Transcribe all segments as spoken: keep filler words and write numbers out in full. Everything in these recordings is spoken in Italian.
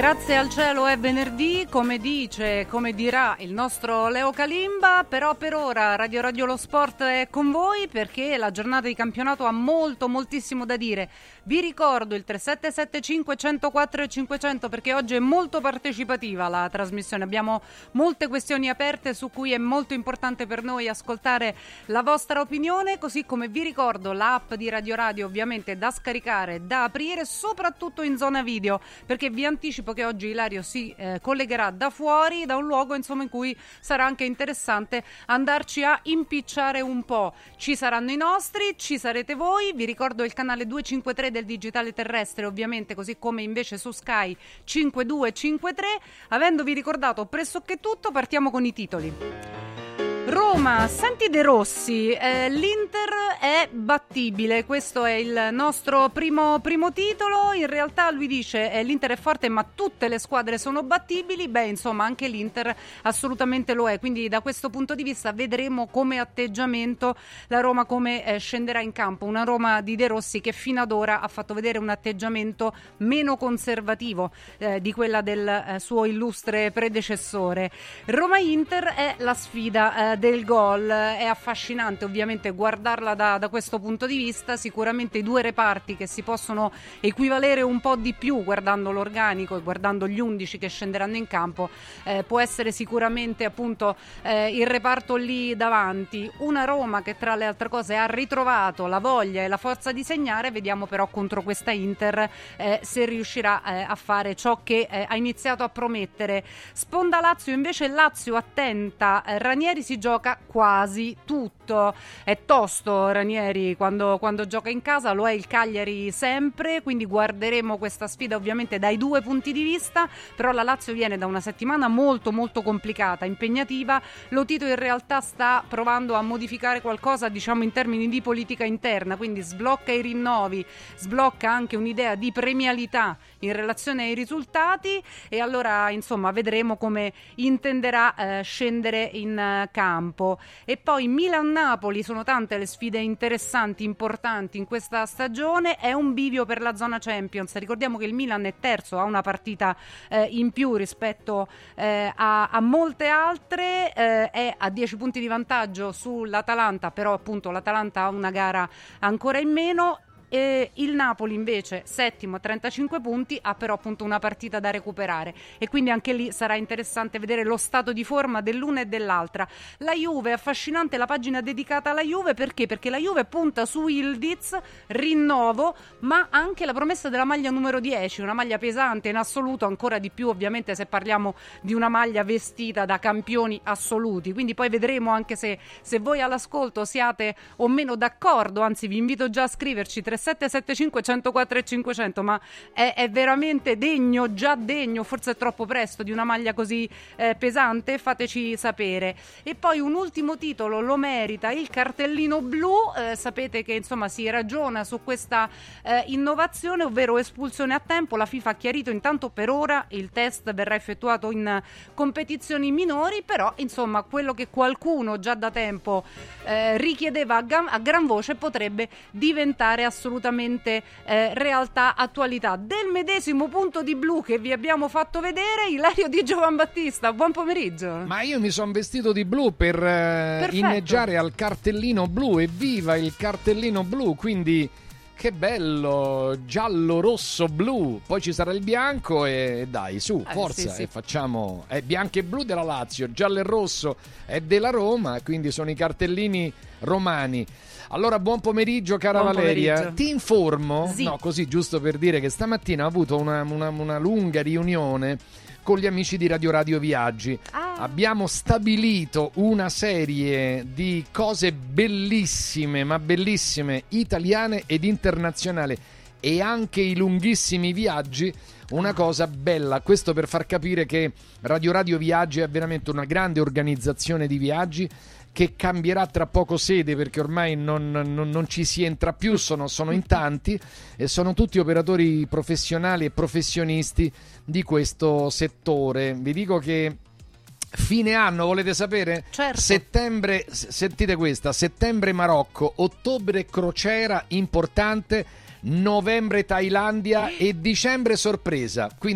Grazie al cielo è venerdì, come dice, come dirà il nostro Leo Kalimba, però per ora Radio Radio Lo Sport è con voi perché la giornata di campionato ha molto, moltissimo da dire. Vi ricordo il tre sette sette cinque uno zero quattro e cinquecento perché oggi è molto partecipativa la trasmissione, abbiamo molte questioni aperte su cui è molto importante per noi ascoltare la vostra opinione, così come vi ricordo l'app di Radio Radio ovviamente da scaricare, da aprire, soprattutto in zona video, perché vi anticipo che oggi Ilario si eh, collegherà da fuori, da un luogo insomma in cui sarà anche interessante andarci a impicciare un po'. Ci saranno i nostri, ci sarete voi, vi ricordo il canale duecentocinquantatré del digitale terrestre ovviamente, così come invece su Sky cinquemiladuecentocinquantatré. Avendovi ricordato pressoché tutto, partiamo con i titoli. Roma, senti De Rossi, eh, l'Inter è battibile, questo è il nostro primo, primo titolo. In realtà lui dice eh, l'Inter è forte ma tutte le squadre sono battibili. Beh, insomma, anche l'Inter assolutamente lo è, quindi da questo punto di vista vedremo come atteggiamento la Roma come eh, scenderà in campo, una Roma di De Rossi che fino ad ora ha fatto vedere un atteggiamento meno conservativo eh, di quella del eh, suo illustre predecessore. Roma-Inter è la sfida eh, del gol, è affascinante ovviamente guardarla da, da questo punto di vista, sicuramente i due reparti che si possono equivalere un po' di più guardando l'organico e guardando gli undici che scenderanno in campo, eh, può essere sicuramente appunto eh, il reparto lì davanti, una Roma che tra le altre cose ha ritrovato la voglia e la forza di segnare. Vediamo però contro questa Inter eh, se riuscirà eh, a fare ciò che eh, ha iniziato a promettere. Sponda Lazio invece, Lazio attenta, eh, Ranieri si gioca quasi tutto, è tosto Ranieri quando, quando gioca in casa, lo è il Cagliari sempre, quindi guarderemo questa sfida ovviamente dai due punti di vista, però la Lazio viene da una settimana molto molto complicata, impegnativa. Lotito in realtà sta provando a modificare qualcosa diciamo in termini di politica interna, quindi sblocca i rinnovi, sblocca anche un'idea di premialità in relazione ai risultati e allora insomma vedremo come intenderà eh, scendere in eh, campo. E poi Milan-Napoli, sono tante le sfide interessanti, importanti in questa stagione, è un bivio per la zona Champions. Ricordiamo che il Milan è terzo, ha una partita eh, in più rispetto eh, a, a molte altre, eh, è a dieci punti di vantaggio sull'Atalanta, però appunto l'Atalanta ha una gara ancora in meno. E il Napoli invece settimo a trentacinque punti, ha però appunto una partita da recuperare e quindi anche lì sarà interessante vedere lo stato di forma dell'una e dell'altra. La Juve, affascinante la pagina dedicata alla Juve, perché? Perché la Juve punta su Yildiz, rinnovo, ma anche la promessa della maglia numero dieci, una maglia pesante in assoluto, ancora di più ovviamente se parliamo di una maglia vestita da campioni assoluti, quindi poi vedremo anche se, se voi all'ascolto siate o meno d'accordo, anzi vi invito già a scriverci tre sette sette cinque uno zero quattro e cinquecento, ma è, è veramente degno, già degno, forse è troppo presto, di una maglia così eh, pesante? Fateci sapere. E poi un ultimo titolo lo merita il cartellino blu, eh, sapete che insomma si ragiona su questa eh, innovazione, ovvero espulsione a tempo. La FIFA ha chiarito intanto per ora il test verrà effettuato in competizioni minori, però insomma quello che qualcuno già da tempo eh, richiedeva a, ga- a gran voce potrebbe diventare assolutamente assolutamente eh, realtà, attualità. Del medesimo punto di blu che vi abbiamo fatto vedere, Ilario Di Giovanbattista, buon pomeriggio. Ma io mi sono vestito di blu per eh, inneggiare al cartellino blu, evviva il cartellino blu, quindi che bello, giallo, rosso, blu, poi ci sarà il bianco e dai, su, forza, eh, sì, sì. E facciamo, è bianco e blu della Lazio, giallo e rosso è della Roma, quindi sono i cartellini romani. Allora, buon pomeriggio cara buon Valeria, pomeriggio. Ti informo, sì. no così giusto per dire che stamattina ho avuto una, una, una lunga riunione con gli amici di Radio Radio Viaggi. Ah. Abbiamo stabilito una serie di cose bellissime, ma bellissime, italiane ed internazionali, e anche i lunghissimi viaggi, una cosa bella. Questo per far capire che Radio Radio Viaggi è veramente una grande organizzazione di viaggi che cambierà tra poco sede, perché ormai non, non, non ci si entra più, sono, sono in tanti e sono tutti operatori professionali e professionisti di questo settore. Vi dico che fine anno, volete sapere? Certo. Settembre, sentite questa, settembre Marocco, ottobre crociera importante, novembre Thailandia e dicembre sorpresa, quindi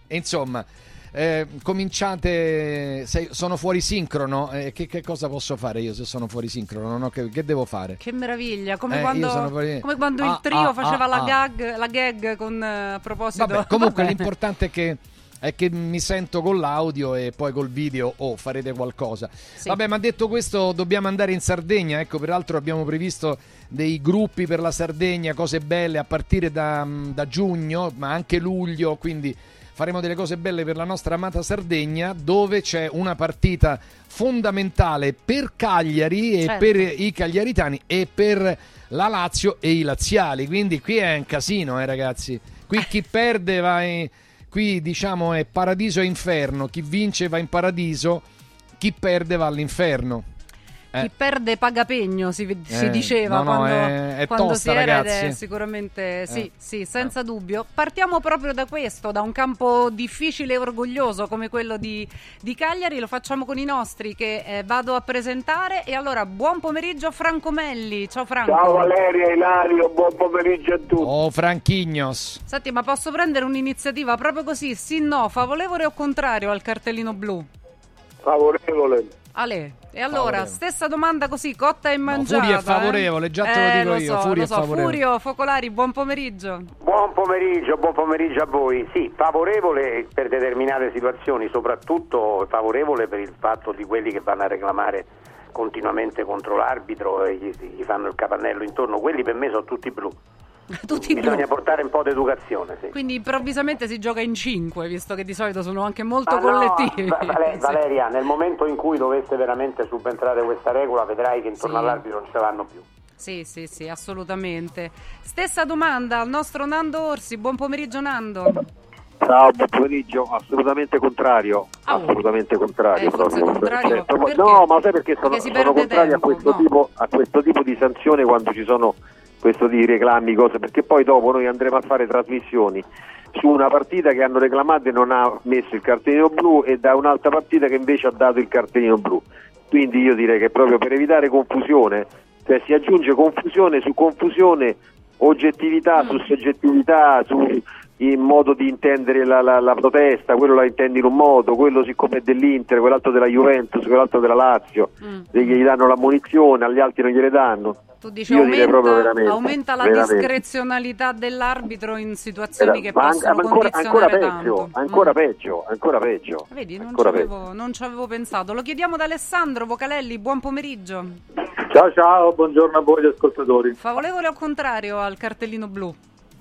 E insomma, eh, cominciate, sei, sono fuori sincrono, eh, che, che cosa posso fare io se sono fuori sincrono? Non ho capito, che devo fare? Che meraviglia, come eh, quando, fuori... come quando ah, il trio ah, faceva ah, la, ah. Gag, la gag con uh, a proposito. Vabbè, comunque l'importante è che è che mi sento con l'audio e poi col video o oh, farete qualcosa. Sì. Vabbè, ma detto questo dobbiamo andare in Sardegna, ecco, peraltro abbiamo previsto dei gruppi per la Sardegna, cose belle a partire da, da giugno, ma anche luglio, quindi faremo delle cose belle per la nostra amata Sardegna, dove c'è una partita fondamentale per Cagliari e certo. per i cagliaritani e per la Lazio e i laziali, quindi qui è un casino, eh ragazzi, qui chi perde va in... Qui diciamo è paradiso e inferno, chi vince va in paradiso, chi perde va all'inferno. Eh. Chi perde paga pegno, si, si eh, diceva no, no, quando, è, è quando tosta, si era, ragazzi. Ed è sicuramente sì, eh. sì, senza eh. dubbio. Partiamo proprio da questo, da un campo difficile e orgoglioso come quello di, di Cagliari, lo facciamo con i nostri che eh, vado a presentare. E allora, buon pomeriggio Franco Melli, ciao Franco. Ciao Valeria, Ilario, buon pomeriggio a tutti. Oh Franchignos. Senti, ma posso prendere un'iniziativa proprio così, sì no, favorevole o contrario al cartellino blu? Favorevole. Ale. E allora, favorevole. Stessa domanda così, cotta e mangiata. No, Furio è favorevole, eh? già te lo eh, dico lo io. So, Furio lo è so. favorevole. Furio Focolari, buon pomeriggio. Buon pomeriggio, buon pomeriggio a voi. Sì, favorevole per determinate situazioni, soprattutto favorevole per il fatto di quelli che vanno a reclamare continuamente contro l'arbitro e gli, gli fanno il capannello intorno. Quelli per me sono tutti blu. Tutti Bisogna blu. portare un po' di educazione, sì. Quindi improvvisamente si gioca in cinque, visto che di solito sono anche molto ah, collettivi. No, Vale- Valeria, nel momento in cui dovesse veramente subentrare questa regola, vedrai che intorno sì. all'arbitro non ce vanno più. Sì, sì, sì, assolutamente. Stessa domanda al nostro Nando Orsi. Buon pomeriggio Nando. Ciao, buon pomeriggio. Assolutamente contrario. Oh. Assolutamente contrario. Eh, forse proprio. contrario. Cioè, no, ma sai perché sono, perché sono contrario tempo, a, questo no. tipo, a questo tipo di sanzione quando ci sono questo di reclami, cose, perché poi dopo noi andremo a fare trasmissioni su una partita che hanno reclamato e non ha messo il cartellino blu e da un'altra partita che invece ha dato il cartellino blu. Quindi io direi che proprio per evitare confusione, cioè si aggiunge confusione su confusione, oggettività su soggettività, su il modo di intendere la, la, la protesta, quello la intendi in un modo, quello siccome è dell'Inter, quell'altro della Juventus, quell'altro della Lazio, mm. gli danno la munizione, agli altri non gliele danno. Tu dici aumenta, aumenta la veramente. discrezionalità dell'arbitro in situazioni Vera, che possono an- ancora, condizionare ancora peggio, tanto. Ancora mm. peggio, ancora peggio. Vedi, non, ancora ci avevo, non ci avevo pensato. Lo chiediamo ad Alessandro Vocalelli, buon pomeriggio. Ciao ciao, buongiorno a voi ascoltatori. Favorevole o contrario al cartellino blu?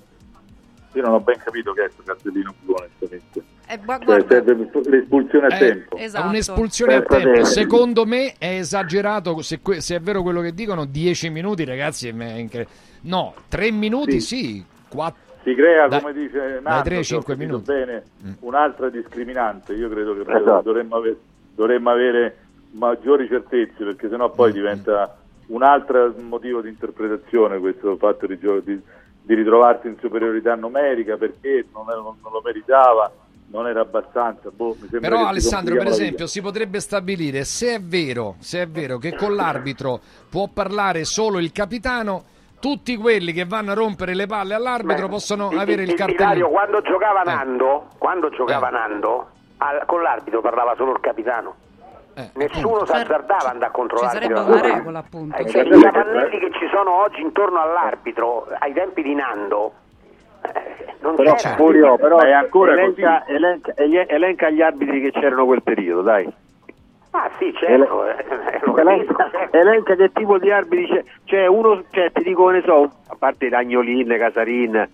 Io non ho ben capito che è questo cartellino blu, onestamente. Eh, gu- cioè, serve l'espulsione a eh, tempo. Esatto. Un'espulsione a tempo. Secondo me è esagerato. Se, que- se è vero quello che dicono, dieci minuti, ragazzi. È incre- no, tre minuti sì. sì quattro. Si crea, da, come dice Nando, tre cinque minuti. Bene, mm. un'altra discriminante. Io credo che esatto. dovremmo, avere, dovremmo avere maggiori certezze, perché sennò poi mm. diventa un altro motivo di interpretazione questo fatto di, di, di ritrovarsi in superiorità numerica, perché non, non, non lo meritava. Non era abbastanza. Boh, mi sembra Però che Alessandro, per esempio, si potrebbe stabilire se è vero, se è vero che con l'arbitro può parlare solo il capitano, tutti quelli che vanno a rompere le palle all'arbitro Beh, possono il, avere il, il cartellino. Ilario, quando giocava Nando, eh. quando giocava eh. Nando, al, con l'arbitro parlava solo il capitano. Eh, Nessuno si azzardava ad andare contro ci l'arbitro. Ci sarebbe una regola, appunto. Eh, cioè, i capannelli che ci sono oggi intorno all'arbitro, ai tempi di Nando, eh, non però, c'era. Furio, però è ancora elenca, elenca, elenca gli arbitri che c'erano quel periodo, dai. Ah sì, certo. Ele- eh, elenca, certo. elenca che tipo di arbitri c'è. C'è uno, cioè, ti dico, ne so, a parte Ragnolin, Casarin,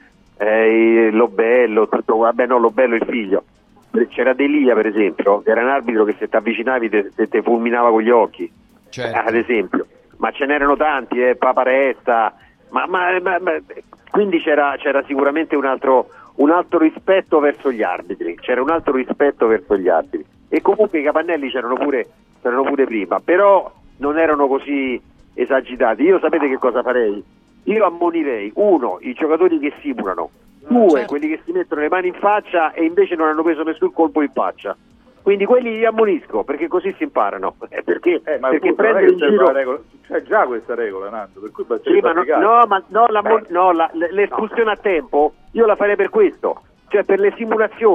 eh, Lobello, tutto, vabbè no, Lobello il figlio. C'era Delia, per esempio, che era un arbitro che se ti avvicinavi te, te, te fulminava con gli occhi, certo. ad esempio. Ma ce n'erano tanti, eh, Paparetta, ma, ma, ma, ma quindi c'era, c'era sicuramente un altro, un altro rispetto verso gli arbitri, c'era un altro rispetto verso gli arbitri. E comunque i capannelli c'erano pure, c'erano pure prima, però non erano così esagitati. Io sapete che cosa farei? Io ammonirei, uno, i giocatori che simulano, due, certo. quelli che si mettono le mani in faccia e invece non hanno preso nessun colpo in faccia. Quindi quelli li ammonisco, perché così si imparano. Eh, perché eh, ma perché appunto, prendere in giro... regola, c'è già questa regola, Nando, per cui basta sì, ma no, no, ma no, la, no la, l'espulsione no. a tempo io la farei per questo, cioè per le simulazioni.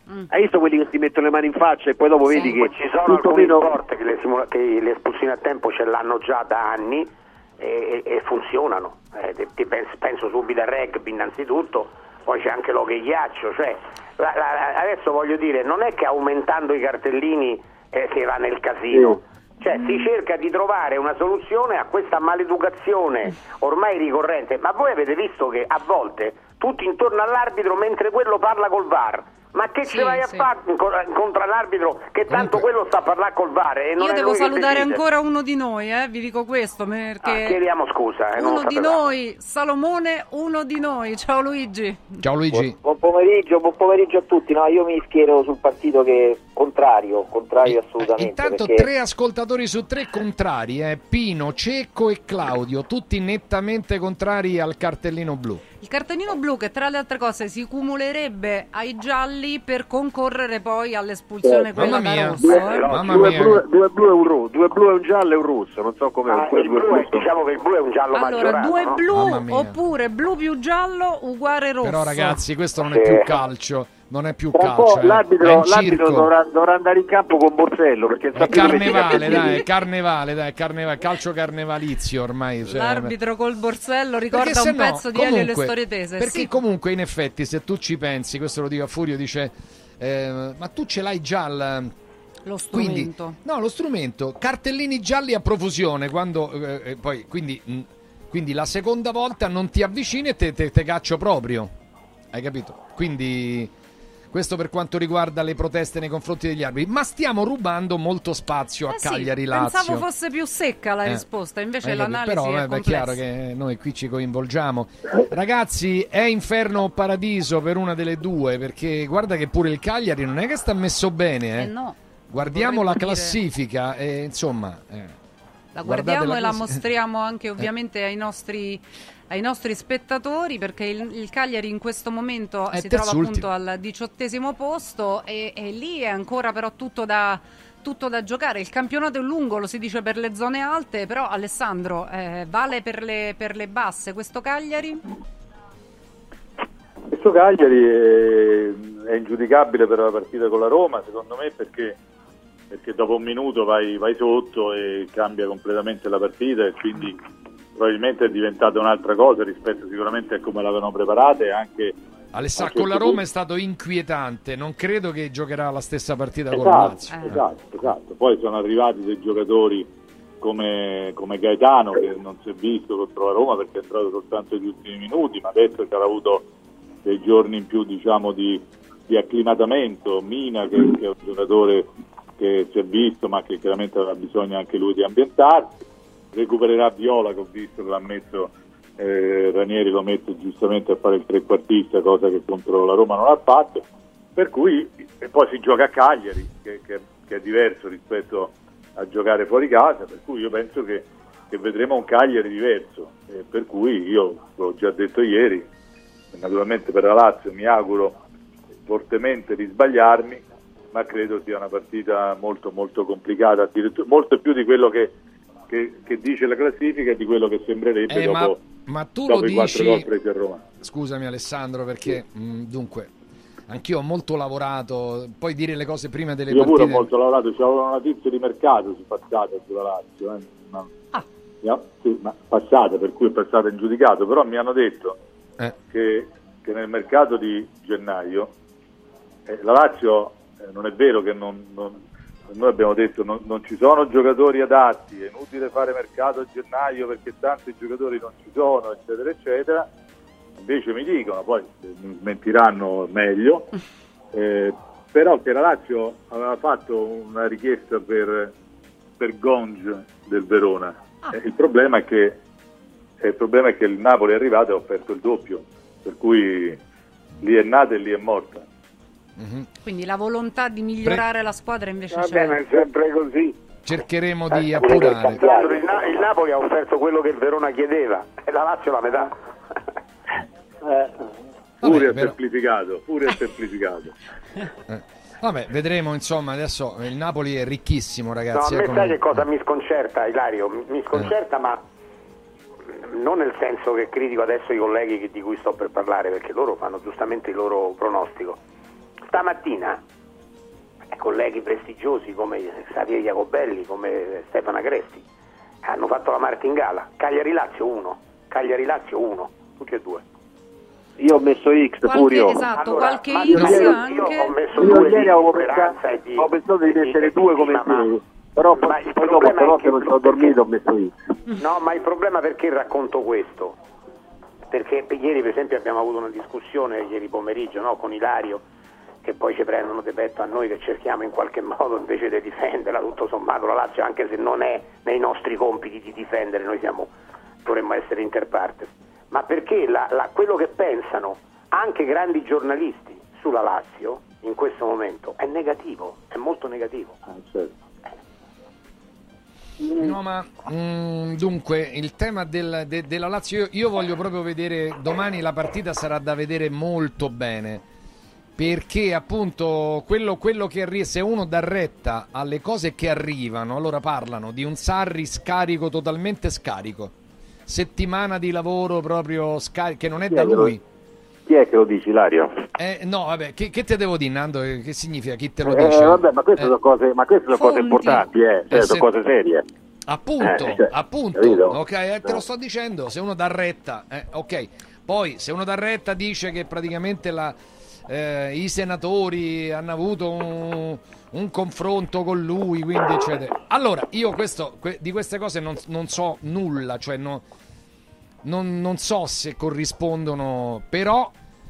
Mm. Hai visto quelli che si mettono le mani in faccia e poi dopo sì. vedi che ci sono alcuni meno... sport che le, simula- che le espulsioni a tempo ce l'hanno già da anni e, e, e funzionano. Eh, ti penso, penso subito al rugby innanzitutto, poi c'è anche l'hockey ghiaccio, cioè la, la, adesso voglio dire, non è che aumentando i cartellini eh, si va nel casino. Sì. Cioè si cerca di trovare una soluzione a questa maleducazione ormai ricorrente, ma voi avete visto che a volte tutti intorno all'arbitro mentre quello parla col V A R, ma che sì, ce vai sì. a fare contro l'arbitro che tanto Comunque, quello sta a parlare col V A R e non io è devo salutare ancora uno di noi, eh, vi dico questo perché ah, chiediamo scusa eh, uno di noi, Salomone, uno di noi. Ciao Luigi. Ciao Luigi. Buon, buon pomeriggio, buon pomeriggio a tutti. No, io mi schiero sul partito che contrario, contrario e, assolutamente. Intanto perché... tre ascoltatori su tre contrari, eh? Pino, Cecco e Claudio, tutti nettamente contrari al cartellino blu. Il cartellino blu che tra le altre cose si cumulerebbe ai gialli per concorrere poi all'espulsione eh, quella da rosso. Due, eh? no, due, blu, due blu e un rosso, due blu e un giallo e un rosso, non so come ah, il blu è, diciamo che il blu è un giallo allora, maggiorato. Allora, due no? blu oppure blu più giallo uguale rosso. Però ragazzi, questo non è più calcio. Non è più Tra calcio, eh. l'arbitro, l'arbitro dovrà, dovrà andare in campo con Borsello perché è carnevale, dai, è carnevale, dai, carnevale, calcio carnevalizio ormai. Cioè, l'arbitro col borsello ricorda un no, pezzo di comunque, Elio e le storie tese. Perché sì. comunque in effetti se tu ci pensi, questo lo dico a Furio, dice eh, ma tu ce l'hai già il, lo strumento. Quindi, no, lo strumento, cartellini gialli a profusione quando eh, poi quindi, mh, quindi la seconda volta non ti avvicini e te, te, te caccio proprio. Hai capito? Quindi questo per quanto riguarda le proteste nei confronti degli arbitri, ma stiamo rubando molto spazio a eh Cagliari sì, Lazio. Pensavo fosse più secca la eh. risposta, invece eh, l'analisi però, è beh, è chiaro che noi qui ci coinvolgiamo. Ragazzi, è inferno o paradiso per una delle due, perché guarda che pure il Cagliari non è che sta messo bene, eh. eh no. Guardiamo la classifica dire... e insomma, eh. la guardiamo la e la mostriamo anche ovviamente eh. ai nostri ai nostri spettatori, perché il, il Cagliari in questo momento è si trova ultimo. appunto al diciottesimo posto e, e lì è ancora però tutto da, tutto da giocare. Il campionato è lungo, lo si dice per le zone alte, però Alessandro eh, vale per le, per le basse questo Cagliari? Questo Cagliari è, è ingiudicabile per la partita con la Roma secondo me, perché, perché dopo un minuto vai, vai sotto e cambia completamente la partita e quindi probabilmente è diventata un'altra cosa rispetto sicuramente a come l'avevano preparata e anche Alessandro con la Roma è stato inquietante, non credo che giocherà la stessa partita esatto, con la Lazio eh. esatto, esatto, poi sono arrivati dei giocatori come, come Gaetano che non si è visto contro la Roma perché è entrato soltanto negli ultimi minuti, ma adesso ci ha avuto dei giorni in più diciamo di, di acclimatamento. Mina che, che è un giocatore che si è visto ma che chiaramente avrà bisogno anche lui di ambientarsi. Recupererà Viola che ho visto che l'ha messo eh, Ranieri, lo mette giustamente a fare il trequartista, cosa che contro la Roma non ha fatto, per cui e poi si gioca a Cagliari che, che, che è diverso rispetto a giocare fuori casa, per cui io penso che, che vedremo un Cagliari diverso, eh, per cui io l'ho già detto ieri, naturalmente per la Lazio mi auguro fortemente di sbagliarmi, ma credo sia una partita molto molto complicata, addirittura molto più di quello che Che, che dice la classifica e di quello che sembrerebbe eh, dopo, ma, ma tu dopo lo i quattro dici... gol presi a Roma. Scusami Alessandro perché sì. mh, dunque anch'io ho molto lavorato, puoi dire le cose prima delle io partite. Io pure ho molto lavorato, c'avevo una notizia di mercato su passata sulla Lazio, eh. ma, ah. yeah, sì, ma passata, per cui è passata in giudicato, però mi hanno detto eh. che, che nel mercato di gennaio eh, la Lazio eh, non è vero che non, non noi abbiamo detto non, non ci sono giocatori adatti, è inutile fare mercato a gennaio perché tanti giocatori non ci sono, eccetera eccetera, invece mi dicono, poi mi smentiranno meglio, eh, però che la Lazio aveva fatto una richiesta per, per Gonge del Verona, ah. eh, il problema è che eh, il problema è che il Napoli è arrivato e ha offerto il doppio, per cui lì è nata e lì è morta. Mm-hmm. Quindi la volontà di migliorare Pre- la squadra invece Va c'è. bene, è sempre così. Cercheremo di eh, appurare. Il, Na- il Napoli ha offerto quello che il Verona chiedeva e la Lazio la metà. eh. Pure è semplificato, pure è semplificato. Eh. Vabbè, vedremo insomma, adesso il Napoli è ricchissimo ragazzi. No, a me eh, sai che cosa mi sconcerta, Ilario? Mi sconcerta eh. ma non nel senso che critico adesso i colleghi di cui sto per parlare, perché loro fanno giustamente il loro pronostico. Il stamattina colleghi prestigiosi come Xavier Jacobelli, come Stefano Agresti hanno fatto la martingala. Cagliari-Lazio uno, Cagliari-Lazio uno, tutti e due. Io ho messo X, qualche, Furio. Esatto, allora, qualche X io, anche. Io ho messo io due ieri di avevo speranza pensato, di, ho pensato di mettere due come te, però ma poi, poi dopo stanotte non sono dormito, ho messo X. No, ma il problema perché racconto questo? Perché ieri per esempio abbiamo avuto una discussione ieri pomeriggio, no, con Ilario, che poi ci prendono di petto a noi che cerchiamo in qualche modo invece di difenderla, tutto sommato la Lazio, anche se non è nei nostri compiti di difendere, noi siamo, dovremmo essere inter partes, ma perché la, la, quello che pensano anche grandi giornalisti sulla Lazio in questo momento è negativo, è molto negativo. Ah, certo. No, ma mm, dunque il tema del, de, della Lazio, io, io voglio proprio vedere domani, la partita sarà da vedere molto bene, perché appunto quello, quello che arriva, se uno dà retta alle cose che arrivano, allora parlano di un Sarri scarico, totalmente scarico, settimana di lavoro proprio scarico, che non è Chi da è lui. Chi è che lo dice, Ilario? Eh, no, vabbè, che, che te devo dire, Nando? Che significa chi te lo Eh, dice? vabbè, ma queste Eh. sono cose, ma queste sono cose Fonti. importanti, eh, cioè, Eh, sono se- cose serie. Appunto, Eh, cioè, appunto, capito? ok, eh, te No. lo sto dicendo, se uno dà retta, eh, ok, poi se uno dà retta dice che praticamente la, eh, i senatori hanno avuto un, un confronto con lui, quindi eccetera. Allora, io questo, que, di queste cose non, non so nulla, cioè no, non, non so se corrispondono, però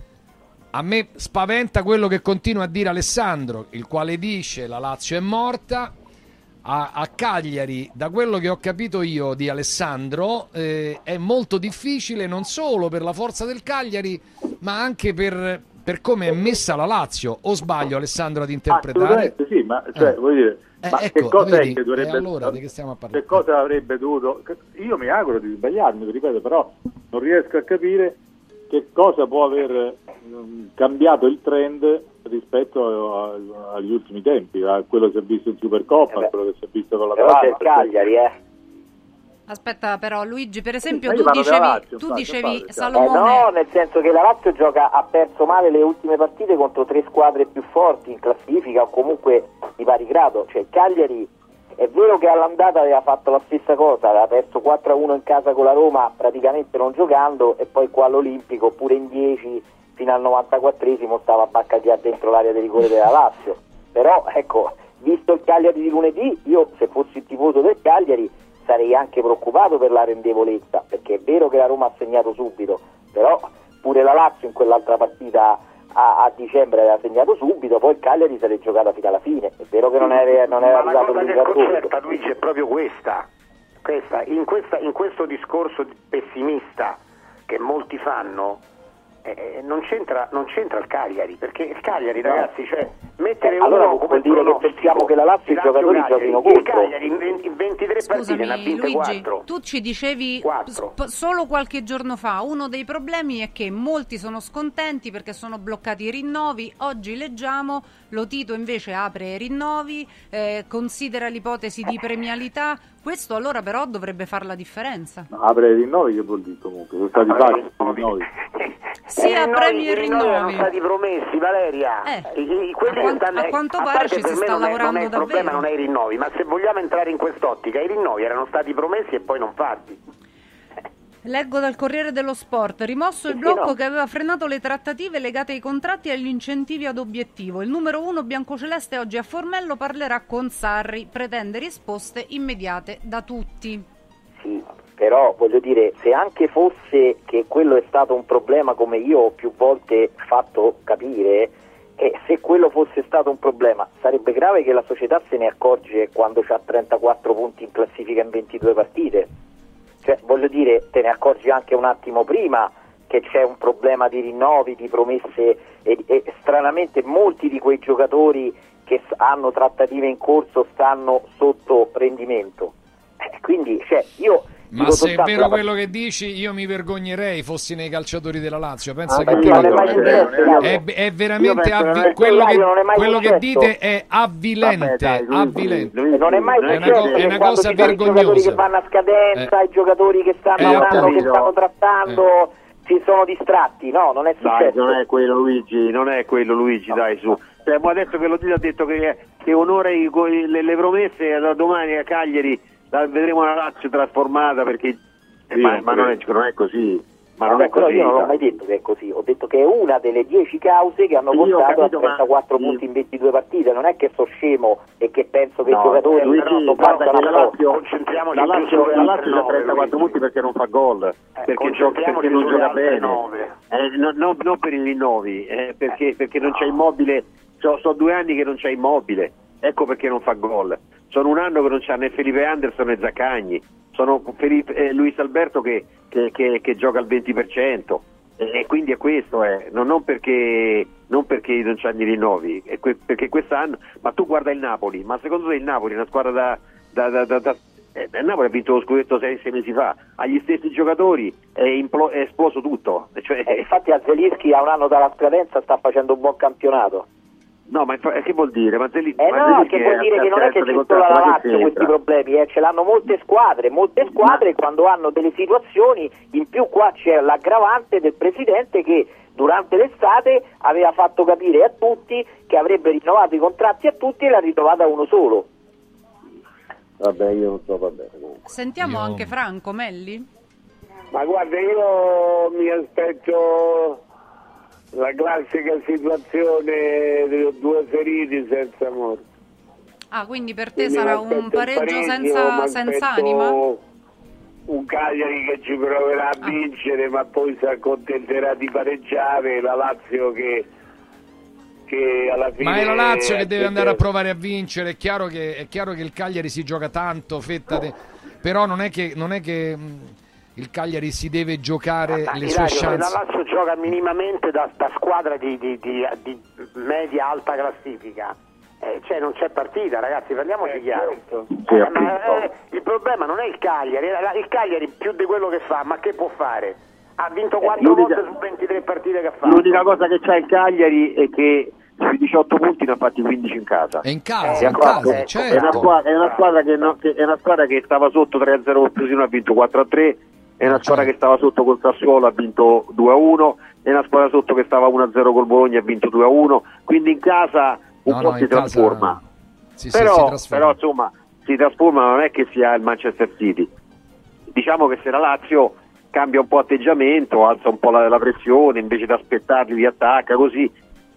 a me spaventa quello che continua a dire Alessandro, il quale dice la Lazio è morta. A, a Cagliari, da quello che ho capito io di Alessandro, eh, è molto difficile non solo per la forza del Cagliari, ma anche per, per come è messa la Lazio. O sbaglio, Alessandro, ad interpretare? Assolutamente sì, ma cioè, Eh. voglio dire, Eh, ma ecco, che cosa vedi? è che dovrebbe E allora di che stiamo a parlare? che cosa avrebbe dovuto, io mi auguro di sbagliarmi, ripeto, però non riesco a capire che cosa può aver um, cambiato il trend rispetto a, a, agli ultimi tempi, a quello che si è visto in Supercoppa, Eh a quello che si è visto con la Però c'è il Cagliari, eh. Aspetta però Luigi, per esempio Ma io tu parlo della dicevi, Lazio, tu infatti, dicevi infatti, Eh Salomone, no, nel senso che la Lazio gioca, ha perso male le ultime partite contro tre squadre più forti in classifica o comunque di pari grado, cioè il Cagliari è vero che all'andata aveva fatto la stessa cosa, aveva perso quattro a uno in casa con la Roma praticamente non giocando e poi qua all'Olimpico pure in dieci fino al novantaquattresimo stava a baccagliare dentro l'area di rigore della Lazio, però ecco, visto il Cagliari di lunedì, io se fossi il tifoso del Cagliari sarei anche preoccupato per la rendevolezza, perché è vero che la Roma ha segnato subito, però pure la Lazio in quell'altra partita a, a dicembre aveva segnato subito, poi il Cagliari se l'è giocata fino alla fine, è vero che non era, non era Ma la arrivato cosa che l'unico sconcerta, Luigi, è proprio questa, questa, in, questa in questo discorso pessimista che molti fanno, eh, non, c'entra, non c'entra il Cagliari, perché il Cagliari, No. ragazzi, cioè mettere Allora uno vuol come dire che pronostico, pensiamo che la Lazio i Lazio giocatori Cagliari, giochino il contro. Cagliari in venti, in ventitré partite ne ha scusami vinte Luigi, quattro. tu ci dicevi Quattro. sp- solo qualche giorno fa, uno dei problemi è che molti sono scontenti perché sono bloccati i rinnovi, oggi leggiamo Lotito invece apre i rinnovi, eh, considera l'ipotesi di premialità, questo allora però dovrebbe fare la differenza. apre i rinnovi, che vuol dire comunque? Sono stati fatti i rinnovi. Sia I rinnovi- premi e i rinnovi erano rinnovi. stati promessi, Valeria. Eh, I- i- quelli a che quan- stanno- a quanto a pare parte ci per si me sta non è- lavorando non è il problema, davvero. non è i rinnovi, ma se vogliamo entrare in quest'ottica, i rinnovi erano stati promessi e poi non fatti. Leggo dal Corriere dello Sport, rimosso il Sì, blocco no. che aveva frenato le trattative legate ai contratti e agli incentivi ad obiettivo. Il numero uno biancoceleste oggi a Formello parlerà con Sarri, pretende risposte immediate da tutti. Sì, però voglio dire, se anche fosse che quello è stato un problema come io ho più volte fatto capire, e se quello fosse stato un problema sarebbe grave che la società se ne accorge quando c'ha trentaquattro punti in classifica in ventidue partite. Cioè, voglio dire, te ne accorgi anche un attimo prima che c'è un problema di rinnovi, di promesse e, e stranamente molti di quei giocatori che s- hanno trattative in corso stanno sotto rendimento. Eh, quindi, cioè, io Ma dico se è soltanto vero la- quello che dici, io mi vergognerei fossi nei calciatori della Lazio. Pensa Ah, che perché non è mai Io successo, penso- Gabriele. è, è veramente Io penso avvi- che- quello, che, non è mai quello che successo. dite è avvilente, Vabbè, dai, Luigi, avvilente. Luigi, non è mai È una successo co- è che una quando cosa ci sono i giocatori vergognosa. che vanno a scadenza, Eh. i giocatori che stanno Eh, un anno che appunto. stanno trattando, si sono distratti, no, non è successo. Dai, non è quello Luigi, non è quello Luigi, no. Dai su. Cioè, ma adesso che lo dite ha detto che, che onora i, le, le promesse, da domani a Cagliari la, vedremo una Lazio trasformata perché sì, ma, ma non, è, non è così. Ma non no, è così. Però io non ho mai detto che è così, ho detto che è una delle dieci cause che hanno portato a trentaquattro ma... punti in ventidue partite, non è che sono scemo e che penso che no, i giocatori Luigi, non no, facciano la Lazio, concentriamoci la Lazio, la Lazio ha trentaquattro punti perché non fa gol, eh, perché, gioca, perché non gioca bene, eh, no, no, non per i rinnovi, eh, perché, eh, perché non c'è Immobile, so, so due anni che non c'è Immobile, ecco perché non fa gol, sono un anno che non c'ha né Felipe Anderson né Zaccagni, sono Felipe, eh, Luis Alberto che, che, che, che gioca al venti per cento e, e quindi è questo, eh. non, non perché non perché non c'hanno i rinnovi, è que- perché quest'anno, ma tu guarda il Napoli, ma secondo te il Napoli è una squadra da, da, da, da, da eh, il Napoli ha vinto lo scudetto sei, sei mesi fa, ha gli stessi giocatori, è, implo- è esploso tutto, cioè, eh, infatti Zelinski a un anno dalla scadenza sta facendo un buon campionato. No, ma che vuol dire? Ma Zeli, eh ma no, che vuol dire che non è che c'è solo la Lazio questi problemi, eh, ce l'hanno molte squadre, molte squadre ma... quando hanno delle situazioni, in più qua c'è l'aggravante del presidente che durante l'estate aveva fatto capire a tutti che avrebbe rinnovato i contratti a tutti e l'ha rinnovata uno solo. Vabbè, io non so, vabbè. Sentiamo io... anche Franco Melli. Ma guarda, io mi aspetto la classica situazione di due feriti senza morte. Ah, quindi per te quindi sarà un pareggio senza, senza anima? Un Cagliari che ci proverà a vincere, ah. ma poi si accontenterà di pareggiare, la Lazio che, che alla fine... Ma è la Lazio che deve andare a provare a vincere, è chiaro che, è chiaro che il Cagliari si gioca tanto, fetta de... però non è che... Non è che... il Cagliari si deve giocare ah, le sue Dario, chance. Se la Lazio gioca minimamente da, da squadra di, di, di, di media-alta classifica, eh, cioè non c'è partita, ragazzi, parliamoci eh, chiaro. Sì, eh, ma, eh, il problema non è il Cagliari, il Cagliari più di quello che fa, ma che può fare? Ha vinto quattro eh, volte su ventitré partite che ha fatto. L'unica cosa che c'ha il Cagliari è che sui diciotto punti ne ha fatti quindici in casa. È in casa, eh, in casa, è, certo. È una squadra, è una squadra che, no, che, è una squadra che stava sotto tre a zero col Frosinone, ha vinto quattro a tre. È una squadra che stava sotto col Sassuolo, ha vinto due a uno, è una squadra sotto che stava uno a zero col Bologna, ha vinto due a uno, quindi in casa un no, po' no, si trasforma. Casa... Sì, però, sì, si trasforma. Però insomma si trasforma, non è che sia il Manchester City. Diciamo che se la Lazio cambia un po' atteggiamento, alza un po' la, la pressione, invece di aspettarli li attacca, così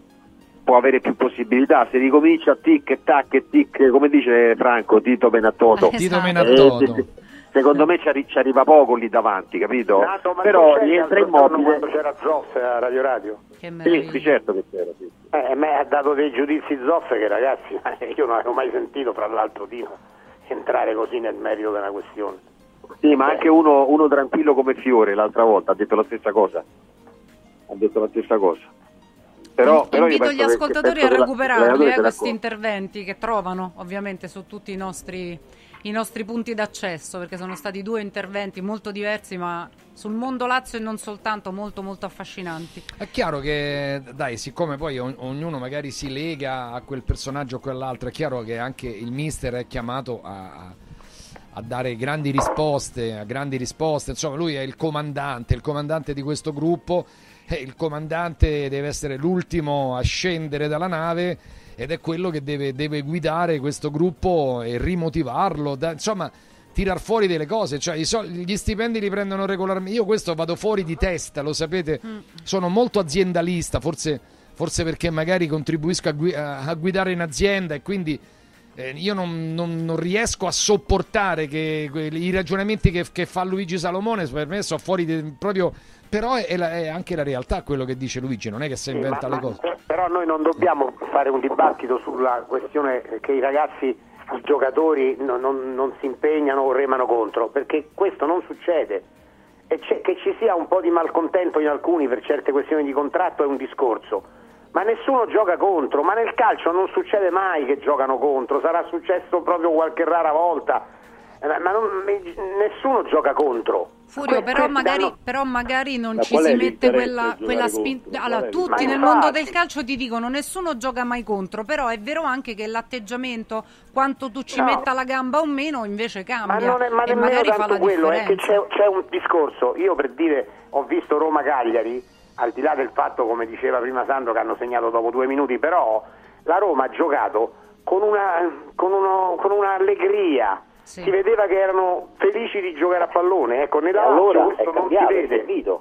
può avere più possibilità. Se ricomincia a tic, tac e tic, come dice Franco, Tito Benattoto. Eh, Tito Benattoto. Eh, secondo me ci, arri- ci arriva poco lì davanti, capito? Nato, però rientra Immobile quando c'era Zoff a Radio Radio. Che sì, sì, certo che c'era, sì. Eh, me ha dato dei giudizi Zoff che, ragazzi, io non avevo mai sentito, fra l'altro, Tino, entrare così nel merito della questione. Sì, ma anche uno, uno tranquillo come Fiore l'altra volta ha detto la stessa cosa. Ha detto la stessa cosa. Però, In, però invito gli ascoltatori a recuperarli eh, questi la... interventi che trovano ovviamente su tutti i nostri, i nostri punti d'accesso, perché sono stati due interventi molto diversi ma sul mondo Lazio e non soltanto, molto molto affascinanti. È chiaro che, dai, siccome poi on- ognuno magari si lega a quel personaggio o a quell'altro, è chiaro che anche il mister è chiamato a, a dare grandi risposte, a grandi risposte, insomma lui è il comandante, il comandante di questo gruppo. Eh, il comandante deve essere l'ultimo a scendere dalla nave ed è quello che deve, deve guidare questo gruppo e rimotivarlo, da, insomma tirar fuori delle cose, cioè i so, gli stipendi li prendono regolarmente. Io questo vado fuori di testa, lo sapete, mm. sono molto aziendalista, forse, forse perché magari contribuisco a, gui, a, a guidare in azienda e quindi eh, io non, non, non riesco a sopportare che, que, i ragionamenti che, che fa Luigi Salomone, per me sono fuori di, proprio. Però è, la, è anche la realtà quello che dice Luigi, non è che si inventa sì, le ma, cose. Ma, però noi non dobbiamo fare un dibattito sulla questione che i ragazzi, i giocatori non, non, non si impegnano o remano contro, perché questo non succede. E c'è, che ci sia un po' di malcontento in alcuni per certe questioni di contratto è un discorso, ma nessuno gioca contro, ma nel calcio non succede mai che giocano contro, sarà successo proprio qualche rara volta, ma non, nessuno gioca contro. Furio, però magari, però magari non ci si mette quella, quella spinta. Allora, tutti nel mondo del calcio ti dicono nessuno gioca mai contro, però è vero anche che l'atteggiamento, quanto tu ci no. metta la gamba o meno, invece cambia. Ma non è ma e magari fa la quello, differenza. È che c'è, c'è un discorso. Io per dire, ho visto Roma-Cagliari, al di là del fatto, come diceva prima Sandro, che hanno segnato dopo due minuti, però la Roma ha giocato con una con uno con un'allegria. Sì. Si vedeva che erano felici di giocare a pallone, ecco, nella allora questo è cambiato, non si vede. È servito.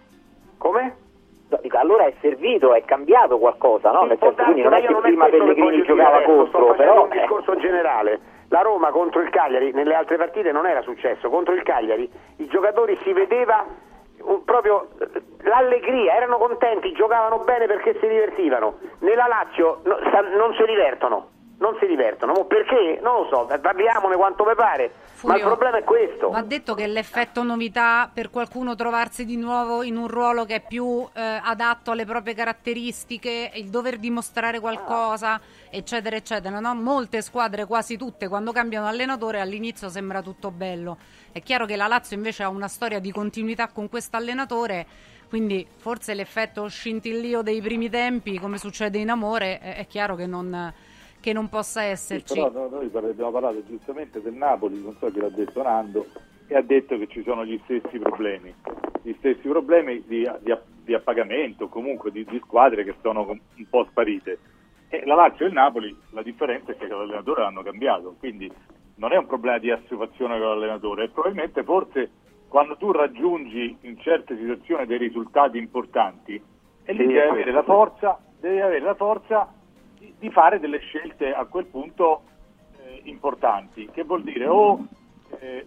Come? Allora è servito, è cambiato qualcosa, no? Nel senso, quindi non è che non prima è Pellegrini giocava adesso, contro, però un discorso generale. La Roma contro il Cagliari, nelle altre partite non era successo, contro il Cagliari i giocatori si vedeva un, proprio l'allegria, erano contenti, giocavano bene perché si divertivano. Nella Lazio no, non si divertono. Non si divertono, perché? Non lo so, parliamone quanto vi pare, Furio, ma il problema è questo. Va detto che l'effetto novità per qualcuno trovarsi di nuovo in un ruolo che è più eh, adatto alle proprie caratteristiche, il dover dimostrare qualcosa, ah. eccetera, eccetera, no? Molte squadre, quasi tutte, quando cambiano allenatore all'inizio sembra tutto bello. È chiaro che la Lazio invece ha una storia di continuità con questo allenatore, quindi forse l'effetto scintillio dei primi tempi, come succede in amore, è, è chiaro che non... che non possa esserci. Sì, però noi abbiamo parlato giustamente del Napoli, non so chi l'ha detto, Nando, e ha detto che ci sono gli stessi problemi, gli stessi problemi di, di, di appagamento, comunque di, di squadre che sono un po' sparite. E la Lazio e il Napoli, la differenza è che l'allenatore l'hanno cambiato, quindi non è un problema di assuefazione con l'allenatore, è probabilmente forse quando tu raggiungi in certe situazioni dei risultati importanti, e lì devi avere la forza, devi avere la forza di fare delle scelte a quel punto eh, importanti, che vuol dire o eh,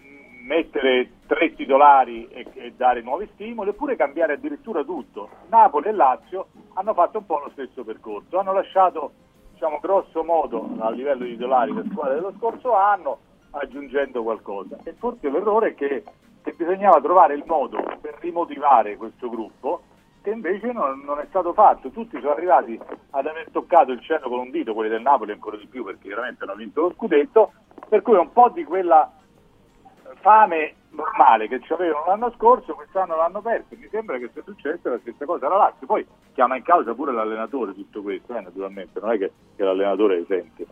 mettere tre titolari e, e dare nuovi stimoli, oppure cambiare addirittura tutto. Napoli e Lazio hanno fatto un po' lo stesso percorso, hanno lasciato, diciamo, grosso modo a livello di titolari le squadre dello scorso anno, aggiungendo qualcosa. E forse l'errore è che, che bisognava trovare il modo per rimotivare questo gruppo, che invece non, non è stato fatto. Tutti sono arrivati ad aver toccato il cielo con un dito, quelli del Napoli ancora di più perché veramente hanno vinto lo scudetto, per cui un po' di quella fame normale che ci avevano l'anno scorso quest'anno l'hanno perso. Mi sembra che sia successa la stessa cosa alla Lazio. Poi chiama in causa pure l'allenatore tutto questo, eh, naturalmente non è che, che l'allenatore è esente.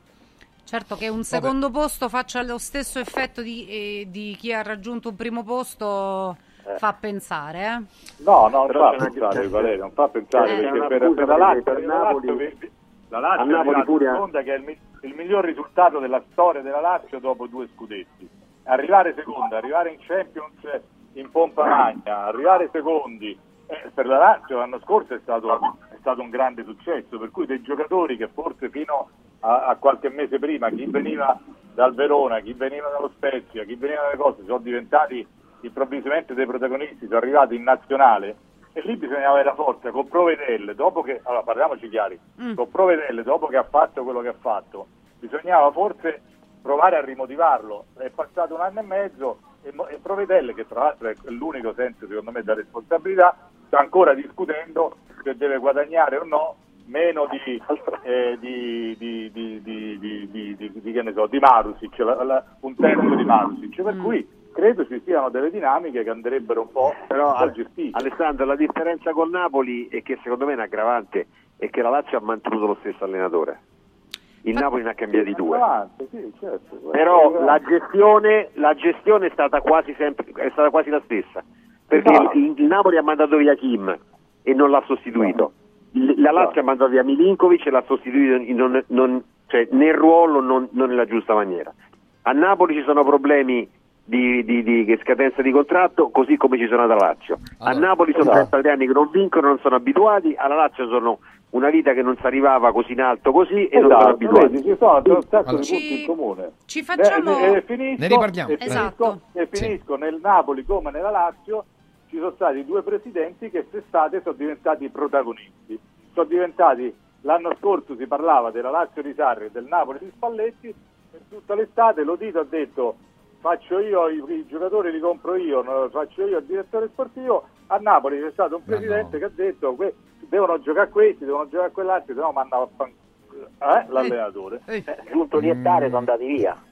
Certo che un secondo Vabbè. posto faccia lo stesso effetto di, eh, di chi ha raggiunto un primo posto fa pensare, eh? No, no, non fa pensare, Valerio, non fa pensare, eh, perché per, per la Lazio, per la Lazio, la Lazio è la seconda che è il, il miglior risultato della storia della Lazio dopo due scudetti. Arrivare seconda, arrivare in Champions in pompa magna, arrivare secondi, eh, per la Lazio l'anno scorso è stato, è stato un grande successo, per cui dei giocatori che forse fino a, a qualche mese prima, chi veniva dal Verona, chi veniva dallo Spezia, chi veniva dalle cose, sono diventati improvvisamente dei protagonisti, sono arrivati in nazionale, e lì bisognava avere la forza con Provedel, dopo che, allora parliamoci chiari, mm. con Provedel dopo che ha fatto quello che ha fatto, bisognava forse provare a rimotivarlo. È passato un anno e mezzo e, e Provedel, che tra l'altro è l'unico senso secondo me da responsabilità, sta ancora discutendo se deve guadagnare o no meno di eh, di, di, di, di, di, di, di, di che ne so, di Marusic, la, la, un terzo di Marusic, per mm. cui credo ci siano delle dinamiche che andrebbero un po' però gestite. Alessandro, la differenza con Napoli è che secondo me è un aggravante, è che la Lazio ha mantenuto lo stesso allenatore, il Ma Napoli ne ha cambiati due, sì, certo, però la gestione, la gestione è stata quasi sempre è stata quasi la stessa, perché no. il, il Napoli ha mandato via Kim e non l'ha sostituito, no. la Lazio no. ha mandato via Milinkovic e l'ha sostituito in, non, non, cioè, nel ruolo non, non nella giusta maniera. A Napoli ci sono problemi Di, di, di scadenza di contratto, così come ci sono alla Lazio. Allora, a Napoli sono trenta anni che non vincono, non sono abituati, alla Lazio sono una vita che non si arrivava così in alto così e esatto, non sono abituati. Vedi, ci sono un sacco allora, di punti ci, in comune. Ci facciamo... E, e finisco, ne riparliamo. E finisco, esatto. e finisco sì. Nel Napoli come nella Lazio ci sono stati due presidenti che quest'estate sono diventati protagonisti. Sono diventati, l'anno scorso si parlava della Lazio di Sarri e del Napoli di Spalletti, per tutta l'estate Lotito ha detto faccio io i, i giocatori li compro io, faccio io il direttore sportivo. A Napoli c'è stato un presidente no. che ha detto que, devono giocare questi, devono giocare quell'altro, se no mandava a fan, eh, l'allenatore. Eh, giunto di ettare sono andati via.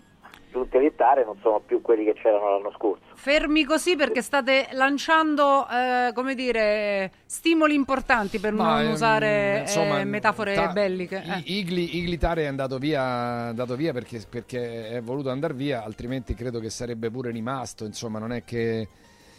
giunti all'Ittare non sono più quelli che c'erano l'anno scorso. Fermi così perché state lanciando, eh, come dire, stimoli importanti per Ma, non usare insomma, eh, metafore ta- belliche. Eh. Igli, Igli Tare è andato via, andato via perché, perché è voluto andare via, altrimenti credo che sarebbe pure rimasto. Insomma, non è che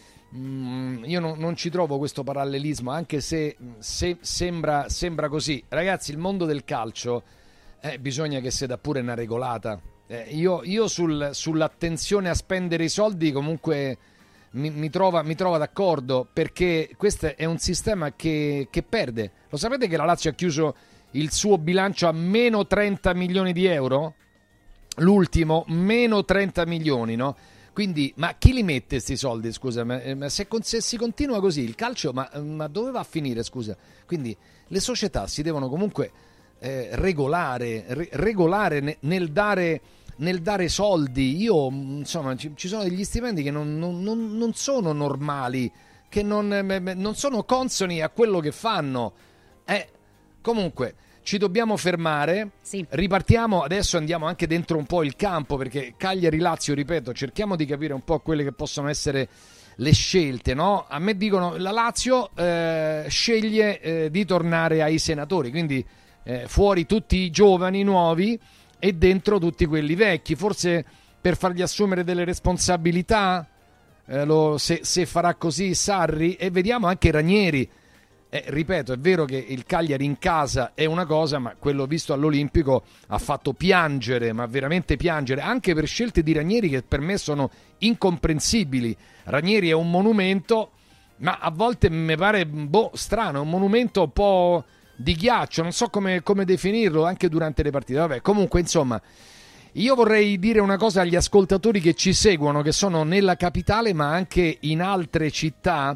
mm, io non, non ci trovo questo parallelismo, anche se, se sembra, sembra così. Ragazzi, il mondo del calcio eh, bisogna che si dà pure una regolata. Eh, io io sul, sull'attenzione a spendere i soldi comunque mi, mi, trova, mi trova d'accordo, perché questo è un sistema che, che perde. Lo sapete che la Lazio ha chiuso il suo bilancio a meno trenta milioni di euro? L'ultimo, meno trenta milioni, no? Quindi, ma chi li mette questi soldi, scusa? Ma, ma se, se si continua così, il calcio, ma, ma dove va a finire, scusa? Quindi le società si devono comunque eh, regolare, re, regolare ne, nel dare... nel dare soldi. Io insomma ci, ci sono degli stipendi che non, non, non, non sono normali, che non, non sono consoni a quello che fanno. Eh, comunque ci dobbiamo fermare, sì. Ripartiamo adesso, andiamo anche dentro un po' il campo, perché Cagliari-Lazio, ripeto, cerchiamo di capire un po' quelle che possono essere le scelte, no? A me dicono la Lazio eh, sceglie eh, di tornare ai senatori, quindi eh, fuori tutti i giovani nuovi e dentro tutti quelli vecchi, forse per fargli assumere delle responsabilità, eh, lo, se, se farà così Sarri, e vediamo anche Ranieri. Eh, ripeto, è vero che il Cagliari in casa è una cosa, ma quello visto all'Olimpico ha fatto piangere, ma veramente piangere, anche per scelte di Ranieri che per me sono incomprensibili. Ranieri è un monumento, ma a volte mi pare boh, strano, un monumento un po' di ghiaccio, non so come, come definirlo, anche durante le partite. Vabbè, comunque, insomma, io vorrei dire una cosa agli ascoltatori che ci seguono, che sono nella capitale, ma anche in altre città,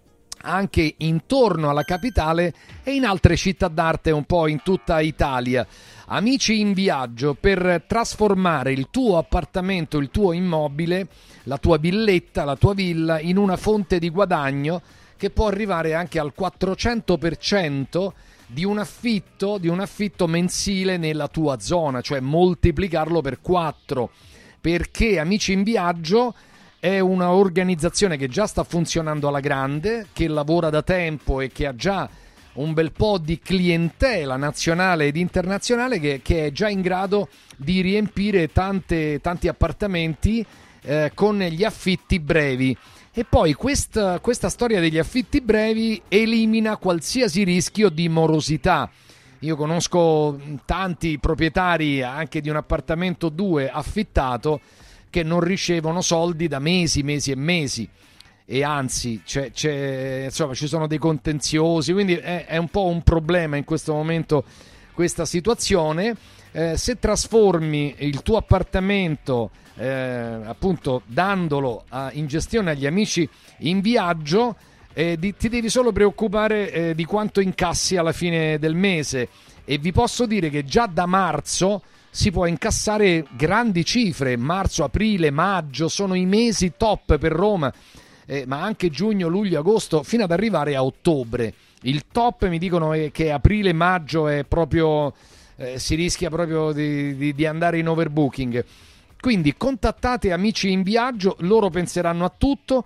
anche intorno alla capitale e in altre città d'arte un po' in tutta Italia. Amici in viaggio, per trasformare il tuo appartamento, il tuo immobile, la tua villetta, la tua villa in una fonte di guadagno che può arrivare anche al quattrocento per cento di un affitto, di un affitto mensile nella tua zona, cioè moltiplicarlo per quattro, perché Amici in Viaggio è una organizzazione che già sta funzionando alla grande, che lavora da tempo e che ha già un bel po' di clientela nazionale ed internazionale, che, che è già in grado di riempire tante, tanti appartamenti eh, con gli affitti brevi. E poi questa, questa storia degli affitti brevi elimina qualsiasi rischio di morosità. Io conosco tanti proprietari anche di un appartamento due affittato che non ricevono soldi da mesi, mesi e mesi, e anzi c'è, c'è, insomma, ci sono dei contenziosi, quindi è, è un po' un problema in questo momento questa situazione. Eh, se trasformi il tuo appartamento eh, appunto dandolo a, in gestione agli Amici in Viaggio, eh, di, ti devi solo preoccupare eh, di quanto incassi alla fine del mese, e vi posso dire che già da marzo si può incassare grandi cifre. Marzo, aprile, maggio sono i mesi top per Roma, eh, ma anche giugno, luglio, agosto, fino ad arrivare a ottobre. Il top mi dicono è che aprile, maggio è proprio eh, si rischia proprio di, di, di andare in overbooking. Quindi contattate Amici in Viaggio, loro penseranno a tutto,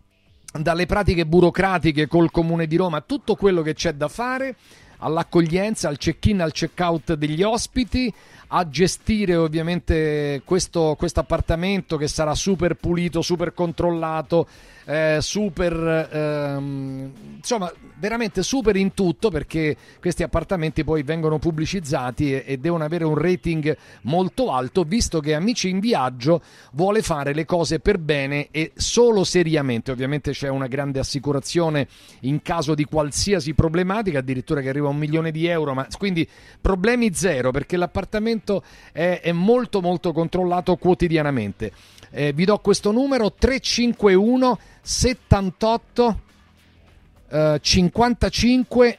dalle pratiche burocratiche col Comune di Roma, tutto quello che c'è da fare, all'accoglienza, al check-in, al check-out degli ospiti, a gestire ovviamente questo questo appartamento che sarà super pulito, super controllato, eh, super ehm, insomma veramente super in tutto, perché questi appartamenti poi vengono pubblicizzati e, e devono avere un rating molto alto, visto che Amici in Viaggio vuole fare le cose per bene e solo seriamente. Ovviamente c'è una grande assicurazione in caso di qualsiasi problematica, addirittura che arriva a un milione di euro, ma quindi problemi zero, perché l'appartamento è, è molto molto controllato quotidianamente. Eh, vi do questo numero: tre cinque uno settantotto eh, cinquantacinque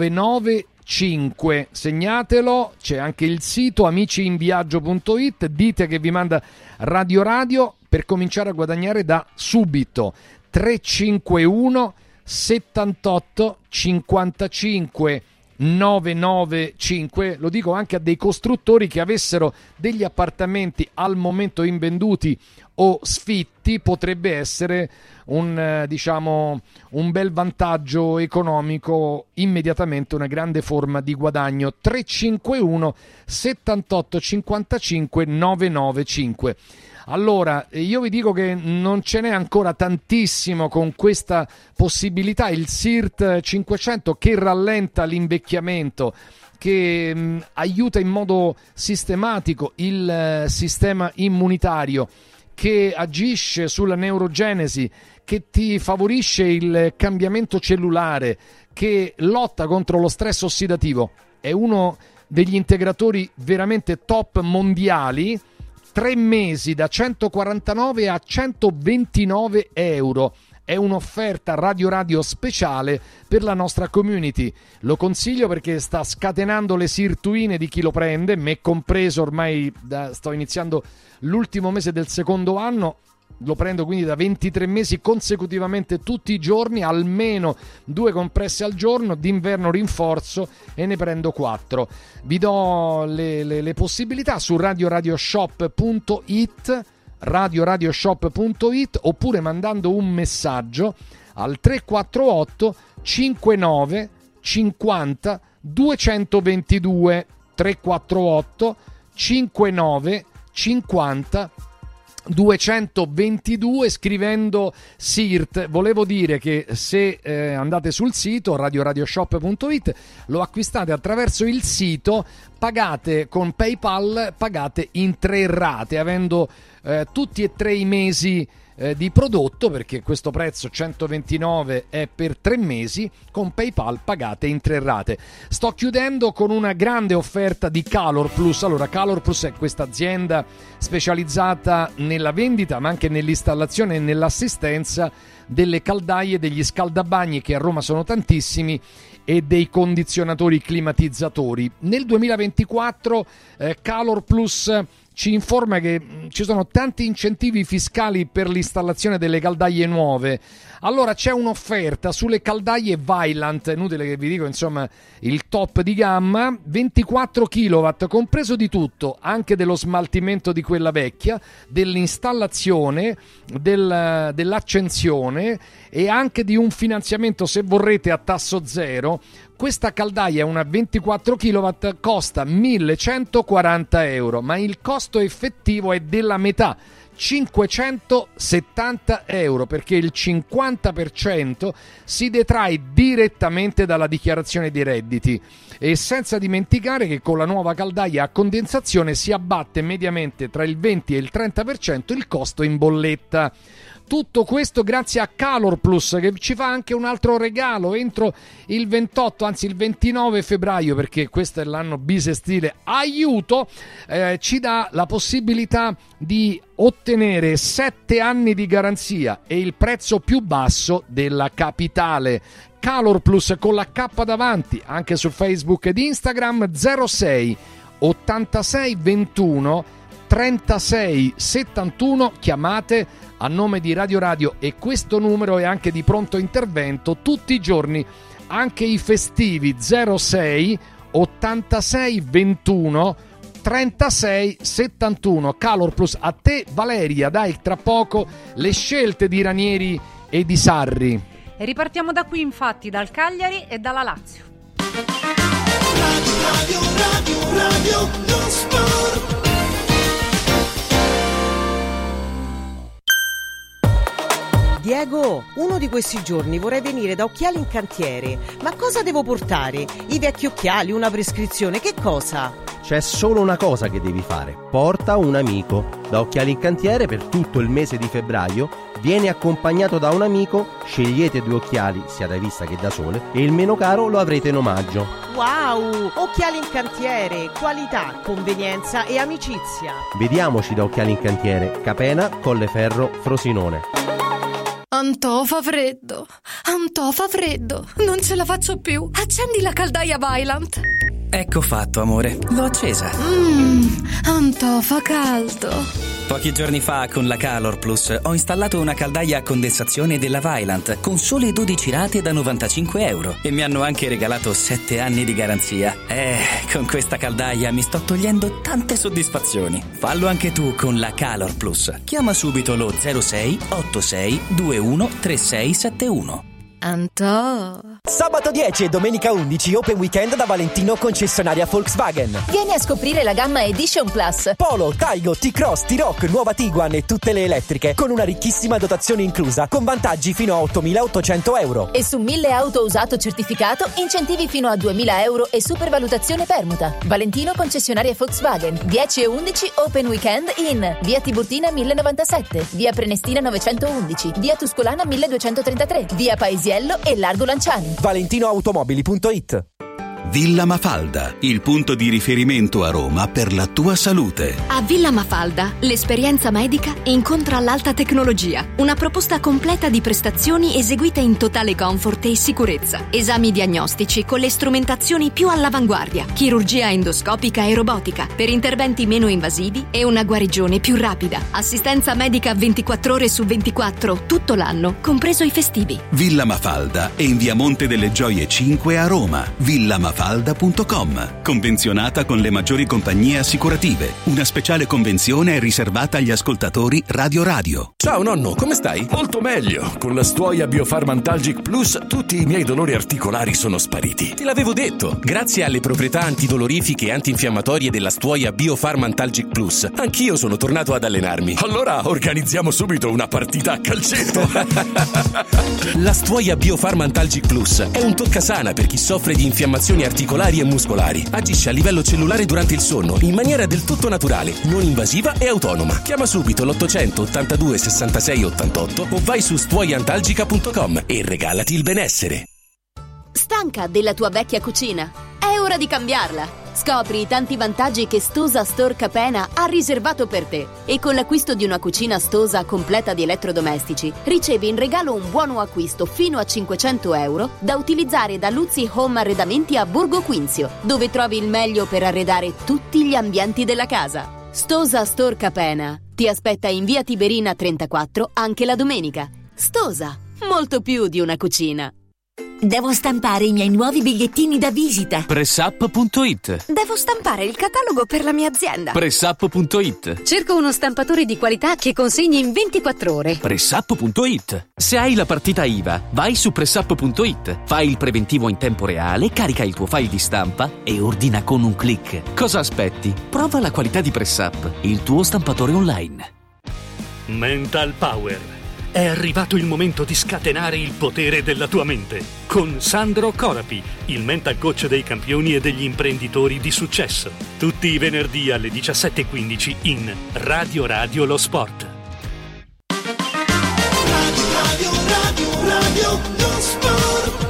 novantacinque, segnatelo. C'è anche il sito amici in viaggio punto it, dite che vi manda Radio Radio per cominciare a guadagnare da subito. Tre cinque uno settantotto cinquantacinque nove nove cinque. Lo dico anche a dei costruttori che avessero degli appartamenti al momento invenduti o sfitti, potrebbe essere un eh, diciamo un bel vantaggio economico, immediatamente una grande forma di guadagno. Tre cinque uno settantotto cinquantacinque nove nove cinque. Allora, io vi dico che non ce n'è ancora tantissimo con questa possibilità, il S I R T cinquecento che rallenta l'invecchiamento, che mh, aiuta in modo sistematico il uh, sistema immunitario, che agisce sulla neurogenesi, che ti favorisce il cambiamento cellulare, che lotta contro lo stress ossidativo. È uno degli integratori veramente top mondiali. Tre mesi da centoquarantanove a centoventinove euro. È un'offerta Radio Radio speciale per la nostra community. Lo consiglio perché sta scatenando le sirtuine di chi lo prende, me compreso. Ormai da, sto iniziando l'ultimo mese del secondo anno. Lo prendo quindi da ventitré mesi consecutivamente, tutti i giorni, almeno due compresse al giorno, d'inverno rinforzo, e ne prendo quattro. Vi do le, le, le possibilità su radio radio shop punto it, radio radio shop punto it, oppure mandando un messaggio al tre quattro otto cinquantanove cinquanta duecentoventidue, tre quattro otto cinquantanove cinquanta duecentoventidue, scrivendo S I R T. Volevo dire che se eh, andate sul sito radio radio shop punto it, lo acquistate attraverso il sito, pagate con PayPal, pagate in tre rate, avendo eh, tutti e tre i mesi eh, di prodotto, perché questo prezzo centoventinove è per tre mesi, con PayPal pagate in tre rate. Sto chiudendo con una grande offerta di Calor Plus. Allora, Calor Plus è questa azienda specializzata nella vendita, ma anche nell'installazione e nell'assistenza delle caldaie, degli scaldabagni, che a Roma sono tantissimi, e dei condizionatori climatizzatori. Nel duemilaventiquattro eh, Calor Plus ci informa che ci sono tanti incentivi fiscali per l'installazione delle caldaie nuove. Allora c'è un'offerta sulle caldaie Vaillant, inutile che vi dico, insomma, il top di gamma, ventiquattro chilowatt, compreso di tutto, anche dello smaltimento di quella vecchia, dell'installazione, del, dell'accensione e anche di un finanziamento, se vorrete, a tasso zero. Questa caldaia, una ventiquattro chilowatt, costa millecentoquaranta euro, ma il costo effettivo è della metà, cinquecentosettanta euro, perché il cinquanta per cento si detrae direttamente dalla dichiarazione dei redditi. E senza dimenticare che con la nuova caldaia a condensazione si abbatte mediamente tra il venti e il trenta per cento il costo in bolletta. Tutto questo grazie a Calor Plus, che ci fa anche un altro regalo entro il ventotto, anzi il ventinove febbraio, perché questo è l'anno bisestile, aiuto, eh, ci dà la possibilità di ottenere sette anni di garanzia e il prezzo più basso della capitale. Calor Plus con la K davanti, anche su Facebook ed Instagram. Zero sei ottantasei ventuno trentasei settantuno, chiamate a nome di Radio Radio, e questo numero è anche di pronto intervento tutti i giorni, anche i festivi. Zero sei ottantasei ventuno trentasei settantuno. Calor Plus. A te Valeria, dai, tra poco le scelte di Ranieri e di Sarri. E ripartiamo da qui, infatti, dal Cagliari e dalla Lazio. Radio, radio, radio, radio, lo sport. Diego, uno di questi giorni vorrei venire da Occhiali in Cantiere. Ma cosa devo portare? I vecchi occhiali, una prescrizione, che cosa? C'è solo una cosa che devi fare: porta un amico. Da Occhiali in Cantiere per tutto il mese di febbraio vieni accompagnato da un amico, scegliete due occhiali sia da vista che da sole e il meno caro lo avrete in omaggio. Wow! Occhiali in Cantiere, qualità, convenienza e amicizia. Vediamoci da Occhiali in Cantiere, Capena, Colleferro, Frosinone. Antò fa freddo, Antò fa freddo, non ce la faccio più. Accendi la caldaia Vaillant. Ecco fatto, amore, l'ho accesa. Mmm, Antò fa caldo. Pochi giorni fa con la Calor Plus ho installato una caldaia a condensazione della Vaillant con sole dodici rate da novantacinque euro e mi hanno anche regalato sette anni di garanzia. Eh, con questa caldaia mi sto togliendo tante soddisfazioni. Fallo anche tu con la Calor Plus. Chiama subito lo zero sei otto sei due uno tre sei sette uno. Antò. Sabato dieci e domenica undici Open Weekend da Valentino concessionaria Volkswagen. Vieni a scoprire la gamma Edition Plus. Polo, Taigo, T-Cross, T-Roc, nuova Tiguan e tutte le elettriche con una ricchissima dotazione inclusa con vantaggi fino a ottomilaottocento euro. E su mille auto usato certificato incentivi fino a duemila euro e supervalutazione permuta. Valentino concessionaria Volkswagen. dieci e undici Open Weekend in via Tiburtina mille novantasette, via Prenestina novecentoundici, via Tuscolana milleduecentotrentatré, via Paesiello e Largo Lanciani. valentinoautomobili punto it. Villa Mafalda, il punto di riferimento a Roma per la tua salute. A Villa Mafalda l'esperienza medica incontra l'alta tecnologia. Una proposta completa di prestazioni eseguite in totale comfort e sicurezza. Esami diagnostici con le strumentazioni più all'avanguardia. Chirurgia endoscopica e robotica per interventi meno invasivi e una guarigione più rapida. Assistenza medica ventiquattro ore su ventiquattro tutto l'anno, compreso i festivi. Villa Mafalda è in via Monte delle Gioie cinque a Roma. Villa Mafalda Mafalda punto com. Convenzionata con le maggiori compagnie assicurative. Una speciale convenzione è riservata agli ascoltatori Radio Radio. Ciao nonno, come stai? Molto meglio. Con la Stuoia Biofarmantalgic Plus tutti i miei dolori articolari sono spariti. Te l'avevo detto. Grazie alle proprietà antidolorifiche e antinfiammatorie della Stuoia Biofarmantalgic Plus, anch'io sono tornato ad allenarmi. Allora organizziamo subito una partita a calcetto. La Stuoia Biofarmantalgic Plus è un toccasana per chi soffre di infiammazioni articolari e muscolari. Agisce a livello cellulare durante il sonno in maniera del tutto naturale, non invasiva e autonoma. Chiama subito l'ottocento ottantadue sessantasei ottantotto o vai su stuoiantalgica punto com e regalati il benessere. Stanca della tua vecchia cucina? È ora di cambiarla! Scopri i tanti vantaggi che Stosa Store Capena ha riservato per te. E con l'acquisto di una cucina Stosa completa di elettrodomestici, ricevi in regalo un buono acquisto fino a cinquecento euro da utilizzare da Luzzi Home Arredamenti a Borgo Quinzio, dove trovi il meglio per arredare tutti gli ambienti della casa. Stosa Store Capena ti aspetta in via Tiberina trentaquattro anche la domenica. Stosa, molto più di una cucina. Devo stampare i miei nuovi bigliettini da visita. Pressup punto it. Devo stampare il catalogo per la mia azienda. Pressup punto it. Cerco uno stampatore di qualità che consegni in ventiquattro ore. Pressup punto it. Se hai la partita I V A, vai su Pressup punto it. Fai il preventivo in tempo reale, carica il tuo file di stampa e ordina con un click. Cosa aspetti? Prova la qualità di Pressup, il tuo stampatore online. Mental Power. È arrivato il momento di scatenare il potere della tua mente con Sandro Corapi, il mental coach dei campioni e degli imprenditori di successo. Tutti i venerdì alle diciassette e quindici in Radio Radio Lo Sport. Radio Radio Radio Radio Lo Sport.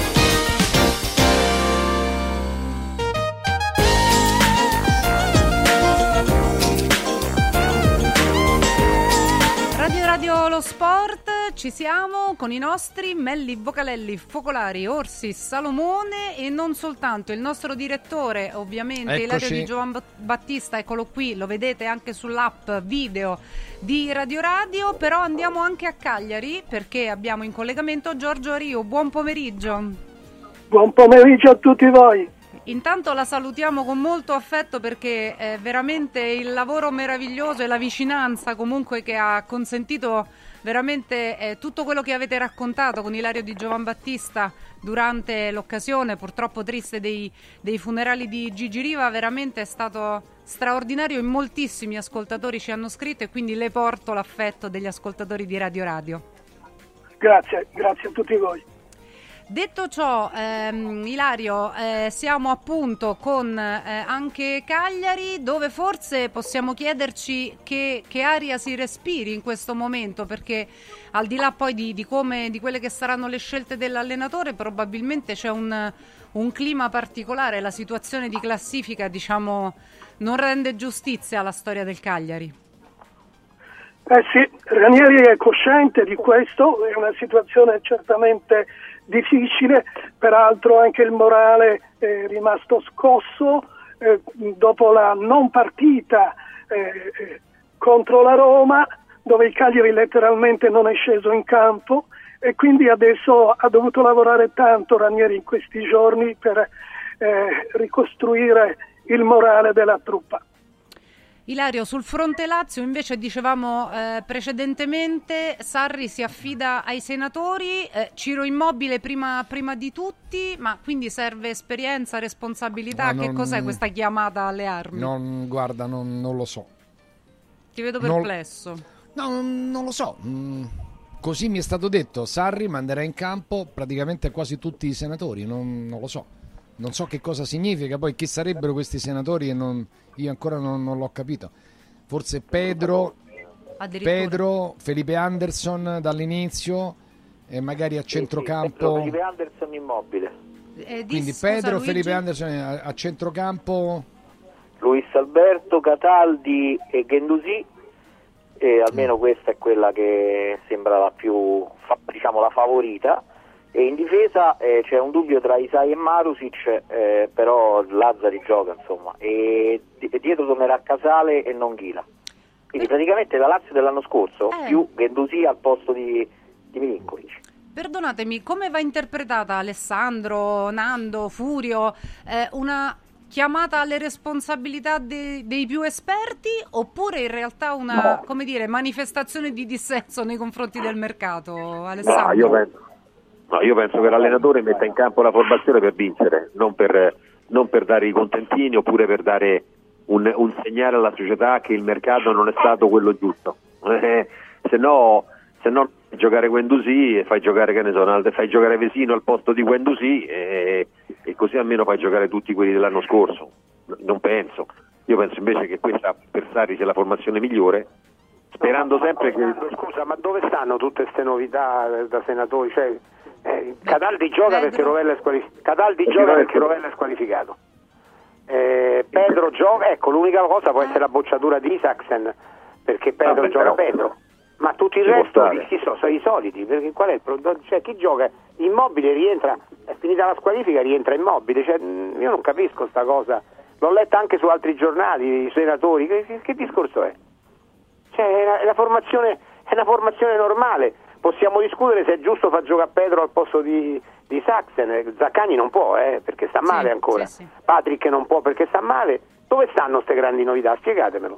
Radio Lo Sport, ci siamo con i nostri Melli, Vocalelli, Focolari, Orsi, Salomone e non soltanto il nostro direttore, ovviamente Eccoci. Ilario Di Giovan Battista, eccolo qui, lo vedete anche sull'app video di Radio Radio, però andiamo anche a Cagliari perché abbiamo in collegamento Giorgio Ario. Buon pomeriggio. Buon pomeriggio a tutti voi. Intanto la salutiamo con molto affetto perché è veramente il lavoro meraviglioso e la vicinanza comunque che ha consentito veramente eh, tutto quello che avete raccontato con Ilario Di Giovan Battista durante l'occasione purtroppo triste dei, dei funerali di Gigi Riva, veramente è stato straordinario e moltissimi ascoltatori ci hanno scritto e quindi le porto l'affetto degli ascoltatori di Radio Radio. Grazie, grazie a tutti voi. Detto ciò, ehm, Ilario, eh, siamo appunto con eh, anche Cagliari, dove forse possiamo chiederci che, che aria si respiri in questo momento, perché al di là poi di, di come di quelle che saranno le scelte dell'allenatore, probabilmente c'è un, un clima particolare, la situazione di classifica, diciamo, non rende giustizia alla storia del Cagliari. Eh sì, Ranieri è cosciente di questo, è una situazione certamente difficile, peraltro anche il morale è rimasto scosso eh, dopo la non partita eh, contro la Roma, dove il Cagliari letteralmente non è sceso in campo, e quindi adesso ha dovuto lavorare tanto Ranieri in questi giorni per eh, ricostruire il morale della truppa. Ilario, sul fronte Lazio invece dicevamo eh, precedentemente, Sarri si affida ai senatori, eh, Ciro Immobile prima, prima di tutti, ma quindi serve esperienza, responsabilità, no, che non, cos'è questa chiamata alle armi? Non, guarda, non, non lo so. Ti vedo perplesso. Non, no, non lo so. Mm, così mi è stato detto, Sarri manderà in campo praticamente quasi tutti i senatori, non, non lo so. Non so che cosa significa, poi chi sarebbero questi senatori e non, io ancora non, non l'ho capito. Forse Pedro, Pedro, Felipe Anderson dall'inizio e magari a centrocampo. Sì, sì, Felipe Anderson Immobile. Eh, Quindi dis, Pedro, scusa, Felipe Anderson a, a centrocampo. Luis Alberto, Cataldi e Guendouzi. E almeno mm. questa è quella che sembra la più, diciamo, la favorita. E in difesa eh, c'è un dubbio tra Isai e Marusic, eh, però Lazzari gioca, insomma, e, e dietro tornerà Casale e non Ghila. Quindi praticamente la Lazio dell'anno scorso, eh. più Guendouzi al posto di, di Milinkovic. Perdonatemi, come va interpretata Alessandro, Nando, Furio, eh, una chiamata alle responsabilità de, dei più esperti, oppure in realtà una, no. come dire, manifestazione di dissenso nei confronti del mercato, Alessandro? No, io penso. No, io penso che l'allenatore metta in campo la formazione per vincere, non per, non per dare i contentini oppure per dare un, un segnale alla società che il mercato non è stato quello giusto. Eh, se no, se no giocare Guendouzi e fai giocare, che ne so, fai giocare Vesino al posto di Guendouzi e, e così almeno fai giocare tutti quelli dell'anno scorso. Non penso. Io penso invece che questa per Sarri sia la formazione migliore, sperando sempre che... Scusa, ma dove stanno tutte queste novità da senatori? Cioè, Eh, Cataldi gioca perché Rovella è squalificato. Cataldi gioca perché Rovella è squalificato. Eh, Pedro gioca, ecco, l'unica cosa può essere la bocciatura di Isaacsen perché Pedro Vabbè, gioca però, Pedro. Ma tutti il resto chi sono, sono i soliti, perché qual è il problema? Cioè, chi gioca Immobile rientra, è finita la squalifica, rientra Immobile, cioè, io non capisco sta cosa. L'ho letta anche su altri giornali, i senatori, che, che, che discorso è? Cioè, è una, è una formazione, è una formazione normale. Possiamo discutere se è giusto far giocare Pedro al posto di, di Saxen. Zaccagni non può, eh, perché sta male sì, ancora. Sì, sì. Patrick non può perché sta male. Dove stanno queste grandi novità? Spiegatemelo.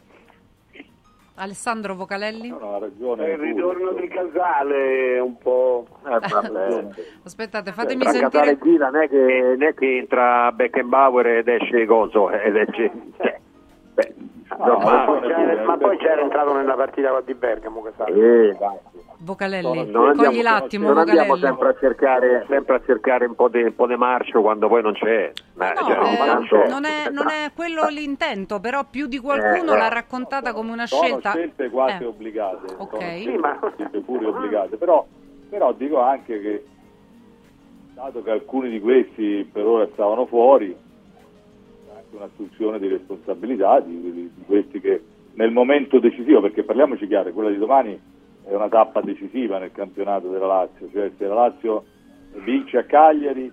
Alessandro Vocalelli? No, no, ha ragione. Il ritorno di Casale un po'. Eh, Aspettate, fatemi tra sentire. Casale e Ghila non è che, non è che entra Beckenbauer ed esce Gonzo ed esce. Beh, no, ma, poi c'era, ma poi c'era entrato nella partita di Bergamo Casale. Eh, Vocalelli, non cogli l'attimo. Non Vocalelli. andiamo sempre a cercare sempre a cercare un po' di, un po' di marcio quando poi non c'è. No, cioè, eh, tanto... non, è, non è quello l'intento, però più di qualcuno eh, l'ha raccontata come una sono scelta. Sono scelte quasi eh. obbligate, okay. sono ma... scelte pure obbligate, però, però dico anche che dato che alcuni di questi per ora stavano fuori, c'è anche un'assunzione di responsabilità di, di, di questi che nel momento decisivo, perché parliamoci chiaro, quella di domani è una tappa decisiva nel campionato della Lazio, cioè se la Lazio vince a Cagliari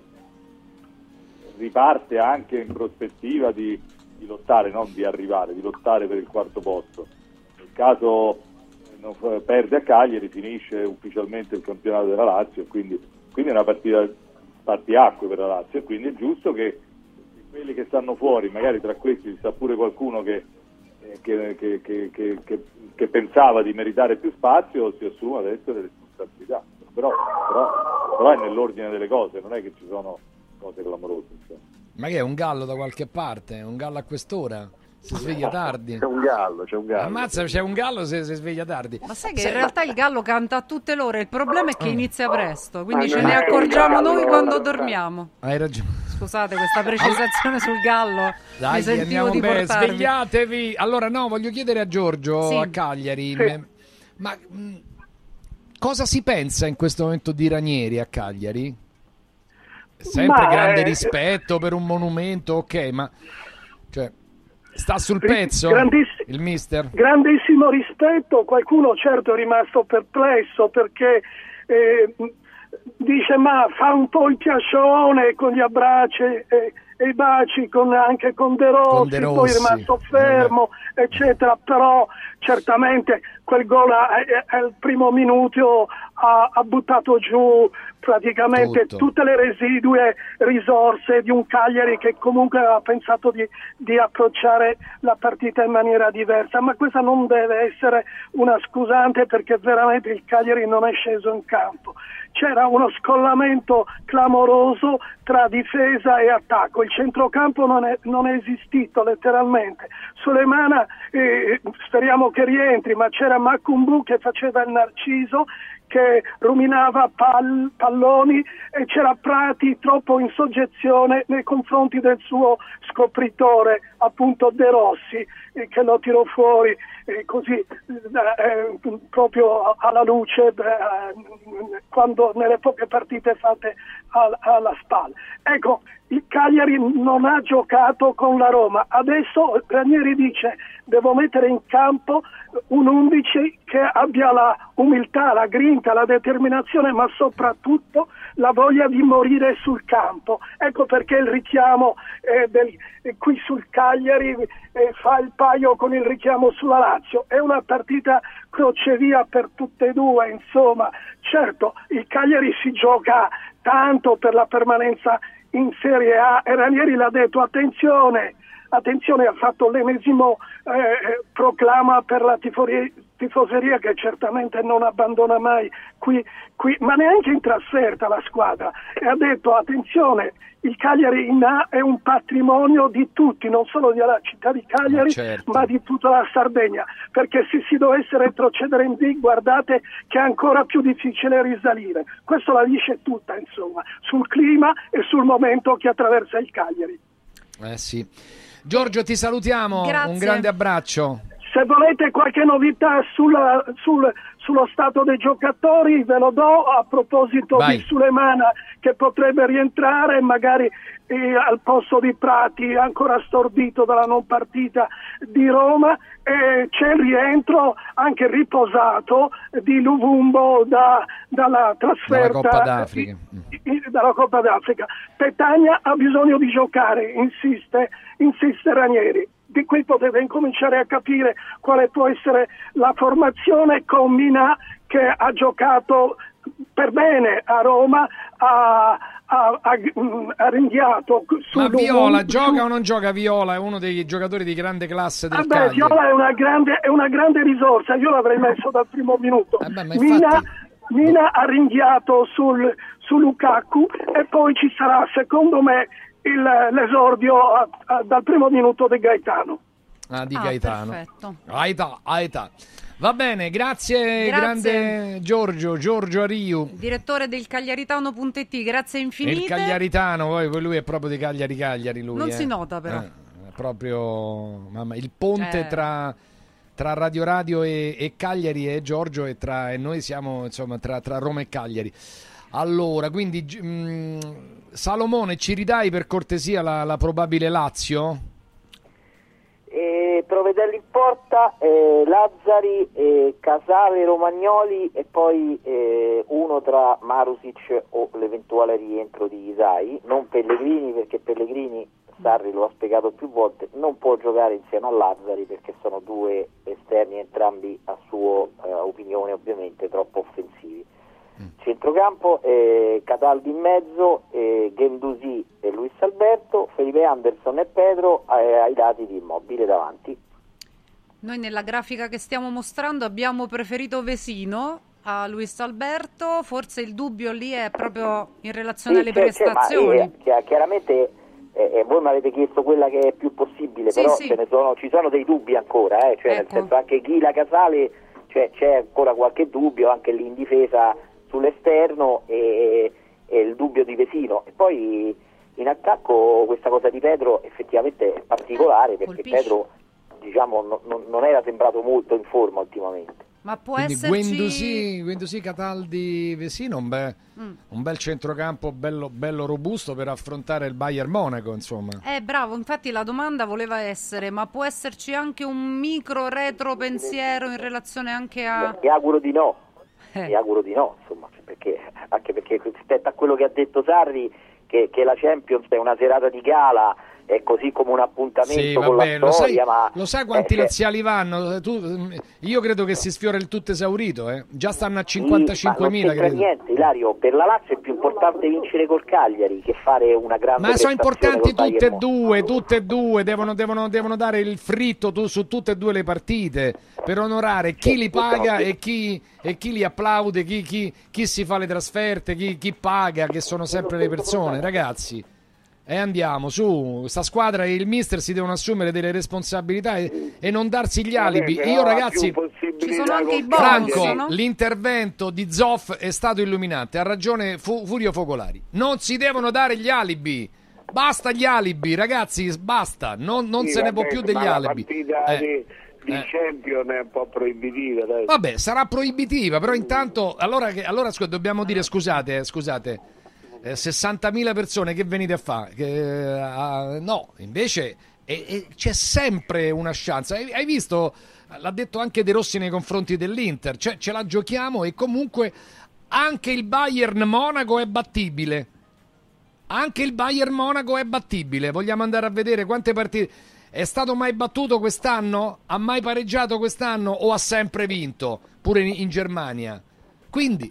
riparte anche in prospettiva di, di lottare, non di arrivare, di lottare per il quarto posto. Nel caso non perde a Cagliari finisce ufficialmente il campionato della Lazio, quindi, quindi è una partita spartiacque per la Lazio, e quindi è giusto che quelli che stanno fuori, magari tra questi ci sta pure qualcuno che Che, che, che, che, che, che pensava di meritare più spazio, si assuma adesso le responsabilità, però, però, però è nell'ordine delle cose, non è che ci sono cose clamorose. Insomma. Ma che è un gallo da qualche parte? Un gallo a quest'ora? Si sveglia tardi. C'è un gallo, c'è un gallo. Ammazza, c'è un gallo se si sveglia tardi. Ma sai che sai, in realtà il gallo canta a tutte le ore, il problema è che inizia presto, quindi ma ce ne accorgiamo noi quando dormiamo. Hai ragione. Scusate questa precisazione sul gallo. Dai, mi sentivo di bene, portarvi. svegliatevi. Allora no, voglio chiedere a Giorgio, sì. a Cagliari, sì. ma mh, cosa si pensa in questo momento di Ranieri a Cagliari? Sempre ma, grande eh, rispetto per un monumento, ok, ma cioè, sta sul pezzo Grandiss- il mister? Grandissimo rispetto, qualcuno certo è rimasto perplesso perché eh, dice ma fa un po' il piacione con gli abbracci e, e i baci con, anche con De Rossi, con De Rossi, poi è rimasto fermo, eh. eccetera, però certamente quel gol al primo minuto ha, ha buttato giù praticamente Tutto. tutte le residue risorse di un Cagliari che comunque aveva pensato di, di approcciare la partita in maniera diversa, ma questa non deve essere una scusante, perché veramente il Cagliari non è sceso in campo. C'era uno scollamento clamoroso tra difesa e attacco, il centrocampo non è, non è esistito letteralmente. Sulemana eh, speriamo che rientri, ma c'era Macumbu che faceva il narciso, che ruminava pal- palloni, e c'era Prati troppo in soggezione nei confronti del suo scopritore, appunto De Rossi, eh, che lo tirò fuori eh, così eh, proprio alla luce eh, quando nelle poche partite fatte al- alla spalla. Ecco, il Cagliari non ha giocato con la Roma, adesso Ranieri dice devo mettere in campo un undici che abbia la umiltà, la grinta, la determinazione, ma soprattutto la voglia di morire sul campo. Ecco perché il richiamo eh, del, eh, qui sul Cagliari eh, fa il paio con il richiamo sulla Lazio. È una partita crocevia per tutte e due, insomma. Certo, il Cagliari si gioca tanto per la permanenza in Serie A e Ranieri l'ha detto, attenzione, attenzione, ha fatto l'ennesimo eh, proclama per la tiforia, tifoseria che certamente non abbandona mai qui, qui, ma neanche in trasferta la squadra, e ha detto attenzione, il Cagliari in A è un patrimonio di tutti, non solo della città di Cagliari, ma, certo. ma di tutta la Sardegna, perché se si dovesse retrocedere in B, guardate che è ancora più difficile risalire. Questo la dice tutta, insomma, sul clima e sul momento che attraversa il Cagliari. Eh sì. Giorgio, ti salutiamo, Grazie. Un grande abbraccio. Se volete qualche novità sulla, sul, sullo stato dei giocatori ve lo do, a proposito Vai. di Sulemana che potrebbe rientrare magari eh, al posto di Prati, ancora stordito dalla non partita di Roma, e c'è il rientro anche riposato di Luvumbo da, dalla trasferta dalla Coppa d'Africa. Di, di, dalla Coppa d'Africa. Petagna ha bisogno di giocare, insiste, insiste Ranieri. Di qui potete incominciare a capire quale può essere la formazione con Minà, che ha giocato per bene a Roma, ha, ha, ha, ha ringhiato su Ma Viola su... gioca o non gioca? Viola è uno dei giocatori di grande classe del Vabbè, Cagliari. Viola è una grande, è una grande risorsa, io l'avrei messo dal primo minuto. Eh beh, ma Mina, infatti... Mina ha ringhiato sul, su Lukaku, e poi ci sarà secondo me il, l'esordio a, a, dal primo minuto di Gaetano. Ah, di Ah, Gaetano. perfetto. Aita, aita. Va bene, grazie, Grazie. grande Giorgio, Giorgio Ariu. Direttore del Cagliaritano punto it, grazie infinite. Il Cagliaritano, poi, poi lui è proprio di Cagliari Cagliari, lui. Non eh. si nota però. Eh, è proprio mamma, il ponte Eh. tra, tra Radio Radio e, e Cagliari e Giorgio, e, tra, e noi siamo insomma tra, tra Roma e Cagliari. Allora, quindi mh, Salomone, ci ridai per cortesia la, la probabile Lazio? Eh, Provedelli in porta, eh, Lazzari, eh, Casale, Romagnoli, e poi eh, uno tra Marusic o l'eventuale rientro di Isai, non Pellegrini, perché Pellegrini, Sarri lo ha spiegato più volte, non può giocare insieme a Lazzari perché sono due esterni, entrambi a sua eh, opinione ovviamente troppo offensivi. Centrocampo, eh, Cataldi in mezzo, eh, Guendouzi e Luis Alberto, Felipe Anderson e Pedro eh, ai lati di Immobile davanti. Noi nella grafica che stiamo mostrando abbiamo preferito Vesino a Luis Alberto, forse il dubbio lì è proprio in relazione Sì, alle c'è, prestazioni. c'è, ma, eh, chi- chiaramente eh, eh, voi mi avete chiesto quella che è più possibile, Sì, però sì. ce ne sono, ci sono dei dubbi ancora, eh, cioè nel Ecco. senso anche Ghila, Casale, cioè, c'è ancora qualche dubbio anche lì in difesa sull'esterno, e, e il dubbio di Vesino, e poi in attacco questa cosa di Pedro effettivamente è particolare perché Colpisce. Pedro diciamo no- non non era sembrato molto in forma ultimamente. Ma può Quindi esserci... Guendouzi, Guendouzi, Cataldi, Vesino, un, be- Mm. un bel centrocampo bello, bello robusto per affrontare il Bayern Monaco, insomma. Eh, bravo, infatti la domanda voleva essere, ma può esserci anche un micro retro pensiero in relazione anche a... Mi auguro di no, Eh. mi auguro di no, insomma, perché, anche perché rispetto a quello che ha detto Sarri, che, che la Champions è una serata di gala, è così come un appuntamento sì, con vabbè, la lo storia, sai, ma lo sai quanti eh, laziali vanno? Tu, io credo che si sfiora il tutto esaurito, eh. Già stanno a cinquantacinquemila, sì, ma non credo. niente, Ilario, per la Lazio è più importante vincere col Cagliari che fare una grande Ma sono prestazione importanti col tutte e Bayern due, tutte e due, devono, devono, devono dare il fritto tu, su tutte e due le partite per onorare chi li paga e chi, e chi li applaude, chi, chi, chi si fa le trasferte, chi, chi paga, che sono sempre le persone, ragazzi. E andiamo su, sta squadra e il mister si devono assumere delle responsabilità e, e non darsi gli alibi. Io ragazzi, ci sono anche i bonus, Franco, no? l'intervento di Zoff è stato illuminante, ha ragione Fu- Furio Focolari, non si devono dare gli alibi, basta gli alibi ragazzi, basta, non, non sì, se ne vabbè, può più degli ma alibi. La partita eh. di, di eh. Champions è un po' proibitiva, dai. Vabbè, sarà proibitiva, però intanto allora, che, allora scu- dobbiamo dire scusate, scusate Eh, sessantamila persone che venite a fare? Che, uh, no, invece eh, eh, c'è sempre una chance. Hai, hai visto, l'ha detto anche De Rossi nei confronti dell'Inter, cioè ce la giochiamo e comunque anche il Bayern Monaco è battibile. Anche il Bayern Monaco è battibile. Vogliamo andare a vedere quante partite. È stato mai battuto quest'anno? Ha mai pareggiato quest'anno o ha sempre vinto? Pure in, in Germania. Quindi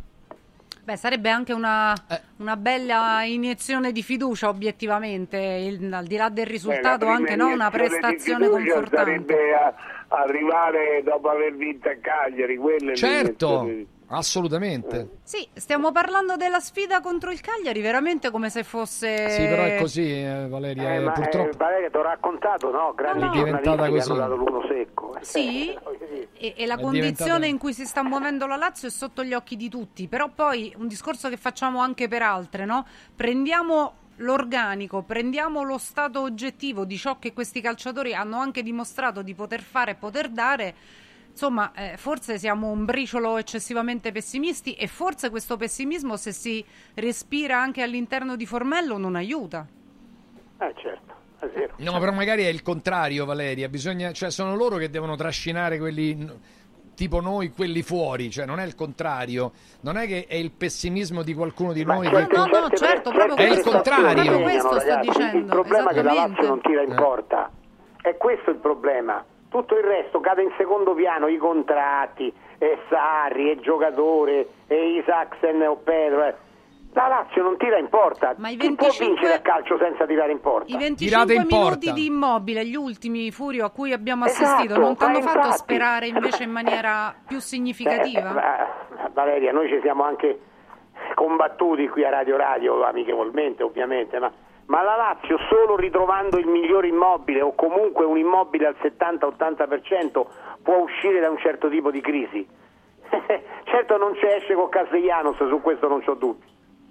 beh, sarebbe anche una, una bella iniezione di fiducia, obiettivamente, il, al di là del risultato, Beh, anche no, una prestazione confortante. Sarebbe a, arrivare dopo aver vinto a Cagliari, quelle certo, assolutamente. Eh. Sì, stiamo parlando della sfida contro il Cagliari, veramente come se fosse... Sì, però è così, eh, Valeria, eh, eh, ma purtroppo... Eh, Valeria, ti ho raccontato, no? Grandi no, no. È diventata così. Hanno dato l'uno secco. Sì, e, e la è condizione diventata... in cui si sta muovendo la Lazio è sotto gli occhi di tutti, però poi un discorso che facciamo anche per altre, no? Prendiamo l'organico, prendiamo lo stato oggettivo di ciò che questi calciatori hanno anche dimostrato di poter fare e poter dare. Insomma, eh, forse siamo un briciolo eccessivamente pessimisti e forse questo pessimismo, se si respira anche all'interno di Formello, non aiuta. Eh certo. No, però magari è il contrario, Valeria. Bisogna, cioè sono loro che devono trascinare quelli tipo noi, quelli fuori, cioè non è il contrario. Non è che è il pessimismo di qualcuno di noi. No, no, no, certo, proprio è il contrario. Proprio questo sto ragazzi, dicendo. Il problema è che la Lazio non tira in Eh. porta. È questo il problema. Tutto il resto cade in secondo piano, i contratti, e Sarri, e giocatore, e Isaacsen o Pedro. Eh. La Lazio non tira in porta. Ma i Chi può vincere a calcio senza tirare in porta? I venticinque in minuti porta. di Immobile, gli ultimi, Furio, a cui abbiamo Esatto, assistito, non ti hanno ma fatto infatti. sperare invece in maniera più significativa? Eh, eh, Valeria, noi ci siamo anche combattuti qui a Radio Radio, amichevolmente ovviamente, ma, ma la Lazio solo ritrovando il miglior Immobile o comunque un Immobile al settanta ottanta per cento può uscire da un certo tipo di crisi. Certo non ci esce con Castellanos, su questo non c'ho dubbi.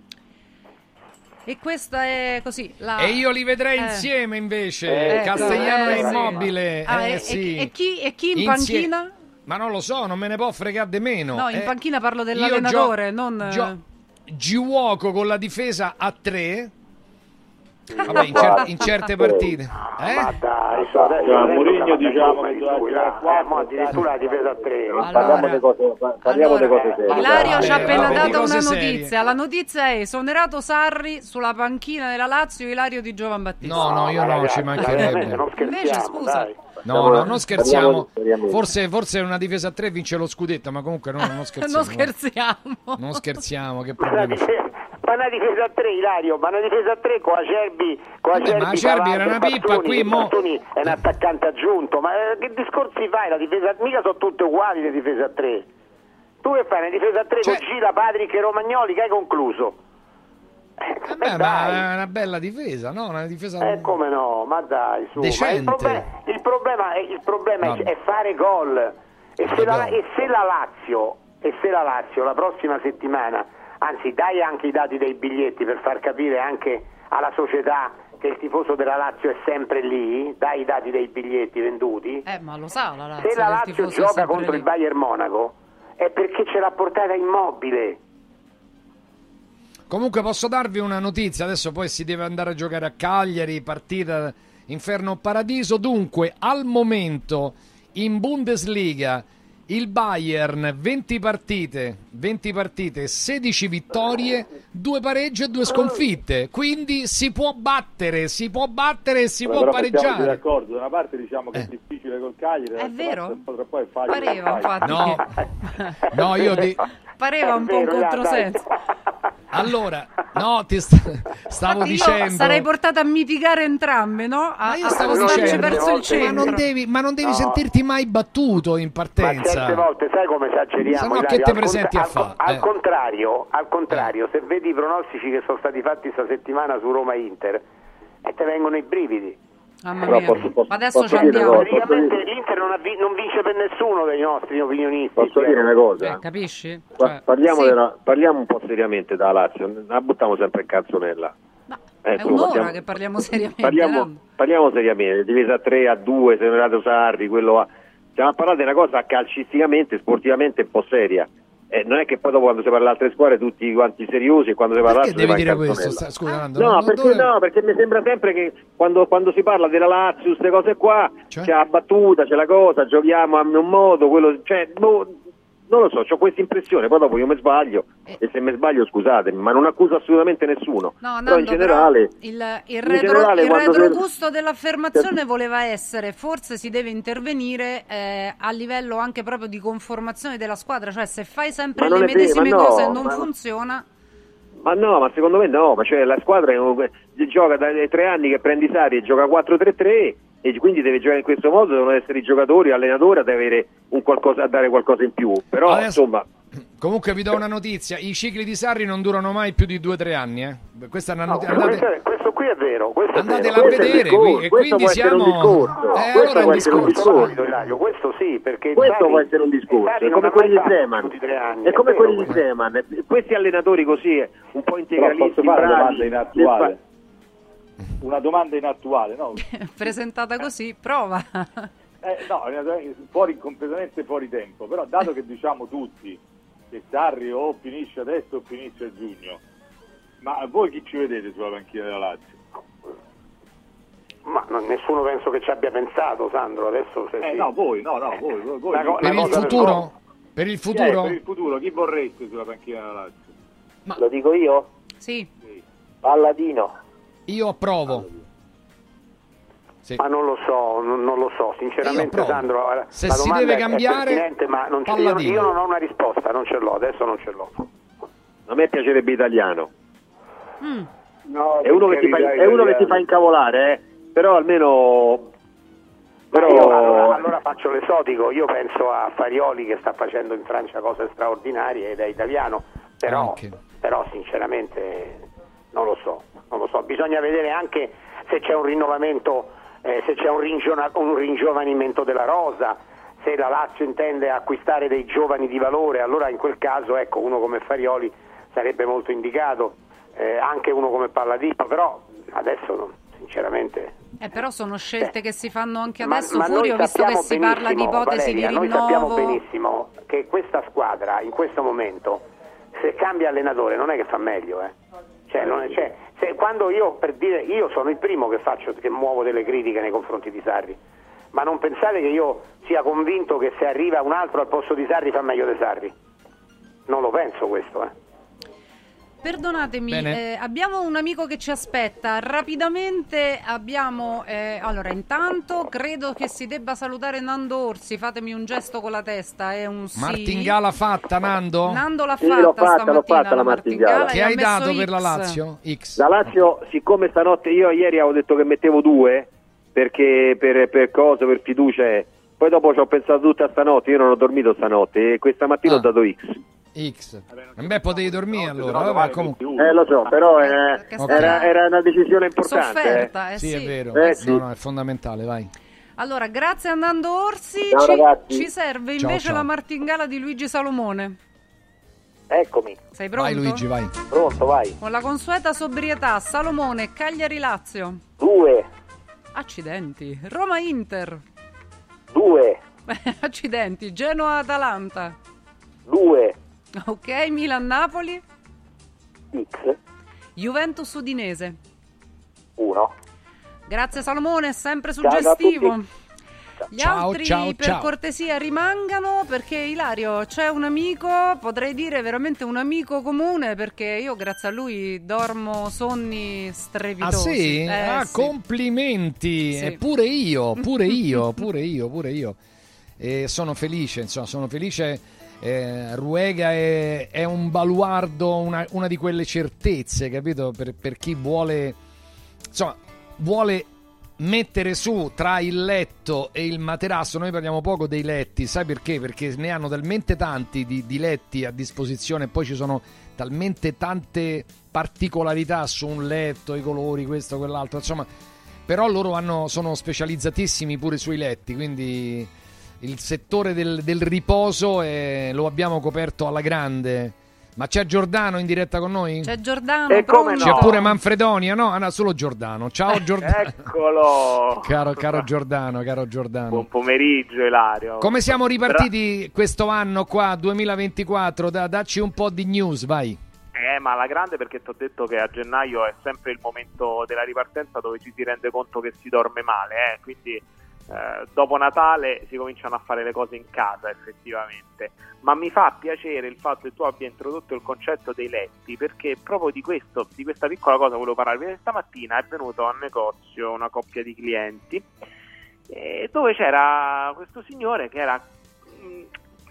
E questa è così. La... E io li vedrei eh. insieme invece, Eh, Castellano eh, e sì. Immobile. Ah, eh, e, sì. e, e chi, e chi in Insie- panchina? Ma non lo so, non me ne può fregare di meno. No, in eh. panchina parlo Io dell'allenatore, gio- non... gio- giuoco con la difesa a tre. Vabbè, in, cer- in certe partite. Eh? Ma dai, so, adesso, Cioè, adesso Mourinho sta diciamo come che di doveva lui, giocare là. qua, Eh, mo addirittura la difesa a tre. Allora, parliamo di cose, parliamo di allora, cose serie. Ilario Vabbè, ci ha appena vabbè, di dato cose una serie. notizia. La notizia è esonerato Sarri sulla panchina della Lazio, Ilario Di Giovan Battista. No, no, io no, ragazzi, ci mancherebbe. veramente, non scherziamo, Invece, scusa. dai. No, no, non scherziamo. Parliamo seriamente. Forse, forse una difesa a tre vince lo scudetto, ma comunque no, non scherziamo. non scherziamo. Non scherziamo, che Ma una problema. difesa, ma una difesa a tre, Ilario, ma una difesa a tre con Acerbi, con Vabbè, Acerbi, ma Acerbi Pavard era e una pippa, Bastoni, qui che mo- Bastoni è un attaccante aggiunto, ma eh, che discorsi fai? La difesa, mica sono tutte uguali le difese a tre. Tu che fai una difesa a tre Cioè- con Gila, Patrick e Romagnoli, che hai concluso? Eh, Vabbè, eh, ma dai. è una bella difesa, no? Una difesa Eh come no, ma dai, su. Decente. Ma il problema, il problema, è, il problema è, Vabbè. è fare gol. E se, la, Vabbè. e se la Lazio, e se la Lazio la prossima settimana, anzi dai anche i dati dei biglietti per far capire anche alla società che il tifoso della Lazio è sempre lì, dai i dati dei biglietti venduti. Eh, ma lo sa la Lazio. Se la che il Lazio tifoso è gioca sempre contro lì. il Bayern Monaco è perché ce l'ha portata Immobile. Comunque posso darvi una notizia, adesso poi si deve andare a giocare a Cagliari, partita Inferno o Paradiso. Dunque, al momento in Bundesliga Il Bayern venti partite, venti partite, sedici vittorie, due pareggi e due sconfitte. Quindi si può battere, si può battere e si però può però pareggiare. D'accordo, da una parte diciamo che Eh. è difficile col Cagliari, È vero? Parte, poi è facile. Pareva, infatti. No, no, io di... Pareva un po' un vero, dai, controsenso. Allora, no, ti st- stavo Io dicendo. sarei portata a mitigare entrambe, no? A, Ma io a stavo spostarci dicendo, verso il ma centro. non devi, ma non devi No. sentirti mai battuto in Ma certe partenza. volte sai come esageriamo? Se no, Ilario? che te Al presenti contra- a al, fa? al Eh. contrario, al contrario, se vedi i pronostici che sono stati fatti sta settimana su Roma-Inter, e te vengono i brividi. Mamma Però mia. posso- posso- Ma adesso posso ci dire andiamo. una cosa? Praticamente l'Inter non, avvi- non vince per nessuno dei nostri opinionisti. Posso cioè. dire una cosa? Eh, capisci? Pa- Cioè, parliamo, sì. della- parliamo un po' seriamente dalla Lazio, la buttiamo sempre in cazzonella. Ma Eh, è insomma, un'ora stiamo- che parliamo seriamente. Parliamo, Nando. parliamo seriamente, divisa a tre, a due, se non era Sarri, quello a... Stiamo a parlare di una cosa calcisticamente, sportivamente un po' seria. Eh, non è che poi dopo quando si parla di altre squadre tutti quanti seriosi e quando si parla Perché di altre devi si va dire in questo? canzonella. Sta- Scusa, Nando, No, non- perché, dove- no, perché mi sembra sempre che quando, quando si parla della Lazio, queste cose qua, Cioè? c'è la battuta, c'è la cosa, giochiamo a un modo, quello, cioè, boh, non lo so, ho questa impressione, poi dopo io mi sbaglio Eh. e se mi sbaglio scusatemi, ma non accuso assolutamente nessuno. No, però in Nando, generale, però il, il, in retro, generale il quando retrogusto dell'affermazione voleva essere forse si deve intervenire eh, a livello anche proprio di conformazione della squadra, cioè se fai sempre Ma le non è vero, medesime ma no, cose e non ma- funziona. Ma no, ma secondo me no, ma cioè la squadra è un- gioca dai tre anni che prendi Sarri e gioca quattro tre tre e quindi deve giocare in questo modo, devono essere i giocatori, l'allenatore deve avere un qualcosa, a dare qualcosa in più, però Adesso- insomma... Comunque vi do una notizia, i cicli di Sarri non durano mai più di due o tre anni, eh. Questa è una No, notizia. questo, Andate, è- questo qui è vero, questo è andatela vero. a Questo è il vedere discorso, qui, e questo quindi può essere un siamo discorso. Eh, Questo allora è un può essere un discorso. Valido, Ilario, questo sì, perché Questo Sarri- può essere un discorso, Sarri è non come ha quelli mai di fatto Zeman, più di tre anni, è come vero quelli di questo. Zeman, questi allenatori così, un po' Però integralisti, posso fare una bravi, domanda inattuale? Una domanda inattuale, no? Presentata così, prova. Eh, no, fuori, completamente fuori tempo, però dato che diciamo tutti che Sarri o finisce adesso o finisce a giugno, ma voi chi ci vedete sulla panchina della Lazio? Ma non- nessuno penso che ci abbia pensato, Sandro, adesso se Eh sì. no, voi, no, no, voi, voi, voi. Una co- Per una il cosa futuro? Per il Eh, futuro? per il futuro, chi vorreste sulla panchina della Lazio? Lo dico io? Sì. Palladino. Io approvo. Sì. Ma non lo so, non, non lo so, sinceramente Io approvo. Sandro, la Se la si domanda deve è- cambiare, è pertinente, ma non c'è- io, Palladino. io non ho una risposta, non ce l'ho, adesso non ce l'ho. A me piacerebbe italiano. Mm. No, È uno, che ti fa, è uno che ti fa incavolare, eh? Però almeno... Però Però... io allora, allora faccio l'esotico, io penso a Farioli che sta facendo in Francia cose straordinarie ed è italiano, però, Anche. però sinceramente non lo so, non lo so, bisogna vedere anche se c'è un rinnovamento, eh, se c'è un, ringiona- un ringiovanimento della rosa, se la Lazio intende acquistare dei giovani di valore, allora in quel caso ecco uno come Farioli sarebbe molto indicato, eh, anche uno come Palladino, però adesso no, sinceramente... Eh, però sono scelte che si fanno anche Ma- adesso, ma noi Furio, visto che sappiamo si parla di benissimo, ipotesi Valeria, di noi sappiamo rinnovo. benissimo che questa squadra in questo momento se cambia allenatore non è che fa meglio, eh. Cioè, non è, cioè, se, quando io per dire io sono il primo che faccio che muovo delle critiche nei confronti di Sarri, ma non pensate che io sia convinto che se arriva un altro al posto di Sarri fa meglio di Sarri. Non lo penso questo, eh. Perdonatemi, Bene. eh, abbiamo un amico che ci aspetta. Rapidamente abbiamo... eh, allora, intanto credo che si debba salutare Nando Orsi. Fatemi un gesto con la testa, è un sì. Martingala fatta, Nando? Nando l'ha Sì, fatta l'ho fatta, stamattina, l'ho fatta la Martingala. Martingala. Che e ha hai messo dato per la X. Lazio? X. La Lazio, siccome stanotte io ieri avevo detto che mettevo due, perché per, per cosa, per fiducia, è. Poi dopo ci ho pensato tutta stanotte, io non ho dormito stanotte e questa mattina Ah. ho dato X. X. Beh, potevi dormire allora. no, Vabbè, domani comunque. tutti Eh lo so, però eh, Che era, era una decisione importante. Sofferta, eh, Sì, sì. è vero. Eh, sì. No, no, è fondamentale, vai. Allora, grazie a Nando Orsi. Ciao, ci, ragazzi. ci serve Ciao, invece ciao. la Martingala di Luigi Salomone. Eccomi, Sei pronto? Vai Luigi, vai. pronto, vai. Con la consueta sobrietà, Salomone, Cagliari-Lazio. Due, Accidenti. Roma-Inter. due, Accidenti. Genoa-Atalanta. due, Ok, Milan-Napoli. X, Juventus-Udinese. uno. Grazie Salomone, sempre Ciao a suggestivo. tutti. vista. Gli ciao, altri ciao, per ciao. cortesia rimangano, perché Ilario c'è un amico, potrei dire veramente un amico comune, perché io grazie a lui dormo sonni strepitosi. Ah sì? Eh, ah, sì. complimenti! Sì. Eh, pure io, pure io, pure io, pure io. E sono felice, insomma, sono felice. Eh, Ruega è, è un baluardo, una, una di quelle certezze, capito? Per, per chi vuole, insomma, vuole mettere su tra il letto e il materasso. Noi parliamo poco dei letti, sai perché? Perché ne hanno talmente tanti di, di letti a disposizione, e poi ci sono talmente tante particolarità su un letto, i colori, questo, quell'altro, insomma, però loro hanno, sono specializzatissimi pure sui letti, quindi il settore del, del riposo è, lo abbiamo coperto alla grande. Ma c'è Giordano in diretta con noi? C'è Giordano, E come C'è no? pure Manfredonia, no? Ah, no, solo Giordano. Ciao Giordano. Eccolo! Caro, caro Giordano, caro Giordano. Buon pomeriggio, Ilario. Come siamo ripartiti questo anno qua, duemilaventiquattro? Da, dacci un po' di news, vai. Eh, ma alla grande, perché ti ho detto che a gennaio è sempre il momento della ripartenza dove ci si rende conto che si dorme male, eh? Quindi eh, dopo Natale si cominciano a fare le cose in casa effettivamente. Ma mi fa piacere il fatto che tu abbia introdotto il concetto dei letti, perché proprio di questo, di questa piccola cosa volevo parlarvi. Perché stamattina è venuto al negozio una coppia di clienti eh, dove c'era questo signore che era mh,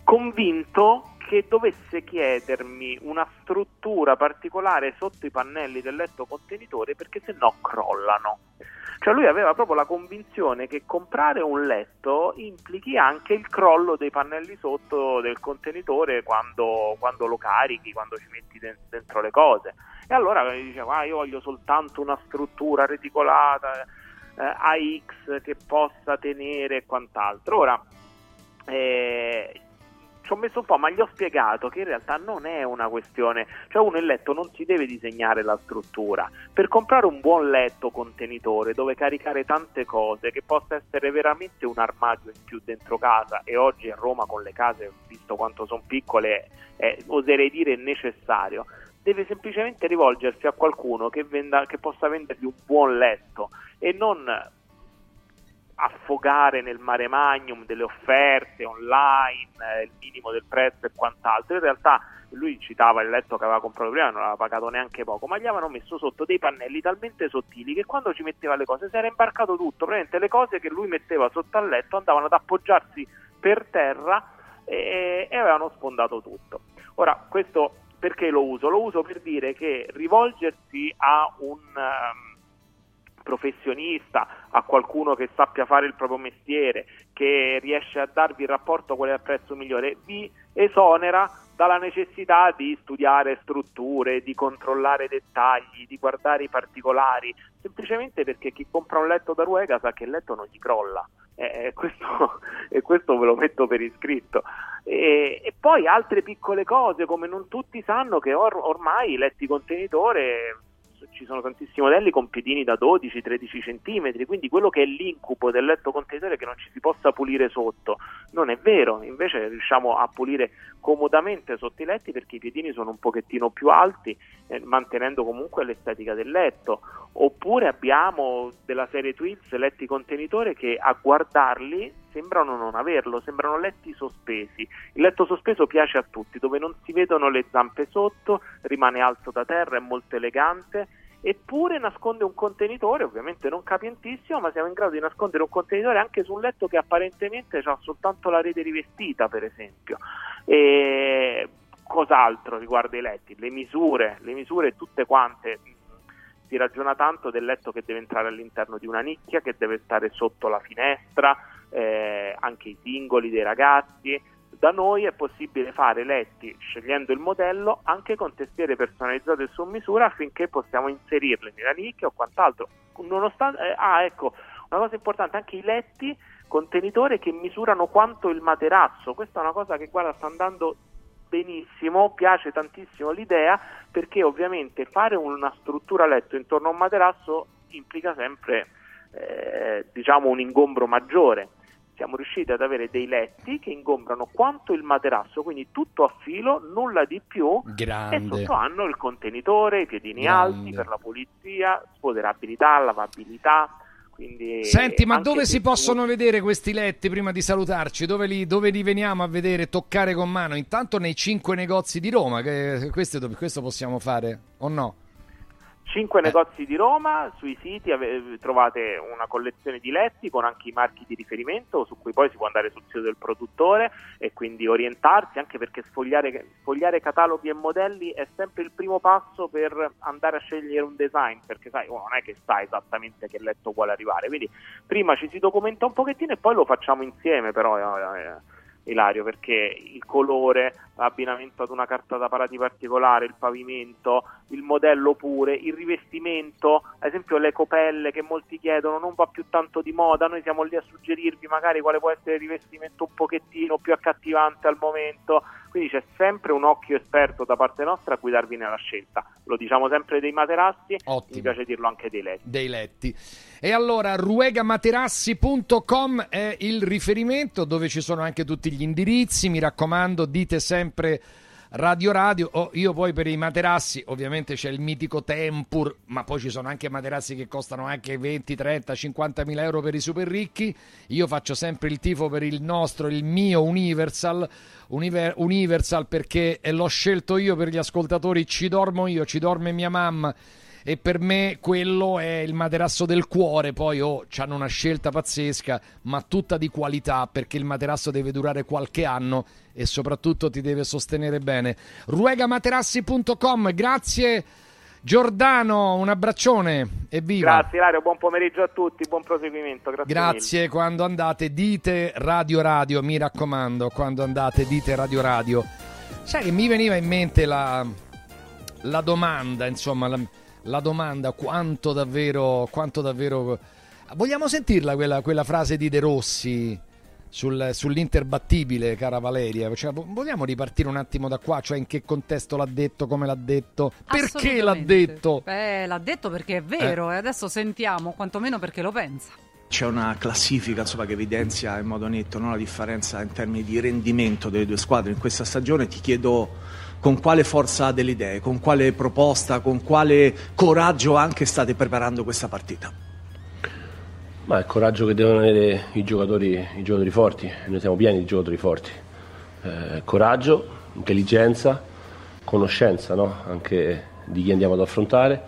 convinto che dovesse chiedermi una struttura particolare sotto i pannelli del letto contenitore, perché se no crollano. Cioè lui aveva proprio la convinzione che comprare un letto implichi anche il crollo dei pannelli sotto del contenitore quando, quando lo carichi, quando ci metti dentro le cose. E allora mi diceva, ah, io voglio soltanto una struttura reticolata eh, A X che possa tenere e quant'altro. Ora eh, ci ho messo un po', ma gli ho spiegato che in realtà non è una questione, cioè uno il letto non si deve disegnare la struttura. Per comprare un buon letto contenitore dove caricare tante cose, che possa essere veramente un armadio in più dentro casa, e oggi a Roma con le case, visto quanto sono piccole, è, oserei dire necessario, deve semplicemente rivolgersi a qualcuno che, venda, che possa vendergli un buon letto e non affogare nel mare magnum delle offerte online, eh, il minimo del prezzo e quant'altro. In realtà lui citava il letto che aveva comprato prima, non aveva pagato neanche poco, ma gli avevano messo sotto dei pannelli talmente sottili che quando ci metteva le cose si era imbarcato tutto, praticamente le cose che lui metteva sotto al letto andavano ad appoggiarsi per terra e, e avevano sfondato tutto. Ora, questo perché lo uso? Lo uso per dire che rivolgersi a un um, professionista, a qualcuno che sappia fare il proprio mestiere, che riesce a darvi il rapporto qual è il prezzo migliore, vi esonera dalla necessità di studiare strutture, di controllare dettagli, di guardare i particolari, semplicemente perché chi compra un letto da Ruega sa che il letto non gli crolla. E eh, questo, e questo ve lo metto per iscritto. E, e poi altre piccole cose, come non tutti sanno che or- ormai i letti contenitore ci sono tantissimi modelli con piedini da dodici tredici centimetri, quindi quello che è l'incubo del letto contenitore è che non ci si possa pulire sotto. Non è vero, invece riusciamo a pulire comodamente sotto i letti perché i piedini sono un pochettino più alti, eh, mantenendo comunque l'estetica del letto. Oppure abbiamo della serie Twins letti contenitore che a guardarli sembrano non averlo, sembrano letti sospesi. Il letto sospeso piace a tutti, dove non si vedono le zampe sotto, rimane alto da terra, è molto elegante, eppure nasconde un contenitore, ovviamente non capientissimo, ma siamo in grado di nascondere un contenitore anche su un letto che apparentemente ha soltanto la rete rivestita, per esempio. E cos'altro riguarda i letti? Le misure, le misure tutte quante. Si ragiona tanto del letto che deve entrare all'interno di una nicchia, che deve stare sotto la finestra, eh, anche i singoli dei ragazzi. Da noi è possibile fare letti, scegliendo il modello, anche con testiere personalizzate su misura affinché possiamo inserirle nella nicchia o quant'altro. Nonostante, eh, ah, ecco, una cosa importante, anche i letti contenitore che misurano quanto il materasso. Questa è una cosa che, guarda, sta andando benissimo, piace tantissimo l'idea, perché ovviamente fare una struttura letto intorno a un materasso implica sempre eh, diciamo un ingombro maggiore. Siamo riusciti ad avere dei letti che ingombrano quanto il materasso, quindi tutto a filo, nulla di più. Grande. E sotto hanno il contenitore, i piedini Grande. alti per la pulizia, sfoderabilità, lavabilità. Quindi senti, ma dove se... si possono vedere questi letti prima di salutarci? Dove li, dove li veniamo a vedere, toccare con mano? Intanto nei cinque negozi di Roma, che questo, questo possiamo fare o no? Cinque eh. negozi di Roma, sui siti ave- trovate una collezione di letti con anche i marchi di riferimento su cui poi si può andare sul sito del produttore e quindi orientarsi, anche perché sfogliare, sfogliare cataloghi e modelli è sempre il primo passo per andare a scegliere un design, perché sai, uno non è che sa esattamente che letto vuole arrivare, quindi prima ci si documenta un pochettino e poi lo facciamo insieme, però eh, Ilario, perché il colore, l'abbinamento ad una carta da parati particolare, il pavimento, il modello pure, il rivestimento, ad esempio le copelle che molti chiedono non va più tanto di moda, noi siamo lì a suggerirvi magari quale può essere il rivestimento un pochettino più accattivante al momento, quindi c'è sempre un occhio esperto da parte nostra a guidarvi nella scelta. Lo diciamo sempre dei materassi, Ottimo. Mi piace dirlo anche dei letti. Dei letti. E allora ruegamaterassi punto com è il riferimento, dove ci sono anche tutti gli indirizzi, mi raccomando, dite sempre Radio Radio. Oh, io poi per i materassi ovviamente c'è il mitico Tempur, ma poi ci sono anche materassi che costano anche venti, trenta, cinquanta mila euro per i super ricchi. Io faccio sempre il tifo per il nostro, il mio Universal Univer- Universal perché l'ho scelto io per gli ascoltatori, ci dormo io, ci dorme mia mamma e per me quello è il materasso del cuore. Poi oh, c'hanno una scelta pazzesca, ma tutta di qualità, perché il materasso deve durare qualche anno e soprattutto ti deve sostenere bene. ruegamaterassi punto com. Grazie Giordano, un abbraccione, evviva. Grazie Ilario, buon pomeriggio a tutti, buon proseguimento. Grazie, Grazie mille. Quando andate dite Radio Radio, mi raccomando, quando andate dite Radio Radio. Sai che mi veniva in mente la, la domanda, insomma, la, la domanda quanto davvero, quanto davvero... Vogliamo sentirla quella, quella frase di De Rossi sul, sull'interbattibile, cara Valeria? Cioè, vogliamo ripartire un attimo da qua? Cioè, in che contesto l'ha detto, come l'ha detto, perché l'ha detto? Beh, l'ha detto perché è vero eh. e adesso sentiamo, quantomeno perché lo pensa. C'è una classifica insomma, che evidenzia in modo netto, no, la differenza in termini di rendimento delle due squadre in questa stagione. Ti chiedo con quale forza delle idee, con quale proposta, con quale coraggio anche state preparando questa partita. Ma il coraggio che devono avere i giocatori, i giocatori forti, noi siamo pieni di giocatori forti. Eh, coraggio, intelligenza, conoscenza, no? Anche di chi andiamo ad affrontare.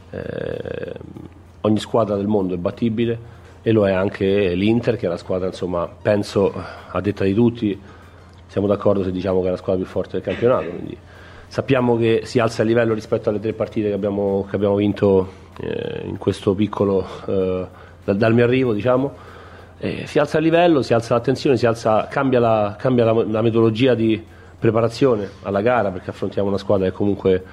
Eh, ogni squadra del mondo è battibile e lo è anche l'Inter, che è una squadra, insomma, penso a detta di tutti, siamo d'accordo se diciamo che è la squadra più forte del campionato, quindi sappiamo che si alza il livello rispetto alle tre partite che abbiamo, che abbiamo vinto eh, in questo piccolo... Eh, Dal, dal mio arrivo, diciamo, eh, si alza il livello, si alza l'attenzione, si alza, cambia, la, cambia la, la metodologia di preparazione alla gara, perché affrontiamo una squadra che comunque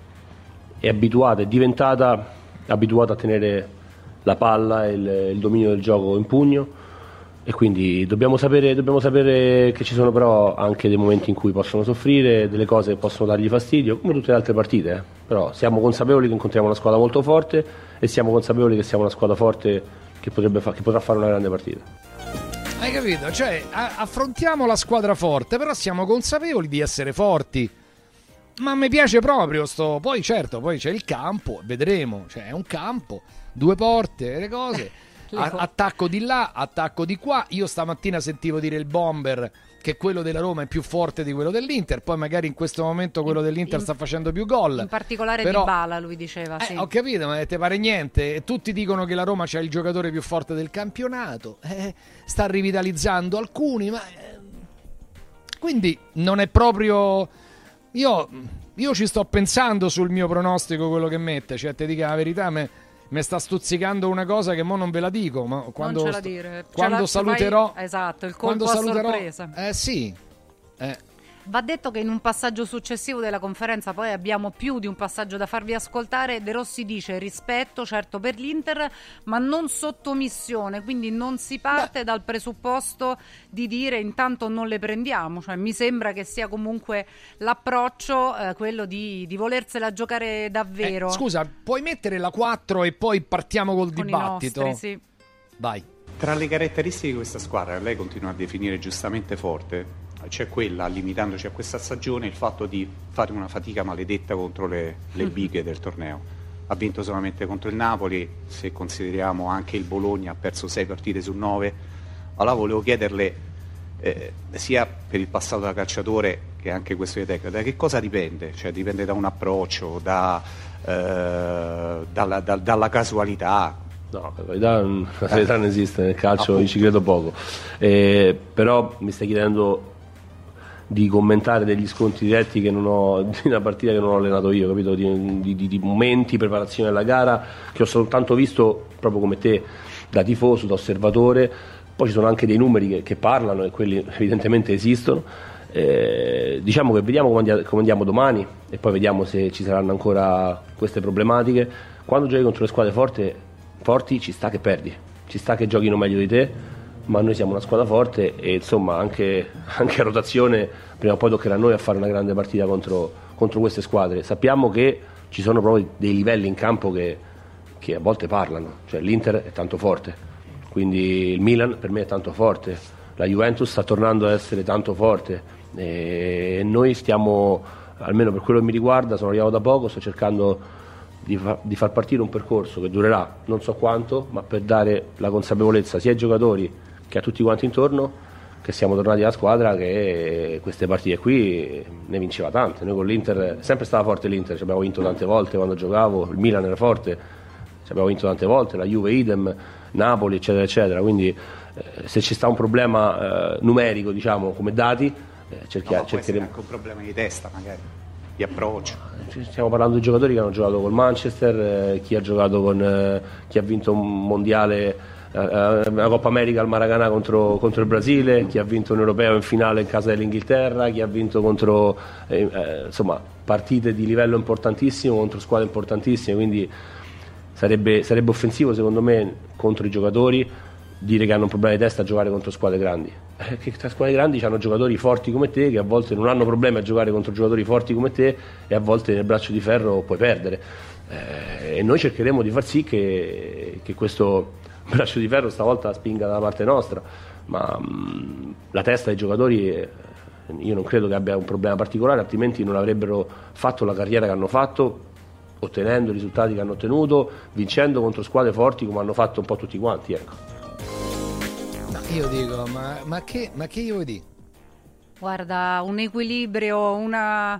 è abituata, è diventata abituata a tenere la palla e il, il dominio del gioco in pugno, e quindi dobbiamo sapere, dobbiamo sapere che ci sono però anche dei momenti in cui possono soffrire, delle cose che possono dargli fastidio, come tutte le altre partite, eh. Però siamo consapevoli che incontriamo una squadra molto forte e siamo consapevoli che siamo una squadra forte che potrebbe fa- che potrà fare una grande partita. Hai capito? Cioè, a- affrontiamo la squadra forte, però siamo consapevoli di essere forti. Ma mi piace proprio sto... Poi certo, poi c'è il campo, vedremo, cioè è un campo, due porte, le cose. A- attacco di là, attacco di qua. Io stamattina sentivo dire il Bomber che quello della Roma è più forte di quello dell'Inter, poi magari in questo momento quello dell'Inter in, sta facendo più gol. In particolare però, Dybala, lui diceva, eh, sì. Ho capito, ma te pare niente. Tutti dicono che la Roma c'ha il giocatore più forte del campionato, eh, sta rivitalizzando alcuni, ma eh, quindi non è proprio... Io, io ci sto pensando sul mio pronostico, quello che mette, cioè te dica la verità, me... mi sta stuzzicando una cosa che mo non ve la dico, ma quando, non ce la dire. quando la, saluterò fai, esatto, il colpo a saluterò, sorpresa. Eh sì. Eh. Va detto che in un passaggio successivo della conferenza poi abbiamo più di un passaggio da farvi ascoltare. De Rossi dice rispetto certo per l'Inter, ma non sottomissione, quindi non si parte Beh. dal presupposto di dire intanto non le prendiamo, cioè mi sembra che sia comunque l'approccio eh, quello di, di volersela giocare davvero. Eh, scusa, puoi mettere la quattro e poi partiamo col Con dibattito? I nostri, sì. Vai. Tra le caratteristiche di questa squadra, lei continua a definire giustamente forte, c'è quella, limitandoci a questa stagione, il fatto di fare una fatica maledetta contro le, le bighe del torneo. ha vinto solamente contro il Napoli, se consideriamo anche il Bologna ha perso sei partite su nove. Allora volevo chiederle, eh, sia per il passato da calciatore che anche questo di tecnico, da che cosa dipende? Cioè dipende da un approccio, da, eh, dalla, da, dalla casualità? No, la casualità, la casualità non esiste nel calcio, io ci credo poco, eh, però mi stai chiedendo di commentare degli scontri diretti che non ho, di una partita che non ho allenato io, capito? Di, di, di momenti, preparazione alla gara che ho soltanto visto proprio come te da tifoso, da osservatore. Poi ci sono anche dei numeri che, che parlano e quelli evidentemente esistono. Eh, diciamo che vediamo come andiamo, come andiamo domani e poi vediamo se ci saranno ancora queste problematiche. Quando giochi contro le squadre forti, forti ci sta che perdi, ci sta che giochino meglio di te, ma noi siamo una squadra forte e insomma anche, anche a rotazione prima o poi toccherà a noi a fare una grande partita contro, contro queste squadre. Sappiamo che ci sono proprio dei livelli in campo che, che a volte parlano, cioè l'Inter è tanto forte, quindi il Milan per me è tanto forte, la Juventus sta tornando ad essere tanto forte e noi stiamo, almeno per quello che mi riguarda, sono arrivato da poco, sto cercando di, fa, di far partire un percorso che durerà non so quanto, ma per dare la consapevolezza sia ai giocatori che a tutti quanti intorno che siamo tornati alla squadra che queste partite qui ne vinceva tante. Noi con l'Inter, sempre stava forte l'Inter, ci abbiamo vinto tante volte quando giocavo, il Milan era forte, ci abbiamo vinto tante volte, la Juve idem, Napoli eccetera eccetera, quindi eh, se ci sta un problema eh, numerico diciamo come dati eh, cerchia, no, cercheremo anche un problema di testa magari, di approccio. Stiamo parlando di giocatori che hanno giocato col Manchester, eh, chi ha giocato con eh, chi ha vinto un mondiale, una Coppa America al Maracanã contro, contro il Brasile, chi ha vinto un europeo in finale in casa dell'Inghilterra, chi ha vinto contro eh, eh, insomma partite di livello importantissimo contro squadre importantissime, quindi sarebbe, sarebbe offensivo secondo me contro i giocatori dire che hanno un problema di testa a giocare contro squadre grandi, eh, che tra squadre grandi hanno giocatori forti come te che a volte non hanno problemi a giocare contro giocatori forti come te e a volte nel braccio di ferro puoi perdere, eh, e noi cercheremo di far sì che, che questo braccio di ferro stavolta spinga dalla parte nostra, ma mh, la testa dei giocatori eh, io non credo che abbia un problema particolare, altrimenti non avrebbero fatto la carriera che hanno fatto, ottenendo i risultati che hanno ottenuto, vincendo contro squadre forti come hanno fatto un po' tutti quanti, ecco. No, io dico, ma, ma che ma che io vuoi dire? Guarda, un equilibrio, una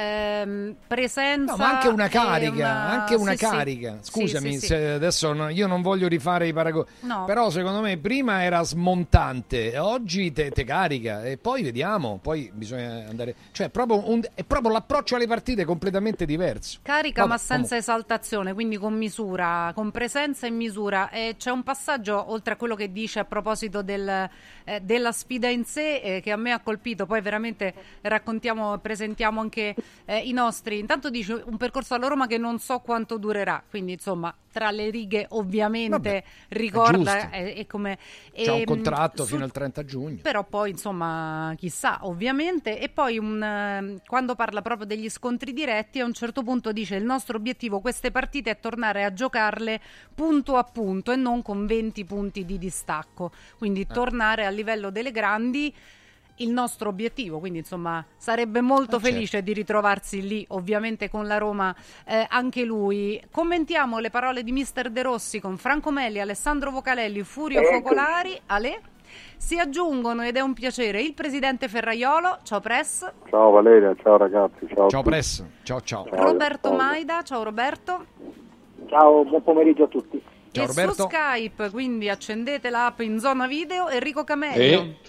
Ehm, presenza, no, ma anche una carica, una... anche una sì, carica. Sì. Scusami, sì, sì, se adesso no, io non voglio rifare i paragoni, no. Però secondo me prima era smontante, oggi te, te carica e poi vediamo, poi bisogna andare, cioè proprio un, è proprio l'approccio alle partite completamente diverso. Carica Vabbè, ma senza comunque. esaltazione, quindi con misura, con presenza e misura. E c'è un passaggio oltre a quello che dice a proposito del, eh, della sfida in sé eh, che a me ha colpito, poi veramente raccontiamo, presentiamo anche Eh, i nostri. Intanto dice un percorso alla Roma che non so quanto durerà, quindi insomma tra le righe ovviamente Vabbè, ricorda è, è come c'ha un e, contratto su, fino al trenta giugno, però poi insomma chissà ovviamente. E poi un, quando parla proprio degli scontri diretti a un certo punto dice il nostro obiettivo queste partite è tornare a giocarle punto a punto e non con venti punti di distacco, quindi eh. tornare a livello delle grandi, il nostro obiettivo, quindi insomma sarebbe molto eh felice certo. di ritrovarsi lì, ovviamente con la Roma eh, anche lui. Commentiamo le parole di mister De Rossi con Franco Melli, Alessandro Vocalelli, Furio ecco. Focolari. Ale? Si aggiungono ed è un piacere il presidente Ferraiolo, ciao Press. Ciao Valeria, ciao ragazzi. Ciao, ciao Press, ciao ciao. ciao Roberto ciao. Maida, ciao Roberto. Ciao, buon pomeriggio a tutti. Ciao e Roberto. Su Skype, quindi accendete l'app in zona video, Enrico Camello. E...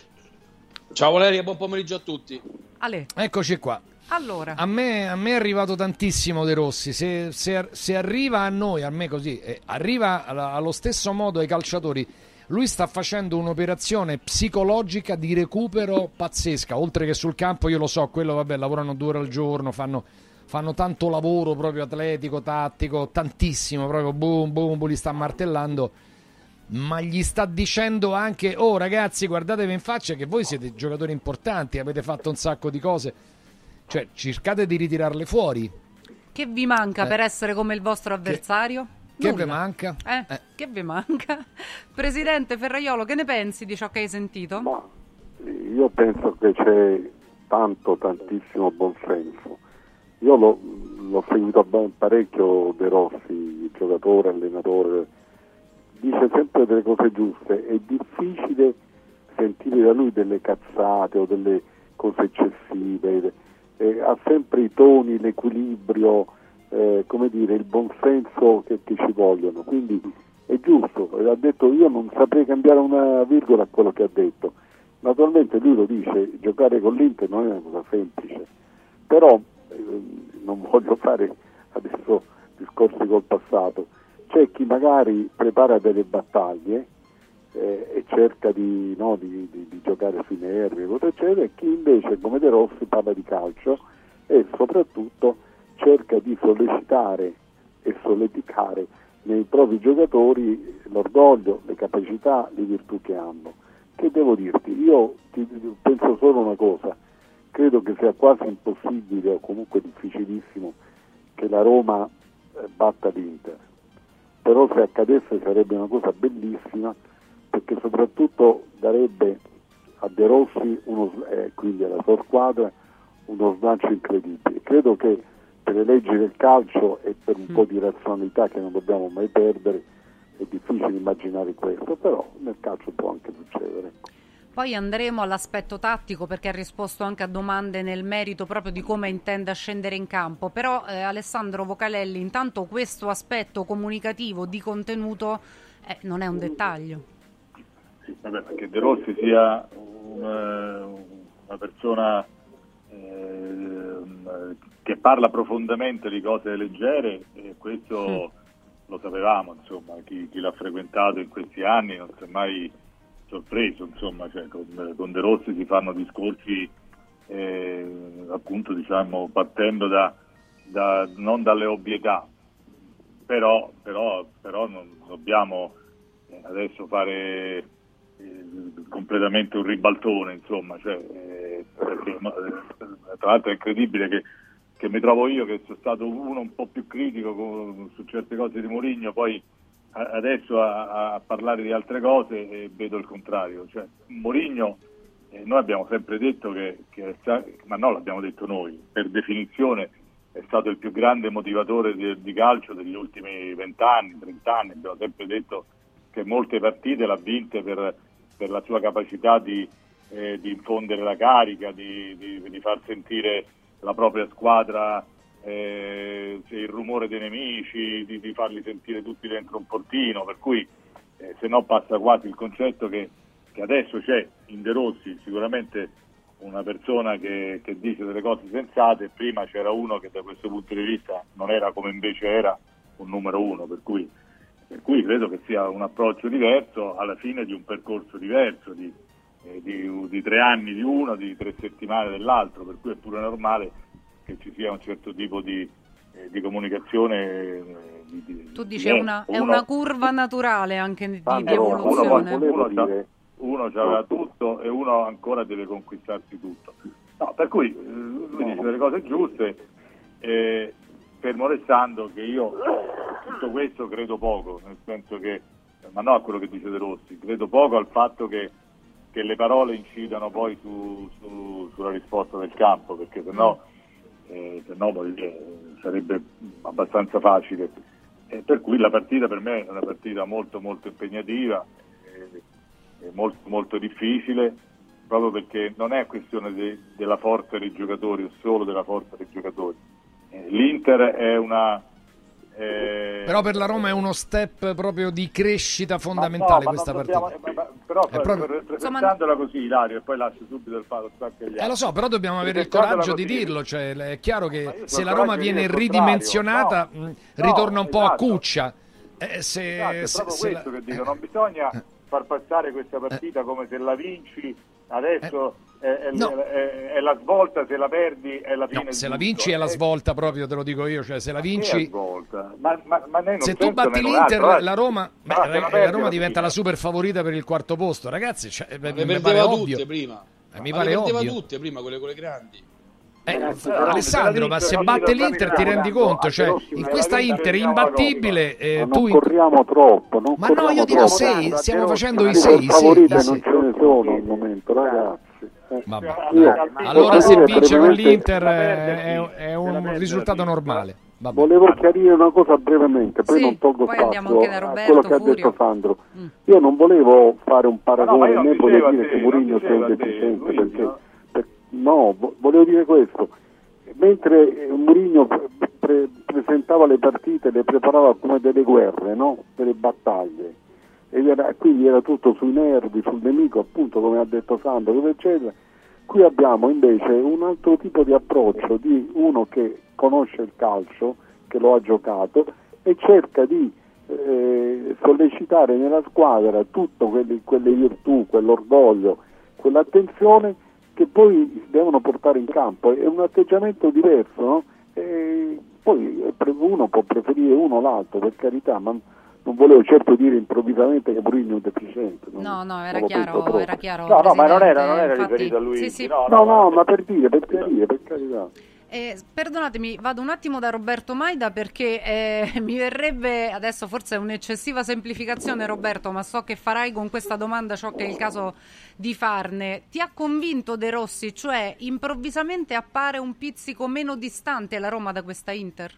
Ciao Valeria, buon pomeriggio a tutti. Ale. Eccoci qua. Allora. A me, a me è arrivato tantissimo De Rossi, se, se, se arriva a noi, a me così, eh, arriva alla, allo stesso modo ai calciatori, lui sta facendo un'operazione psicologica di recupero pazzesca, oltre che sul campo, io lo so, quello vabbè, lavorano due ore al giorno, fanno, fanno tanto lavoro proprio atletico, tattico, tantissimo, proprio boom, boom, boom, li sta martellando. Ma gli sta dicendo anche, oh ragazzi guardatevi in faccia che voi siete giocatori importanti, avete fatto un sacco di cose, cioè cercate di ritirarle fuori. Che vi manca eh. per essere come il vostro avversario? Che, che vi manca? Eh, eh. Che vi manca? Presidente Ferraiolo, che ne pensi di ciò che hai sentito? Ma io penso che c'è tanto, tantissimo buonsenso io l'ho, l'ho seguito parecchio De Rossi, giocatore, allenatore, dice sempre delle cose giuste, è difficile sentire da lui delle cazzate o delle cose eccessive, eh, ha sempre i toni, l'equilibrio, eh, come dire, il buonsenso che, che ci vogliono, quindi è giusto, ha detto io non saprei cambiare una virgola a quello che ha detto, naturalmente lui lo dice, giocare con l'Inter non è una cosa semplice, però eh, non voglio fare adesso discorsi col passato, c'è chi magari prepara delle battaglie eh, e cerca di, no, di, di, di giocare sui nervi eccetera, e chi invece come De Rossi parla di calcio e soprattutto cerca di sollecitare e solleticare nei propri giocatori l'orgoglio, le capacità, le virtù che hanno. Che devo dirti? Io ti, penso solo una cosa, credo che sia quasi impossibile o comunque difficilissimo che la Roma eh, batta l'Inter, però se accadesse sarebbe una cosa bellissima, perché soprattutto darebbe a De Rossi, uno, eh, quindi alla sua squadra, uno slancio incredibile. Credo che per le leggi del calcio e per un mm. po' di razionalità che non dobbiamo mai perdere è difficile immaginare questo, però nel calcio può anche succedere. Poi andremo all'aspetto tattico, perché ha risposto anche a domande nel merito proprio di come intenda scendere in campo, però eh, Alessandro Vocalelli, intanto questo aspetto comunicativo di contenuto eh, non è un dettaglio. Sì, vabbè, perché De Rossi sia una, una persona eh, che parla profondamente di cose leggere, e questo mm. lo sapevamo, insomma, chi, chi l'ha frequentato in questi anni non si è mai sorpreso, insomma, cioè, con, con De Rossi si fanno discorsi eh, appunto, diciamo, partendo da, da non dalle ovvietà, però, però, però non dobbiamo adesso fare eh, completamente un ribaltone, insomma, cioè, eh, perché, eh, tra l'altro è incredibile che che mi trovo io, che sono stato uno un po' più critico con, su certe cose di Mourinho, poi a, adesso a, a parlare di altre cose e vedo il contrario. Cioè, Mourinho, eh, noi abbiamo sempre detto che, che ma no, l'abbiamo detto noi, per definizione è stato il più grande motivatore di, di calcio degli ultimi vent'anni, trent'anni, abbiamo sempre detto che molte partite l'ha vinte per, per la sua capacità di, eh, di infondere la carica, di, di, di far sentire la propria squadra, eh, il rumore dei nemici, di, di farli sentire tutti dentro un portino, per cui eh, se no passa quasi il concetto che, che adesso c'è in De Rossi sicuramente una persona che, che dice delle cose sensate, prima c'era uno che da questo punto di vista non era come invece era un numero uno, per cui, per cui credo che sia un approccio diverso alla fine di un percorso diverso, di Di, di tre anni di uno, di tre settimane dell'altro, per cui è pure normale che ci sia un certo tipo di, eh, di comunicazione. Eh, di, di, tu dici è una, è una curva naturale anche di, di evoluzione. Uno, uno, uno aveva tutto e uno ancora deve conquistarsi tutto. No, per cui eh, lui dice delle cose giuste, eh, fermo restando che io tutto questo credo poco, nel senso che, ma no a quello che dice De Rossi, credo poco al fatto che che le parole incidano poi su, su, sulla risposta del campo, perché sennò, eh, sennò poi, eh, sarebbe abbastanza facile. E per cui la partita per me è una partita molto molto impegnativa, eh, molto molto difficile, proprio perché non è questione de, della forza dei giocatori o solo della forza dei giocatori. Eh, L'Inter è una Eh, però per la Roma è uno step proprio di crescita fondamentale, no, questa partita. Dobbiamo, eh, però è proprio, presentandola così, Ilario, e poi lascio subito il palo stacco agli altri. Eh lo so, però dobbiamo avere il coraggio di dirlo, cioè è chiaro che se la Roma viene ridimensionata no, ritorna un po' esatto. a cuccia. Eh, se, esatto, è se, proprio se questo la... che dico, non bisogna far passare questa partita come se la vinci adesso eh. È, è, no. è, è la svolta, se la perdi è la fine. No, se la tutto. vinci è la svolta proprio, te lo dico io, cioè se la vinci ma, ma, ma se tu batti l'Inter altro, la Roma, beh, no, la, la Roma diventa la super favorita per il quarto posto, ragazzi, cioè, ma mi le pare tutte ovvio. Prima. Eh, mi ma pare le perdeva ovvio. tutte prima, quelle con le grandi. Eh, eh, Alessandro, ma se batte l'Inter ti rendi conto, cioè in questa Inter imbattibile eh, non tu corriamo troppo, non ma no, io dico sei, stiamo facendo i sei, favorite sì, non ce ne sono al momento, ragazzi. Vabbè. Allora se vince con l'Inter è, è un risultato normale. Vabbè. Volevo chiarire una cosa brevemente, poi sì, non tolgo poi andiamo spazio anche da a Roberto, quello che Furio. ha detto Sandro. Mm. Io non volevo fare un paragone, no, né volevo dire te, che Mourinho sia un te, deficiente, Luigi, perché no? per, no, vo- volevo dire questo. Mentre Mourinho pre- pre- presentava le partite, le preparava come delle guerre, no? Delle battaglie. Ed era, quindi era tutto sui nervi, sul nemico, appunto, come ha detto Sandro, eccetera. Qui abbiamo invece un altro tipo di approccio di uno che conosce il calcio, che lo ha giocato e cerca di eh, sollecitare nella squadra tutte quelle, quelle virtù, quell'orgoglio, quell'attenzione che poi devono portare in campo. È un atteggiamento diverso, no? E poi uno può preferire uno o l'altro, per carità, ma non volevo certo dire improvvisamente che Mourinho è un deficiente. No, no, era chiaro, era chiaro. No, no, ma non era, non era infatti, riferito a lui. Sì, sì. No, no, no, ma per dire, per chiarire, per carità. Eh, perdonatemi, vado un attimo da Roberto Maida perché eh, mi verrebbe, adesso forse è un'eccessiva semplificazione Roberto, ma so che farai con questa domanda ciò che è il caso di farne. Ti ha convinto De Rossi, cioè improvvisamente appare un pizzico meno distante la Roma da questa Inter?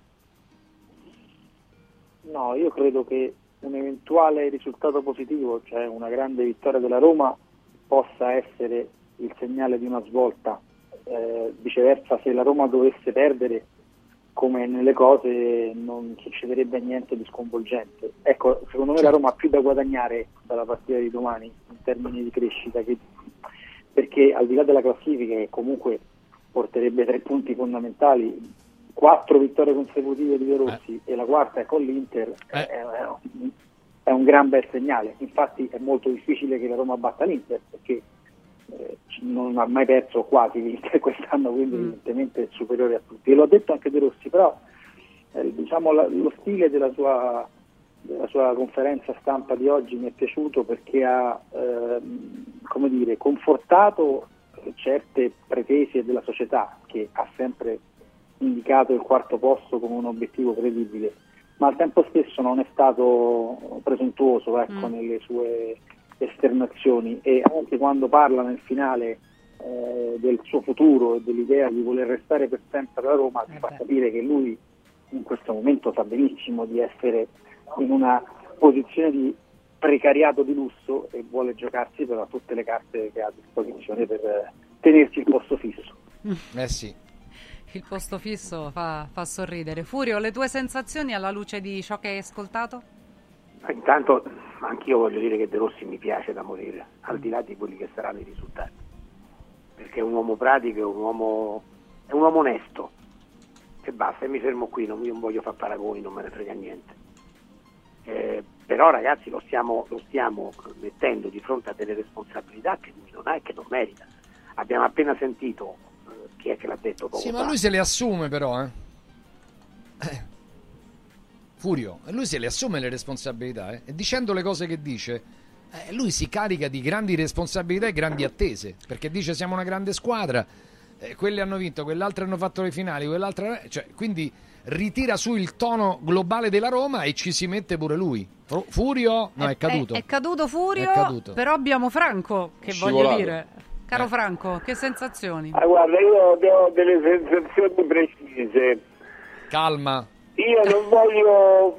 No, io credo che un eventuale risultato positivo, cioè una grande vittoria della Roma, possa essere il segnale di una svolta. Eh, viceversa, se la Roma dovesse perdere, come nelle cose, non succederebbe niente di sconvolgente. Ecco, secondo me la Roma ha più da guadagnare dalla partita di domani in termini di crescita, che, perché al di là della classifica, che comunque porterebbe tre punti fondamentali, quattro vittorie consecutive di De Rossi eh. e la quarta è con l'Inter, eh. è, è, un, è un gran bel segnale. Infatti è molto difficile che la Roma batta l'Inter, perché Eh, non ha mai perso quasi l'Inter quest'anno, quindi mm. evidentemente è superiore a tutti, e lo ha detto anche De Rossi. Però eh, diciamo la, lo stile della sua, della sua conferenza stampa di oggi mi è piaciuto, perché ha eh, come dire, confortato certe pretese della società, che ha sempre indicato il quarto posto come un obiettivo credibile, ma al tempo stesso non è stato presuntuoso, ecco, mm. nelle sue esternazioni, e anche quando parla nel finale eh, del suo futuro e dell'idea di voler restare per sempre alla Roma, ti eh fa capire che lui in questo momento sa benissimo di essere in una posizione di precariato di lusso e vuole giocarsi però tutte le carte che ha a disposizione per eh, tenersi il posto fisso. Eh sì. Il posto fisso fa, fa sorridere. Furio, le tue sensazioni alla luce di ciò che hai ascoltato? Intanto anch'io voglio dire che De Rossi mi piace da morire, al di là di quelli che saranno i risultati, perché è un uomo pratico, è un uomo, è un uomo onesto, e basta, e mi fermo qui, non, io non voglio fare paragoni, non me ne frega niente. Eh, però ragazzi lo stiamo, lo stiamo mettendo di fronte a delle responsabilità che lui non ha e che non merita. Abbiamo appena sentito eh, chi è che l'ha detto poco Sì, fa. ma lui se le assume però, eh. eh. Furio, lui se le assume le responsabilità, eh? E dicendo le cose che dice, eh, lui si carica di grandi responsabilità e grandi attese, perché dice siamo una grande squadra, eh, quelli hanno vinto, quell'altro hanno fatto le finali, quell'altra, cioè, quindi ritira su il tono globale della Roma e ci si mette pure lui. Furio, no, è, è caduto. È, è caduto Furio, è caduto. Però abbiamo Franco, che Scivolato. voglio dire. Caro eh. Franco, che sensazioni? Ah, guarda, io ho delle sensazioni precise. Calma. Io non voglio,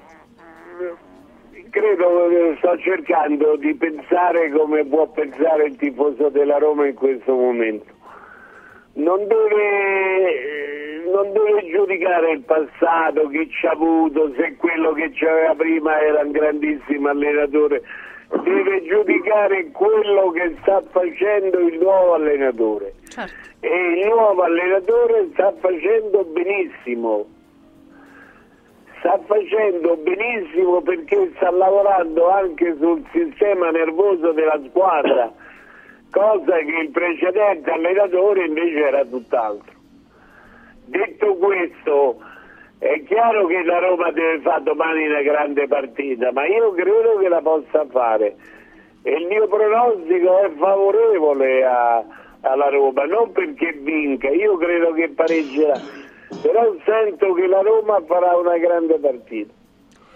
credo, sto cercando di pensare come può pensare il tifoso della Roma in questo momento. Non deve, non deve giudicare il passato, chi ci ha avuto, se quello che c'aveva prima era un grandissimo allenatore. Deve giudicare quello che sta facendo il nuovo allenatore. Certo. E il nuovo allenatore sta facendo benissimo. Sta facendo benissimo perché sta lavorando anche sul sistema nervoso della squadra, cosa che il precedente allenatore invece era tutt'altro. Detto questo, è chiaro che la Roma deve fare domani una grande partita, ma io credo che la possa fare e il mio pronostico è favorevole a, alla Roma, non perché vinca, io credo che pareggerà, però sento che la Roma farà una grande partita.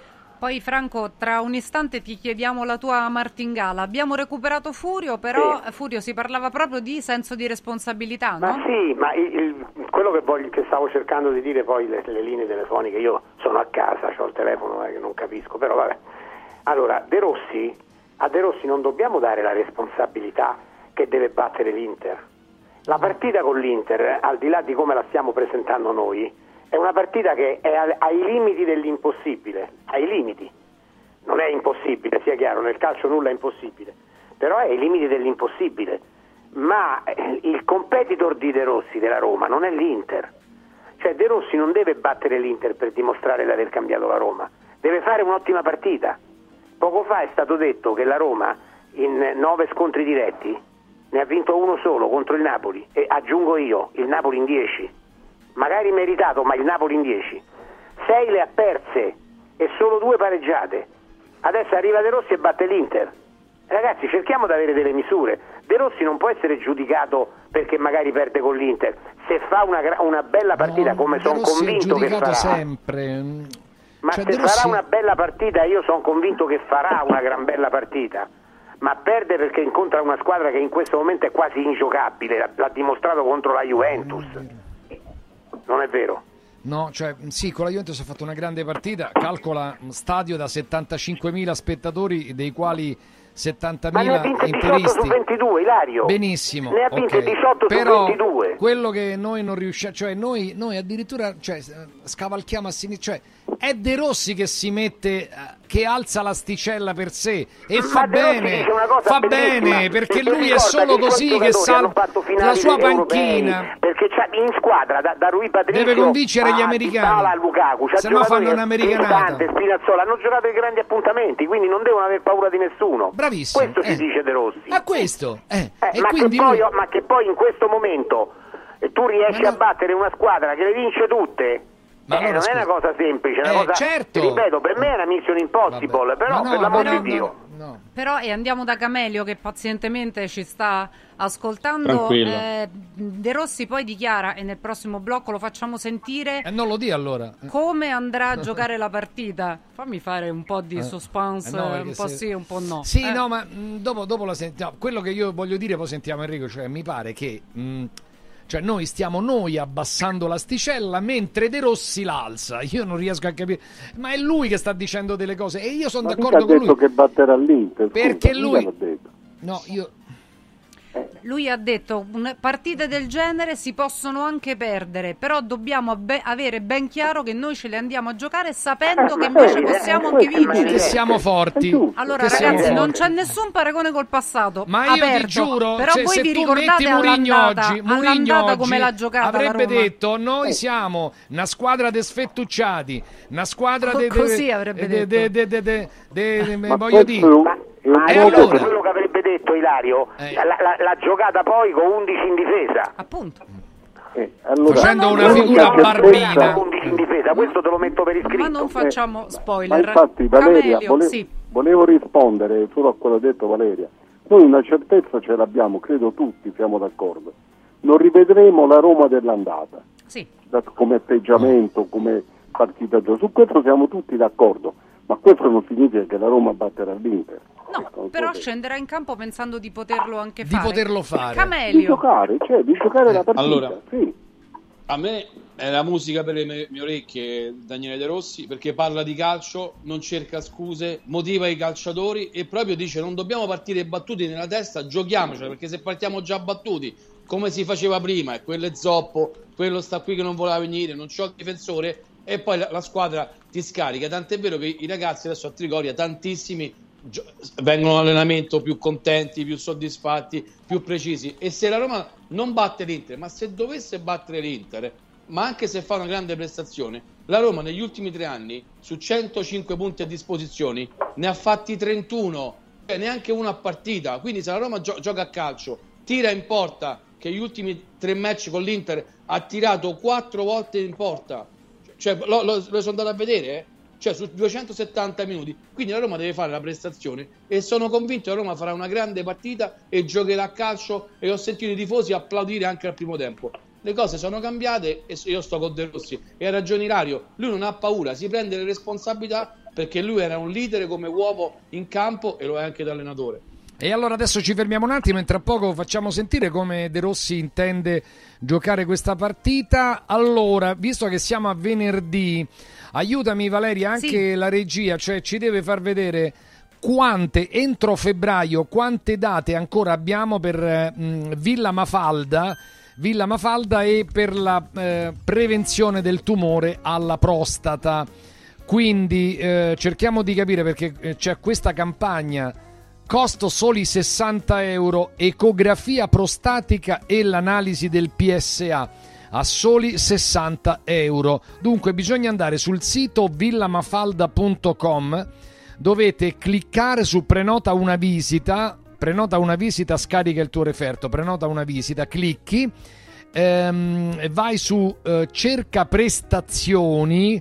Poi Franco, tra un istante ti chiediamo la tua martingala. Abbiamo recuperato Furio, però sì. Furio, si parlava proprio di senso di responsabilità, no? Ma sì, ma il, il, quello che, voglio, che stavo cercando di dire, poi le, le linee telefoniche, io sono a casa, ho il telefono eh, che non capisco, però vabbè. Allora, De Rossi, a De Rossi non dobbiamo dare la responsabilità che deve battere l'Inter. La partita con l'Inter, al di là di come la stiamo presentando noi, è una partita che è ai limiti dell'impossibile, ai limiti. Non è impossibile, sia chiaro, nel calcio nulla è impossibile, però è ai limiti dell'impossibile. Ma il competitor di De Rossi, della Roma, non è l'Inter. Cioè De Rossi non deve battere l'Inter per dimostrare di aver cambiato la Roma, deve fare un'ottima partita. Poco fa è stato detto che la Roma in nove scontri diretti ne ha vinto uno solo contro il Napoli, e aggiungo io, il Napoli in dieci, magari meritato, ma il Napoli in dieci. sei le ha perse e solo due pareggiate. Adesso arriva De Rossi e batte l'Inter. Ragazzi, cerchiamo di avere delle misure. De Rossi non può essere giudicato perché magari perde con l'Inter. Se fa una, una bella partita, no, come sono convinto che farà sempre. Ma cioè, se farà Rossi... una bella partita, io sono convinto che farà una gran bella partita. Ma perde perché incontra una squadra che in questo momento è quasi ingiocabile, l'ha dimostrato contro la Juventus. Non è vero? No, cioè sì, con la Juventus ha fatto una grande partita, calcola un stadio da settantacinquemila spettatori, dei quali settantamila interisti. diciotto su ventidue, Ilario. Benissimo. Ne ha vinte okay. diciotto Però su ventidue. Quello che noi non riusciamo, cioè noi, noi addirittura cioè, scavalchiamo a sinistra, cioè è De Rossi che si mette, che alza l'asticella per sé e Ma fa De bene, fa bene, perché lui è solo che così che sa la sua panchina. Perché c'ha in squadra da, da Rui Patricio deve convincere gli a americani, a Lukaku, se no fanno un'americanata. Spinazzola, hanno giocato i grandi appuntamenti, quindi non devono aver paura di nessuno. Bravissimo. Questo eh. si dice De Rossi. Ma questo, eh. Eh, e ma, quindi che poi, lui... ma che poi in questo momento eh, tu riesci no. a battere una squadra che le vince tutte. Ma eh, allora, non scusa. È una cosa semplice, è una eh, cosa, certo. ripeto, per me è una mission impossible, Vabbè. però no, per l'amor di Dio. No. Però e andiamo da Camelio che pazientemente ci sta ascoltando. eh, De Rossi poi dichiara, e nel prossimo blocco lo facciamo sentire, e eh, non lo dia allora come andrà a giocare la partita. Fammi fare un po' di suspense, eh, no, un po' se... sì, un po' no. Sì, eh. no, ma mh, dopo, dopo la sentiamo. Quello che io voglio dire, poi sentiamo Enrico, cioè mi pare che mh, cioè noi stiamo noi abbassando l'asticella mentre De Rossi l'alza. Io non riesco a capire, ma è lui che sta dicendo delle cose e io sono d'accordo con lui. Ha detto che batterà l'Inter. Perché Scusa, lui detto. No, io Lui ha detto partite del genere si possono anche perdere, però dobbiamo be- avere ben chiaro che noi ce le andiamo a giocare sapendo che invece possiamo anche vincere, che siamo forti. Allora che ragazzi, siamo non forti. c'è nessun paragone col passato. Ma io aperto. ti giuro, però se, voi se vi tu ricordate metti Mourinho all'andata, oggi, Mourinho all'andata oggi come l'ha giocata avrebbe la Roma. detto noi siamo una squadra de sfettucciati, una squadra de, de, così avrebbe de, detto. De, de, de, de, de, de, voglio dire. Ma e allora allora quello che avrebbe detto Ilario, eh. la, la, la giocata poi con undici in difesa. Appunto. Eh, allora, facendo una figura barbina. Con undici in difesa, questo te lo metto per iscritto. Ma non facciamo spoiler. Ma infatti Valeria, Camelio, vole- sì. volevo rispondere solo a quello detto Valeria. Noi una certezza ce l'abbiamo, credo tutti siamo d'accordo. Non rivedremo la Roma dell'andata. Sì. Da, come atteggiamento, come partita gioco. Su questo siamo tutti d'accordo. Ma questo non significa che la Roma batterà l'Inter. No, però scenderà in campo pensando di poterlo anche di fare. Di poterlo fare. Camelio. Di giocare, cioè di giocare la partita. Allora, sì. A me è la musica per le mie, mie orecchie Daniele De Rossi, perché parla di calcio, non cerca scuse, motiva i calciatori e proprio dice non dobbiamo partire battuti nella testa, giochiamocela, perché se partiamo già battuti come si faceva prima, e quello è zoppo, quello sta qui che non voleva venire, non c'ho il difensore, e poi la, la squadra ti scarica. Tant'è vero che i ragazzi adesso a Trigoria, tantissimi, gio- vengono all'allenamento più contenti, più soddisfatti, più precisi. E se la Roma non batte l'Inter, ma se dovesse battere l'Inter, ma anche se fa una grande prestazione, la Roma negli ultimi tre anni su centocinque punti a disposizione ne ha fatti trentuno, cioè neanche una a partita. Quindi se la Roma gio- gioca a calcio, tira in porta, che gli ultimi tre match con l'Inter ha tirato quattro volte in porta, cioè lo, lo, lo sono andato a vedere, eh? Cioè su duecentosettanta minuti, quindi la Roma deve fare la prestazione e sono convinto che la Roma farà una grande partita e giocherà a calcio, e ho sentito i tifosi applaudire anche al primo tempo. Le cose sono cambiate e io sto con De Rossi e ha ragione Ilario, lui non ha paura, si prende le responsabilità perché lui era un leader come uomo in campo e lo è anche da allenatore. E allora adesso ci fermiamo un attimo e tra poco facciamo sentire come De Rossi intende giocare questa partita. Allora, visto che siamo a venerdì, aiutami Valeria, anche sì. la regia, cioè ci deve far vedere quante, entro febbraio, quante date ancora abbiamo per mh, Villa Mafalda, Villa Mafalda e per la eh, prevenzione del tumore alla prostata. Quindi eh, cerchiamo di capire, perché eh, c'è questa campagna, costo soli sessanta euro, ecografia prostatica e l'analisi del P S A a soli sessanta euro. Dunque bisogna andare sul sito villamafalda punto com, dovete cliccare su prenota una visita, prenota una visita, scarica il tuo referto, prenota una visita, clicchi, ehm, vai su eh, cerca prestazioni,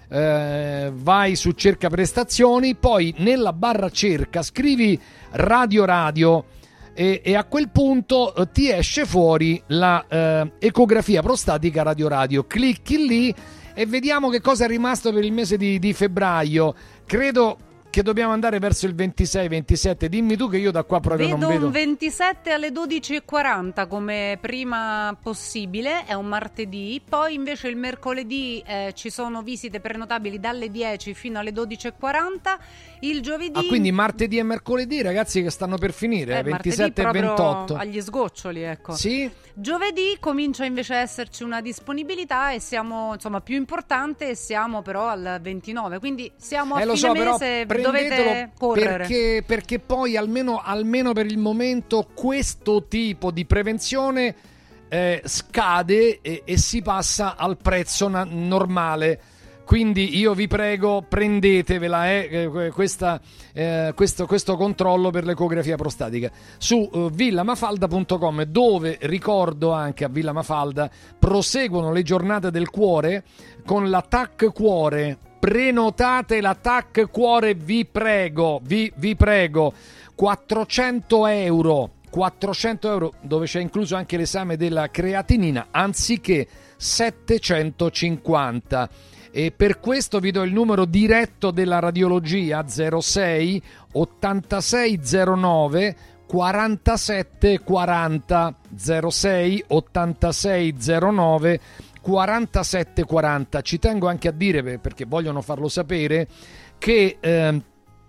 eh, vai su cerca prestazioni, poi nella barra cerca scrivi radio radio e, e a quel punto eh, ti esce fuori la eh, ecografia prostatica radio radio, clicchi lì e vediamo che cosa è rimasto per il mese di, di febbraio. Credo che dobbiamo andare verso il ventisei ventisette, dimmi tu che io da qua proprio vedo non vedo. Un ventisette alle dodici e quaranta come prima possibile, è un martedì, poi invece il mercoledì eh, ci sono visite prenotabili dalle dieci fino alle dodici e quaranta, il giovedì... Ah, quindi martedì e mercoledì, ragazzi, che stanno per finire, eh, ventisette e ventotto. Agli sgoccioli, ecco. Sì. Giovedì comincia invece a esserci una disponibilità e siamo, insomma, più importante, e siamo però al ventinove, quindi siamo a eh, fine so, mese, dovete correre. Perché, perché poi almeno, almeno per il momento questo tipo di prevenzione eh, scade e, e si passa al prezzo na- normale. Quindi io vi prego, prendetevela eh, questa, eh, questo, questo controllo per l'ecografia prostatica su uh, villamafalda punto com, dove ricordo anche a Villa Mafalda proseguono le giornate del cuore con la T A C Cuore. Prenotate la T A C Cuore, vi prego, vi, vi prego, quattrocento euro, quattrocento euro dove c'è incluso anche l'esame della creatinina anziché settecentocinquanta. E per questo vi do il numero diretto della radiologia zero sei ottantasei zero nove quarantasette quaranta, zero sei ottantasei zero nove quarantasette quaranta. Ci tengo anche a dire, perché vogliono farlo sapere, che eh,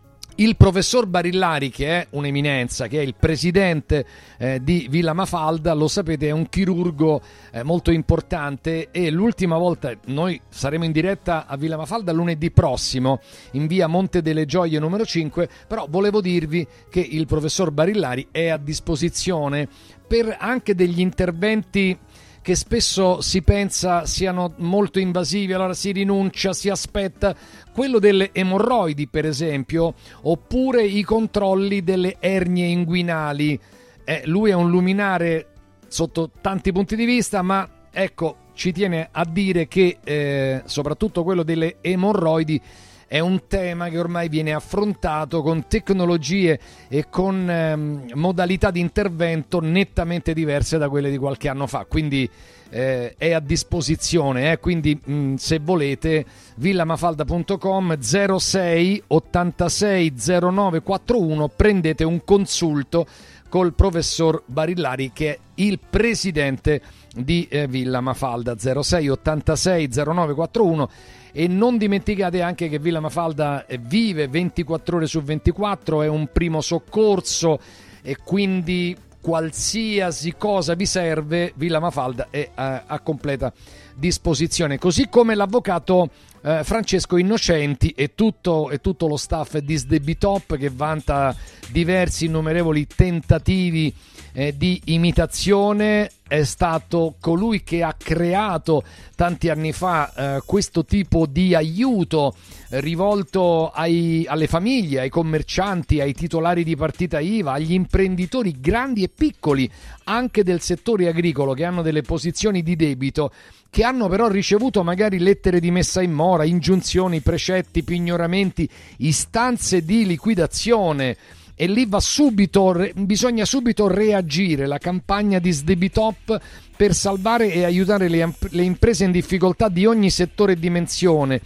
il professor Barillari, che è un'eminenza, che è il presidente eh, di Villa Mafalda, lo sapete, è un chirurgo eh, molto importante, e l'ultima volta noi saremo in diretta a Villa Mafalda lunedì prossimo in via Monte delle Gioie numero cinque, però volevo dirvi che il professor Barillari è a disposizione per anche degli interventi che spesso si pensa siano molto invasivi, allora si rinuncia, si aspetta, quello delle emorroidi per esempio, oppure i controlli delle ernie inguinali. Eh, lui è un luminare sotto tanti punti di vista, ma ecco, ci tiene a dire che eh, soprattutto quello delle emorroidi è un tema che ormai viene affrontato con tecnologie e con ehm, modalità di intervento nettamente diverse da quelle di qualche anno fa, quindi eh, è a disposizione, eh, quindi mh, se volete villamafalda punto com zero sei ottantasei zero nove quarantuno, prendete un consulto col professor Barillari, che è il presidente di eh, Villa Mafalda. Zero sei ottantasei zero nove quarantuno. E non dimenticate anche che Villa Mafalda vive ventiquattro ore su ventiquattro, è un primo soccorso, e quindi qualsiasi cosa vi serve Villa Mafalda è a, a completa disposizione, così come l'avvocato eh, Francesco Innocenti e tutto, e tutto lo staff di Sdebitop, che vanta diversi innumerevoli tentativi eh, di imitazione. È stato colui che ha creato tanti anni fa eh, questo tipo di aiuto eh, rivolto ai, alle famiglie, ai commercianti, ai titolari di partita I V A, agli imprenditori grandi e piccoli, anche del settore agricolo, che hanno delle posizioni di debito, che hanno però ricevuto magari lettere di messa in mora, ingiunzioni, precetti, pignoramenti, istanze di liquidazione. E lì va subito, bisogna subito reagire. La campagna di Sdebitop per salvare e aiutare le, le imprese in difficoltà di ogni settore e dimensione.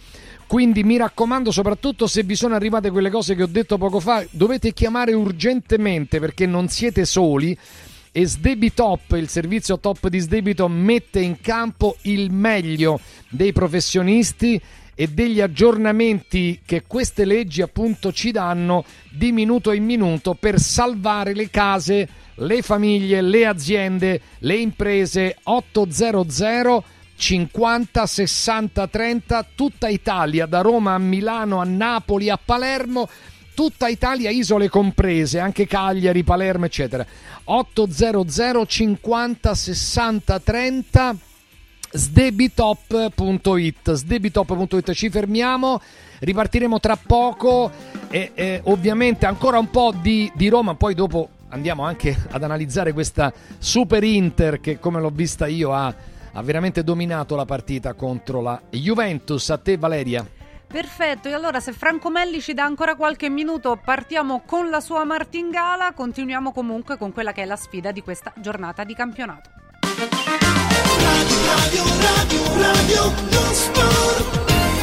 Quindi mi raccomando, soprattutto se vi sono arrivate quelle cose che ho detto poco fa, dovete chiamare urgentemente perché non siete soli. E Sdebitop, il servizio top di Sdebito, mette in campo il meglio dei professionisti e degli aggiornamenti che queste leggi appunto ci danno di minuto in minuto per salvare le case, le famiglie, le aziende, le imprese. Ottocento cinquanta sessanta trenta, tutta Italia, da Roma a Milano, a Napoli, a Palermo, tutta Italia, isole comprese, anche Cagliari, Palermo, eccetera. ottocento cinquanta sessanta trenta, sdebitop punto it, sdebitop punto it. Ci fermiamo, ripartiremo tra poco e eh, ovviamente ancora un po' di, di Roma, poi dopo andiamo anche ad analizzare questa Super Inter che, come l'ho vista io, ha, ha veramente dominato la partita contro la Juventus. A te, Valeria. Perfetto, e allora se Franco Melli ci dà ancora qualche minuto partiamo con la sua martingala, continuiamo comunque con quella che è la sfida di questa giornata di campionato. Radio, radio, radio, radio, lo sport.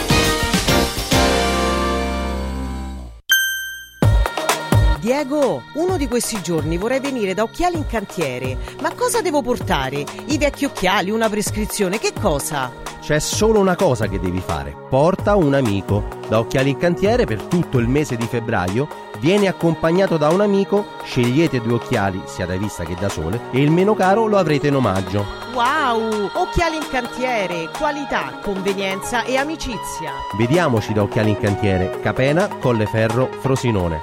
Diego, uno di questi giorni vorrei venire da Occhiali in Cantiere. Ma cosa devo portare? I vecchi occhiali, una prescrizione, che cosa? C'è solo una cosa che devi fare: porta un amico. Da Occhiali in Cantiere per tutto il mese di febbraio vieni accompagnato da un amico, scegliete due occhiali sia da vista che da sole e il meno caro lo avrete in omaggio. Wow! Occhiali in Cantiere, qualità, convenienza e amicizia. Vediamoci da Occhiali in Cantiere, Capena, Colleferro, Frosinone.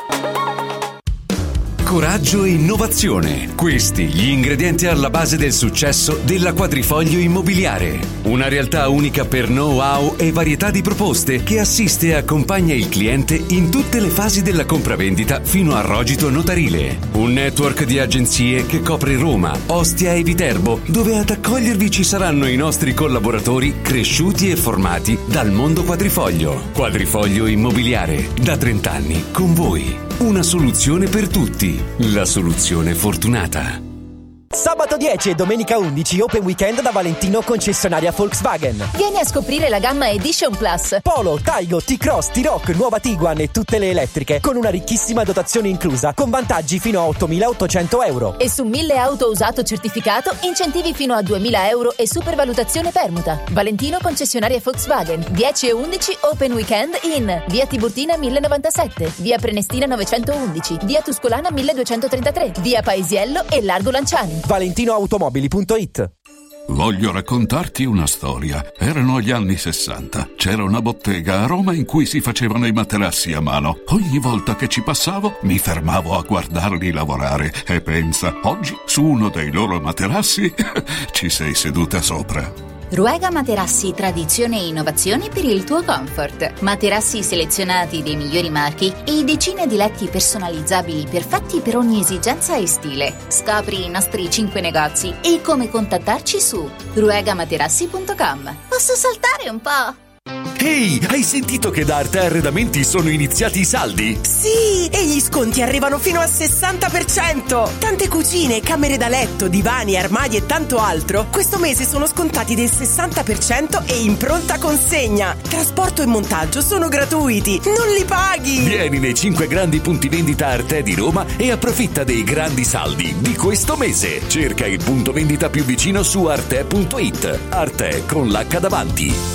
Coraggio e innovazione. Questi gli ingredienti alla base del successo della Quadrifoglio Immobiliare. Una realtà unica per know-how e varietà di proposte che assiste e accompagna il cliente in tutte le fasi della compravendita fino al rogito notarile. Un network di agenzie che copre Roma, Ostia e Viterbo, dove ad accogliervi ci saranno i nostri collaboratori cresciuti e formati dal mondo Quadrifoglio. Quadrifoglio Immobiliare, da trenta anni con voi. Una soluzione per tutti. La soluzione fortunata. Sabato dieci e domenica undici Open Weekend da Valentino, concessionaria Volkswagen. Vieni a scoprire la gamma Edition Plus. Polo, Taigo, T-Cross, T-Roc, nuova Tiguan e tutte le elettriche con una ricchissima dotazione inclusa con vantaggi fino a ottomilaottocento euro. E su mille auto usato certificato incentivi fino a duemila euro e supervalutazione permuta. Valentino, concessionaria Volkswagen. dieci e undici Open Weekend in via Tiburtina mille novantasette, via Prenestina novecentoundici, via Tuscolana milleduecentotrentatré, via Paesiello e Largo Lanciani. valentinoautomobili punto it. Voglio raccontarti una storia. Erano gli anni sessanta. C'era una bottega a Roma in cui si facevano i materassi a mano. Ogni volta che ci passavo mi fermavo a guardarli lavorare e pensa, oggi su uno dei loro materassi ci sei seduta sopra. Ruega Materassi, tradizione e innovazione per il tuo comfort. Materassi selezionati dei migliori marchi e decine di letti personalizzabili perfetti per ogni esigenza e stile. Scopri i nostri cinque negozi e come contattarci su ruega materassi punto com. Posso saltare un po'? Ehi, hai sentito che da Arte Arredamenti sono iniziati i saldi? Sì, e gli sconti arrivano fino al sessanta per cento. Tante cucine, camere da letto, divani, armadi e tanto altro questo mese sono scontati del sessanta per cento e in pronta consegna. Trasporto e montaggio sono gratuiti, non li paghi. Vieni nei cinque grandi punti vendita Arte di Roma e approfitta dei grandi saldi di questo mese. Cerca il punto vendita più vicino su arte punto it. Arte con l'H davanti.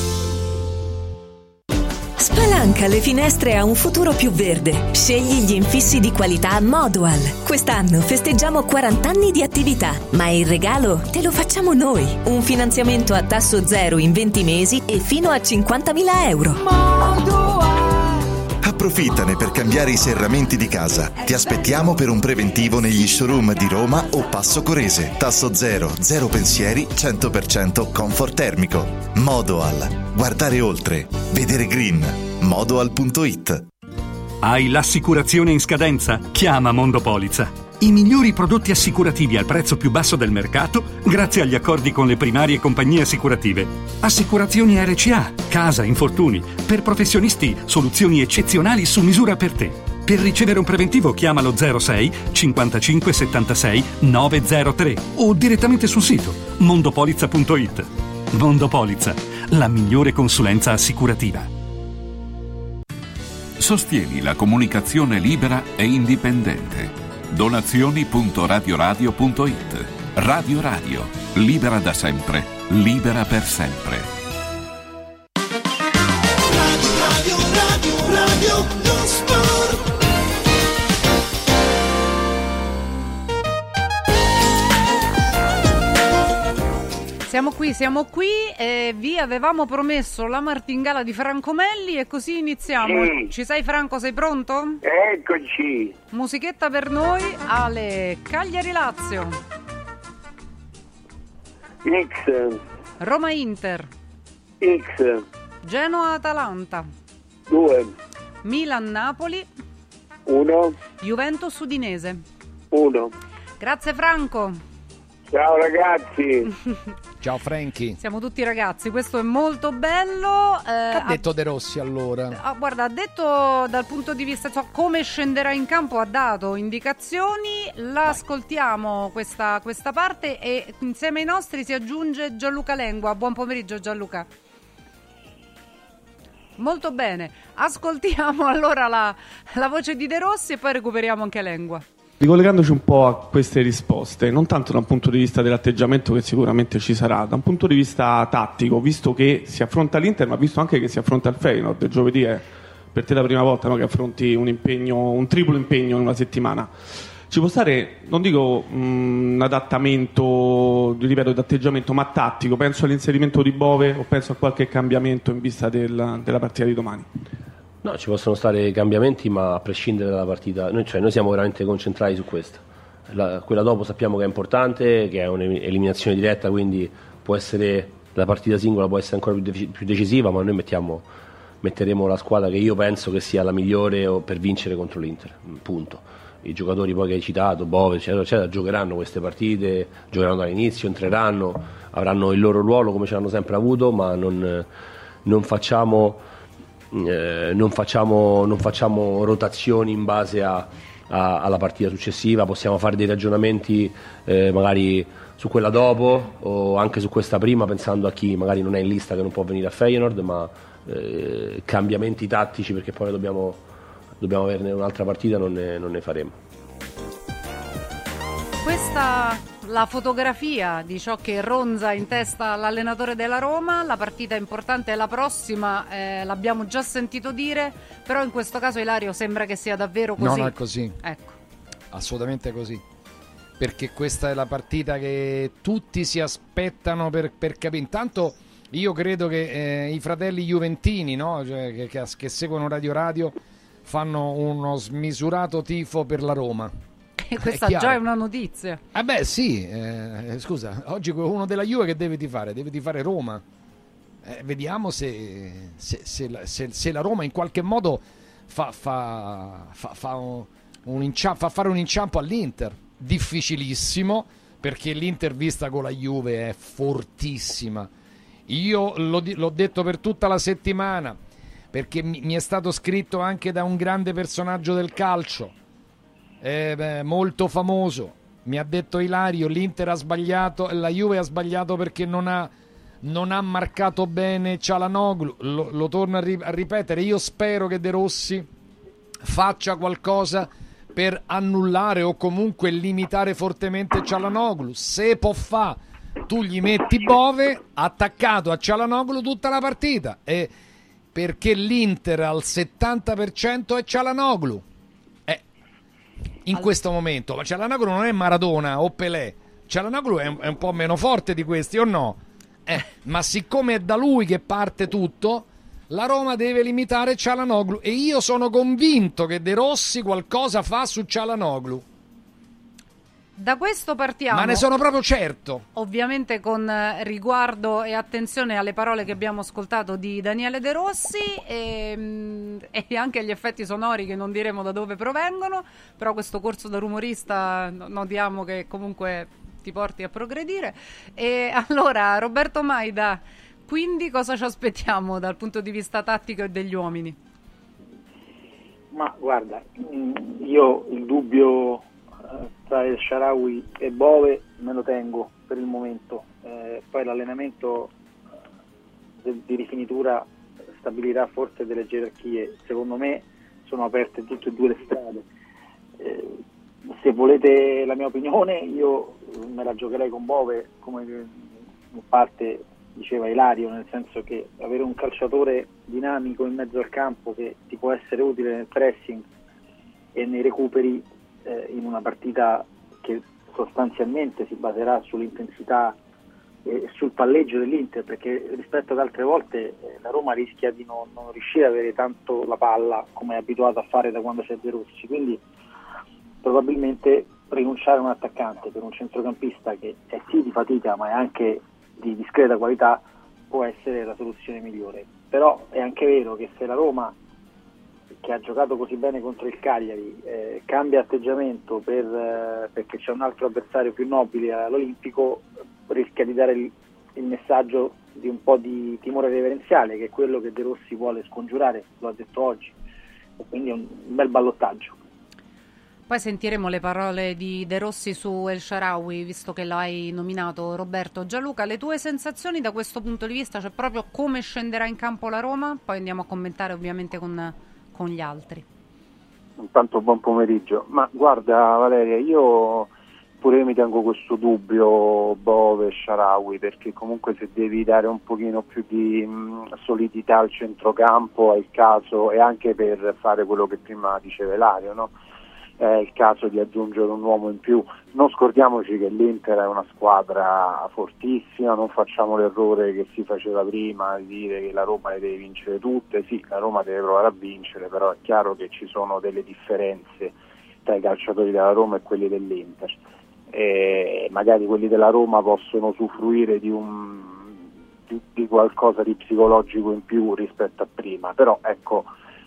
Spalanca le finestre a un futuro più verde. Scegli gli infissi di qualità Modual. Quest'anno festeggiamo quaranta anni di attività, ma il regalo te lo facciamo noi. Un finanziamento a tasso zero in venti mesi e fino a cinquantamila euro. Approfittane per cambiare i serramenti di casa. Ti aspettiamo per un preventivo negli showroom di Roma o Passo Corese. Tasso zero, zero pensieri, cento per cento comfort termico. Modoal. Guardare oltre. Vedere green. Modoal punto it. Hai l'assicurazione in scadenza? Chiama Mondopolizza. I migliori prodotti assicurativi al prezzo più basso del mercato grazie agli accordi con le primarie compagnie assicurative. Assicurazioni R C A, casa, infortuni. Per professionisti, soluzioni eccezionali su misura per te. Per ricevere un preventivo chiamalo zero sei cinquantacinque settantasei novecentotre o direttamente sul sito mondopolizza punto it. Mondopolizza, la migliore consulenza assicurativa. Sostieni la comunicazione libera e indipendente. Donazioni punto radioradio punto it. Radio Radio, libera da sempre, libera per sempre. Radio, radio, radio, radio, lo sport. Siamo qui, siamo qui e vi avevamo promesso la martingala di Franco Melli e così iniziamo. Sì. Ci sei Franco, sei pronto? Eccoci. Musichetta per noi alle Cagliari Lazio. X. Roma Inter. X. Genoa Atalanta. due. Milan Napoli. uno. Juventus Udinese. uno. Grazie Franco. Ciao ragazzi. Ciao Franchi. Siamo tutti ragazzi, questo è molto bello. Eh, Che ha ha detto De Rossi allora? Ah, guarda, ha detto dal punto di vista, so, come scenderà in campo, ha dato indicazioni, la ascoltiamo questa, questa parte e insieme ai nostri si aggiunge Gianluca Lengua. Buon pomeriggio Gianluca. Molto bene, ascoltiamo allora la, la voce di De Rossi e poi recuperiamo anche Lengua. Ricollegandoci un po' a queste risposte, non tanto da un punto di vista dell'atteggiamento che sicuramente ci sarà, da un punto di vista tattico, visto che si affronta l'Inter, ma visto anche che si affronta il Feyenoord, giovedì è per te la prima volta, no, che affronti un impegno, un triplo impegno in una settimana. Ci può stare, non dico mh, un adattamento, ripeto, d'atteggiamento, ma tattico, penso all'inserimento di Bove o penso a qualche cambiamento in vista del, della partita di domani? No, ci possono stare cambiamenti, ma a prescindere dalla partita, noi, cioè, noi siamo veramente concentrati su questa. La, quella dopo sappiamo che è importante, che è un'eliminazione diretta, quindi può essere, la partita singola può essere ancora più, de- più decisiva, ma noi mettiamo, metteremo la squadra che io penso che sia la migliore per vincere contro l'Inter, punto. I giocatori poi che hai citato, Bove, eccetera, eccetera, giocheranno queste partite, giocheranno dall'inizio, entreranno, avranno il loro ruolo come ce l'hanno sempre avuto, ma non, non facciamo... Eh, non, facciamo, non facciamo rotazioni in base a, a, alla partita successiva, possiamo fare dei ragionamenti eh, magari su quella dopo o anche su questa prima, pensando a chi magari non è in lista, che non può venire a Feyenoord, ma eh, cambiamenti tattici, perché poi dobbiamo, dobbiamo averne un'altra partita, non ne, non ne faremo. Questa la fotografia di ciò che ronza in testa all'allenatore della Roma. La partita importante è la prossima, eh, l'abbiamo già sentito dire, però in questo caso Ilario sembra che sia davvero così. No, no, è così. Ecco. Assolutamente così. Perché questa è la partita che tutti si aspettano per, per capire. Intanto io credo che eh, i fratelli juventini, no? Cioè, che, che, che seguono Radio Radio, fanno uno smisurato tifo per la Roma. E questa già è una notizia. Eh beh sì, eh, scusa, oggi uno della Juve che deve tifare? Deve tifare Roma. Eh, vediamo se, se, se, la, se, se la Roma in qualche modo fa, fa, fa, fa, un, un inciampo, fa fare un inciampo all'Inter. Difficilissimo, perché l'Inter vista con la Juve è fortissima. Io l'ho, l'ho detto per tutta la settimana, perché mi, mi è stato scritto anche da un grande personaggio del calcio, Eh, beh, molto famoso. Mi ha detto Ilario, l'Inter ha sbagliato, la Juve ha sbagliato perché non ha, non ha marcato bene Çalhanoğlu. Lo, lo torno a, ri, a ripetere. Io spero che De Rossi faccia qualcosa per annullare o comunque limitare fortemente Çalhanoğlu. Se può fa, tu gli metti Bove attaccato a Çalhanoğlu tutta la partita, e perché l'Inter al settanta per cento è Çalhanoğlu in questo momento. Ma Çalhanoğlu non è Maradona o Pelé, Çalhanoğlu è un, è un po' meno forte di questi, o no? Eh, ma siccome è da lui che parte tutto, la Roma deve limitare Çalhanoğlu, e io sono convinto che De Rossi qualcosa fa su Çalhanoğlu. Da questo partiamo. Ma ne sono proprio certo. Ovviamente con riguardo e attenzione alle parole che abbiamo ascoltato di Daniele De Rossi e, e anche agli effetti sonori che non diremo da dove provengono, però questo corso da rumorista notiamo che comunque ti porti a progredire. E allora Roberto Maida, quindi cosa ci aspettiamo dal punto di vista tattico e degli uomini? Ma guarda, io il dubbio tra El Shaarawy e Bove me lo tengo per il momento, eh, poi l'allenamento de- di rifinitura stabilirà forse delle gerarchie. Secondo me sono aperte tutte e due le strade. Eh, se volete la mia opinione, io me la giocherei con Bove, come in parte diceva Ilario, nel senso che avere un calciatore dinamico in mezzo al campo che ti può essere utile nel pressing e nei recuperi eh, in una partita che sostanzialmente si baserà sull'intensità e sul palleggio dell'Inter, perché rispetto ad altre volte eh, la Roma rischia di non, non riuscire ad avere tanto la palla come è abituato a fare da quando c'è De Rossi, quindi probabilmente rinunciare a un attaccante per un centrocampista che è sì di fatica ma è anche di discreta qualità può essere la soluzione migliore. Però è anche vero che se la Roma, che ha giocato così bene contro il Cagliari, eh, cambia atteggiamento per, eh, perché c'è un altro avversario più nobile all'Olimpico, rischia di dare il, il messaggio di un po' di timore reverenziale, che è quello che De Rossi vuole scongiurare, lo ha detto oggi, e quindi è un bel ballottaggio. Poi sentiremo le parole di De Rossi su El Shaarawy, visto che l'hai nominato, Roberto. Gianluca, le tue sensazioni da questo punto di vista, cioè proprio come scenderà in campo la Roma? Poi andiamo a commentare ovviamente con, con gli altri. Intanto buon pomeriggio. Ma guarda Valeria, io pure mi tengo questo dubbio Bove e Shaarawy, perché comunque se devi dare un pochino più di mh, solidità al centrocampo è il caso, e anche per fare quello che prima diceva Ilario, no? È il caso di aggiungere un uomo in più. Non scordiamoci che l'Inter è una squadra fortissima, non facciamo l'errore che si faceva prima di dire che la Roma le deve vincere tutte. Sì, la Roma deve provare a vincere, però è chiaro che ci sono delle differenze tra i calciatori della Roma e quelli dell'Inter, e magari quelli della Roma possono usufruire di un di, di qualcosa di psicologico in più rispetto a prima, però ecco,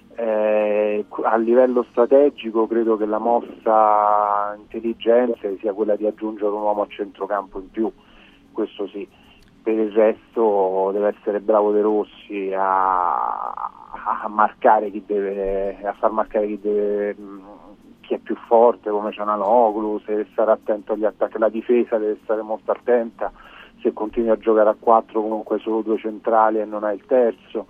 Eh, a livello strategico credo che la mossa intelligente sia quella di aggiungere un uomo a centrocampo in più, questo sì. Per il resto deve essere bravo De Rossi a, a marcare chi deve, a far marcare chi deve, chi è più forte, come Çalhanoğlu, se deve stare attento agli attacchi, la difesa deve stare molto attenta, se continui a giocare a quattro comunque solo due centrali e non hai il terzo.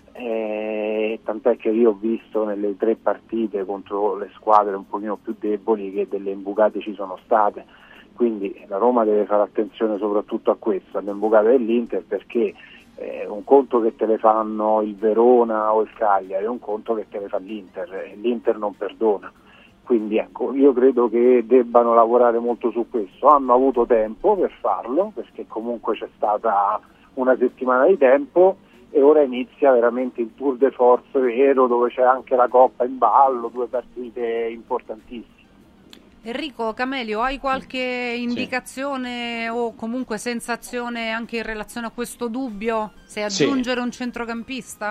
Eh, tant'è che io ho visto nelle tre partite contro le squadre un pochino più deboli che delle imbucate ci sono state, quindi la Roma deve fare attenzione soprattutto a questo, alle imbucate dell'Inter, perché eh, un conto che te le fanno il Verona o il Cagliari è un conto che te le fa l'Inter, e l'Inter non perdona, quindi ecco, io credo che debbano lavorare molto su questo. Hanno avuto tempo per farlo, perché comunque c'è stata una settimana di tempo, e ora inizia veramente il tour de force vero, dove c'è anche la Coppa in ballo, due partite importantissime. Enrico, Camelio, hai qualche indicazione sì. o comunque sensazione anche in relazione a questo dubbio, se aggiungere sì. un centrocampista?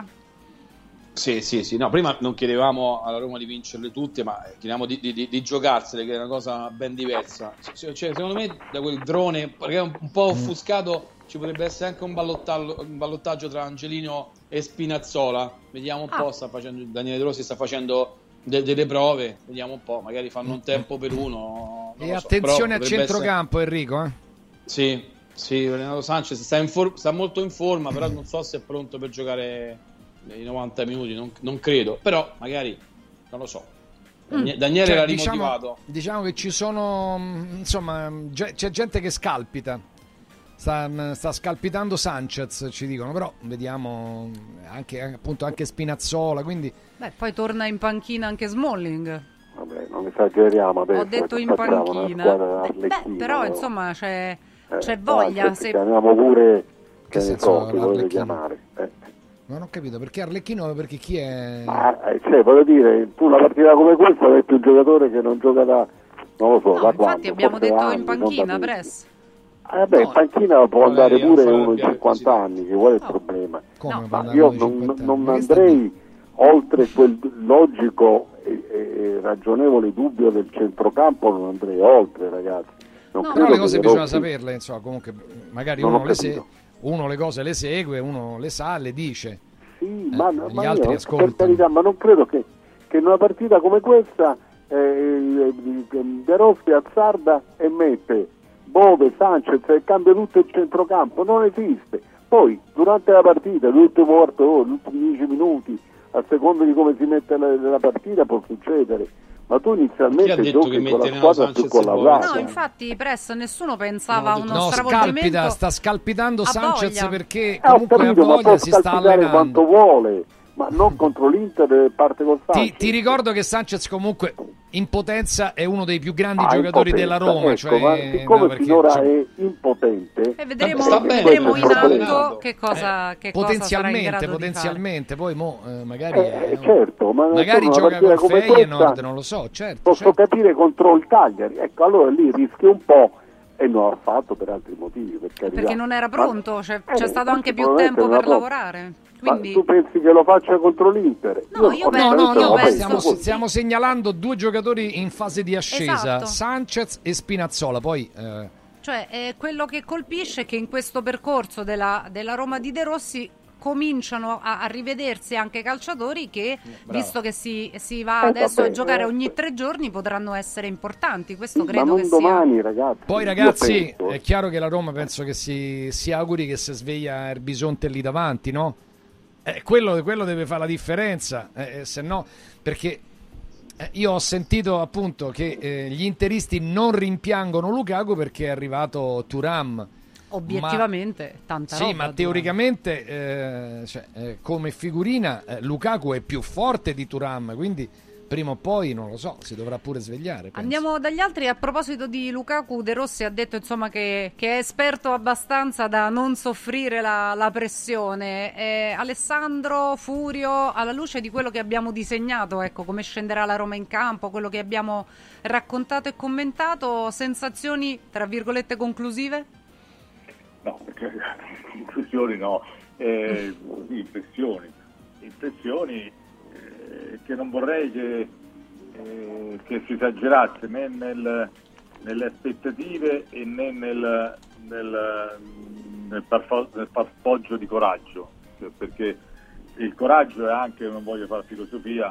Sì, sì, sì, no, prima non chiedevamo alla Roma di vincerle tutte, ma chiediamo di, di, di giocarsele, che è una cosa ben diversa. Cioè, secondo me da quel drone, perché è un, un po' offuscato, ci potrebbe essere anche un, un ballottaggio tra Angelino e Spinazzola. Vediamo un ah. po', sta facendo Daniele De Rossi sta facendo de- delle prove, vediamo un po', magari fanno un tempo per uno. E attenzione a centrocampo, essere... Enrico, eh? Sì, sì, Renato Sanchez sta, in for- sta molto in forma, però non so se è pronto per giocare i novanta minuti, non, non credo, però magari non lo so. Daniele mm. cioè, era diciamo, rimotivato. Diciamo che ci sono, insomma, c'è gente che scalpita. Sta, sta scalpitando Sanchez, ci dicono, però vediamo anche, appunto, anche Spinazzola, quindi... Beh, poi torna in panchina anche Smalling. Vabbè, non esageriamo adesso. Ho detto in panchina. Beh, però insomma c'è, eh, c'è voglia. Se... Chiamiamo pure che, che senso so, volete chiamare. Eh. Non ho capito, perché Arlecchino, perché chi è... Ma, eh, cioè, voglio dire, tu una partita come questa metti un giocatore che non gioca da... non lo so, no, da infatti quando, abbiamo detto anni, in panchina, Press. Eh beh, no, in panchina può andare pure uno di cinquanta anni, che qual è il no. problema? Come Ma io non, non andrei oltre quel logico e, e ragionevole dubbio del centrocampo, non andrei oltre, ragazzi. Non no, però le cose bisogna Rossi... saperle, insomma, comunque magari uno le, se... uno le cose le segue, uno le sa, le dice. Sì, eh, ma, gli ma altri io, ascoltano. Per carità, ma non credo che, che in una partita come questa eh, De Rossi azzarda e mette Bove, Sanchez e cambia tutto il centrocampo, non esiste. Poi durante la partita, l'ultimo quarto d'ora, gli ultimi dieci minuti, a seconda di come si mette la, la partita può succedere, ma tu inizialmente giochi con la squadra più collaborata. No, infatti Press, nessuno pensava a no, uno no, stravolgimento. Scalpita, sta scalpitando Sanchez voglia. perché Eh, comunque ho capito, ha voglia, ma si può sta scalpitare allenando. quanto vuole, ma non contro l'Inter parte col Sanchez. Ti, ti ricordo che Sanchez comunque in potenza è uno dei più grandi Ah, giocatori impotenza, della Roma, ecco, cioè, ma siccome no, perché, finora cioè, è impotente, E vedremo, sta vedremo bene, in sta bene. atto che cosa, che cosa sarà in potenzialmente, grado potenzialmente, di poi mo, eh, magari, Eh, eh, certo, ma magari insomma, una gioca partita col come Feyenoord, questa non lo so, certo. posso certo. capire contro il Cagliari, ecco, allora lì rischia un po' e non l'ha fatto per altri motivi, per carità. perché non era pronto, c'è, Ma- c'è eh, stato anche più probabilmente tempo non era per pronto. lavorare. Ma Quindi tu pensi che lo faccia contro l'Inter? No, io penso- No, no, onestamente no, non la penso- stiamo, penso così. stiamo segnalando due giocatori in fase di ascesa, Esatto. Sanchez e Spinazzola, poi... eh, Cioè, eh, quello che colpisce è che in questo percorso della, della Roma di De Rossi cominciano a, a rivedersi anche calciatori che, Brava. visto che si, si va Eh, adesso vabbè, a giocare eh. ogni tre giorni, potranno essere importanti. Questo Ma credo non che sia... domani, ragazzi. Poi Io ragazzi, penso- è chiaro che la Roma penso che si, si auguri che si sveglia il Bisonte lì davanti, no? Eh, quello, quello deve fare la differenza, eh, se no, perché eh, io ho sentito appunto che eh, gli interisti non rimpiangono Lukaku perché è arrivato Thuram. Obiettivamente, Ma, tanta sì, roba. ma Thuram. teoricamente eh, cioè, eh, come figurina eh, Lukaku è più forte di Thuram, quindi prima o poi, non lo so, si dovrà pure svegliare. penso. Andiamo dagli altri. A proposito di Lukaku, De Rossi ha detto insomma che, che è esperto abbastanza da non soffrire la, la pressione. Eh, Alessandro, Furio, alla luce di quello che abbiamo disegnato, ecco, come scenderà la Roma in campo, quello che abbiamo raccontato e commentato, sensazioni tra virgolette conclusive? No, perché conclusioni no, eh, impressioni, impressioni eh, che non vorrei che, eh, che si esagerasse né nel, nelle aspettative e né nel, nel, nel, parfo- nel parpoggio di coraggio, cioè, perché il coraggio è anche, non voglio fare filosofia,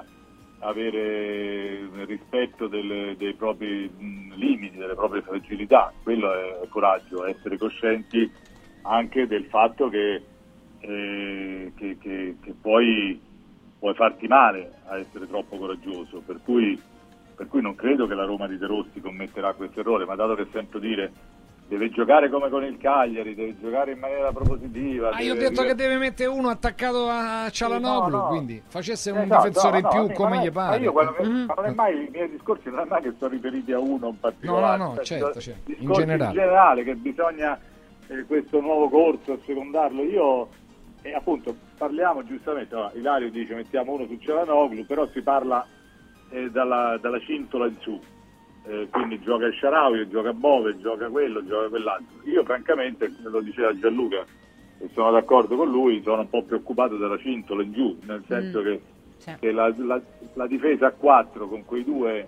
avere rispetto delle, dei propri mh, limiti, delle proprie fragilità, quello è coraggio, essere coscienti anche del fatto che, eh, che, che, che poi puoi farti male a essere troppo coraggioso, per cui, per cui non credo che la Roma di De Rossi commetterà questo errore, ma dato che sento dire deve giocare come con il Cagliari, deve giocare in maniera propositiva. Ah, io ho deve- detto che deve mettere uno attaccato a Cialanoglu, no, no. quindi facesse un Eh, no, difensore no, in più no, come ma gli è- pare. Ma io quello che- Mm. ma non è mai, i miei discorsi non è mai che sono riferiti a uno in No, particolare. no, no, Cioè, certo, sono certo, in discorsi generale. in generale che bisogna eh, questo nuovo corso assecondarlo. Io e appunto parliamo giustamente, allora, Ilario dice mettiamo uno su Cialanoglu, però si parla eh, dalla, dalla cintola in su. Eh, quindi gioca il Shaarawy, gioca Bove, gioca quello, gioca quell'altro. Io francamente, lo diceva Gianluca, e sono d'accordo con lui, sono un po' preoccupato della cintola in giù, nel senso Mm. che, Sì. che la, la, la difesa a quattro con quei due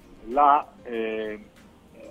là, eh, eh,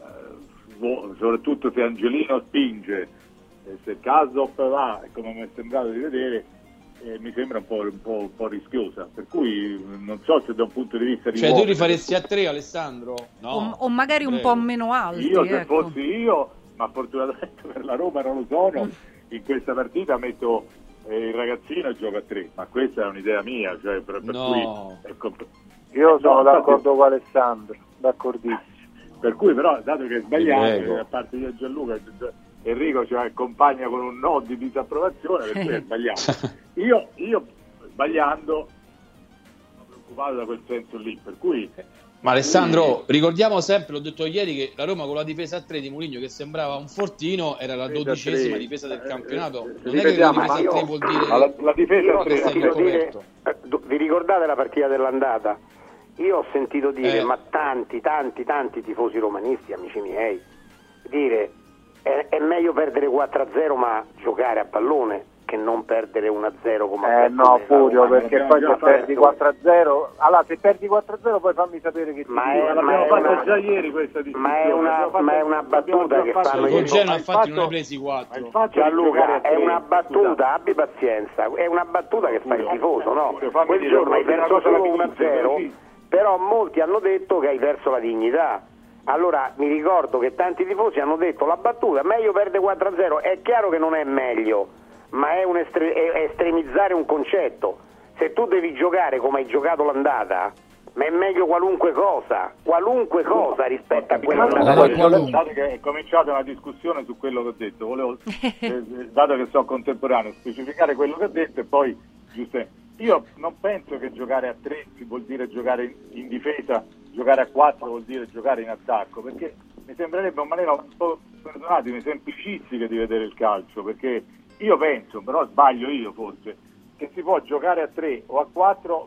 vo- soprattutto se Angelino spinge, eh, se Kasov va, come mi è sembrato di vedere, eh, mi sembra un po', un, po', un po' rischiosa, per cui non so se da un punto di vista di Cioè tu uomini- li faresti a tre, Alessandro? No. O, o magari un Prego. po' meno alti. Io se ecco. fossi io, ma fortunatamente per la Roma non lo sono, in questa partita metto eh, il ragazzino e gioco a tre, ma questa è un'idea mia, cioè per, per No. cui ecco, Io sono no, d'accordo con Alessandro, d'accordissimo. per cui però dato che è sbagliato, Prego. eh, a parte io e Gianluca, Enrico ci accompagna con un no di disapprovazione, per cui è sbagliato. Io, io sbagliando sono preoccupato da quel senso lì, per cui Ma Alessandro, ricordiamo sempre, l'ho detto ieri, che la Roma con la difesa a tre di Mourinho, che sembrava un fortino, era la Difesa a dodicesima tre. difesa del campionato. Eh, eh, Non è che la ripetiamo, difesa a ma tre io- vuol dire la, la difesa Io a tre ho sentito sta dire, incoperto. eh, do- vi ricordate la partita dell'andata? Io ho sentito dire, Eh. ma tanti, tanti, tanti tifosi romanisti, amici miei, dire è, è meglio perdere quattro a zero ma giocare a pallone che non perdere uno a zero come ha Eh perso no, nella Furio, Roma. perché l'abbiamo poi già se fatto. perdi quattro a zero, allora se perdi quattro a zero poi fammi sapere che ti Ma dico. è- l'abbiamo ma è fatta una- già ieri questa discussione. ma è una- l'abbiamo fatta- ma è una l'abbiamo battuta già che fatto fanno Con ieri. ieri. Genoa Ma il infatti non ne hai fatto- presi ma il quattro. fatto di Gianluca, giocare a è tre, una battuta, scusate. abbi pazienza, è una battuta che fa il tifoso, no? Furio, fammi Quel dire, giorno hai una perso cosa solo all'inizio, uno a zero, sì. però molti hanno detto che hai perso la dignità. Allora mi ricordo che tanti tifosi hanno detto la battuta, meglio perdere quattro a zero, è chiaro che non è meglio, ma è, un estre- è estremizzare un concetto. se tu devi giocare come hai giocato l'andata, ma è meglio qualunque cosa, qualunque cosa rispetto a quella andata. Dato che è cominciata una discussione su quello che ho detto, volevo, eh, dato che so contemporaneo, specificare quello che ho detto e poi giusto. Io non penso che giocare a tre vuol dire giocare in, in difesa, giocare a quattro vuol dire giocare in attacco, perché mi sembrerebbe una maniera un po', perdonatemi, semplicistica di vedere il calcio, perché io penso, però sbaglio io forse, che si può giocare a tre o a quattro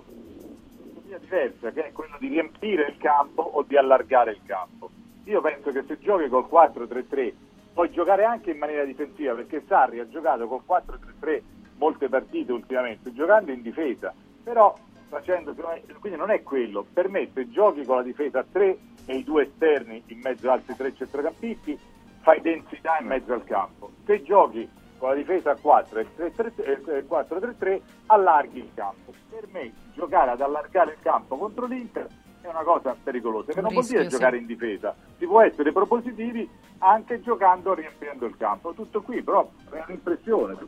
in via diversa, che è quella di riempire il campo o di allargare il campo. Io penso che se giochi col quattro tre tre puoi giocare anche in maniera difensiva, perché Sarri ha giocato col quattro tre tre molte partite ultimamente, giocando in difesa, però facendo, quindi non è quello. Per me se giochi con la difesa a tre e i due esterni in mezzo ad altri tre centrocampisti, fai densità in mezzo al campo. Se giochi con la difesa a quattro e quattro tre tre allarghi il campo. Per me giocare ad allargare il campo contro l'Inter è una cosa pericolosa, che non vuol dire giocare in difesa, si può essere propositivi anche giocando riempiendo il campo, tutto qui, però è un'impressione.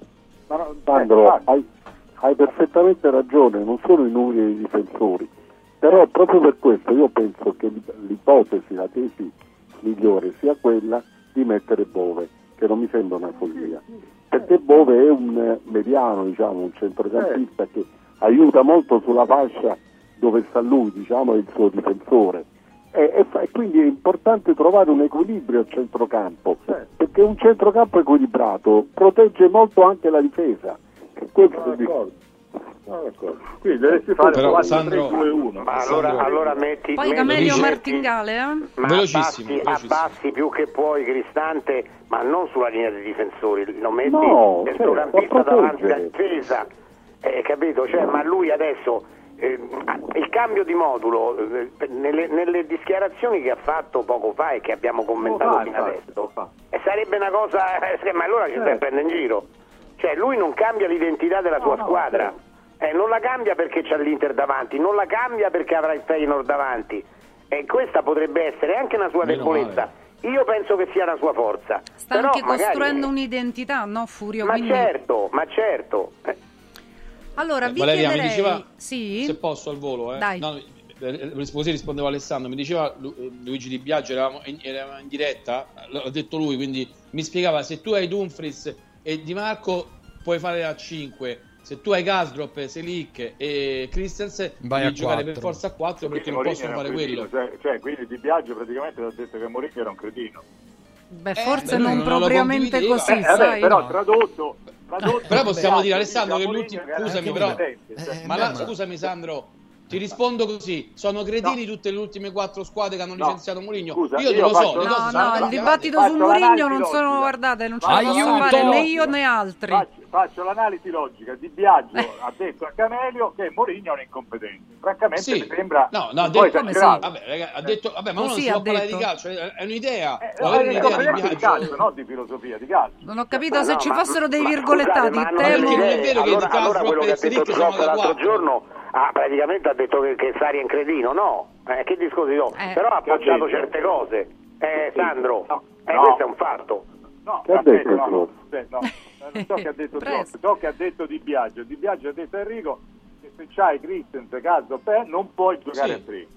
Sandro, hai, hai perfettamente ragione, non sono i numeri dei difensori, però proprio per questo io penso che l'ipotesi, la tesi migliore sia quella di mettere Bove, che non mi sembra una follia, perché Bove è un mediano, diciamo, un centrocampista che aiuta molto sulla fascia dove sta lui, diciamo, è il suo difensore, e, e, e quindi è importante trovare un equilibrio al centrocampo, perché un centrocampo equilibrato protegge molto anche la difesa. Questo no, d'accordo. No, d'accordo. Quindi dovresti fare quattro tre due uno. Ma allora, allora metti poi Camelio Martingale, eh? Ma velocissimo, abbassi, velocissimo. abbassi più che puoi Cristante, ma non sulla linea dei difensori, lo metti no, il centrocampista davanti alla difesa, eh, capito? Cioè, ma lui adesso Eh, il cambio di modulo eh, nelle, nelle dichiarazioni che ha fatto poco fa e che abbiamo commentato fino adesso eh, sarebbe una cosa eh, ma allora ci certo. stai prendendo in giro, cioè lui non cambia l'identità della sua no, squadra no, eh, non la cambia perché c'ha l'Inter davanti, non la cambia perché avrà il Feyenoord davanti, e questa potrebbe essere anche una sua Meno debolezza male. Io penso che sia una sua forza. Sta Però anche costruendo magari... un'identità, no Furio? Ma quindi... certo, ma certo eh. Allora, vi Valeria chiederei... mi diceva, sì? se posso al volo, eh? Dai. No, così rispondeva Alessandro, mi diceva Luigi Di Biagio, eravamo in, eravamo in diretta, l'ha detto lui, quindi mi spiegava: se tu hai Dumfries e Di Marco puoi fare a cinque, se tu hai Karsdorp, Selic e Christensen devi giocare per forza a quattro, perché non possono fare quello. Cioè, cioè, quindi Di Biagio praticamente ha detto che Mourinho era un cretino. Beh, forse eh, beh, non, non propriamente così, eh, sai? Vabbè, però no. tradotto, tradotto però possiamo beh, dire Alessandro che Mourinho l'ultimo, era scusami però eh, ma la, scusami Sandro, ti rispondo così: sono cretini no. tutte le ultime quattro squadre che hanno licenziato no. Mourinho. Scusa, io, io non lo so. No, no, il dibattito su Mourinho non sono, guardate, non ce la posso fare né io né altri. Faccio, faccio l'analisi logica. Di Biagio eh. ha detto a Camelio che Mourinho è un incompetente. Francamente sì. mi sembra no, no, ha detto, sì. vabbè, raga, ha detto vabbè, ma non si può parlare di calcio, è un'idea. Eh, no, è un'idea di, di calcio, non di filosofia di calcio. Non ho capito se ci fossero dei virgolettati, temo. Non è vero che di calcio e Selic sono da l'altro giorno Ah, praticamente ha detto che, che Sarri è un cretino, no? Eh, che discorsi no? Eh. Però ha appoggiato certe cose. Eh, Sandro, no, eh, no. questo è un fatto. No, che aspetta, no, no, no, non so che ha detto Giorgio, so che ha detto Di Biagio. Di Biagio ha detto a Enrico che se c'hai Christensen, Karsdorp, non puoi giocare sì. a tre.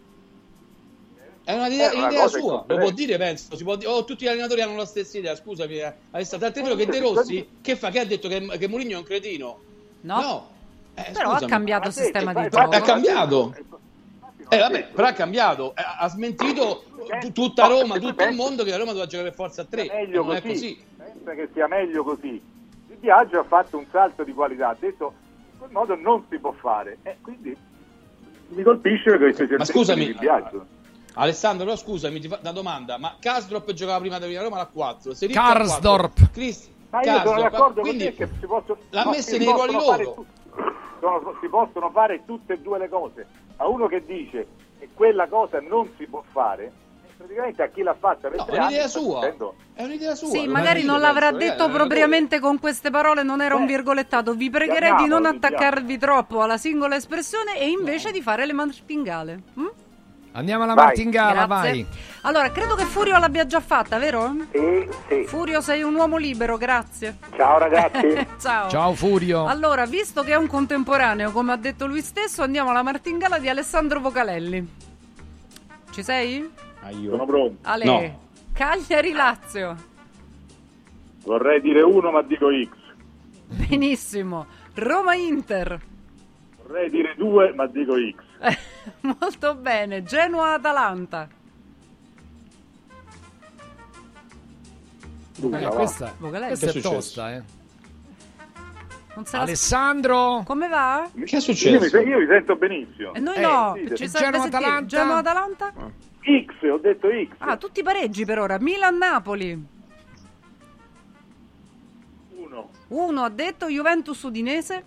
È una idea, è una idea sua, lo può dire, penso. Si può dire, oh, tutti gli allenatori hanno la stessa idea. Scusami, eh. Alessandro, tant'è vero che De Rossi, che fa? Che ha detto che, che Mourinho è un cretino? No. no. Eh, però scusami. ha cambiato il sistema di gioco. Ha cambiato. Eh, vabbè, però ha cambiato. Ha smentito t- tutta Roma, tutto il mondo che la Roma doveva giocare per forza a tre. Meglio non così. è così. Pensa che sia meglio così. Di Biagio ha fatto un salto di qualità. Ha detto in quel modo non si può fare. E eh, quindi mi colpisce queste Ma scusami, di Biagio. Alessandro, no, scusami, ti fa una domanda. Ma Karsdorp giocava prima di Roma alla quattro. Karsdorp. Chris, Ma io sono d'accordo quindi con te che si possono, l'ha no, messa nei ruoli loro. Sono, si possono fare tutte e due le cose. A uno che dice che quella cosa non si può fare, praticamente a chi l'ha fatta per no, tre è un'idea anni, sua. Dicendo... È un'idea sua. Sì, magari non l'avrà penso, detto ragazzi, propriamente con queste parole, non era eh, un virgolettato. Vi pregherei di non attaccarvi troppo alla singola espressione e invece no. di fare le martingale. Hm? Andiamo alla Vai. Martingala, Grazie. vai. Allora, credo che Furio l'abbia già fatta, vero? Sì, sì. Furio, sei un uomo libero, grazie. Ciao ragazzi. Ciao. Ciao Furio. Allora, visto che è un contemporaneo, come ha detto lui stesso, andiamo alla Martingala di Alessandro Vocalelli. Ci sei? Sono pronto. Ale. No. Cagliari Lazio. Vorrei dire uno, ma dico X. Benissimo. Roma Inter. Vorrei dire due, ma dico X. Molto bene. Genoa Atalanta. Eh, questa Vocalelli. questa è Che è successo? tosta, eh. Non se la- Alessandro. Come va? Che è Io successo? mi, io mi sento benissimo. E noi Eh, no. sì, Ci sì. serve Genoa sentire. Atalanta? Genoa Atalanta? X, ho detto X. Ah, tutti pareggi per ora. Milan Napoli. Uno. Uno ha detto. Juventus Udinese.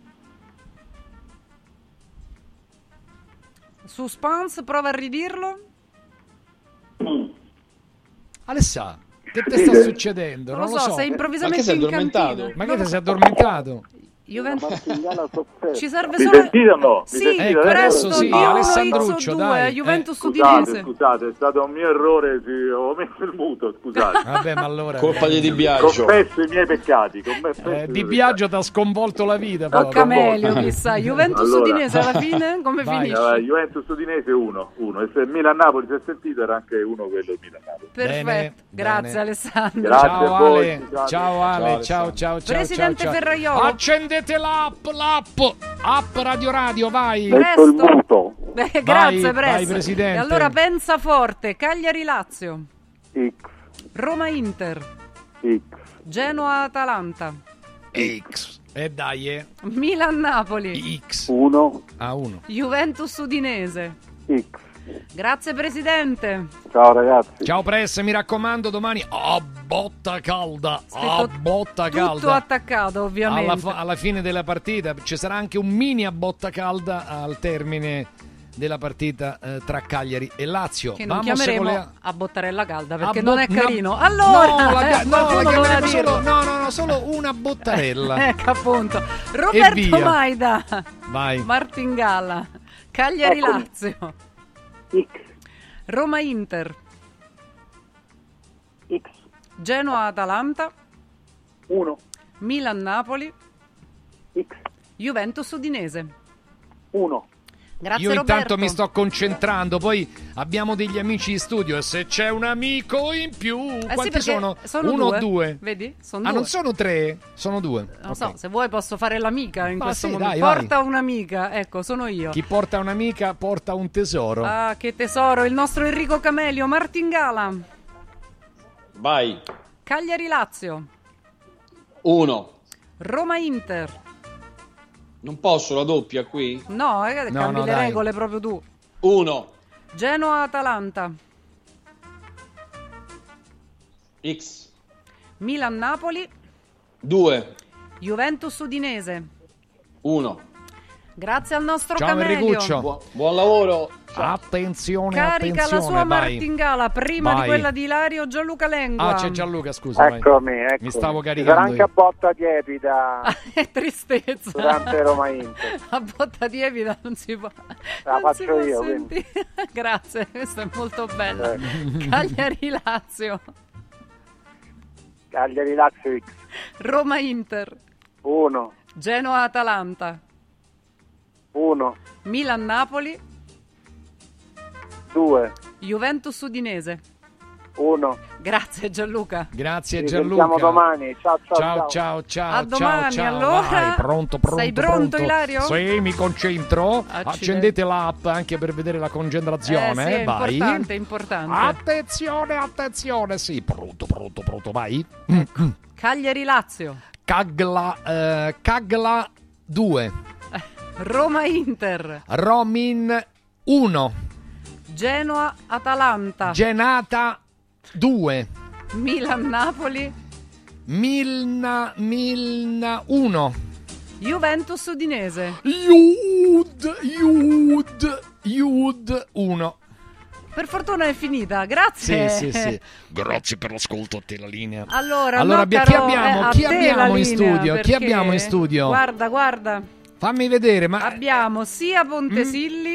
Suspense, prova a ridirlo. Alessà, che te Sì, sta sì. succedendo? Non Non lo lo so, so. sei improvvisamente Ma che sei in addormentato? cantina. Ma Non che lo ti sei so. addormentato? Juventus. Martingala sofferta. Ci serve Mi solo. sentite o no? Mi Sì, sentite Ecco, adesso? presto, sì, di uno Alessandruccio, X due, dai. Juventus Scusate, Udinese. scusate, è stato un mio errore, sì, ho messo il muto, scusate. Vabbè, ma allora Colpa di Di Biagio. Confesso i miei peccati. confesso i eh, miei Di peccati. Biagio ti ha sconvolto la vita Tocca proprio. meglio, chissà. Juventus Allora. Udinese alla fine come Vai. finisce? Eh, Juventus Udinese uno, uno. E se Milan-Napoli si è sentito era anche uno quello Milan-Napoli. Perfetto. Bene, Grazie bene. Alessandro. Grazie Ciao a voi, Ale, scusate. ciao Ale, Ciao, ciao ciao ciao. Presidente ciao, ciao. Ferraiolo. Accendete l'app, l'app, app Radio Radio, vai. Metto il Presto. muto. Beh, Vai, grazie, vai, Presto. Presidente. E allora pensa forte. Cagliari Lazio. X, Roma Inter. X, Genoa Atalanta. X. E dai, eh. Milan Napoli. X. uno, A uno. Juventus Udinese. X. Grazie Presidente. Ciao ragazzi. Ciao Press, mi raccomando domani a botta calda, a Scritto botta Tutto calda. attaccato, ovviamente. Alla, fa- alla fine della partita ci sarà anche un mini a botta calda al termine della partita eh, tra Cagliari e Lazio. Che non Vamos chiameremo con le- a bottarella calda perché a non bo- è carino. no, Allora, no, la, eh, no, qualcuno la doveva chiameremo dirlo. solo, no, no, no, solo una bottarella. Ecco appunto. Roberto via. Maida. Vai. Martingala. Cagliari Eccomi. Lazio. X, Roma Inter. X, Genoa Atalanta. uno, Milan Napoli. X, Juventus Udinese. uno. Grazie Io Roberto. intanto mi sto concentrando, poi abbiamo degli amici in studio e se c'è un amico in più, Eh sì, quanti perché sono? sono Uno due. o due? Vedi? Sono Ah, due. non sono tre, sono due. Non Ok. so, se vuoi posso fare l'amica in Ma questo sì, momento. dai, vai. Porta un'amica, ecco, sono io. Chi porta un'amica porta un tesoro. Ah, che tesoro, il nostro Enrico Camelio, Martingala. Vai. Cagliari Lazio. Uno. Roma Inter. Non posso la doppia qui? No, eh, No, cambi no, le dai. regole proprio tu. Uno. Genoa Atalanta. X. Milan Napoli. Due. Juventus Udinese. Uno. Grazie al nostro Ciao Camelio. Enricuccio. Bu- buon lavoro. Attenzione, Carica attenzione, la sua vai. Martingala prima Vai. di quella di Ilario Gianluca Lengua. Ah, c'è Gianluca, scusa. vai. Eccomi, eccomi. Mi stavo Ci sarà caricando anche a io. botta tiepida Che tristezza. durante Roma Inter. A botta tiepida non si può. La non faccio si può io, sentire. Grazie, questo è molto bello. Eh. Cagliari Lazio. Cagliari Lazio X, Roma Inter. uno, Genoa Atalanta. uno, Milan Napoli. due, Juventus Udinese. uno. Grazie Gianluca. Grazie Ci Gianluca. sentiamo domani. Ciao, ciao, Ciao, ciao. ciao, ciao. A domani, ciao, ciao. allora. Vai, pronto, pronto. Sei pronto, Ilario? Sì, mi concentro. Accidenti. Accendete l'app anche per vedere la concentrazione. Eh, sì, è vai. importante, importante. Attenzione, attenzione. Sì, pronto, pronto, pronto. Vai. Cagliari Lazio. Cagla, eh, Cagla due. Roma Inter. Romin uno. Genoa Atalanta. Genata due. Milan Napoli. Milna, Milna uno. Juventus Udinese. Iud, Iud, Iud uno. Per fortuna è finita, grazie. Sì, sì, sì. Grazie per l'ascolto, a te la linea. Allora, Allora, no, abbia- caro, chi abbiamo? eh, a Chi te abbiamo la in linea, studio? Chi perché- abbiamo in studio? Guarda, guarda. Fammi vedere, ma Abbiamo sia Pontesilli,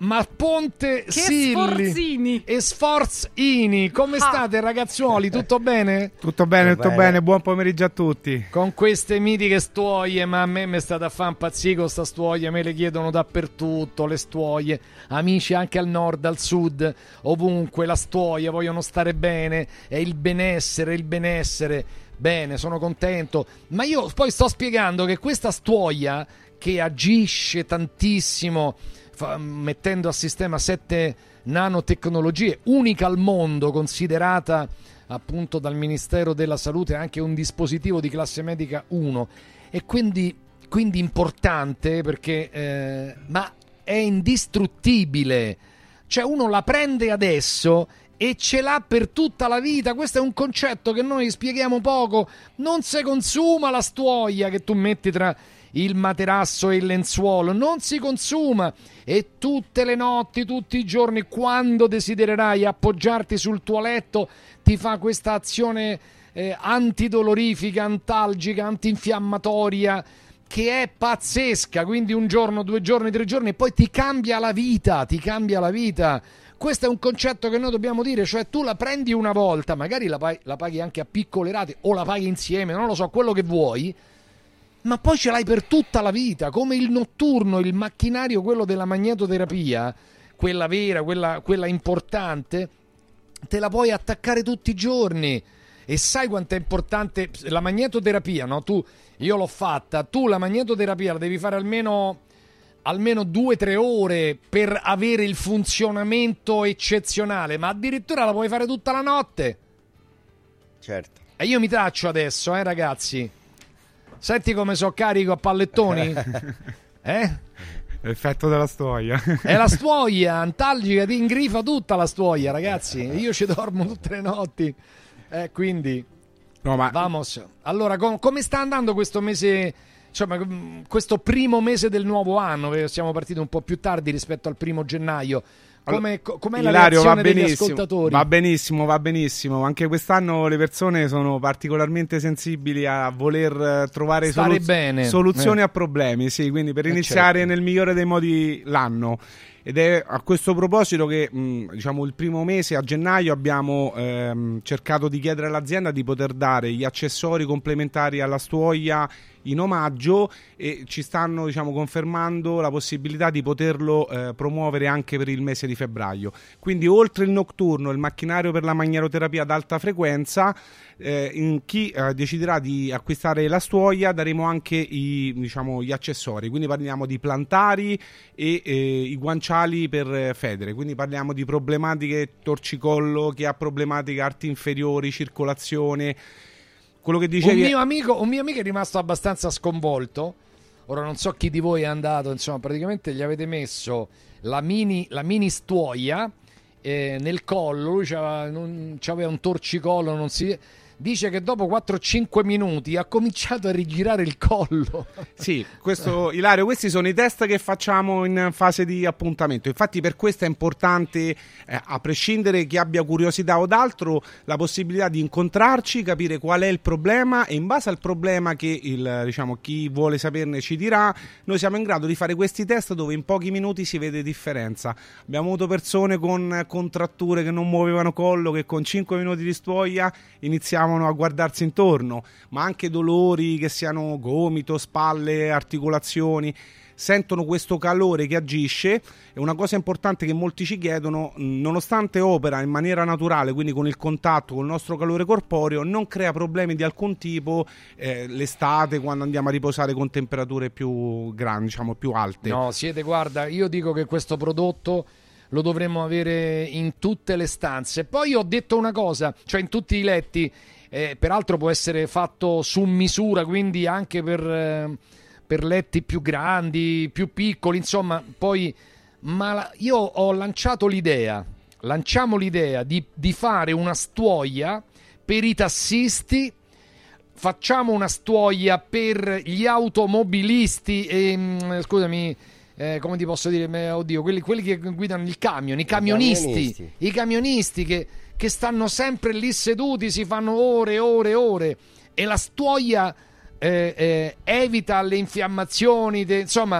ma Ponte che Silli sforzini e Sforzini, come ah. state ragazzuoli? Tutto bene? Tutto bene, tutto bene. bene, buon pomeriggio a tutti. Con queste mitiche stuoie, ma a me mi è stata a fare impazzire con sta stuoia, me le chiedono dappertutto, le stuoie, amici anche al nord, al sud, ovunque la stuoia, vogliono stare bene, è il benessere, il benessere, bene, sono contento, ma io poi sto spiegando che questa stuoia che agisce tantissimo, fa, mettendo a sistema sette nanotecnologie, unica al mondo, considerata appunto dal Ministero della Salute anche un dispositivo di classe medica uno, e quindi, quindi importante perché eh, ma è indistruttibile, cioè uno la prende adesso e ce l'ha per tutta la vita. Questo è un concetto che noi spieghiamo poco. Non si consuma la stuoia che tu metti tra il materasso e il lenzuolo, non si consuma, e tutte le notti, tutti i giorni, quando desidererai appoggiarti sul tuo letto, ti fa questa azione eh, antidolorifica, antalgica, antinfiammatoria, che è pazzesca. Quindi un giorno, due giorni, tre giorni e poi ti cambia la vita, ti cambia la vita. Questo è un concetto che noi dobbiamo dire, cioè tu la prendi una volta, magari la paghi, la paghi anche a piccole rate o la paghi insieme, non lo so, quello che vuoi, ma poi ce l'hai per tutta la vita, come il notturno, il macchinario, quello della magnetoterapia, quella vera, quella, quella importante, te la puoi attaccare tutti i giorni. E sai quanto è importante la magnetoterapia, no? Tu, io l'ho fatta, tu la magnetoterapia la devi fare almeno almeno due o tre ore per avere il funzionamento eccezionale, ma addirittura la puoi fare tutta la notte. Certo. E io mi taccio adesso, eh ragazzi. Senti come so carico a pallettoni? Eh? L'effetto della stuoia. È la stuoia antalgica, ti ingrifa tutta la stuoia, ragazzi. Io ci dormo tutte le notti. Eh, quindi no, ma... vamos. Allora, com- come sta andando questo mese, insomma, questo primo mese del nuovo anno? Siamo partiti un po' più tardi rispetto al primo gennaio. Come, com'è la Ilario, reazione va degli ascoltatori? Va benissimo, va benissimo. Anche quest'anno le persone sono particolarmente sensibili a voler trovare soluz- soluzioni eh. a problemi, sì, quindi per eh iniziare certo. nel migliore dei modi l'anno. Ed è a questo proposito che mh, diciamo il primo mese, a gennaio, abbiamo ehm, cercato di chiedere all'azienda di poter dare gli accessori complementari alla stuoia in omaggio, e ci stanno diciamo confermando la possibilità di poterlo eh, promuovere anche per il mese di febbraio. Quindi oltre il notturno, il macchinario per la magnetoterapia ad alta frequenza, eh, in chi eh, deciderà di acquistare la stuoia daremo anche i, diciamo, gli accessori, quindi parliamo di plantari e eh, i guanciali per eh, federe, quindi parliamo di problematiche torcicollo, chi ha problematiche arti inferiori, circolazione. Quello che dicevi... un, mio amico, un mio amico è rimasto abbastanza sconvolto. Ora non so chi di voi è andato, insomma, praticamente gli avete messo la mini, la mini stuoia eh, nel collo. Lui c'aveva, non, c'aveva un torcicollo, non si... Dice che dopo quattro cinque minuti ha cominciato a rigirare il collo. Sì, questo, Ilario, questi sono i test che facciamo in fase di appuntamento. Infatti per questo è importante, eh, a prescindere chi abbia curiosità o d'altro, la possibilità di incontrarci, capire qual è il problema, e in base al problema che il, diciamo, chi vuole saperne ci dirà, noi siamo in grado di fare questi test dove in pochi minuti si vede differenza. Abbiamo avuto persone con contratture che non muovevano collo, che con cinque minuti di stuoia iniziavano a guardarsi intorno, ma anche dolori che siano gomito, spalle, articolazioni, sentono questo calore che agisce. E una cosa importante che molti ci chiedono, nonostante opera in maniera naturale, quindi con il contatto con il nostro calore corporeo, non crea problemi di alcun tipo eh, l'estate, quando andiamo a riposare con temperature più grandi, diciamo più alte. No, siete, guarda, io dico che questo prodotto lo dovremmo avere in tutte le stanze. Poi ho detto una cosa, cioè in tutti i letti, eh, peraltro può essere fatto su misura, quindi anche per, eh, per letti più grandi, più piccoli, insomma, poi, ma la, io ho lanciato l'idea, lanciamo l'idea di, di fare una stuoia per i tassisti, facciamo una stuoia per gli automobilisti, e, scusami, Eh, come ti posso dire, eh, oddio, quelli, quelli che guidano il camion, i camionisti, I camionisti, i camionisti che, che stanno sempre lì seduti, si fanno ore e ore e ore, e la stuoia eh, eh, evita le infiammazioni, de, insomma,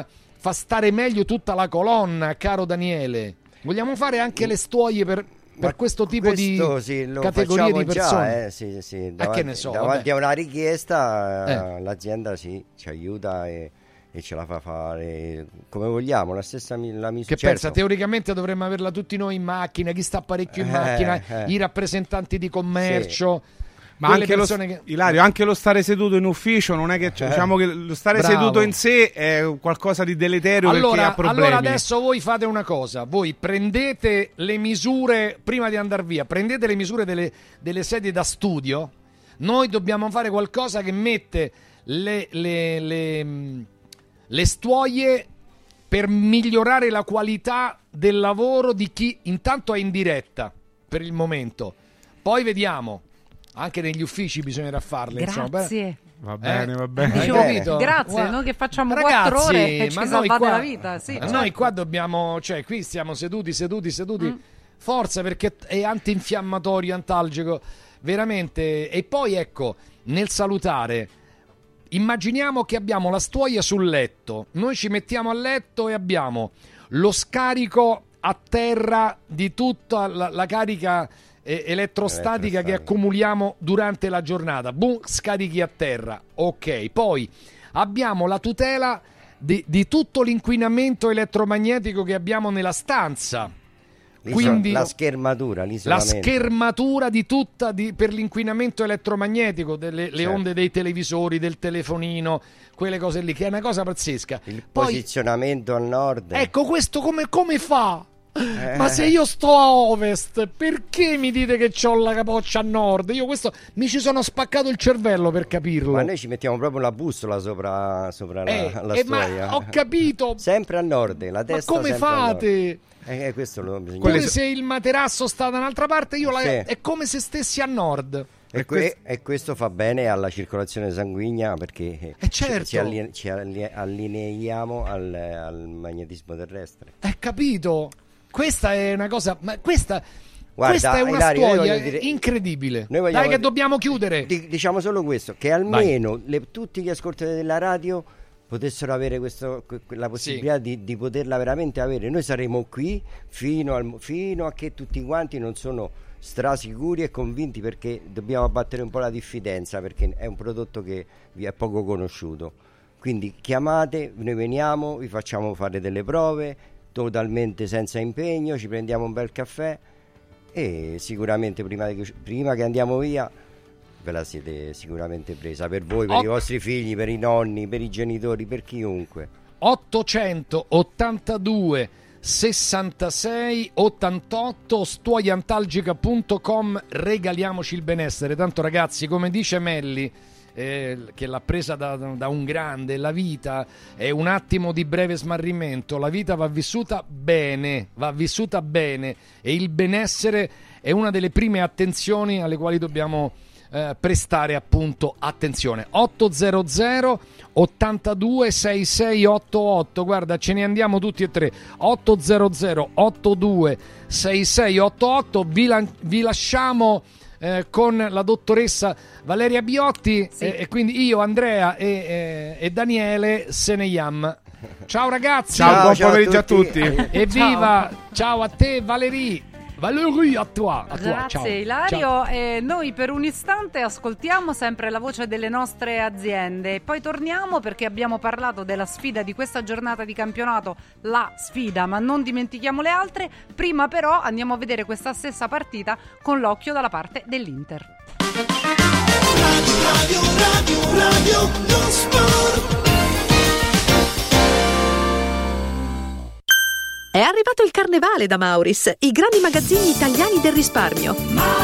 fa stare meglio tutta la colonna, caro Daniele. Vogliamo fare anche le stuoie per, per questo tipo questo, di sì, lo categorie di persone? Già, eh, sì, sì. Davanti, che ne so, davanti a una richiesta eh. l'azienda sì, ci aiuta e, e ce la fa fare come vogliamo, la stessa la misura. Che certo. pensa, teoricamente dovremmo averla tutti noi in macchina, chi sta parecchio in Eh, macchina, eh. i rappresentanti di commercio. Sì. Ma anche lo, che... Ilario, anche lo stare seduto in ufficio non è che cioè, diciamo che lo stare Bravo. seduto in sé è qualcosa di deleterio allora, perché ha problemi. Allora adesso voi fate una cosa, voi prendete le misure prima di andare via, prendete le misure delle, delle sedie da studio. Noi dobbiamo fare qualcosa che mette le, le, le, le stuoie per migliorare la qualità del lavoro di chi intanto è in diretta per il momento, poi vediamo. Anche negli uffici bisognerà farle. Grazie. Insomma, va bene, eh? va bene. Dicevo, capito? grazie, Guarda, noi che facciamo ragazzi, quattro ore e ci ma salvate qua, la vita. Sì, ma certo. Noi qua dobbiamo, cioè qui stiamo seduti, seduti, seduti. Mm. Forza, perché è antinfiammatorio, antalgico, veramente. E poi ecco, nel salutare, immaginiamo che abbiamo la stuoia sul letto, noi ci mettiamo a letto e abbiamo lo scarico a terra di tutta la, la carica eh, elettrostatica che accumuliamo durante la giornata. Boom, scarichi a terra. Ok, poi abbiamo la tutela di, di tutto l'inquinamento elettromagnetico che abbiamo nella stanza. Quindi la schermatura, la schermatura di tutta di, per l'inquinamento elettromagnetico delle le certo. onde dei televisori, del telefonino, quelle cose lì, che è una cosa pazzesca. Il Poi, posizionamento al nord. Ecco, questo come, come fa? Eh. Ma se io sto a ovest, perché mi dite che c'ho la capoccia a nord? Io questo mi ci sono spaccato il cervello per capirlo. Ma noi ci mettiamo proprio la bussola sopra, sopra eh, la, la eh, stuoia. Ma ho capito. Sempre a nord, la testa. Ma come fate? Eh, questo lo bisogna come dire. se il materasso sta da un'altra parte, io la... Sì. è come se stessi a nord. E, que- e questo fa bene alla circolazione sanguigna perché eh certo. ci, alline- ci alline- allineiamo al, al magnetismo terrestre. Hai capito? Questa è una cosa, ma questa, Guarda, questa è una Ilario, storia dire, incredibile. Noi vogliamo, Dai che dobbiamo chiudere. D- diciamo solo questo, che almeno le, tutti gli ascoltatori della radio potessero avere questo, la possibilità sì. di, di poterla veramente avere. Noi saremo qui fino, al, fino a che tutti quanti non sono strasicuri e convinti, perché dobbiamo abbattere un po' la diffidenza, perché è un prodotto che vi è poco conosciuto. Quindi chiamate, noi veniamo, vi facciamo fare delle prove totalmente senza impegno, ci prendiamo un bel caffè e sicuramente prima, di, prima che andiamo via ve la siete sicuramente presa per voi, per oh. i vostri figli, per i nonni, per i genitori, per chiunque. ottocentottantadue sessantasei ottantotto stuoiantalgica punto com, regaliamoci il benessere. Tanto ragazzi, come dice Melli, eh, che l'ha presa da, da un grande, la vita è un attimo di breve smarrimento, la vita va vissuta bene, va vissuta bene, e il benessere è una delle prime attenzioni alle quali dobbiamo eh, prestare appunto attenzione. Ottocento ottantadue sessantasei ottantotto, guarda, ce ne andiamo tutti e tre. Ottocento ottantadue sessantasei ottantotto, vi, la, vi lasciamo Eh, con la dottoressa Valeria Biotti, sì. eh, e quindi io, Andrea e, eh, e Daniele se ne iam. Ciao ragazzi, ciao, ciao buon pomeriggio a tutti, a tutti. Evviva, ciao. Ciao a te Valerie. Valerie, a tua, a tua. Grazie ciao. Ilario. Ciao. E noi per un istante ascoltiamo sempre la voce delle nostre aziende, poi torniamo perché abbiamo parlato della sfida di questa giornata di campionato, la sfida, ma non dimentichiamo le altre. Prima però andiamo a vedere questa stessa partita con l'occhio dalla parte dell'Inter. Radio, radio, radio, radio, lo sport. È arrivato il carnevale da Mauris, i grandi magazzini italiani del risparmio.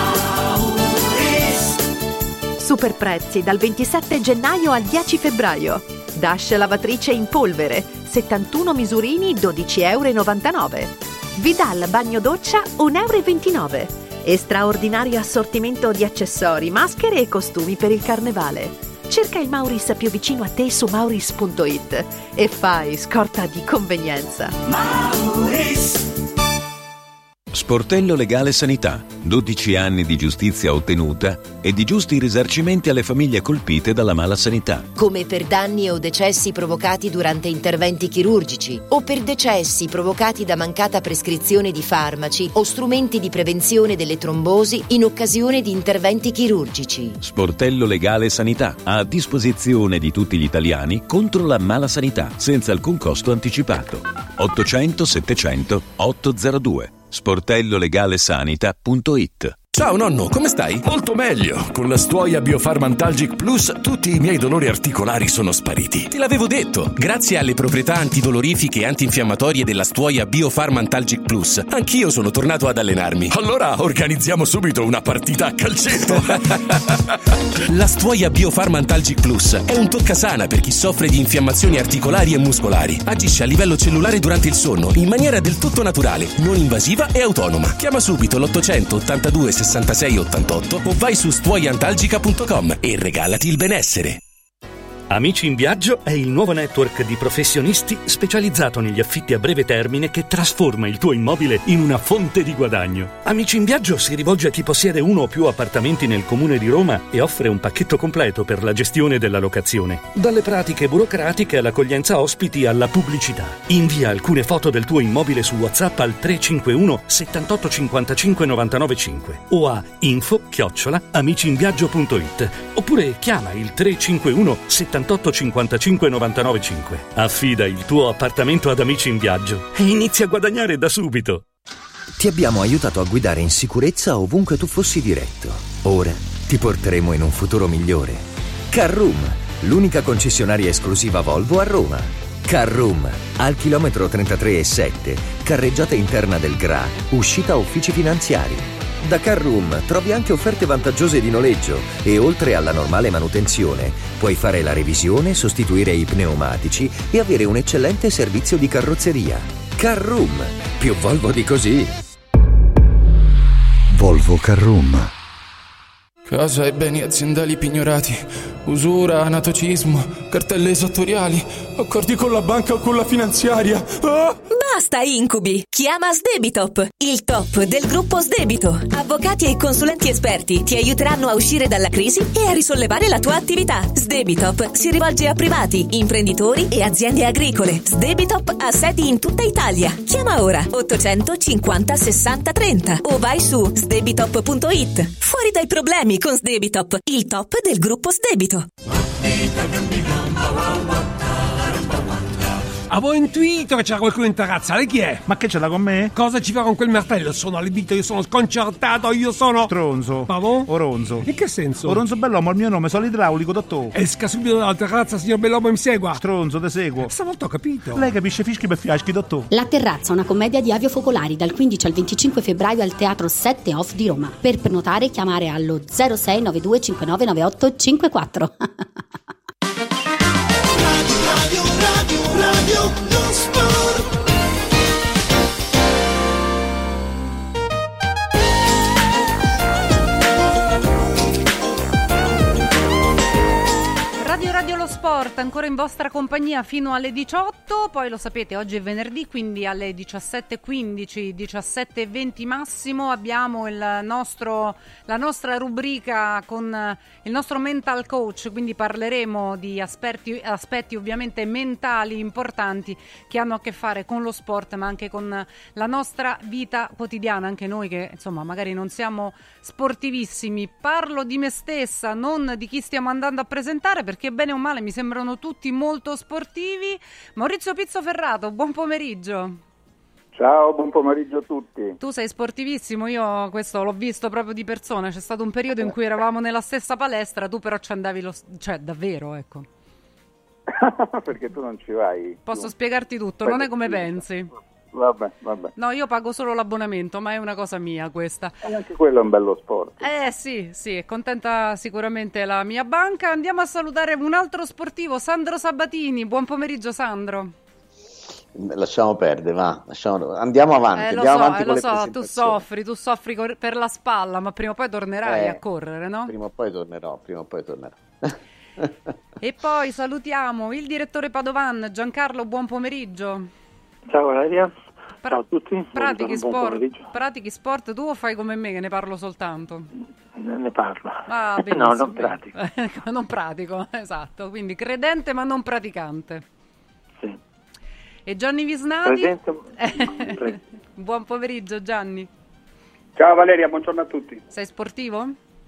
Mauris. Super prezzi dal ventisette gennaio al dieci febbraio. Dash lavatrice in polvere, settantuno misurini, dodici virgola novantanove euro. Vidal bagno doccia, un euro e ventinove. E straordinario assortimento di accessori, maschere e costumi per il carnevale. Cerca il Mauris più vicino a te su mauris punto it e fai scorta di convenienza. Mauris. Sportello Legale Sanità, dodici anni di giustizia ottenuta e di giusti risarcimenti alle famiglie colpite dalla mala sanità. Come per danni o decessi provocati durante interventi chirurgici o per decessi provocati da mancata prescrizione di farmaci o strumenti di prevenzione delle trombosi in occasione di interventi chirurgici. Sportello Legale Sanità, a disposizione di tutti gli italiani contro la mala sanità, senza alcun costo anticipato. ottocento settecento ottocentodue sportellolegalesanita punto it. Ciao nonno, come stai? Molto meglio. Con la Stuoia Biofarmantalgic Plus tutti i miei dolori articolari sono spariti. Te l'avevo detto. Grazie alle proprietà antidolorifiche e antinfiammatorie della Stuoia Biofarmantalgic Plus, anch'io sono tornato ad allenarmi. Allora organizziamo subito una partita a calcetto. La Stuoia Biofarmantalgic Plus è un toccasana per chi soffre di infiammazioni articolari e muscolari. Agisce a livello cellulare durante il sonno in maniera del tutto naturale, non invasiva e autonoma. Chiama subito l'ottocento ottantadue sessantasei ottantotto o vai su stuoiantalgica punto com e regalati il benessere. Amici in Viaggio è il nuovo network di professionisti specializzato negli affitti a breve termine che trasforma il tuo immobile in una fonte di guadagno. Amici in Viaggio si rivolge a chi possiede uno o più appartamenti nel comune di Roma e offre un pacchetto completo per la gestione della locazione. Dalle pratiche burocratiche all'accoglienza ospiti alla pubblicità. Invia alcune foto del tuo immobile su WhatsApp al tre cinque uno settantotto cinquantacinque novantanove cinque o a info chiocciola amicinviaggio punto it oppure chiama il tre cinque uno settantotto cinquantacinque novantanove cinque. Affida il tuo appartamento ad Amici in Viaggio e inizia a guadagnare da subito. Ti abbiamo aiutato a guidare in sicurezza ovunque tu fossi diretto. Ora ti porteremo in un futuro migliore. Carroom, l'unica concessionaria esclusiva Volvo a Roma. Carroom, al chilometro trentatré e sette, carreggiata interna del G R A, uscita uffici finanziari. Da Carroom trovi anche offerte vantaggiose di noleggio e oltre alla normale manutenzione puoi fare la revisione, sostituire i pneumatici e avere un eccellente servizio di carrozzeria. Carroom, più Volvo di così. Volvo Carroom. Casa e beni aziendali pignorati, usura, anatocismo, cartelle esattoriali, accordi con la banca o con la finanziaria. Ah! Basta incubi! Chiama Sdebitop, il top del gruppo Sdebito. Avvocati e consulenti esperti ti aiuteranno a uscire dalla crisi e a risollevare la tua attività. Sdebitop si rivolge a privati, imprenditori e aziende agricole. Sdebitop ha sedi in tutta Italia. Chiama ora ottocento cinquanta sessanta trenta o vai su sdebitop punto it. Fuori dai problemi con Sdebitop, il top del gruppo Sdebito. Avevo intuito che c'era qualcuno in terrazza, lei chi è? Ma che ce l'ha con me? Cosa ci fa con quel martello? Sono allibito, io sono sconcertato, io sono... Tronzo. Pardon? Oronzo. In che senso? Oronzo Bellomo, il mio nome, sono l'idraulico, dottore. Esca subito dalla terrazza, signor Bellomo, mi segua. Tronzo, te seguo. Stavolta ho capito. Lei capisce fischi per fiaschi, dottore. La Terrazza, una commedia di Avio Focolari, dal quindici al venticinque febbraio al Teatro sette Off di Roma. Per prenotare chiamare allo zero sei nove due cinque nove nove otto cinque quattro. Radio, radio, radio, lo sport. Radio Radio Lo Sport, ancora in vostra compagnia fino alle diciotto, poi lo sapete oggi è venerdì, quindi alle diciassette e quindici, diciassette e venti massimo abbiamo il nostro, la nostra rubrica con il nostro mental coach, quindi parleremo di aspetti, aspetti ovviamente mentali importanti che hanno a che fare con lo sport ma anche con la nostra vita quotidiana, anche noi che insomma magari non siamo sportivissimi. Parlo di me stessa, non di chi stiamo andando a presentare, perché bene o male mi sembrano tutti molto sportivi. Maurizio Pizzoferrato, buon pomeriggio. Ciao, buon pomeriggio a tutti. Tu sei sportivissimo, io questo l'ho visto proprio di persona, c'è stato un periodo in cui eravamo nella stessa palestra, tu però ci andavi, lo, cioè davvero, ecco. Perché tu non ci vai. Posso no. spiegarti tutto, non è come pensi. Vabbè, vabbè. No, io pago solo l'abbonamento, ma è una cosa mia questa. E anche quello è un bello sport. Eh sì, sì, è contenta sicuramente la mia banca. Andiamo a salutare un altro sportivo, Sandro Sabatini. Buon pomeriggio, Sandro. Lasciamo perdere, va. Lasciamo... Andiamo avanti. Eh, lo andiamo so, avanti eh, con lo le so, tu soffri, tu soffri cor- per la spalla, ma prima o poi tornerai eh, a correre, no? Prima o poi tornerò, prima o poi tornerò. E poi salutiamo il direttore Padovan, Giancarlo, buon pomeriggio. Ciao Valeria, pra- Ciao a tutti. Pratichi sport, pratichi sport tu o fai come me che ne parlo soltanto? Ne parlo. Ah, no, non pratico. Non pratico, esatto. Quindi credente ma non praticante. Sì. E Gianni Visnati? Presente. Buon pomeriggio Gianni. Ciao Valeria, buongiorno a tutti. Sei sportivo?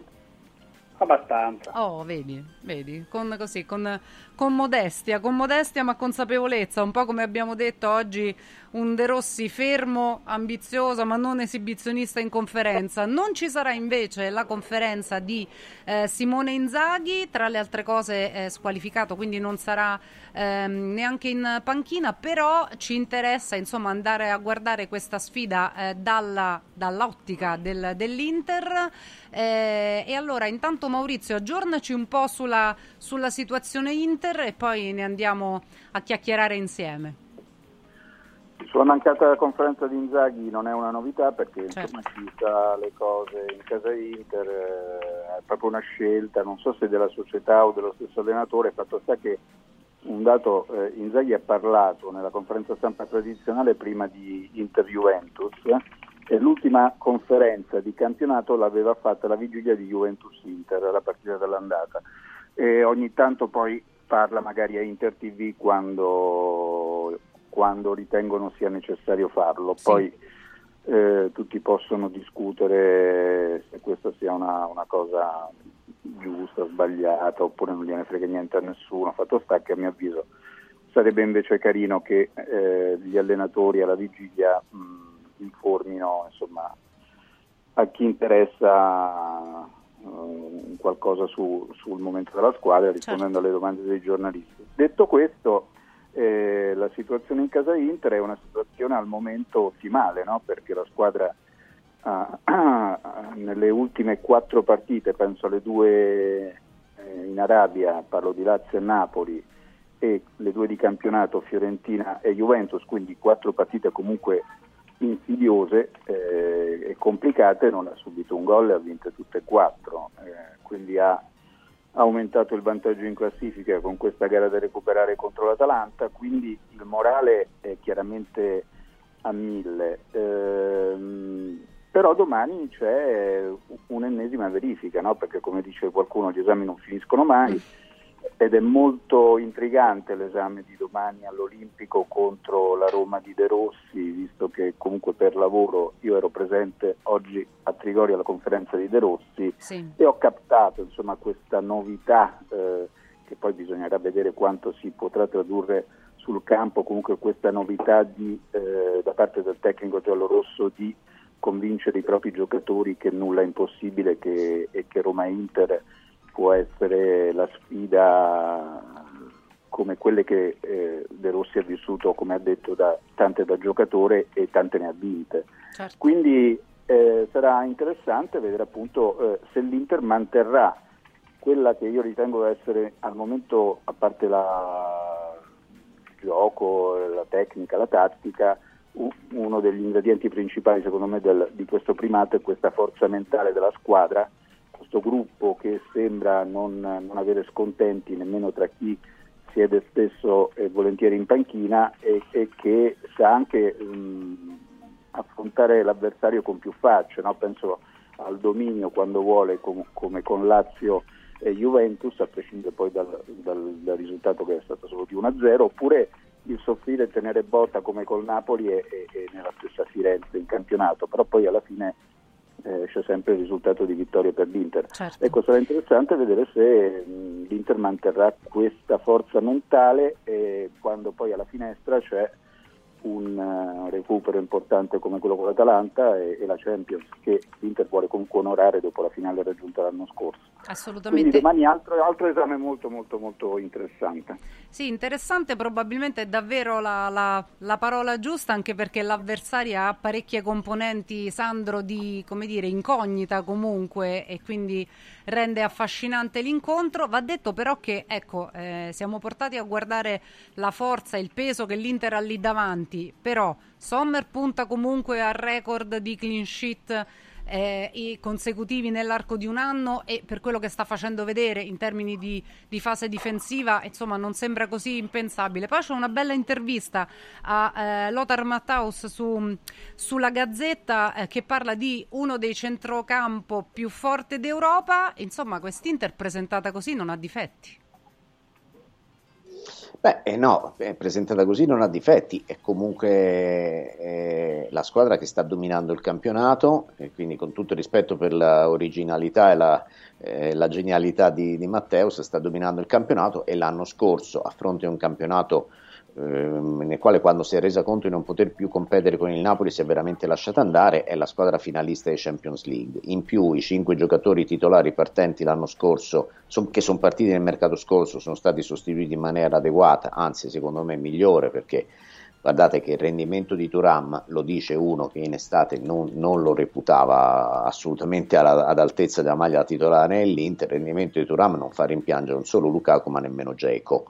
Abbastanza. Oh, vedi, vedi, con così, con, con modestia, con modestia ma consapevolezza, un po' come abbiamo detto oggi, un De Rossi fermo, ambizioso ma non esibizionista in conferenza. Non ci sarà invece la conferenza di eh, Simone Inzaghi, tra le altre cose è squalificato, quindi non sarà ehm, neanche in panchina, però ci interessa insomma andare a guardare questa sfida eh, dalla, dall'ottica del, dell'Inter. Eh, e allora intanto Maurizio aggiornaci un po' sulla, sulla situazione Inter e poi ne andiamo a chiacchierare insieme. Sulla mancata conferenza di Inzaghi non è una novità perché certo. insomma ci sta le cose in casa Inter, eh, è proprio una scelta, non so se della società o dello stesso allenatore, fatto sta che un dato, eh, Inzaghi ha parlato nella conferenza stampa tradizionale prima di Inter-Juventus, eh, e l'ultima conferenza di campionato l'aveva fatta la vigilia di Juventus-Inter, la partita dell'andata, e ogni tanto poi parla magari a Inter T V quando, quando ritengono sia necessario farlo. Sì. Poi eh, tutti possono discutere se questa sia una, una cosa giusta, sbagliata, oppure non gliene frega niente a nessuno. Fatto sta che a mio avviso sarebbe invece carino che eh, gli allenatori alla vigilia mh, informino insomma a chi interessa uh, qualcosa su, sul momento della squadra, rispondendo certo. alle domande dei giornalisti. Detto questo, eh, la situazione in casa Inter è una situazione al momento ottimale, no? Perché la squadra uh, nelle ultime quattro partite, penso alle due eh, in Arabia, parlo di Lazio e Napoli, e le due di campionato Fiorentina e Juventus, quindi quattro partite comunque insidiose eh, e complicate, non ha subito un gol e ha vinto tutte e quattro, eh, quindi ha aumentato il vantaggio in classifica con questa gara da recuperare contro l'Atalanta, quindi il morale è chiaramente a mille, ehm, però domani c'è un'ennesima verifica, no? Perché come dice qualcuno gli esami non finiscono mai, ed è molto intrigante l'esame di domani all'Olimpico contro la Roma di De Rossi, visto che comunque per lavoro io ero presente oggi a Trigoria alla conferenza di De Rossi, sì. E ho captato insomma questa novità eh, che poi bisognerà vedere quanto si potrà tradurre sul campo, comunque questa novità di, eh, da parte del tecnico giallorosso di convincere i propri giocatori che nulla è impossibile che, e che Roma e Inter può essere la sfida come quelle che eh, De Rossi ha vissuto, come ha detto, da tante da giocatore e tante ne ha vinte. Certo. Quindi eh, sarà interessante vedere appunto eh, se l'Inter manterrà quella che io ritengo essere al momento, a parte la il gioco, la tecnica, la tattica, uno degli ingredienti principali secondo me del, di questo primato è questa forza mentale della squadra, questo gruppo che sembra non, non avere scontenti nemmeno tra chi siede spesso e volentieri in panchina e, e che sa anche mh, affrontare l'avversario con più facce, no? Penso al dominio quando vuole, com- come con Lazio e Juventus, a prescindere poi dal, dal, dal risultato che è stato solo di uno a zero, oppure il soffrire e tenere botta come col Napoli e, e, e nella stessa Firenze in campionato, però poi alla fine Eh, c'è sempre il risultato di vittoria per l'Inter. Certo. Ecco, sarà interessante vedere se mh, l'Inter manterrà questa forza mentale e quando poi alla finestra c'è un uh, recupero importante come quello con l'Atalanta e, e la Champions, che l'Inter vuole comunque onorare dopo la finale raggiunta l'anno scorso. Assolutamente. Quindi domani altro, altro esame molto molto molto interessante. Sì, interessante, probabilmente è davvero la, la, la parola giusta, anche perché l'avversaria ha parecchie componenti, Sandro, di, come dire, incognita comunque, e quindi rende affascinante l'incontro. Va detto però che, ecco, eh, siamo portati a guardare la forza e il peso che l'Inter ha lì davanti, però Sommer punta comunque al record di clean sheet eh, i consecutivi nell'arco di un anno, e per quello che sta facendo vedere in termini di, di fase difensiva, insomma, non sembra così impensabile. Poi c'è una bella intervista a eh, Lothar Matthaus su, sulla Gazzetta eh, che parla di uno dei centrocampo più forte d'Europa. Insomma, quest'Inter presentata così non ha difetti. Beh, eh no, è presentata così non ha difetti, è comunque eh, la squadra che sta dominando il campionato, e quindi con tutto il rispetto per la originalità e la, eh, la genialità di, di Matthaus, sta dominando il campionato, e l'anno scorso, a fronte di un campionato eh, nel quale, quando si è resa conto di non poter più competere con il Napoli, si è veramente lasciata andare, è la squadra finalista di Champions League. In più i cinque giocatori titolari partenti l'anno scorso, son, che sono partiti nel mercato scorso, sono stati sostituiti in maniera adeguata, anzi secondo me migliore, perché guardate che il rendimento di Thuram, lo dice uno che in estate non, non lo reputava assolutamente alla, ad altezza della maglia titolare nell'Inter. Il rendimento di Thuram non fa rimpiangere non solo Lukaku ma nemmeno Dzeko.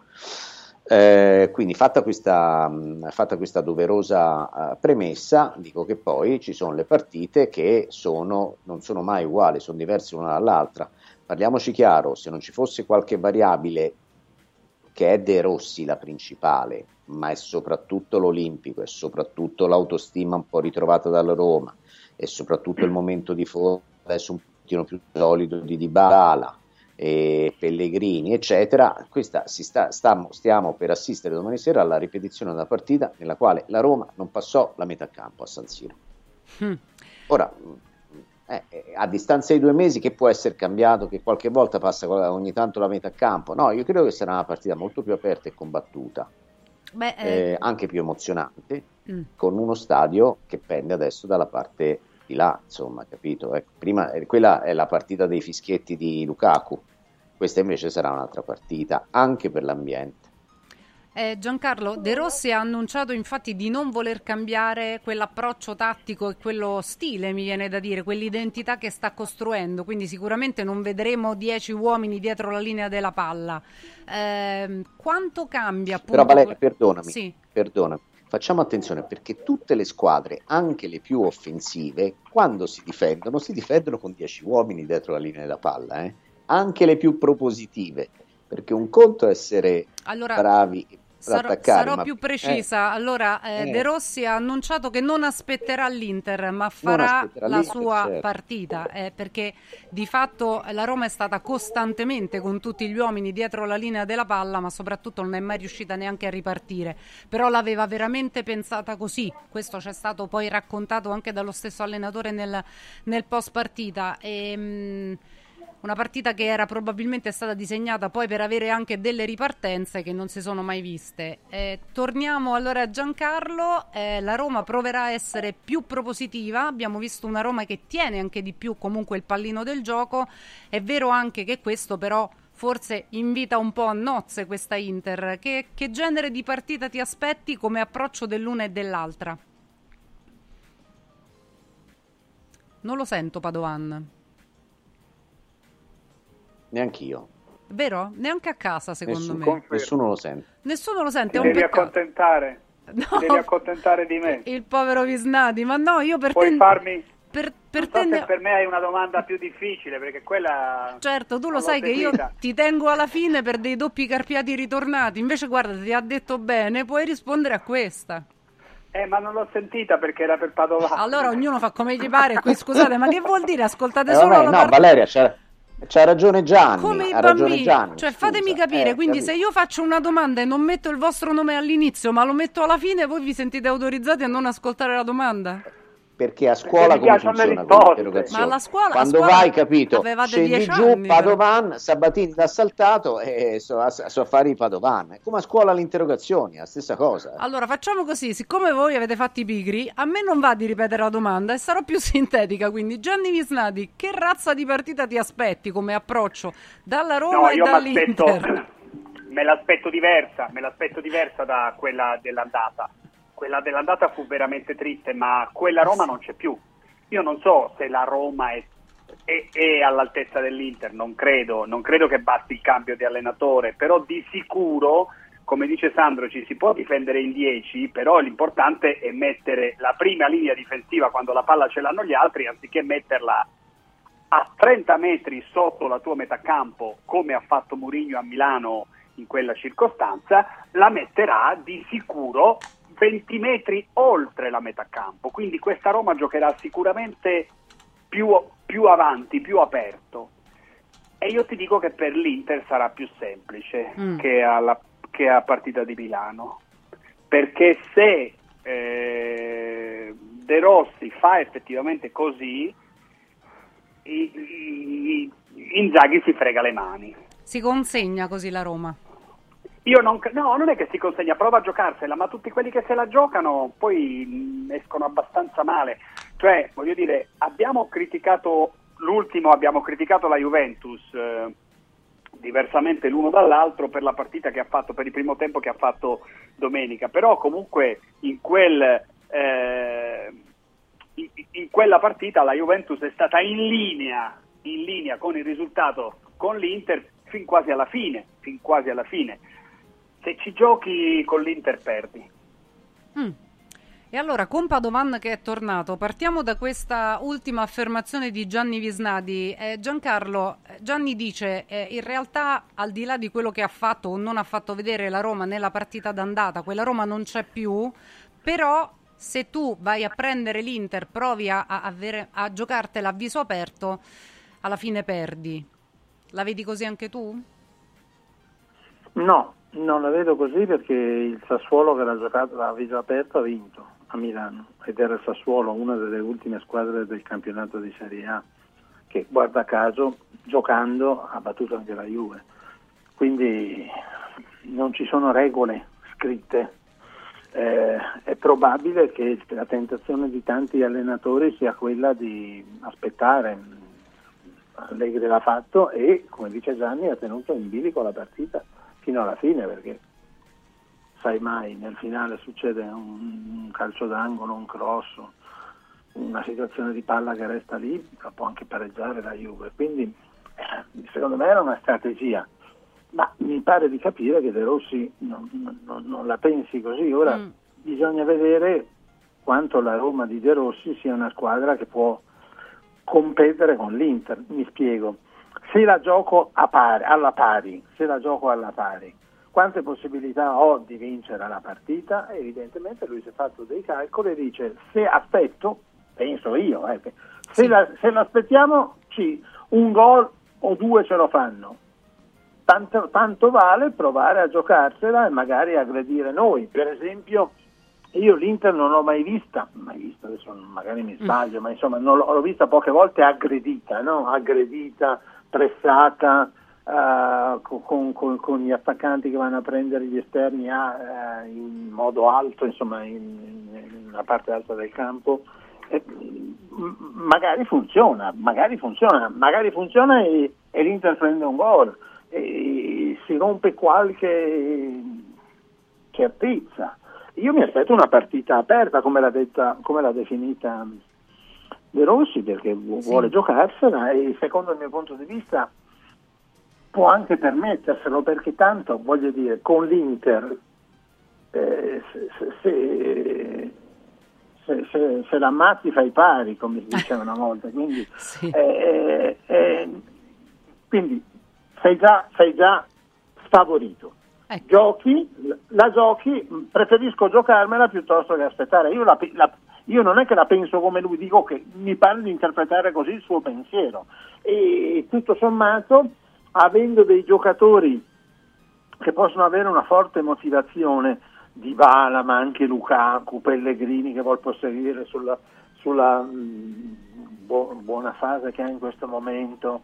Eh, quindi fatta questa, fatta questa doverosa uh, premessa, dico che poi ci sono le partite che sono, non sono mai uguali, sono diverse l'una dall'altra. Parliamoci chiaro, se non ci fosse qualche variabile, che è De Rossi la principale, ma è soprattutto l'Olimpico, è soprattutto l'autostima un po' ritrovata dalla Roma, è soprattutto il momento di forma adesso un pochino più solido di Dybala, e Pellegrini, eccetera. Questa si sta, stiamo, stiamo per assistere domani sera alla ripetizione di una partita nella quale la Roma non passò la metà campo a San Siro. Mm. Ora, eh, a distanza di due mesi, che può essere cambiato, che qualche volta passa ogni tanto la metà campo? No, io credo che sarà una partita molto più aperta e combattuta. Beh, eh... Eh, anche più emozionante, mm. con uno stadio che pende adesso dalla parte di là, insomma, capito? Ecco, prima, eh, quella è la partita dei fischietti di Lukaku. Questa invece sarà un'altra partita, anche per l'ambiente. Eh, Giancarlo, De Rossi ha annunciato infatti di non voler cambiare quell'approccio tattico e quello stile, mi viene da dire, quell'identità che sta costruendo, quindi sicuramente non vedremo dieci uomini dietro la linea della palla. Eh, quanto cambia appunto... Però Valeria, perdonami, sì. perdonami, facciamo attenzione, perché tutte le squadre, anche le più offensive, quando si difendono, si difendono con dieci uomini dietro la linea della palla, eh? Anche le più propositive, perché un conto è essere allora, bravi per sarò, attaccare. Sarò ma, più precisa. Eh, allora, eh, eh. De Rossi ha annunciato che non aspetterà l'Inter, ma farà la l'Inter, sua certo. partita, eh, perché di fatto la Roma è stata costantemente con tutti gli uomini dietro la linea della palla, ma soprattutto non è mai riuscita neanche a ripartire. Però l'aveva veramente pensata così. Questo ci è stato poi raccontato anche dallo stesso allenatore nel, nel post partita. E, mh, una partita che era probabilmente stata disegnata poi per avere anche delle ripartenze che non si sono mai viste. Eh, torniamo allora a Giancarlo. Eh, la Roma proverà a essere più propositiva. Abbiamo visto una Roma che tiene anche di più comunque il pallino del gioco. È vero anche che questo però forse invita un po' a nozze questa Inter. Che, che genere di partita ti aspetti come approccio dell'una e dell'altra? Non lo sento, Padovan. Neanch'io. Vero? Neanche a casa, secondo Nessun, me. Confermo. Nessuno lo sente. Nessuno lo sente, è Ti un devi peccato. accontentare. No. Devi accontentare di me. Il povero Visnadi, ma no, io per Puoi te... farmi... Per, per, non so te... se per me hai una domanda più difficile, perché quella... Certo, tu lo sai che io ti tengo alla fine per dei doppi carpiati ritornati. Invece, guarda, ti ha detto bene, puoi rispondere a questa. Eh, ma non l'ho sentita perché era per Padovani. Allora ognuno fa come gli pare. Qui, scusate, ma che vuol dire? Ascoltate eh, solo vabbè, la no, parte... Valeria, c'era... C'ha ragione Gianni, come i ha bambini, ragione Gianni, cioè scusa. fatemi capire, eh, quindi capito. se io faccio una domanda e non metto il vostro nome all'inizio ma lo metto alla fine, voi vi sentite autorizzati a non ascoltare la domanda? Perché a scuola come funziona ma alla scuola, quando a scuola vai, capito, scendi giù, anni, Padovan, però. Sabatini l'ha saltato e so, so fare i Padovan. È come a scuola le interrogazioni, è la stessa cosa. Allora facciamo così, siccome voi avete fatto i pigri, a me non va di ripetere la domanda e sarò più sintetica, quindi Gianni Visnadi, che razza di partita ti aspetti come approccio dalla Roma no, e io dall'Inter? Me l'aspetto diversa, me l'aspetto diversa da quella dell'andata. Quella dell'andata fu veramente triste, ma quella Roma non c'è più. Io non so se la Roma è, è, è all'altezza dell'Inter, non credo, non credo che basti il cambio di allenatore, però di sicuro come dice Sandro, ci si può difendere in dieci, però l'importante è mettere la prima linea difensiva quando la palla ce l'hanno gli altri, anziché metterla a trenta metri sotto la tua metà campo, come ha fatto Mourinho a Milano in quella circostanza, la metterà di sicuro venti metri oltre la metà campo. Quindi questa Roma giocherà sicuramente più, più avanti, più aperto. E io ti dico che per l'Inter sarà più semplice mm. che, alla, che a partita di Milano, perché se eh, De Rossi fa effettivamente così, I, I, Inzaghi si frega le mani. Si consegna così la Roma? Io non, no, non è che si consegna, prova a giocarsela, ma tutti quelli che se la giocano poi mh, escono abbastanza male. Cioè, voglio dire, abbiamo criticato l'ultimo, abbiamo criticato la Juventus eh, diversamente l'uno dall'altro per la partita che ha fatto, per il primo tempo che ha fatto domenica, però comunque in quel eh, in, in quella partita la Juventus è stata in linea in linea con il risultato con l'Inter fin quasi alla fine, fin quasi alla fine. Se ci giochi con l'Inter perdi. Mm. E allora, con Padovan che è tornato, partiamo da questa ultima affermazione di Gianni Visnadi. Eh, Giancarlo, Gianni dice, eh, in realtà al di là di quello che ha fatto o non ha fatto vedere la Roma nella partita d'andata, quella Roma non c'è più, però se tu vai a prendere l'Inter, provi a, a, avere, a giocartela a viso aperto, alla fine perdi. La vedi così anche tu? No, non la vedo così perché il Sassuolo che l'ha giocato a viso aperto ha vinto a Milano ed era il Sassuolo, una delle ultime squadre del campionato di Serie A, che guarda caso giocando ha battuto anche la Juve. Quindi non ci sono regole scritte. Eh, è probabile che la tentazione di tanti allenatori sia quella di aspettare. Allegri l'ha fatto e, come dice Gianni, ha tenuto in bilico la partita fino alla fine, perché sai mai, nel finale succede un, un calcio d'angolo, un cross, una situazione di palla che resta lì, la può anche pareggiare la Juve. Quindi eh, secondo me era una strategia, ma mi pare di capire che De Rossi non, non, non la pensi così. Ora mm. bisogna vedere quanto la Roma di De Rossi sia una squadra che può competere con l'Inter. Mi spiego: se la gioco a pari, alla pari, se la gioco alla pari, quante possibilità ho di vincere la partita? Evidentemente lui si è fatto dei calcoli e dice: se aspetto, penso io, eh, se, la, se l'aspettiamo, sì, un gol o due ce lo fanno. Tanto, tanto vale provare a giocarsela e magari aggredire noi. Per esempio, io l'Inter non l'ho mai vista, mai vista, adesso magari mi sbaglio, mm. ma insomma non l'ho, l'ho vista poche volte aggredita, no? Aggredita, pressata, uh, con, con, con gli attaccanti che vanno a prendere gli esterni a, uh, in modo alto, insomma in, in una parte alta del campo. E, magari funziona, magari funziona, magari funziona e, e l'Inter prende un gol e si rompe qualche certezza. Io mi aspetto una partita aperta, come l'ha detta, come l'ha definita De Rossi, perché vuole sì. giocarsela e secondo il mio punto di vista può anche permetterselo, perché tanto, voglio dire, con l'Inter eh, se, se, se, se, se l'ammazzi fai pari, come si diceva una volta, quindi, sì. eh, eh, quindi sei già, sei già sfavorito. Ecco. Giochi, la giochi, preferisco giocarmela piuttosto che aspettare. Io, la, la, io non è che la penso come lui, dico che mi pare di interpretare così il suo pensiero. E tutto sommato, avendo dei giocatori che possono avere una forte motivazione, Dybala, ma anche Lukaku, Pellegrini che vuol proseguire sulla, sulla mh, bu- buona fase che ha in questo momento,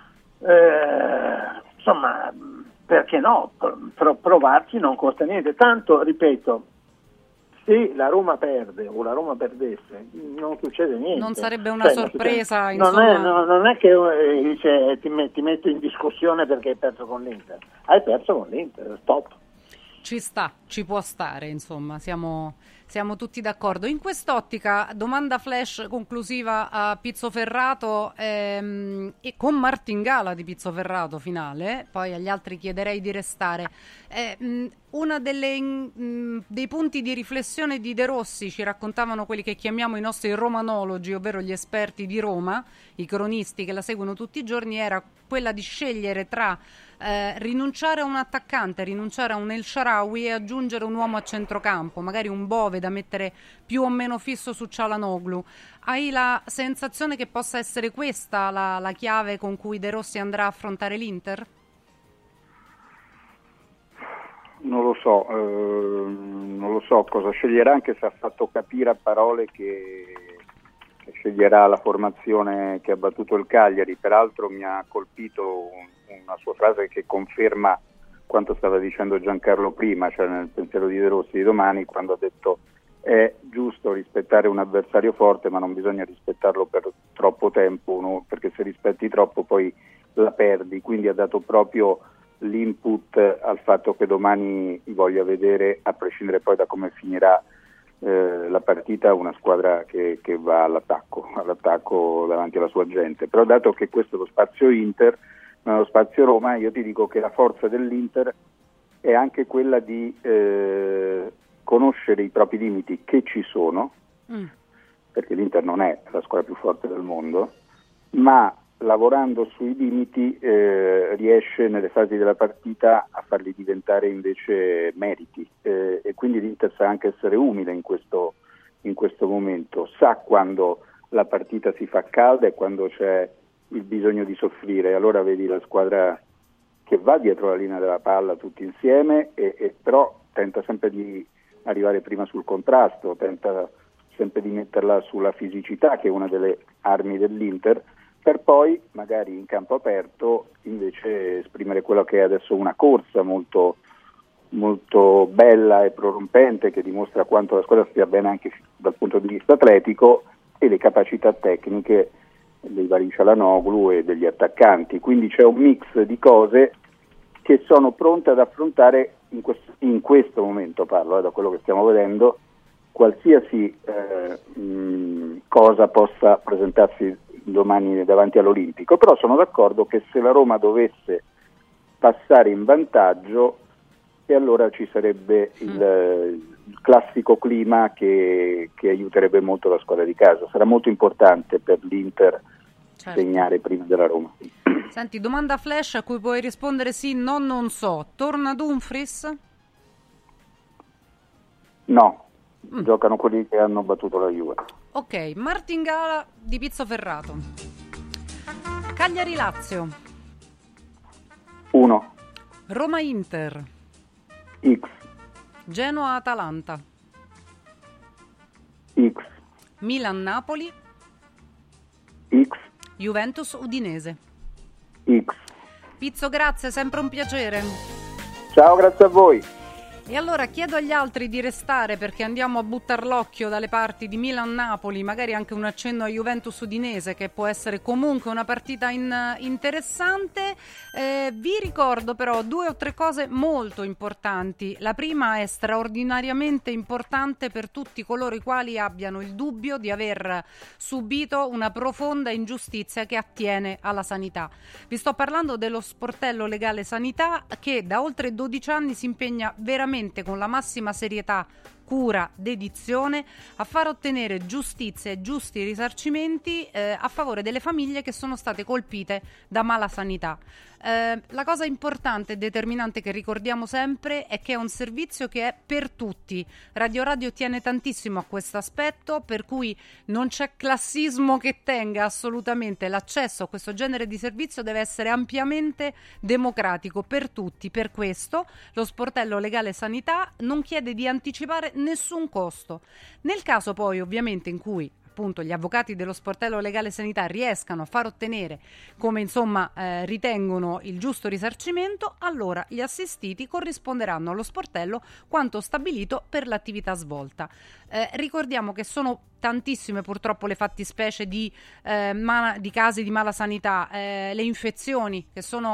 eh, insomma, perché no, Pro- provarci non costa niente. Tanto, ripeto, se la Roma perde o la Roma perdesse non succede niente, non sarebbe una cioè, sorpresa, non, non, è, no, non è che eh, dice, ti, met, ti metto in discussione perché hai perso con l'Inter, hai perso con l'Inter, stop. Ci sta, ci può stare, insomma, siamo, siamo tutti d'accordo. In quest'ottica, domanda flash conclusiva a Pizzoferrato ehm, e con Martingala di Pizzoferrato finale, poi agli altri chiederei di restare. Eh, mh, una delle mh, dei punti di riflessione di De Rossi, ci raccontavano quelli che chiamiamo i nostri romanologi, ovvero gli esperti di Roma, i cronisti che la seguono tutti i giorni, era quella di scegliere tra eh, rinunciare a un attaccante, rinunciare a un El Shaarawy e aggiungere un uomo a centrocampo, magari un Bove da mettere più o meno fisso su Çalhanoğlu. Hai la sensazione che possa essere questa la, la chiave con cui De Rossi andrà a affrontare l'Inter? Non lo so, eh, non lo so cosa sceglierà, anche se ha fatto capire a parole che, che sceglierà la formazione che ha battuto il Cagliari. Peraltro mi ha colpito un, una sua frase che conferma quanto stava dicendo Giancarlo prima, cioè nel pensiero di De Rossi di domani, quando ha detto è giusto rispettare un avversario forte ma non bisogna rispettarlo per troppo tempo, no? Perché se rispetti troppo poi la perdi, quindi ha dato proprio l'input al fatto che domani voglia vedere, a prescindere poi da come finirà eh, la partita, una squadra che, che va all'attacco, all'attacco davanti alla sua gente. Però dato che questo è lo spazio Inter, ma lo spazio Roma, io ti dico che la forza dell'Inter è anche quella di eh, conoscere i propri limiti, che ci sono, mm. perché l'Inter non è la squadra più forte del mondo, ma lavorando sui limiti eh, riesce nelle fasi della partita a farli diventare invece meriti eh, e quindi l'Inter sa anche essere umile in questo, in questo momento, sa quando la partita si fa calda e quando c'è il bisogno di soffrire. Allora vedi la squadra che va dietro la linea della palla tutti insieme e, e però tenta sempre di arrivare prima sul contrasto, tenta sempre di metterla sulla fisicità, che è una delle armi dell'Inter, per poi magari in campo aperto invece esprimere quello che è adesso una corsa molto, molto bella e prorompente, che dimostra quanto la squadra stia bene anche dal punto di vista atletico, e le capacità tecniche dei vari Çalhanoğlu e degli attaccanti. Quindi c'è un mix di cose che sono pronte ad affrontare in questo, in questo momento, parlo eh, da quello che stiamo vedendo, qualsiasi eh, mh, cosa possa presentarsi domani davanti all'Olimpico. Però sono d'accordo che se la Roma dovesse passare in vantaggio, e allora ci sarebbe il, il classico clima che, che aiuterebbe molto la squadra di casa. Sarà molto importante per l'Inter certo. segnare prima della Roma. Senti, domanda flash a cui puoi rispondere sì, no, non so. Torna Dumfries? No, mm. giocano quelli che hanno battuto la Juve. Ok, Martingala di Pizzoferrato. Cagliari-Lazio. uno. Roma-Inter. X. Genoa-Atalanta. X. Milan-Napoli. X. Juventus-Udinese. X. Pizzo, grazie, sempre un piacere. Ciao, grazie a voi. E allora chiedo agli altri di restare, perché andiamo a buttar l'occhio dalle parti di Milan-Napoli, magari anche un accenno a Juventus-Udinese, che può essere comunque una partita in, interessante. Eh, vi ricordo però due o tre cose molto importanti. La prima è straordinariamente importante per tutti coloro i quali abbiano il dubbio di aver subito una profonda ingiustizia che attiene alla sanità. Vi sto parlando dello sportello legale sanità, che da oltre dodici anni si impegna veramente con la massima serietà, cura, dedizione a far ottenere giustizia e giusti risarcimenti eh, a favore delle famiglie che sono state colpite da mala sanità. Eh, la cosa importante e determinante che ricordiamo sempre è che è un servizio che è per tutti. Radio Radio tiene tantissimo a questo aspetto, per cui non c'è classismo che tenga assolutamente. L'accesso a questo genere di servizio deve essere ampiamente democratico per tutti. Per questo lo sportello legale sanità non chiede di anticipare nessun costo. Nel caso poi ovviamente in cui appunto gli avvocati dello sportello legale sanità riescano a far ottenere, come insomma eh, ritengono, il giusto risarcimento, allora gli assistiti corrisponderanno allo sportello quanto stabilito per l'attività svolta. Eh, ricordiamo che sono tantissime purtroppo le fattispecie di, eh, ma- di casi di mala sanità, eh, le infezioni che sono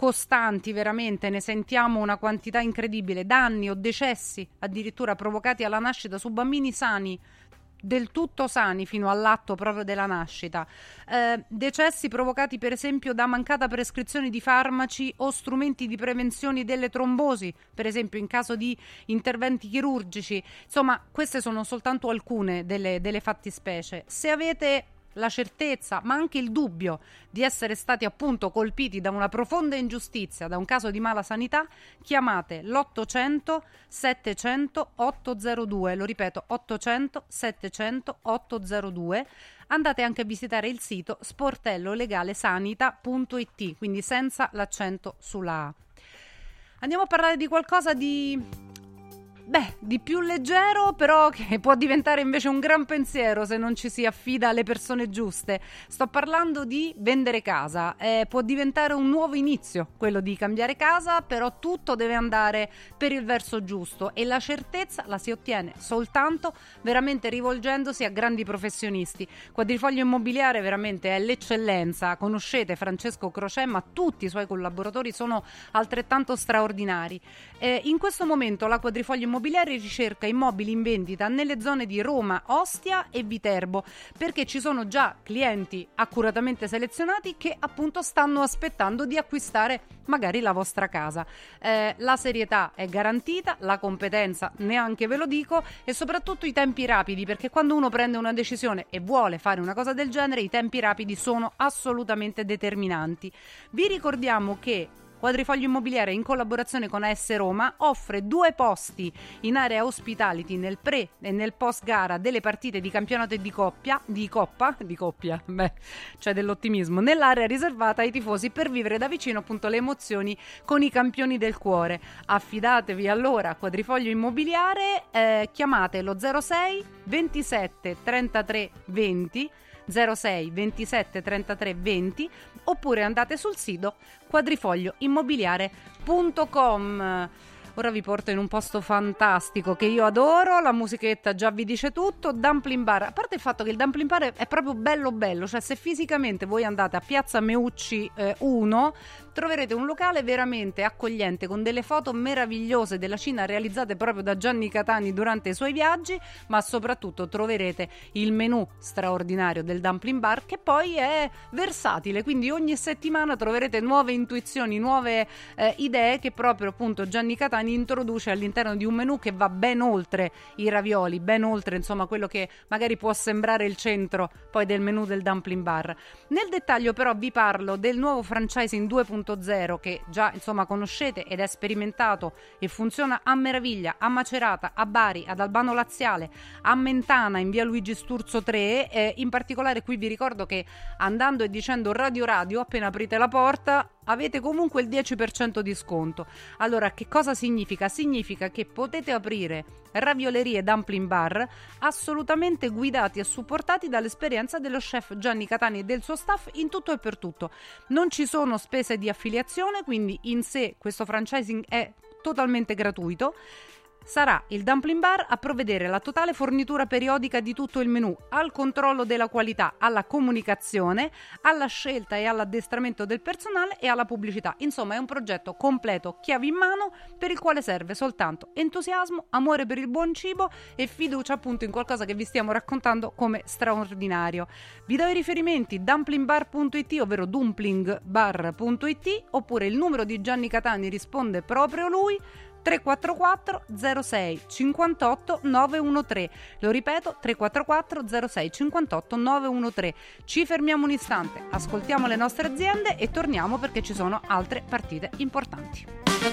costanti, veramente ne sentiamo una quantità incredibile, danni o decessi addirittura provocati alla nascita su bambini sani, del tutto sani fino all'atto proprio della nascita, eh, decessi provocati per esempio da mancata prescrizione di farmaci o strumenti di prevenzione delle trombosi, per esempio in caso di interventi chirurgici. Insomma, queste sono soltanto alcune delle, delle fattispecie. Se avete la certezza, ma anche il dubbio di essere stati appunto colpiti da una profonda ingiustizia, da un caso di mala sanità, chiamate l'ottocento settecento ottocentodue, lo ripeto, ottocento settecento ottocentodue. Andate anche a visitare il sito sportello legale sanita punto it, quindi senza l'accento sulla A. Andiamo a parlare di qualcosa di... Beh, di più leggero, però che può diventare invece un gran pensiero se non ci si affida alle persone giuste. Sto parlando di vendere casa. Eh, può diventare un nuovo inizio, quello di cambiare casa, però tutto deve andare per il verso giusto e la certezza la si ottiene soltanto veramente rivolgendosi a grandi professionisti. Quadrifoglio Immobiliare veramente è l'eccellenza. Conoscete Francesco Crocè, ma tutti i suoi collaboratori sono altrettanto straordinari. Eh, in questo momento la Quadrifoglio Immobiliare ricerca immobili in vendita nelle zone di Roma, Ostia e Viterbo, perché ci sono già clienti accuratamente selezionati che appunto stanno aspettando di acquistare magari la vostra casa. Eh, la serietà è garantita, la competenza neanche ve lo dico, e soprattutto i tempi rapidi, perché quando uno prende una decisione e vuole fare una cosa del genere, i tempi rapidi sono assolutamente determinanti. Vi ricordiamo che Quadrifoglio Immobiliare, in collaborazione con A S Roma, offre due posti in area hospitality nel pre e nel post gara delle partite di campionato e di coppia, di coppa, di coppia, beh, c'è dell'ottimismo, nell'area riservata ai tifosi per vivere da vicino appunto le emozioni con i campioni del cuore. Affidatevi allora a Quadrifoglio Immobiliare, eh, chiamate lo zero sei ventisette trentatré venti, zero sei ventisette trentatré venti, oppure andate sul sito quadrifoglio immobiliare punto com. Ora vi porto in un posto fantastico che io adoro, la musichetta già vi dice tutto, Dumpling Bar. A parte il fatto che il Dumpling Bar è proprio bello bello, cioè se fisicamente voi andate a Piazza Meucci eh, uno, troverete un locale veramente accogliente con delle foto meravigliose della Cina realizzate proprio da Gianni Catani durante i suoi viaggi, ma soprattutto troverete il menù straordinario del Dumpling Bar, che poi è versatile, quindi ogni settimana troverete nuove intuizioni, nuove eh, idee che proprio appunto Gianni Catani introduce all'interno di un menù che va ben oltre i ravioli, ben oltre insomma quello che magari può sembrare il centro poi del menù del Dumpling Bar. Nel dettaglio però vi parlo del nuovo franchising due punto zero che già insomma conoscete ed è sperimentato e funziona a meraviglia a Macerata, a Bari, ad Albano Laziale, a Mentana in via Luigi Sturzo tre. Eh, in particolare qui vi ricordo che andando e dicendo Radio Radio appena aprite la porta avete comunque il dieci per cento di sconto. Allora, che cosa significa? Significa che potete aprire raviolerie e dumpling bar assolutamente guidati e supportati dall'esperienza dello chef Gianni Catani e del suo staff in tutto e per tutto. Non ci sono spese di affiliazione, quindi in sé questo franchising è totalmente gratuito. Sarà il Dumpling Bar a provvedere alla totale fornitura periodica di tutto il menù, al controllo della qualità, alla comunicazione, alla scelta e all'addestramento del personale e alla pubblicità. Insomma, è un progetto completo, chiavi in mano, per il quale serve soltanto entusiasmo, amore per il buon cibo e fiducia appunto in qualcosa che vi stiamo raccontando come straordinario. Vi do i riferimenti: dumplingbar punto it, ovvero dumplingbar punto it, oppure il numero di Gianni Catani, risponde proprio lui, tre quattro quattro zero sei cinquantotto nove uno tre. Lo ripeto, tre quattro quattro zero sei cinquantotto nove uno tre. Ci fermiamo un istante, ascoltiamo le nostre aziende e torniamo perché ci sono altre partite importanti.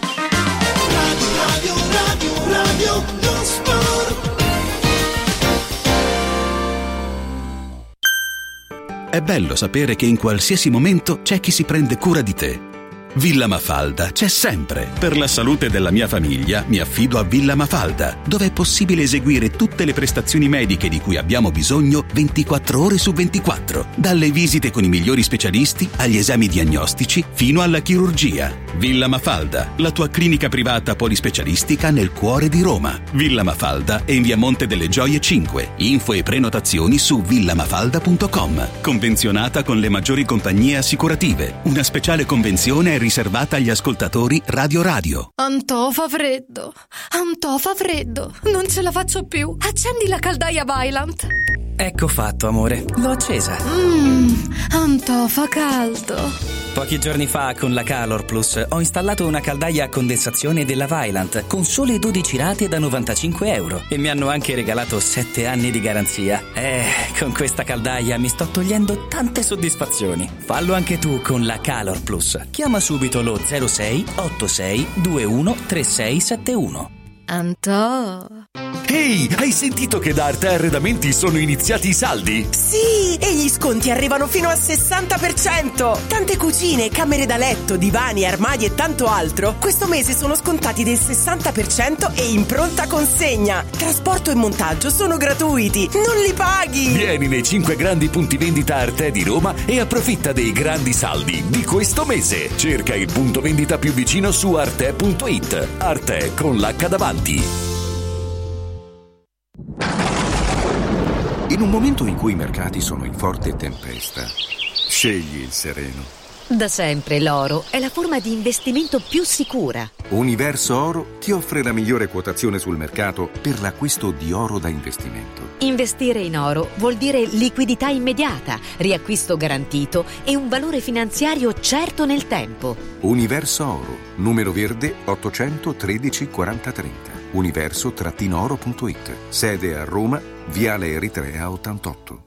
Radio, radio, radio, lo sport. È bello sapere che in qualsiasi momento c'è chi si prende cura di te. Villa Mafalda c'è sempre. Per la salute della mia famiglia mi affido a Villa Mafalda, dove è possibile eseguire tutte le prestazioni mediche di cui abbiamo bisogno ventiquattro ore su ventiquattro, dalle visite con i migliori specialisti agli esami diagnostici fino alla chirurgia. Villa Mafalda, la tua clinica privata polispecialistica nel cuore di Roma. Villa Mafalda è in via Monte delle Gioie cinque. Info e prenotazioni su villamafalda punto com. Convenzionata con le maggiori compagnie assicurative. Una speciale convenzione è riservata agli ascoltatori Radio Radio. Antò fa freddo, Antò fa freddo, non ce la faccio più. Accendi la caldaia Vaillant. Ecco fatto, amore, l'ho accesa. Mmm, Antò fa caldo. Pochi giorni fa con la Calor Plus ho installato una caldaia a condensazione della Vaillant con sole dodici rate da novantacinque euro e mi hanno anche regalato sette anni di garanzia. Eh, con questa caldaia mi sto togliendo tante soddisfazioni. Fallo anche tu con la Calor Plus. Chiama subito lo zero sei otto sei due uno tre sei sette uno. Antò. Ehi, hai sentito che da Arte Arredamenti sono iniziati i saldi? Sì, e gli sconti arrivano fino al sessanta per cento. Tante cucine, camere da letto, divani, armadi e tanto altro questo mese sono scontati del sessanta per cento e in pronta consegna. Trasporto e montaggio sono gratuiti, non li paghi. Vieni nei cinque grandi punti vendita Arte di Roma e approfitta dei grandi saldi di questo mese. Cerca il punto vendita più vicino su arte punto it. Arte con l'H davanti. In un momento in cui i mercati sono in forte tempesta, scegli il sereno. Da sempre l'oro è la forma di investimento più sicura. Universo Oro ti offre la migliore quotazione sul mercato per l'acquisto di oro da investimento. Investire in oro vuol dire liquidità immediata, riacquisto garantito e un valore finanziario certo nel tempo. Universo Oro, numero verde ottocentotredici quaranta trenta. universo oro punto it. Sede a Roma, Viale Eritrea ottantotto.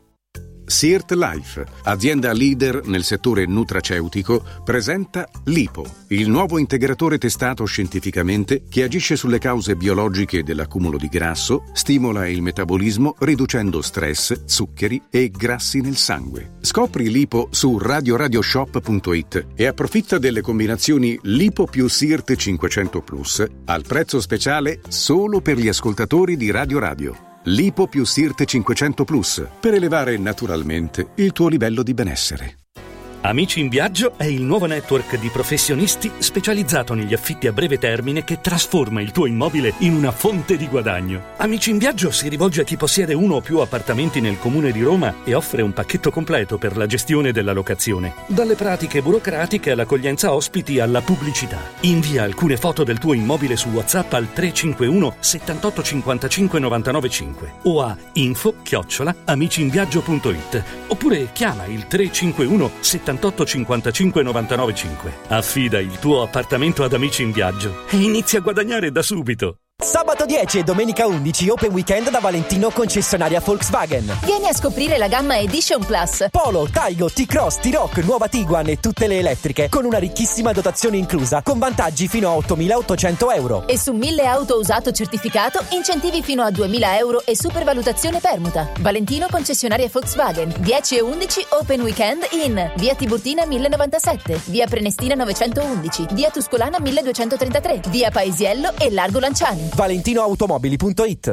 Sirt Life, azienda leader nel settore nutraceutico, presenta Lipo, il nuovo integratore testato scientificamente che agisce sulle cause biologiche dell'accumulo di grasso, stimola il metabolismo riducendo stress, zuccheri e grassi nel sangue. Scopri Lipo su radio radio shop punto it e approfitta delle combinazioni Lipo più Sirt cinquecento Plus al prezzo speciale solo per gli ascoltatori di Radio Radio. Lipo più Sirt cinquecento Plus per elevare naturalmente il tuo livello di benessere. Amici in Viaggio è il nuovo network di professionisti specializzato negli affitti a breve termine che trasforma il tuo immobile in una fonte di guadagno. Amici in Viaggio si rivolge a chi possiede uno o più appartamenti nel comune di Roma e offre un pacchetto completo per la gestione della locazione. Dalle pratiche burocratiche all'accoglienza ospiti alla pubblicità. Invia alcune foto del tuo immobile su WhatsApp al tre cinque uno settantotto cinquantacinque novantanove cinque o a info chiocciola amicinviaggio punto it oppure chiama il tre cinque uno settantotto cinquantacinque novantanove cinque. Affida il tuo appartamento ad Amici in Viaggio e inizia a guadagnare da subito. Sabato dieci e domenica undici Open Weekend da Valentino concessionaria Volkswagen. Vieni a scoprire la gamma Edition Plus. Polo, Taigo, T-Cross, T-Rock, nuova Tiguan e tutte le elettriche con una ricchissima dotazione inclusa con vantaggi fino a ottomilaottocento euro. E su mille auto usato certificato incentivi fino a duemila euro e supervalutazione permuta. Valentino concessionaria Volkswagen. dieci e undici Open Weekend in via Tiburtina mille novantasette, via Prenestina novecentoundici, via Tuscolana milleduecentotrentatré, via Paesiello e Largo Lanciani. valentinoautomobili punto it.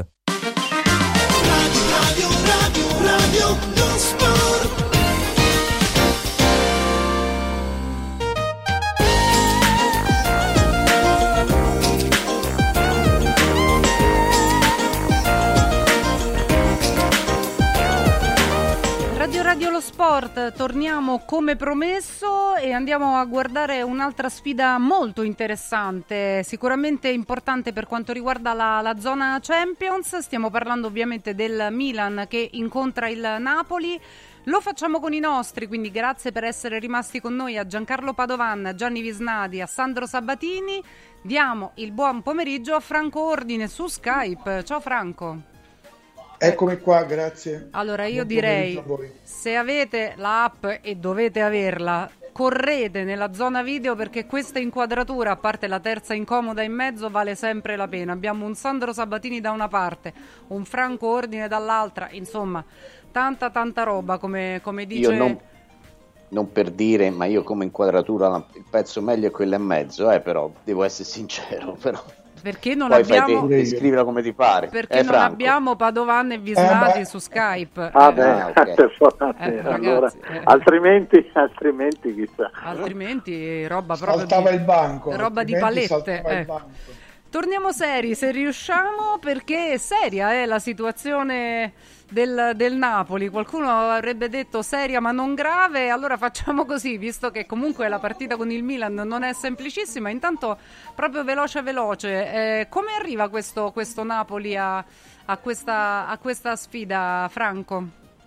Radio, radio, radio, radio, lo sport. Radio Radio Lo Sport, torniamo come promesso e andiamo a guardare un'altra sfida molto interessante, sicuramente importante per quanto riguarda la, la zona Champions. Stiamo parlando ovviamente del Milan che incontra il Napoli. Lo facciamo con i nostri, quindi grazie per essere rimasti con noi a Giancarlo Padovan, a Gianni Visnadi, a Sandro Sabatini. Diamo il buon pomeriggio a Franco Ordine su Skype. Ciao Franco. Eccomi qua, grazie. Allora io direi, se avete l'app e dovete averla, correte nella zona video perché questa inquadratura, a parte la terza incomoda in mezzo, vale sempre la pena. Abbiamo un Sandro Sabatini da una parte, un Franco Ordine dall'altra, insomma, tanta tanta roba come, come dice... Io non, non per dire, ma io come inquadratura il pezzo meglio è quello e mezzo, eh, però devo essere sincero, però... Perché non Poi abbiamo fai te, scrivila come ti pare. Perché eh, non Franco. abbiamo Padovan e Vislati Eh, su Skype. Ah, eh, beh, Ah, ok. eh, allora, ragazzi, eh. altrimenti, altrimenti chissà. altrimenti roba proprio saltava di, il banco. roba di altrimenti palette. saltava il ecco. banco. Torniamo seri, se riusciamo, perché è seria è la situazione del, del Napoli. Qualcuno avrebbe detto seria ma non grave, allora facciamo così, visto che comunque la partita con il Milan non è semplicissima. Intanto, proprio veloce veloce, eh, come arriva questo, questo Napoli a, a, questa, a questa sfida, Franco?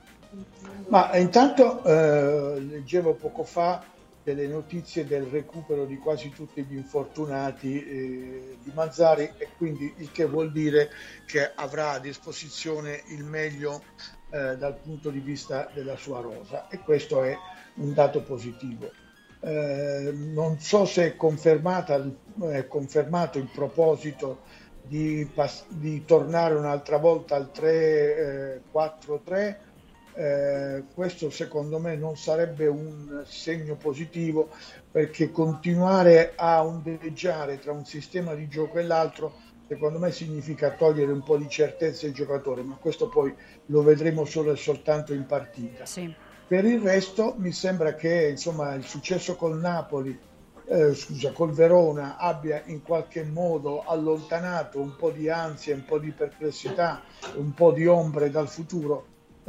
Ma intanto eh, leggevo poco fa delle notizie del recupero di quasi tutti gli infortunati eh, di Mazzarri, e quindi il che vuol dire che avrà a disposizione il meglio eh, dal punto di vista della sua rosa, e questo è un dato positivo. Eh, non so se è confermata, è confermato il proposito di, pass- di tornare un'altra volta al tre quattro tre. Eh, questo secondo me non sarebbe un segno positivo, perché continuare a ondeggiare tra un sistema di gioco e l'altro secondo me significa togliere un po' di certezza ai giocatori, ma questo poi lo vedremo solo e soltanto in partita. Sì. Per il resto mi sembra che insomma il successo col Napoli eh, scusa col Verona abbia in qualche modo allontanato un po' di ansia, un po' di perplessità, un po' di ombre dal futuro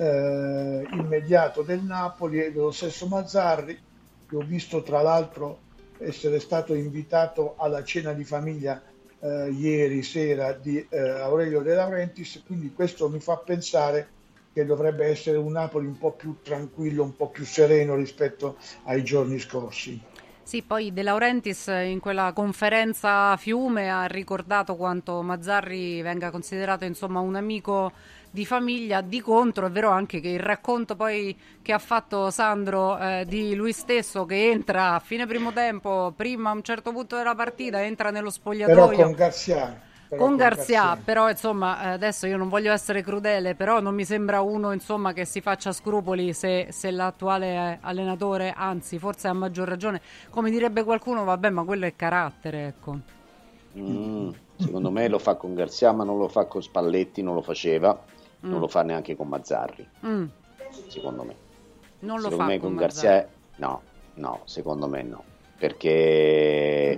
Eh, immediato del Napoli e dello stesso Mazzarri, che ho visto tra l'altro essere stato invitato alla cena di famiglia eh, ieri sera di eh, Aurelio De Laurentiis, quindi questo mi fa pensare che dovrebbe essere un Napoli un po' più tranquillo, un po' più sereno rispetto ai giorni scorsi. Sì, poi De Laurentiis in quella conferenza a Fiume ha ricordato quanto Mazzarri venga considerato insomma un amico di famiglia. Di contro è vero anche che il racconto poi che ha fatto Sandro eh, di lui stesso, che entra a fine primo tempo, prima a un certo punto della partita entra nello spogliatoio Però con Garcia Però con Garcia, però insomma adesso io non voglio essere crudele, però non mi sembra uno insomma che si faccia scrupoli se, se l'attuale allenatore, anzi forse ha maggior ragione, come direbbe qualcuno, vabbè, ma quello è carattere, ecco. Mm, secondo me lo fa con Garcia, ma non lo fa con Spalletti, non lo faceva, mm. non lo fa neanche con Mazzarri, mm. secondo me. Non lo secondo fa me con con Mazzarri. Garcia, no, no, secondo me no, perché...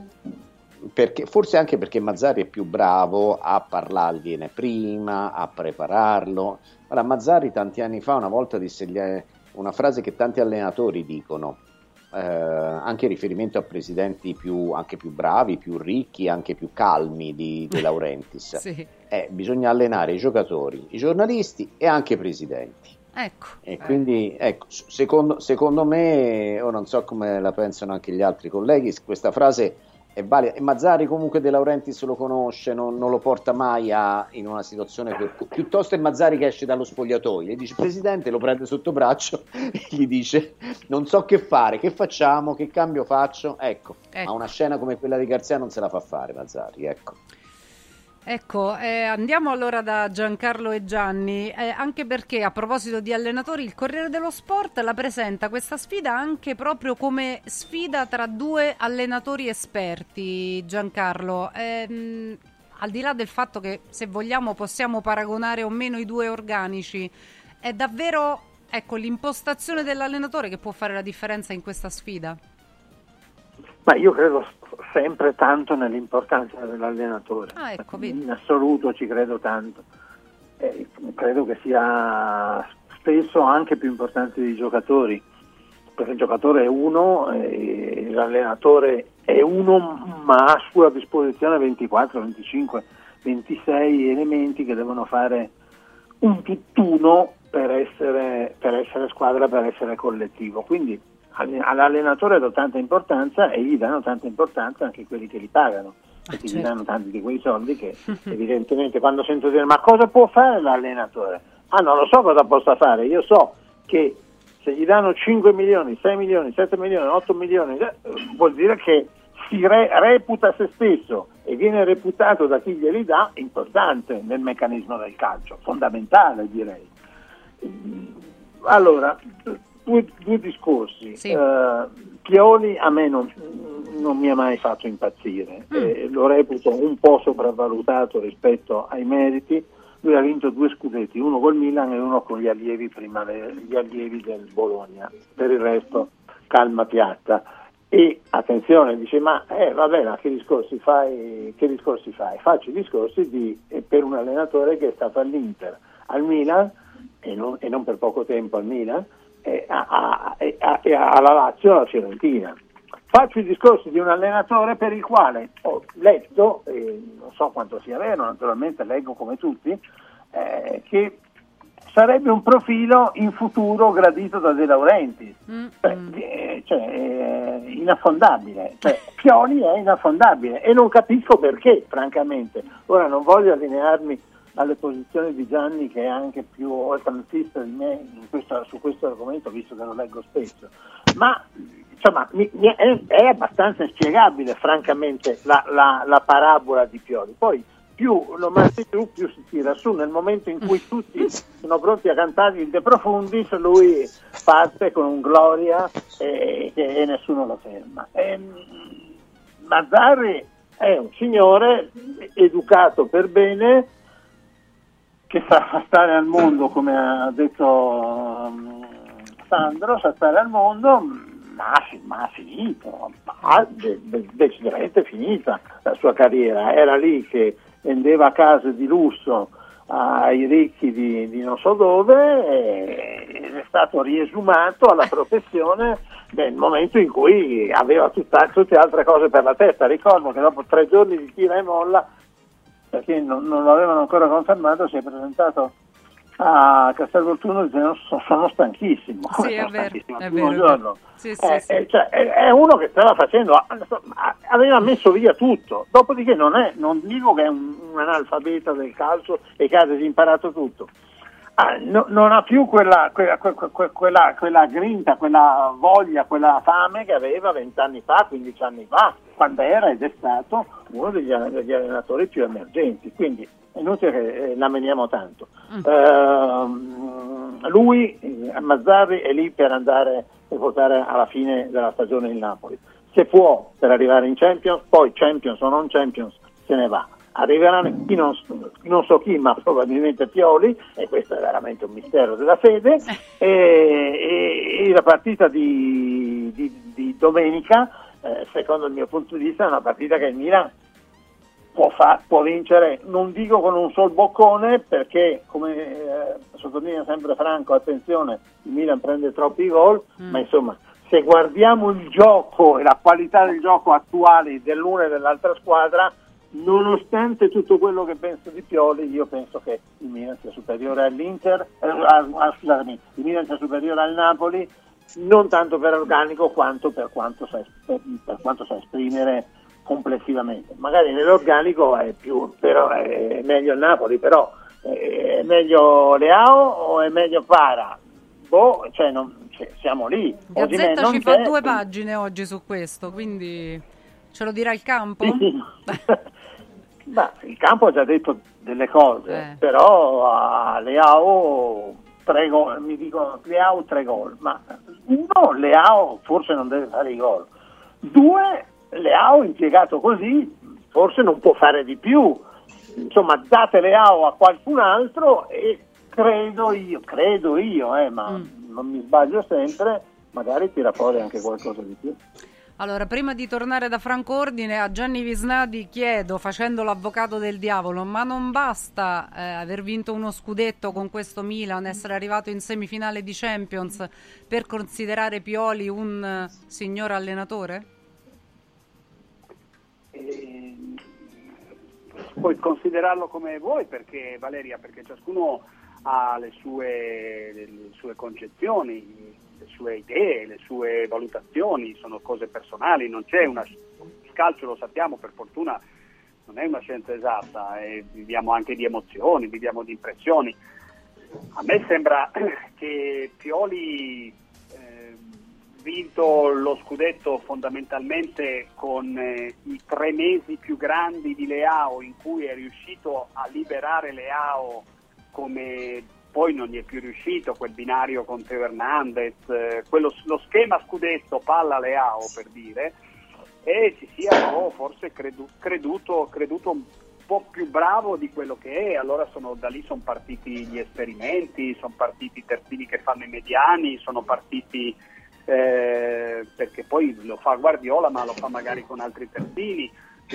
Perché, forse anche perché Mazzarri è più bravo a parlargliene prima, a prepararlo. Allora, Mazzarri tanti anni fa una volta disse una frase che tanti allenatori dicono, eh, anche in riferimento a presidenti più, anche più bravi, più ricchi, anche più calmi di De Laurentiis. Sì. Eh, bisogna allenare i giocatori, i giornalisti e anche i presidenti. Ecco. E quindi, ecco, secondo, secondo me, o non so come la pensano anche gli altri colleghi, questa frase è valida. E Mazzarri comunque De Laurentiis lo conosce, non, non lo porta mai a, in una situazione per, piuttosto è Mazzarri che esce dallo spogliatoio, gli dice presidente, lo prende sotto braccio e gli dice non so che fare, che facciamo, che cambio faccio, ecco, ecco. Ma una scena come quella di Garcia non se la fa fare Mazzarri, ecco. Ecco, eh, andiamo allora da Giancarlo e Gianni, eh, anche perché a proposito di allenatori il Corriere dello Sport la presenta questa sfida anche proprio come sfida tra due allenatori esperti, Giancarlo. Ehm, al di là del fatto che se vogliamo possiamo paragonare o meno i due organici, è davvero ecco, l'impostazione dell'allenatore che può fare la differenza in questa sfida? Ma io credo sempre tanto nell'importanza dell'allenatore, ah, ecco, in assoluto ci credo tanto, eh, credo che sia spesso anche più importante dei giocatori, perché il giocatore è uno, e l'allenatore è uno, ma ha a sua disposizione ventiquattro, venticinque, ventisei elementi che devono fare un tutt'uno per essere, per essere squadra, per essere collettivo, quindi all'allenatore do tanta importanza e gli danno tanta importanza anche quelli che li pagano, perché ah, certo. gli danno tanti di quei soldi che evidentemente quando sento dire ma cosa può fare l'allenatore? Ah, non lo so cosa possa fare, io so che se gli danno cinque milioni, sei milioni, sette milioni, otto milioni, vuol dire che si re- reputa se stesso e viene reputato da chi glieli dà importante nel meccanismo del calcio, fondamentale direi. Allora, Due, due discorsi. Sì. Uh, Pioli a me non, non mi ha mai fatto impazzire, mm. eh, lo reputo un po' sopravvalutato rispetto ai meriti. Lui ha vinto due scudetti, uno col Milan e uno con gli allievi, prima le, gli allievi del Bologna. Per il resto calma piatta. E attenzione, dice ma eh, vabbè, ma che discorsi fai? Che discorsi fai? Faccio i discorsi di, eh, per un allenatore che è stato all'Inter, al Milan e non, e non per poco tempo al Milan, e a, a, a, a, alla Lazio e alla Fiorentina. Faccio i discorsi di un allenatore per il quale ho letto, eh, non so quanto sia vero, naturalmente leggo come tutti, eh, che sarebbe un profilo in futuro gradito da De Laurentiis, mm. cioè, cioè eh, inaffondabile, cioè, Pioli è inaffondabile e non capisco perché, francamente. Ora non voglio allinearmi alle posizioni di Gianni, che è anche più oltranzista di me in questo, su questo argomento, visto che lo leggo spesso, ma insomma mi, mi è, è abbastanza inspiegabile francamente la, la, la parabola di Pioli. Poi più lo mandi giù, più si tira su. Nel momento in cui tutti sono pronti a cantargli il De Profundis, lui parte con un Gloria e, e nessuno lo ferma. E, Mazzarri è un signore educato per bene, che sa stare al mondo, come ha detto um, Sandro, sa stare al mondo, ma, ma ha finito, ma de- de- decisamente finita la sua carriera. Era lì che vendeva case di lusso ai ricchi di, di non so dove e è stato riesumato alla professione nel momento in cui aveva tutta, tutte altre cose per la testa. Ricordo che dopo tre giorni di tira e molla, perché non, non lo avevano ancora confermato, si è presentato a Castelvolturno dicendo sono stanchissimo. Sì, è sono vero, stanchissimo, è primo vero. giorno. Sì, sì, eh, sì. eh, cioè, è, è uno che stava facendo, aveva messo via tutto, dopodiché non è, non dico che è un, un analfabeta del calcio e che ha disimparato tutto. Ah, no, non ha più quella, quella, quella, quella, quella grinta, quella voglia, quella fame che aveva vent'anni fa, quindici anni fa, quando era ed è stato uno degli, degli allenatori più emergenti. Quindi è inutile che eh, la meniamo tanto. Uh, lui, eh, Mazzarri, è lì per andare per votare alla fine della stagione in Napoli. Se può, per arrivare in Champions, poi Champions o non Champions, se ne va. Arriveranno chi non, non so chi, ma probabilmente Pioli, e questo è veramente un mistero della fede. E, e, e la partita di, di, di domenica, eh, secondo il mio punto di vista, è una partita che il Milan può, fa, può vincere, non dico con un sol boccone, perché come eh, sottolinea sempre Franco, attenzione, il Milan prende troppi gol, mm. ma insomma, se guardiamo il gioco e la qualità del gioco attuali dell'una e dell'altra squadra, nonostante tutto quello che penso di Pioli, io penso che il Milan sia superiore all'Inter, eh, ah, scusatemi, il Milan sia superiore al Napoli, non tanto per organico quanto per quanto sa, per, per quanto sa esprimere complessivamente. Magari nell'organico è più, però è meglio il Napoli, però è meglio Leao o è meglio Para? Boh, cioè non, cioè, siamo lì. Gazzetta non ci c'è, fa due pagine oggi su questo, quindi ce lo dirà il campo? Sì. Beh, il campo ha già detto delle cose, eh. però a Leao tre gol, mi dicono Leao tre gol, ma uno, Leao forse non deve fare i gol, due, Leao impiegato così forse non può fare di più, insomma date Leao a qualcun altro e credo io, credo io, eh, ma mm. non mi sbaglio sempre, magari tira fuori anche qualcosa di più. Allora, prima di tornare da Franco Ordine, a Gianni Visnadi chiedo, facendo l'avvocato del diavolo, ma non basta eh, aver vinto uno scudetto con questo Milan, essere arrivato in semifinale di Champions, per considerare Pioli un uh, signor allenatore? Eh, puoi considerarlo come vuoi, perché Valeria, perché ciascuno ha le sue, le sue concezioni, le sue idee, le sue valutazioni, sono cose personali, non c'è una, il calcio lo sappiamo per fortuna non è una scienza esatta, e viviamo anche di emozioni, viviamo di impressioni. A me sembra che Pioli eh, vinto lo scudetto fondamentalmente con eh, i tre mesi più grandi di Leao, in cui è riuscito a liberare Leao, come poi non gli è più riuscito quel binario con Teo Hernandez, eh, quello, lo schema scudetto palla Leao, per dire, e si sia no, forse credu, creduto, creduto un po' più bravo di quello che è. Allora sono, da lì sono partiti gli esperimenti, sono partiti i terzini che fanno i mediani, sono partiti eh, perché poi lo fa Guardiola ma lo fa magari con altri terzini,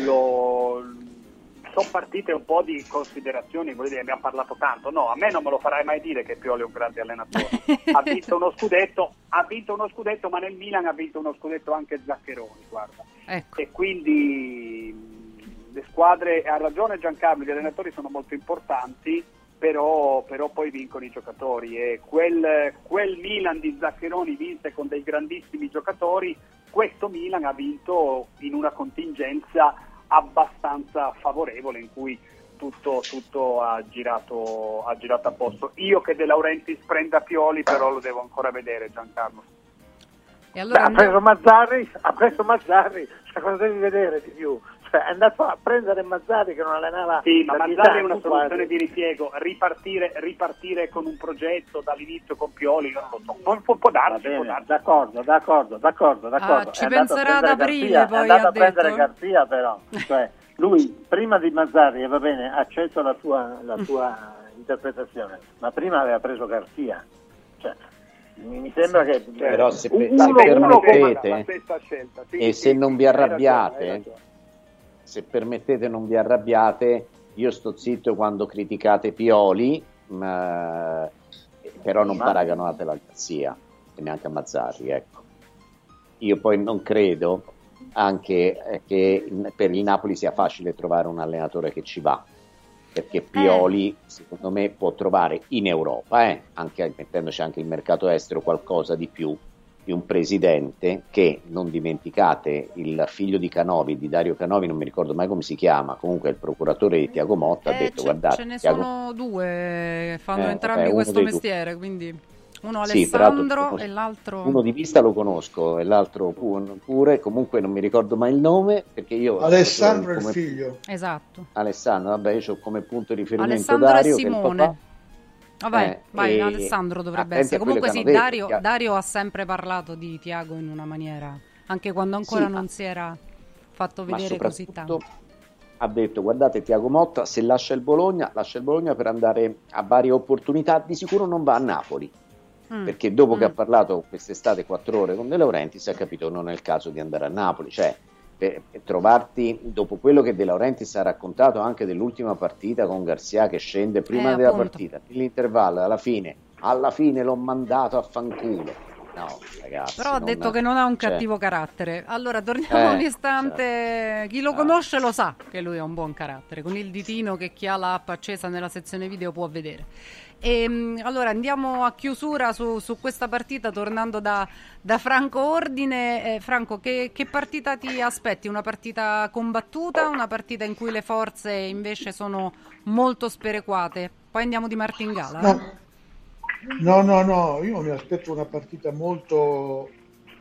lo, sono partite un po' di considerazioni, voglio dire, abbiamo parlato tanto, no, a me non me lo farai mai dire che Pioli è un grande allenatore, ha vinto uno scudetto, ha vinto uno scudetto, ma nel Milan ha vinto uno scudetto anche Zaccheroni, guarda, ecco. E quindi le squadre, ha ragione Giancarlo, gli allenatori sono molto importanti, però, però poi vincono i giocatori, e quel, quel Milan di Zaccheroni vinse con dei grandissimi giocatori, questo Milan ha vinto in una contingenza abbastanza favorevole in cui tutto, tutto ha girato ha girato a posto. Io che De Laurentiis prenda Pioli però lo devo ancora vedere, Giancarlo. E allora Beh, ha preso Mazzarri, ha preso Mazzarri, cioè, cosa devi vedere di più? Cioè, è andato a prendere Mazzarri che non allenava. Sì, ma Mazzarri è una soluzione quasi. di ripiego, ripartire, ripartire con un progetto dall'inizio con Pioli, io non lo so, può, può, può darsi, bene, può darsi. D'accordo, d'accordo, d'accordo, d'accordo. Ah, ci penserà ad aprile, Garzia, poi è andato ha a prendere detto. Garzia però, cioè lui prima di Mazzarri, va bene, accetto la tua, la tua interpretazione, ma prima aveva preso Garzia, cioè mi sembra che però se, uno, se uno permettete la stessa scelta, sì, e sì, se non vi arrabbiate, hai ragione, hai ragione. se permettete non vi arrabbiate, io sto zitto quando criticate Pioli, ma, però non paragonate la Garzia e neanche a Mazzarri, ecco. Io poi non credo anche che per il Napoli sia facile trovare un allenatore che ci va, perché Pioli eh. secondo me può trovare in Europa, eh, anche mettendoci anche il mercato estero, qualcosa di più di un presidente che, non dimenticate, il figlio di Canovi, di Dario Canovi, non mi ricordo mai come si chiama, comunque il procuratore di Tiago Motta, eh, ha detto ce, guardate, ce ne Tiago... sono due, fanno eh, entrambi vabbè, questo mestiere, quindi uno Alessandro sì, e l'altro uno di vista lo conosco e l'altro pure, comunque non mi ricordo mai il nome perché io Alessandro come... il figlio, esatto, Alessandro, vabbè, io ho come punto di riferimento Alessandro Dario e Simone, che vabbè, eh, vai, e... Alessandro dovrebbe essere. Comunque sì, Dario, Dario ha sempre parlato di Tiago in una maniera, anche quando ancora sì, non si era fatto vedere così tanto. Ha detto guardate, Tiago Motta se lascia il Bologna, lascia il Bologna per andare a varie opportunità, di sicuro non va a Napoli. Mm. Perché dopo mm. che ha parlato quest'estate quattro ore con De Laurentiis ha capito che non è il caso di andare a Napoli, cioè per, per trovarti dopo quello che De Laurentiis ha raccontato anche dell'ultima partita con Garzia che scende prima eh, della appunto. partita, nell'intervallo, alla fine alla fine l'ho mandato a fanculo. No, ragazzi, però ha detto ha... che non ha un cattivo cioè... carattere. Allora torniamo eh, un istante, certo. Chi lo conosce ah. lo sa che lui ha un buon carattere, con il ditino che chi ha l'app accesa nella sezione video può vedere. E, allora andiamo a chiusura su, su questa partita tornando da, da Franco Ordine. eh, Franco, che, che partita ti aspetti? Una partita combattuta, una partita in cui le forze invece sono molto sperequate? Poi andiamo di martingala. No, no, no, no. Io mi aspetto una partita molto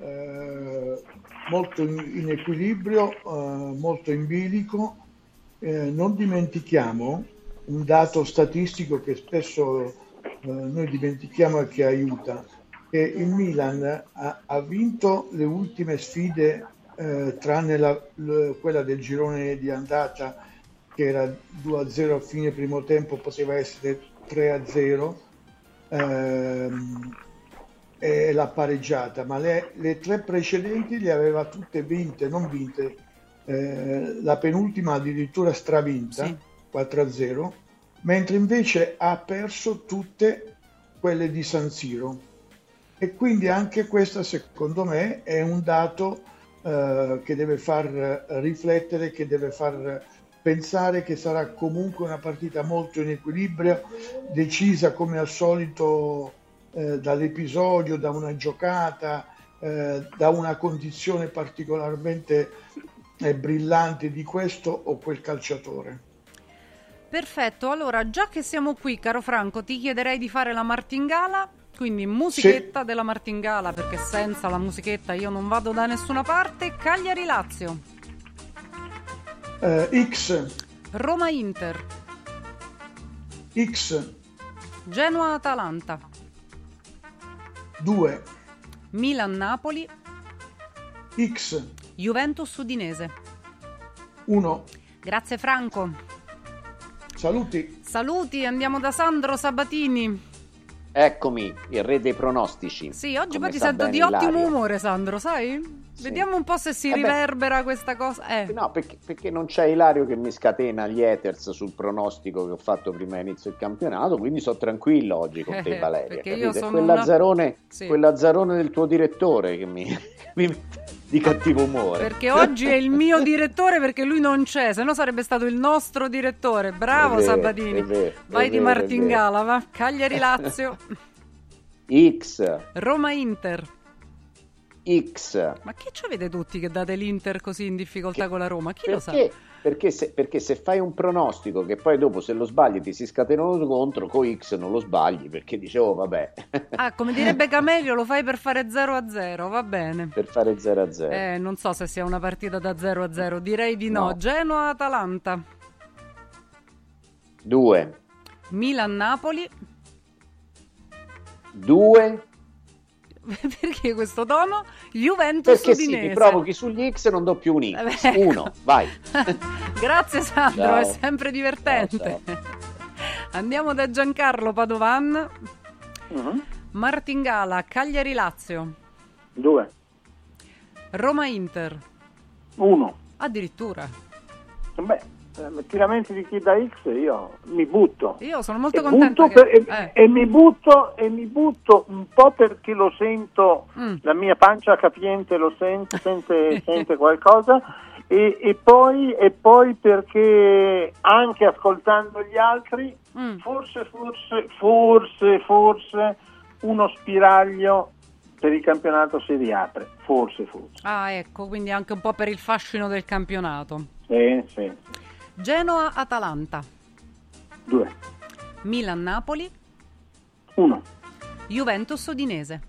eh, molto in, in equilibrio, eh, molto in bilico. Eh, non dimentichiamo un dato statistico che spesso eh, noi dimentichiamo e che aiuta, che il Milan ha, ha vinto le ultime sfide eh, tranne la, l, quella del girone di andata che era due a zero a fine primo tempo, poteva essere tre a zero ehm, e l'ha pareggiata, ma le, le tre precedenti le aveva tutte vinte, non vinte, eh, la penultima addirittura stravinta, sì. quattro a zero, mentre invece ha perso tutte quelle di San Siro, e quindi anche questa secondo me è un dato eh, che deve far riflettere, che deve far pensare che sarà comunque una partita molto in equilibrio, decisa come al solito eh, dall'episodio, da una giocata, eh, da una condizione particolarmente eh, brillante di questo o quel calciatore. Perfetto, allora già che siamo qui, caro Franco, ti chiederei di fare la martingala, quindi musichetta sì. della martingala, perché senza la musichetta io non vado da nessuna parte. Cagliari-Lazio. Uh, X. Roma-Inter. X. Genoa-Atalanta. due. Milan-Napoli. X. Juventus Udinese. uno. Grazie Franco. Saluti. Saluti, andiamo da Sandro Sabatini. Eccomi, il re dei pronostici. Sì, oggi Come poi ti sa sento bene di ottimo Ilario. umore, Sandro, sai? Sì. Vediamo un po' se si Eh beh. riverbera questa cosa. Eh. No, perché, perché non c'è Ilario che mi scatena gli haters sul pronostico che ho fatto prima inizio il campionato, quindi sono tranquillo oggi con te, Eh, Valeria. perché capito? io È sono quell'azzarone, una- sì. quell'azzarone del tuo direttore che mi, mi mette di cattivo umore. Perché oggi è il mio direttore, perché lui non c'è, se no sarebbe stato il nostro direttore. Bravo È vero, Sabatini. è vero, Vai è di vero, è Martingala, va. Cagliari Lazio. X, Roma Inter. X. Ma che ci avete tutti che date l'Inter così in difficoltà con la Roma? Chi lo sa? Perché? Perché se, perché se fai un pronostico che poi dopo se lo sbagli ti si scatenano contro, con X non lo sbagli perché dicevo vabbè. Ah, come direbbe Camelio, lo fai per fare zero a zero, va bene. Per fare zero a zero. Eh, non so se sia una partita da zero a zero, direi di no. No. Genoa-Atalanta. due. Milan-Napoli. due. Perché questo tono? Juventus Perché sì, Udinese. mi provochi sugli X e non do più un Eh X. beh, Uno, vai. Grazie Sandro, Ciao. è sempre divertente. Ciao, Andiamo da Giancarlo Padovan. Mhm. Martingala, Cagliari-Lazio. Due. Roma-Inter. Uno. Addirittura. Beh, eh, tiramenti di chi da X io mi butto. Io sono molto E contenta butto che... per- e, eh. e mi butto e mi butto un po' perché lo sento, Mm. la mia pancia capiente lo sente, sente, sente qualcosa e, e poi e poi perché anche ascoltando gli altri Mm. forse forse forse forse uno spiraglio per il campionato si riapre, forse forse. Ah, ecco, quindi anche un po' per il fascino del campionato. Sì, sì. Genoa-Atalanta. Due. Milan-Napoli. Uno. Juventus Udinese.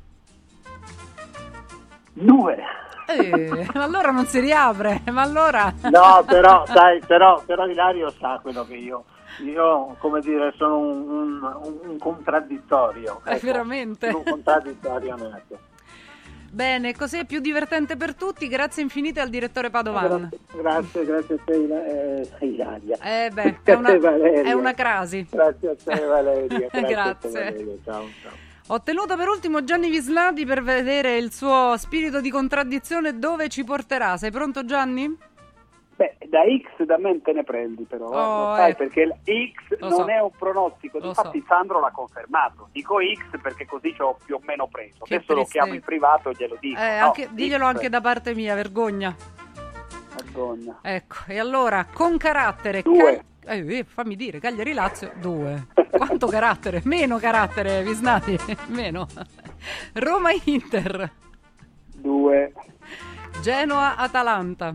Due. Eh, ma allora non si riapre, ma allora... No, però, sai, però, però Ilario sa quello che io, io come dire, sono un, un, un contraddittorio. È veramente? Un contraddittorio nato. Bene, così è più divertente per tutti. Grazie infinite al direttore Padovan. Grazie, grazie a te, Ila- eh, Ilaria. Eh beh, Grazie è a una, te, Valeria. è una crasi. Grazie a te, Valeria. Grazie. Grazie. A te, Valeria. Ciao, ciao. Ho tenuto per ultimo Gianni Vislati per vedere il suo spirito di contraddizione dove ci porterà. Sei pronto Gianni? Beh, da X da me te ne prendi però, eh, Oh, lo sai, eh. perché il X Lo non so. è un pronostico, Lo infatti so. Sandro l'ha confermato. Dico X perché così ci ho più o meno preso. Che Adesso lo tristezza. chiamo in privato e glielo dico. Eh, no, anche- diglielo X, anche da parte mia, vergogna. vergogna. Ecco, e allora con carattere... Due. Ca- eh, eh, fammi dire, Cagliari Lazio, due. Quanto carattere? Meno carattere, Visnati, meno. Roma Inter. Due. Genoa Atalanta.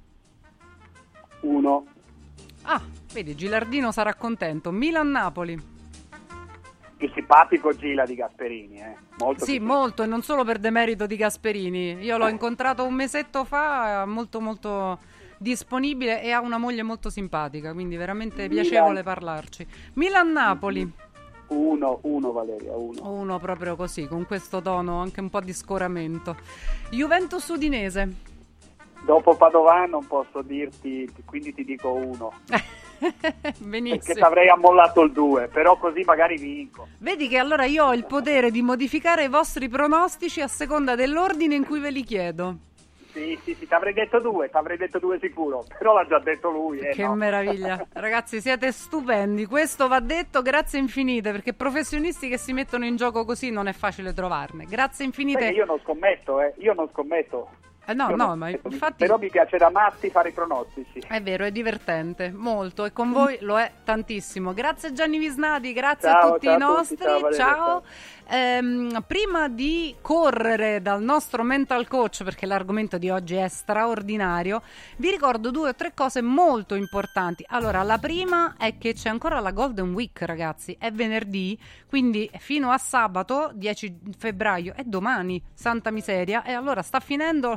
Uno. Ah, vedi, Gilardino sarà contento. Milan Napoli. Più simpatico Gila di Gasperini, eh. Molto Sì, più molto, e non solo per demerito di Gasperini. Io l'ho incontrato un mesetto fa, molto molto disponibile e ha una moglie molto simpatica, quindi veramente Milan. piacevole parlarci. Milan-Napoli. Uno, uno Valeria, uno. Uno proprio così, con questo tono anche un po' di scoramento. Juventus-Udinese. Dopo Padovan non posso dirti, quindi ti dico uno. Perché Benissimo. ti avrei ammollato il due, però così magari vinco. Vedi che allora io ho il potere di modificare i vostri pronostici a seconda dell'ordine in cui ve li chiedo. Sì, sì, sì, ti avrei detto due, ti avrei detto due sicuro, però l'ha già detto lui. Eh, Che no. meraviglia. Ragazzi, siete stupendi. Questo va detto, grazie infinite, perché professionisti che si mettono in gioco così non è facile trovarne. Grazie infinite. Sai che io non scommetto, eh, io non scommetto. Eh, no, Io no, non ma scommetto. infatti Però mi piace da matti fare i pronostici. è vero, è divertente, molto, e con voi lo è tantissimo. Grazie Gianni Visnati, grazie Ciao, a tutti ciao i a tutti, nostri. ciao, Valeria, Ciao. Ehm, prima di correre dal nostro mental coach, perché l'argomento di oggi è straordinario, vi ricordo due o tre cose molto importanti. Allora, la prima è che c'è ancora la Golden Week, ragazzi, è venerdì, quindi fino a sabato dieci febbraio, è domani, santa miseria, e allora sta finendo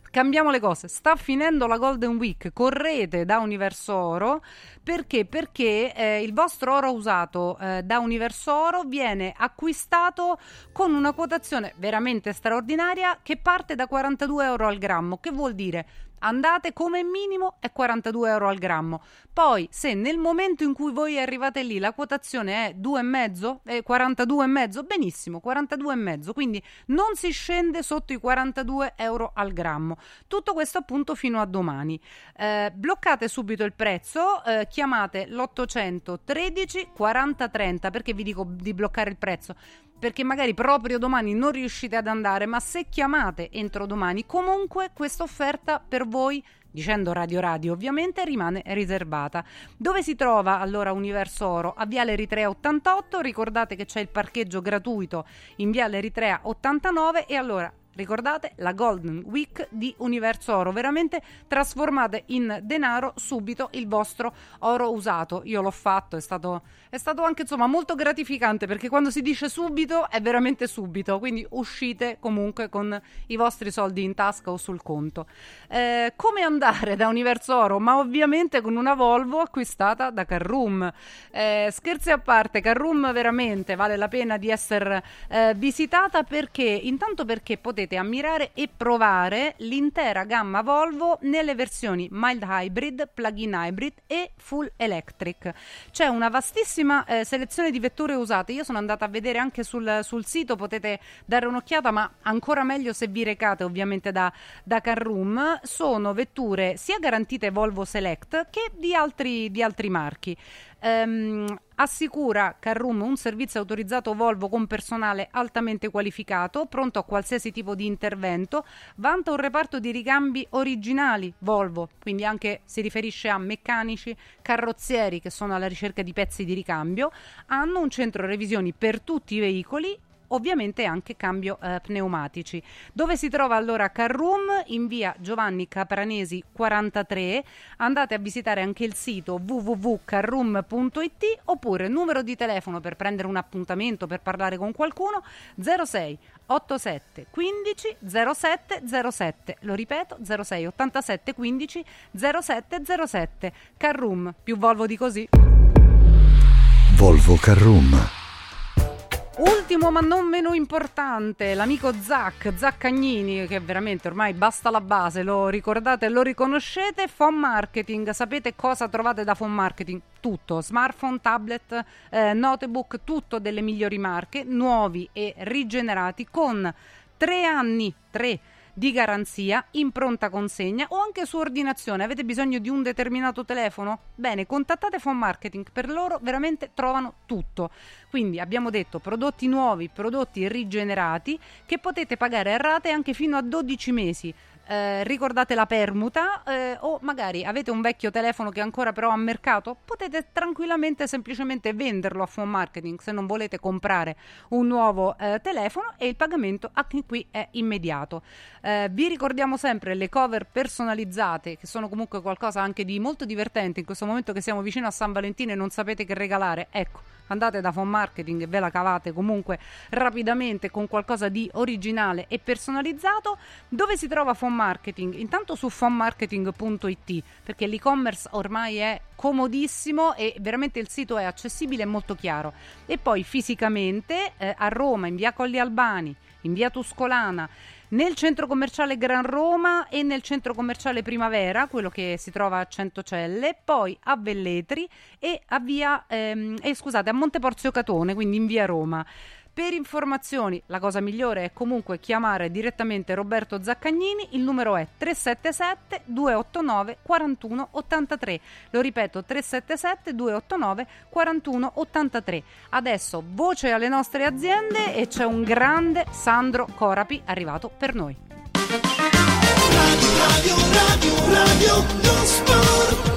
cambiamo le cose, sta finendo la Golden Week, correte da Universo Oro, perché? Perché eh, il vostro oro usato eh, da Universo Oro viene acquistato con una quotazione veramente straordinaria che parte da quarantadue euro al grammo, che vuol dire andate come minimo è quarantadue euro al grammo. Poi se nel momento in cui voi arrivate lì la quotazione è due e mezzo, eh, quarantadue e mezzo, benissimo, quarantadue e mezzo, quindi non si scende sotto i quarantadue euro al grammo. Tutto questo appunto fino a domani. Eh, bloccate subito il prezzo, eh, chiamate l'ottocentotredici quaranta trenta. Perché vi dico di bloccare il prezzo? Perché magari proprio domani non riuscite ad andare, ma se chiamate entro domani, comunque questa offerta per voi, dicendo Radio Radio ovviamente, rimane riservata. Dove si trova allora Universo Oro? A Viale Eritrea ottantotto, ricordate che c'è il parcheggio gratuito in Viale Eritrea ottantanove e allora ricordate la Golden Week di Universo Oro, veramente trasformate in denaro subito il vostro oro usato. Io l'ho fatto, è stato, è stato anche insomma molto gratificante, perché quando si dice subito è veramente subito, quindi uscite comunque con i vostri soldi in tasca o sul conto. Eh, come andare da Universo Oro? Ma ovviamente con una Volvo acquistata da Carroom. Eh, scherzi a parte, Carroom veramente vale la pena di essere eh, visitata, perché intanto perché potete ammirare e provare l'intera gamma Volvo nelle versioni mild hybrid, plug-in hybrid e full electric. C'è una vastissima eh, selezione di vetture usate. Io sono andata a vedere anche sul, sul sito, potete dare un'occhiata, ma ancora meglio se vi recate ovviamente da, da Carroom. Sono vetture sia garantite Volvo Select che di altri, di altri marchi. Um, assicura Carroom un servizio autorizzato Volvo con personale altamente qualificato, pronto a qualsiasi tipo di intervento, vanta un reparto di ricambi originali Volvo, quindi anche si riferisce a meccanici, carrozzieri che sono alla ricerca di pezzi di ricambio, hanno un centro revisioni per tutti i veicoli, ovviamente anche cambio eh, pneumatici. Dove si trova allora Carroom? In via Giovanni Capranesi quarantatré. Andate a visitare anche il sito w w w punto carroom punto i t, oppure numero di telefono per prendere un appuntamento, per parlare con qualcuno, zero sei ottantasette quindici zero sette zero sette. Lo ripeto, zero sei ottantasette quindici zero sette zero sette. Carroom, più Volvo di così. Volvo Carroom. Ultimo ma non meno importante, l'amico Zac, Zaccagnini, che veramente ormai basta la base, lo ricordate e lo riconoscete. Phone Marketing, sapete cosa trovate da Phone Marketing? Tutto, smartphone, tablet, eh, notebook, tutto delle migliori marche, nuovi e rigenerati, con tre anni, tre di garanzia, in pronta consegna o anche su ordinazione. Avete bisogno di un determinato telefono? Bene, contattate Phone Marketing, per loro veramente trovano tutto. Quindi abbiamo detto prodotti nuovi, prodotti rigenerati che potete pagare a rate anche fino a dodici mesi. Eh, ricordate la permuta, eh, o magari avete un vecchio telefono che ancora però a mercato, potete tranquillamente semplicemente venderlo a Phone Marketing se non volete comprare un nuovo eh, telefono, e il pagamento anche qui è immediato. Eh, vi ricordiamo sempre le cover personalizzate, che sono comunque qualcosa anche di molto divertente in questo momento che siamo vicino a San Valentino e non sapete che regalare. Ecco, andate da Phone Marketing e ve la cavate comunque rapidamente con qualcosa di originale e personalizzato. Dove si trova Phone Marketing? Intanto su phone marketing punto i t, perché l'e-commerce ormai è comodissimo e veramente il sito è accessibile e molto chiaro. E poi fisicamente eh, a Roma, in via Colli Albani, in via Tuscolana, nel centro commerciale Gran Roma e nel centro commerciale Primavera, quello che si trova a Centocelle, poi a Velletri e a via ehm, eh, scusate, a Monteporzio Catone, quindi in via Roma. Per informazioni, la cosa migliore è comunque chiamare direttamente Roberto Zaccagnini. Il numero è tre sette sette due otto nove quattro uno otto tre. Lo ripeto, tre sette sette due otto nove quattro uno otto tre. Adesso voce alle nostre aziende e c'è un grande Sandro Corapi arrivato per noi. Radio, radio, radio, radio, lo sport.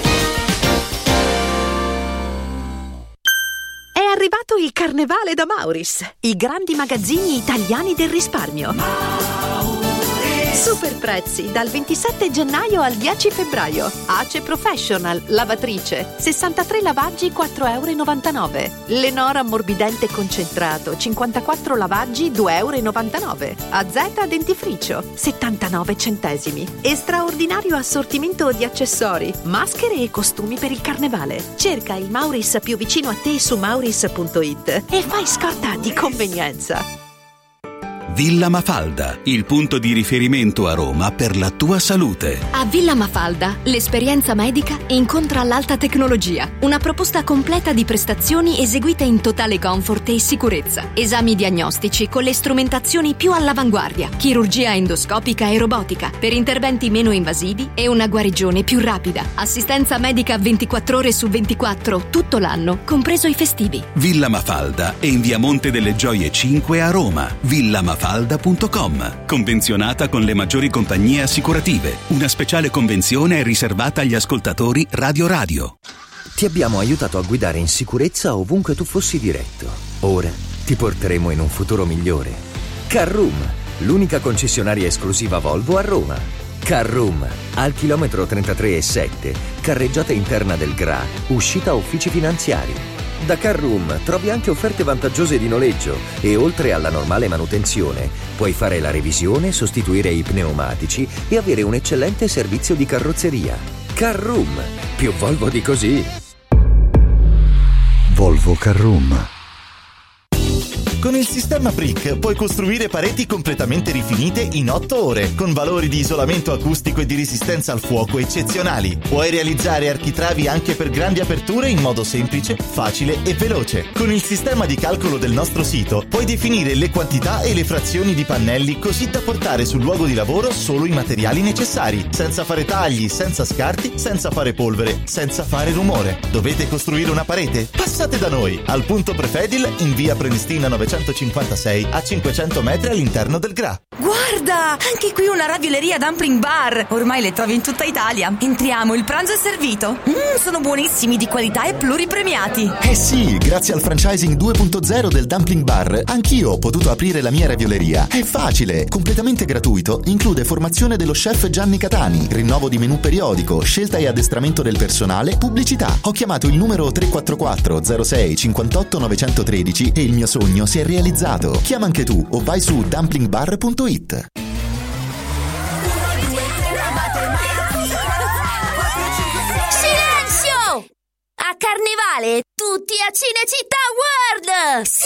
È arrivato il Carnevale da Mauris, i grandi magazzini italiani del risparmio. Mauris. Super prezzi dal ventisette gennaio al dieci febbraio. Ace Professional lavatrice sessantatré lavaggi quattro virgola novantanove euro. Lenora ammorbidente concentrato cinquantaquattro lavaggi due virgola novantanove euro. A Z dentifricio settantanove centesimi. E straordinario assortimento di accessori, maschere e costumi per il carnevale. Cerca il Mauris più vicino a te su mauris punto it e fai scorta di convenienza. Villa Mafalda, il punto di riferimento a Roma per la tua salute. A Villa Mafalda, l'esperienza medica incontra l'alta tecnologia. Una proposta completa di prestazioni eseguite in totale comfort e sicurezza. Esami diagnostici con le strumentazioni più all'avanguardia. Chirurgia endoscopica e robotica per interventi meno invasivi e una guarigione più rapida. Assistenza medica ventiquattro ore su ventiquattro tutto l'anno, compreso i festivi. Villa Mafalda è in via Monte delle Gioie cinque a Roma. Villa Mafalda punto com. Convenzionata con le maggiori compagnie assicurative. Una speciale convenzione è riservata agli ascoltatori Radio Radio. Ti abbiamo aiutato a guidare in sicurezza ovunque tu fossi diretto. Ora ti porteremo in un futuro migliore. Carroom, l'unica concessionaria esclusiva Volvo a Roma. Carroom, al chilometro trentatré e sette, carreggiata interna del G R A, uscita uffici finanziari. Da Carroom trovi anche offerte vantaggiose di noleggio e oltre alla normale manutenzione puoi fare la revisione, sostituire i pneumatici e avere un eccellente servizio di carrozzeria. Carroom, più Volvo di così. Volvo Carroom. Con il sistema Brick puoi costruire pareti completamente rifinite in otto ore, con valori di isolamento acustico e di resistenza al fuoco eccezionali. Puoi realizzare architravi anche per grandi aperture in modo semplice, facile e veloce. Con il sistema di calcolo del nostro sito puoi definire le quantità e le frazioni di pannelli così da portare sul luogo di lavoro solo i materiali necessari, senza fare tagli, senza scarti, senza fare polvere, senza fare rumore. Dovete costruire una parete? Passate da noi, al punto Prefedil in via Prenestina novecentocinquantasei a cinquecento metri all'interno del G R A. Guarda, anche qui una ravioleria Dumpling Bar. Ormai le trovi in tutta Italia. Entriamo, il pranzo è servito. Mmm, sono buonissimi, di qualità e pluripremiati. Eh sì, grazie al franchising due punto zero del Dumpling Bar, anch'io ho potuto aprire la mia ravioleria. È facile, completamente gratuito, include formazione dello chef Gianni Catani, rinnovo di menù periodico, scelta e addestramento del personale, pubblicità. Ho chiamato il numero tre quattro quattro zero sei cinquantotto novecentotredici e il mio sogno si è realizzato. Chiama anche tu o vai su dumpling bar punto it. Silenzio! A Carnevale tutti a Cinecittà World! Sì!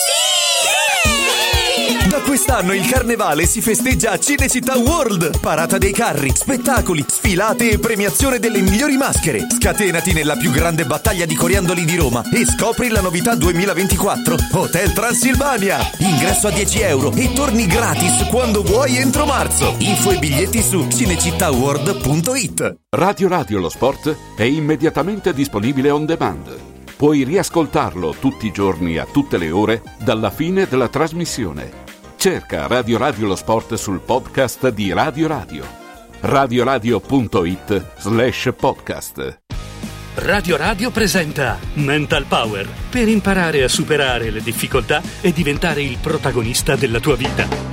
Da quest'anno il Carnevale si festeggia a Cinecittà World. Parata dei carri, spettacoli, sfilate e premiazione delle migliori maschere. Scatenati nella più grande battaglia di coriandoli di Roma e scopri la novità duemilaventiquattro Hotel Transilvania. Ingresso a dieci euro e torni gratis quando vuoi entro marzo. Info e biglietti su cinecittà world punto it. Radio Radio lo Sport è immediatamente disponibile on demand. Puoi riascoltarlo tutti i giorni a tutte le ore dalla fine della trasmissione. Cerca Radio Radio lo Sport sul podcast di Radio Radio. radioradio punto it slash podcast. Radio Radio presenta Mental Power per imparare a superare le difficoltà e diventare il protagonista della tua vita.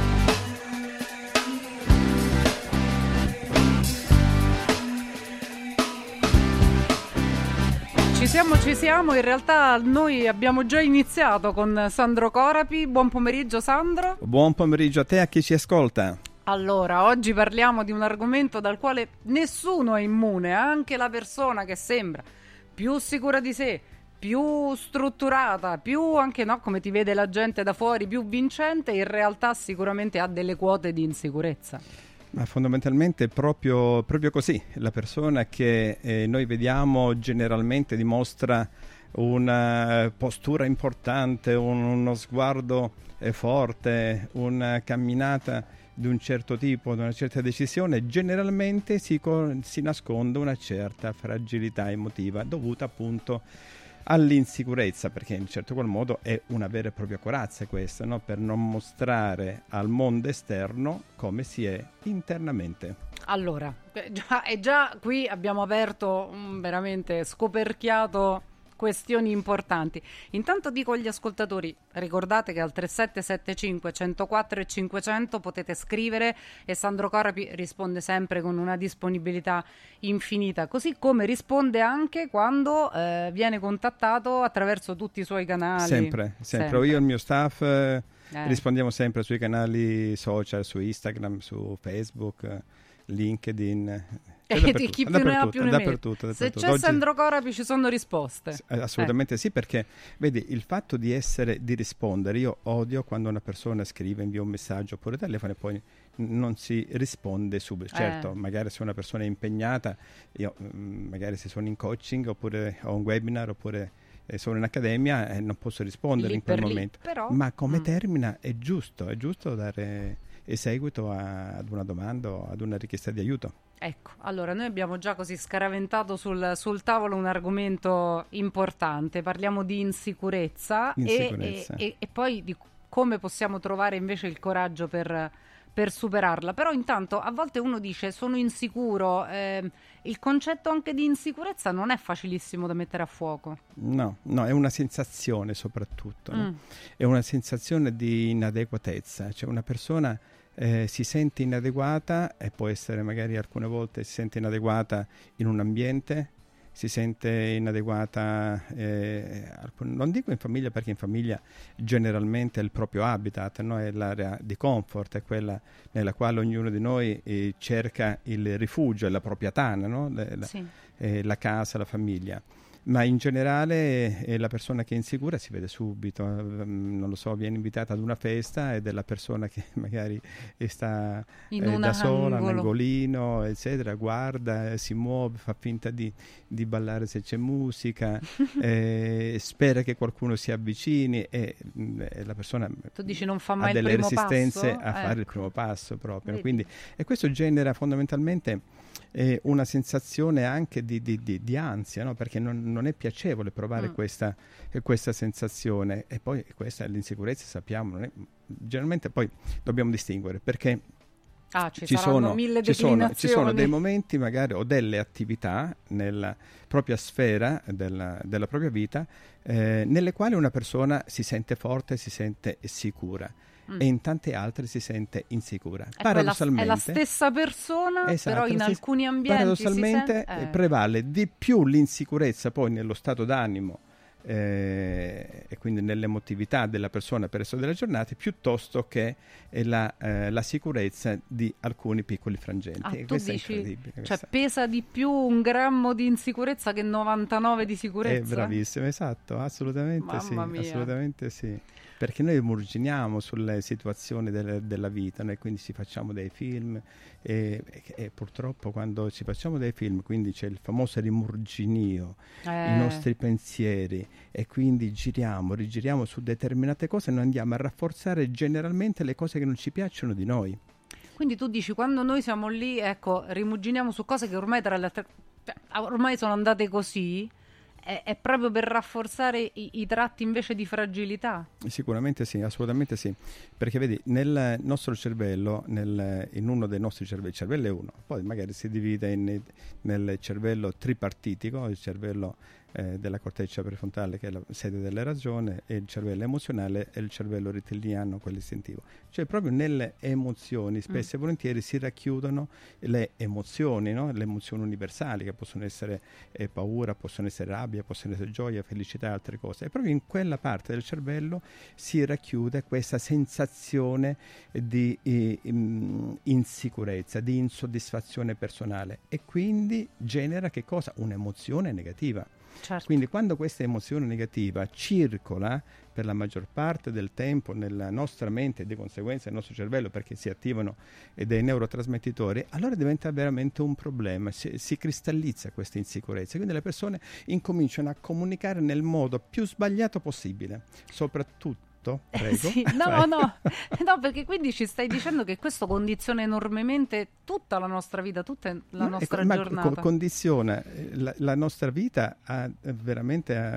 Ci siamo, ci siamo, in realtà noi abbiamo già iniziato con Sandro Corapi. Buon pomeriggio Sandro. Buon pomeriggio a te e a chi ci ascolta. Allora, oggi parliamo di un argomento dal quale nessuno è immune, anche la persona che sembra più sicura di sé, più strutturata, più anche no, come ti vede la gente da fuori, più vincente, in realtà sicuramente ha delle quote di insicurezza. Ma fondamentalmente è proprio, proprio così. La persona che eh, noi vediamo generalmente dimostra una postura importante, un, uno sguardo eh, forte, una camminata di un certo tipo, di una certa decisione, generalmente si, co- si nasconde una certa fragilità emotiva dovuta appunto all'insicurezza, perché in certo qual modo è una vera e propria corazza questa, no? Per non mostrare al mondo esterno come si è internamente. Allora, già, e già qui abbiamo aperto un veramente scoperchiato questioni importanti. Intanto dico agli ascoltatori, ricordate che al tre sette sette cinque uno zero quattro e cinquecento potete scrivere e Sandro Corapi risponde sempre con una disponibilità infinita, così come risponde anche quando eh, viene contattato attraverso tutti i suoi canali. Sempre, sempre. sempre. Io e il mio staff eh, eh. rispondiamo sempre sui canali social, su Instagram, su Facebook, LinkedIn. E di chi più ne ha più ne dappertutto, mette. Se c'è Oggi, Sandro Corapi ci sono risposte. Assolutamente eh. sì, perché vedi, il fatto di essere, di rispondere, io odio quando una persona scrive, invia un messaggio oppure telefono e poi non si risponde subito. Certo, eh. magari se una persona è impegnata, io magari se sono in coaching oppure ho un webinar oppure eh, sono in accademia eh, non posso rispondere lì in quel lì, momento. Però, ma come mm. termina è giusto, è giusto dare e seguito a, ad una domanda o ad una richiesta di aiuto. Ecco, allora noi abbiamo già così scaraventato sul, sul tavolo un argomento importante, parliamo di insicurezza, insicurezza. E, e, e poi di come possiamo trovare invece il coraggio per, per superarla. Però intanto a volte uno dice sono insicuro, eh, il concetto anche di insicurezza non è facilissimo da mettere a fuoco. No, no, è una sensazione soprattutto, mm. no? È una sensazione di inadeguatezza, cioè una persona Eh, si sente inadeguata e può essere magari alcune volte si sente inadeguata in un ambiente, si sente inadeguata, eh, non dico in famiglia perché in famiglia generalmente è il proprio habitat, no? È l'area di comfort, è quella nella quale ognuno di noi eh, cerca il rifugio, la propria tana, no? Le, la, sì. eh, la casa, la famiglia. Ma in generale eh, la persona che è insicura si vede subito, eh, non lo so, viene invitata ad una festa ed è la persona che magari sta eh, da sola, un angolino, eccetera, guarda, eh, si muove, fa finta di, di ballare se c'è musica, eh, spera che qualcuno si avvicini e eh, la persona tu dici non fa mai ha delle il primo resistenze passo? a Eh. fare il primo passo proprio. Quindi, e questo genera fondamentalmente eh, una sensazione anche di, di, di, di ansia, no? Perché non, non è piacevole provare Mm. questa, eh, questa sensazione e poi questa l'insicurezza sappiamo non è, generalmente poi dobbiamo distinguere perché Ah, ci, ci, saranno sono, mille ci, sono, ci sono declinazioni. dei momenti magari o delle attività nella propria sfera della, della propria vita eh, nelle quali una persona si sente forte, si sente sicura Mm. e in tante altre si sente insicura. È, Paradossalmente quella, è la stessa persona, esatto, però in la alcuni ambienti paradossalmente si sente, eh. prevale di più l'insicurezza poi nello stato d'animo eh, e quindi nell'emotività della persona per il resto della giornata piuttosto che eh, la, eh, la sicurezza di alcuni piccoli frangenti. Ah, e tu questo dici, è incredibile. cioè Questa. pesa di più un grammo di insicurezza che novantanove di sicurezza? È bravissimo, esatto, assolutamente Mamma sì, mia. assolutamente sì. Perché noi murginiamo sulle situazioni del, della vita, noi quindi ci facciamo dei film e, e, e purtroppo quando ci facciamo dei film, quindi c'è il famoso rimurginio, Eh. i nostri pensieri e quindi giriamo, rigiriamo su determinate cose e noi andiamo a rafforzare generalmente le cose che non ci piacciono di noi. Quindi tu dici quando noi siamo lì, ecco, rimuginiamo su cose che ormai tra le altre, cioè, ormai sono andate così, è, è proprio per rafforzare i, i tratti invece di fragilità? Sicuramente sì, assolutamente sì, perché vedi nel nostro cervello, nel, in uno dei nostri cervelli, il cervello è uno, poi magari si divide in, nel cervello tripartitico, il cervello eh, della corteccia prefrontale che è la sede delle ragioni e il cervello emozionale e il cervello rettiliano, quello istintivo. Cioè proprio nelle emozioni spesso mm. e volentieri si racchiudono le emozioni, no? Le emozioni universali che possono essere eh, paura, possono essere rabbia, possono essere gioia, felicità e altre cose. E proprio in quella parte del cervello si racchiude questa sensazione di eh, insicurezza, di insoddisfazione personale e quindi genera che cosa? Un'emozione negativa. Certo. Quindi quando questa emozione negativa circola per la maggior parte del tempo nella nostra mente e di conseguenza nel nostro cervello perché si attivano dei neurotrasmettitori, allora diventa veramente un problema, si, si cristallizza questa insicurezza, quindi le persone incominciano a comunicare nel modo più sbagliato possibile, soprattutto Prego, eh sì, no, prego. no, no, perché quindi ci stai dicendo che questo condiziona enormemente tutta la nostra vita, tutta la ma, nostra ecco, giornata. Ma co- condiziona la, la nostra vita a, veramente a,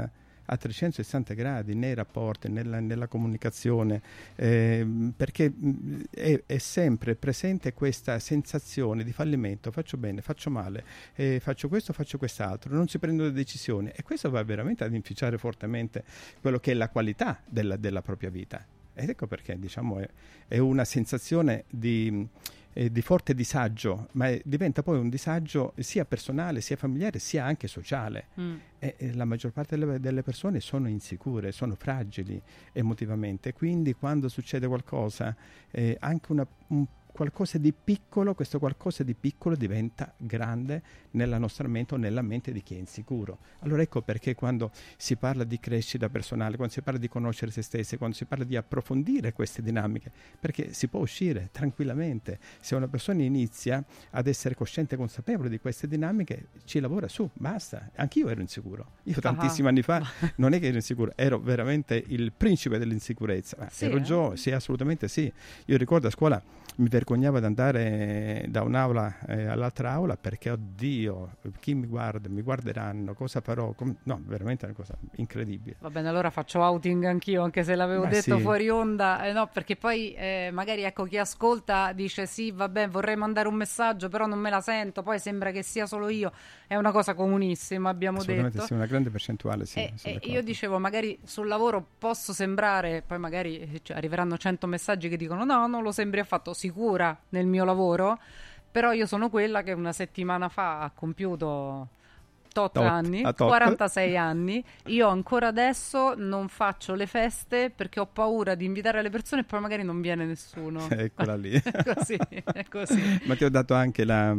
a trecentosessanta gradi nei rapporti, nella, nella comunicazione, eh, perché è, è sempre presente questa sensazione di fallimento, faccio bene, faccio male, eh, faccio questo, faccio quest'altro, non si prendono decisioni, e questo va veramente ad inficiare fortemente quello che è la qualità della, della propria vita. Ed ecco perché, diciamo, è, è una sensazione di, eh, di forte disagio, ma è, diventa poi un disagio sia personale, sia familiare, sia anche sociale. Mm. E, e la maggior parte delle, delle persone sono insicure, sono fragili emotivamente, quindi quando succede qualcosa, eh, anche una, un qualcosa di piccolo, questo qualcosa di piccolo diventa grande nella nostra mente o nella mente di chi è insicuro. Allora ecco perché quando si parla di crescita personale, quando si parla di conoscere se stessi, quando si parla di approfondire queste dinamiche, perché si può uscire tranquillamente. Se una persona inizia ad essere cosciente e consapevole di queste dinamiche, ci lavora su, basta. Anch'io ero insicuro. Io tantissimi ah. anni fa non è che ero insicuro, ero veramente il principe dell'insicurezza. Ma sì, ero eh? Gio, sì, assolutamente sì. Io ricordo a scuola mi vergognavo ad andare da un'aula eh, all'altra aula perché, oddio, chi mi guarda, mi guarderanno, cosa farò? Com- no, veramente è una cosa incredibile. Va bene, allora faccio outing anch'io, anche se l'avevo Ma detto sì. fuori onda, eh, no, perché poi eh, magari ecco chi ascolta dice sì, vabbè, vorrei mandare un messaggio, però non me la sento, poi sembra che sia solo io, è una cosa comunissima, abbiamo Assolutamente detto. sì, una grande percentuale, sì. E, e io dicevo, magari sul lavoro posso sembrare, poi magari cioè, arriveranno cento messaggi che dicono no, non lo sembri affatto sicura nel mio lavoro, però io sono quella che una settimana fa ha compiuto tot, tot anni, tot. quarantasei anni, io ancora adesso non faccio le feste perché ho paura di invitare le persone e poi magari non viene nessuno. Eccola lì. È così, è così. Ma ti ho dato anche la...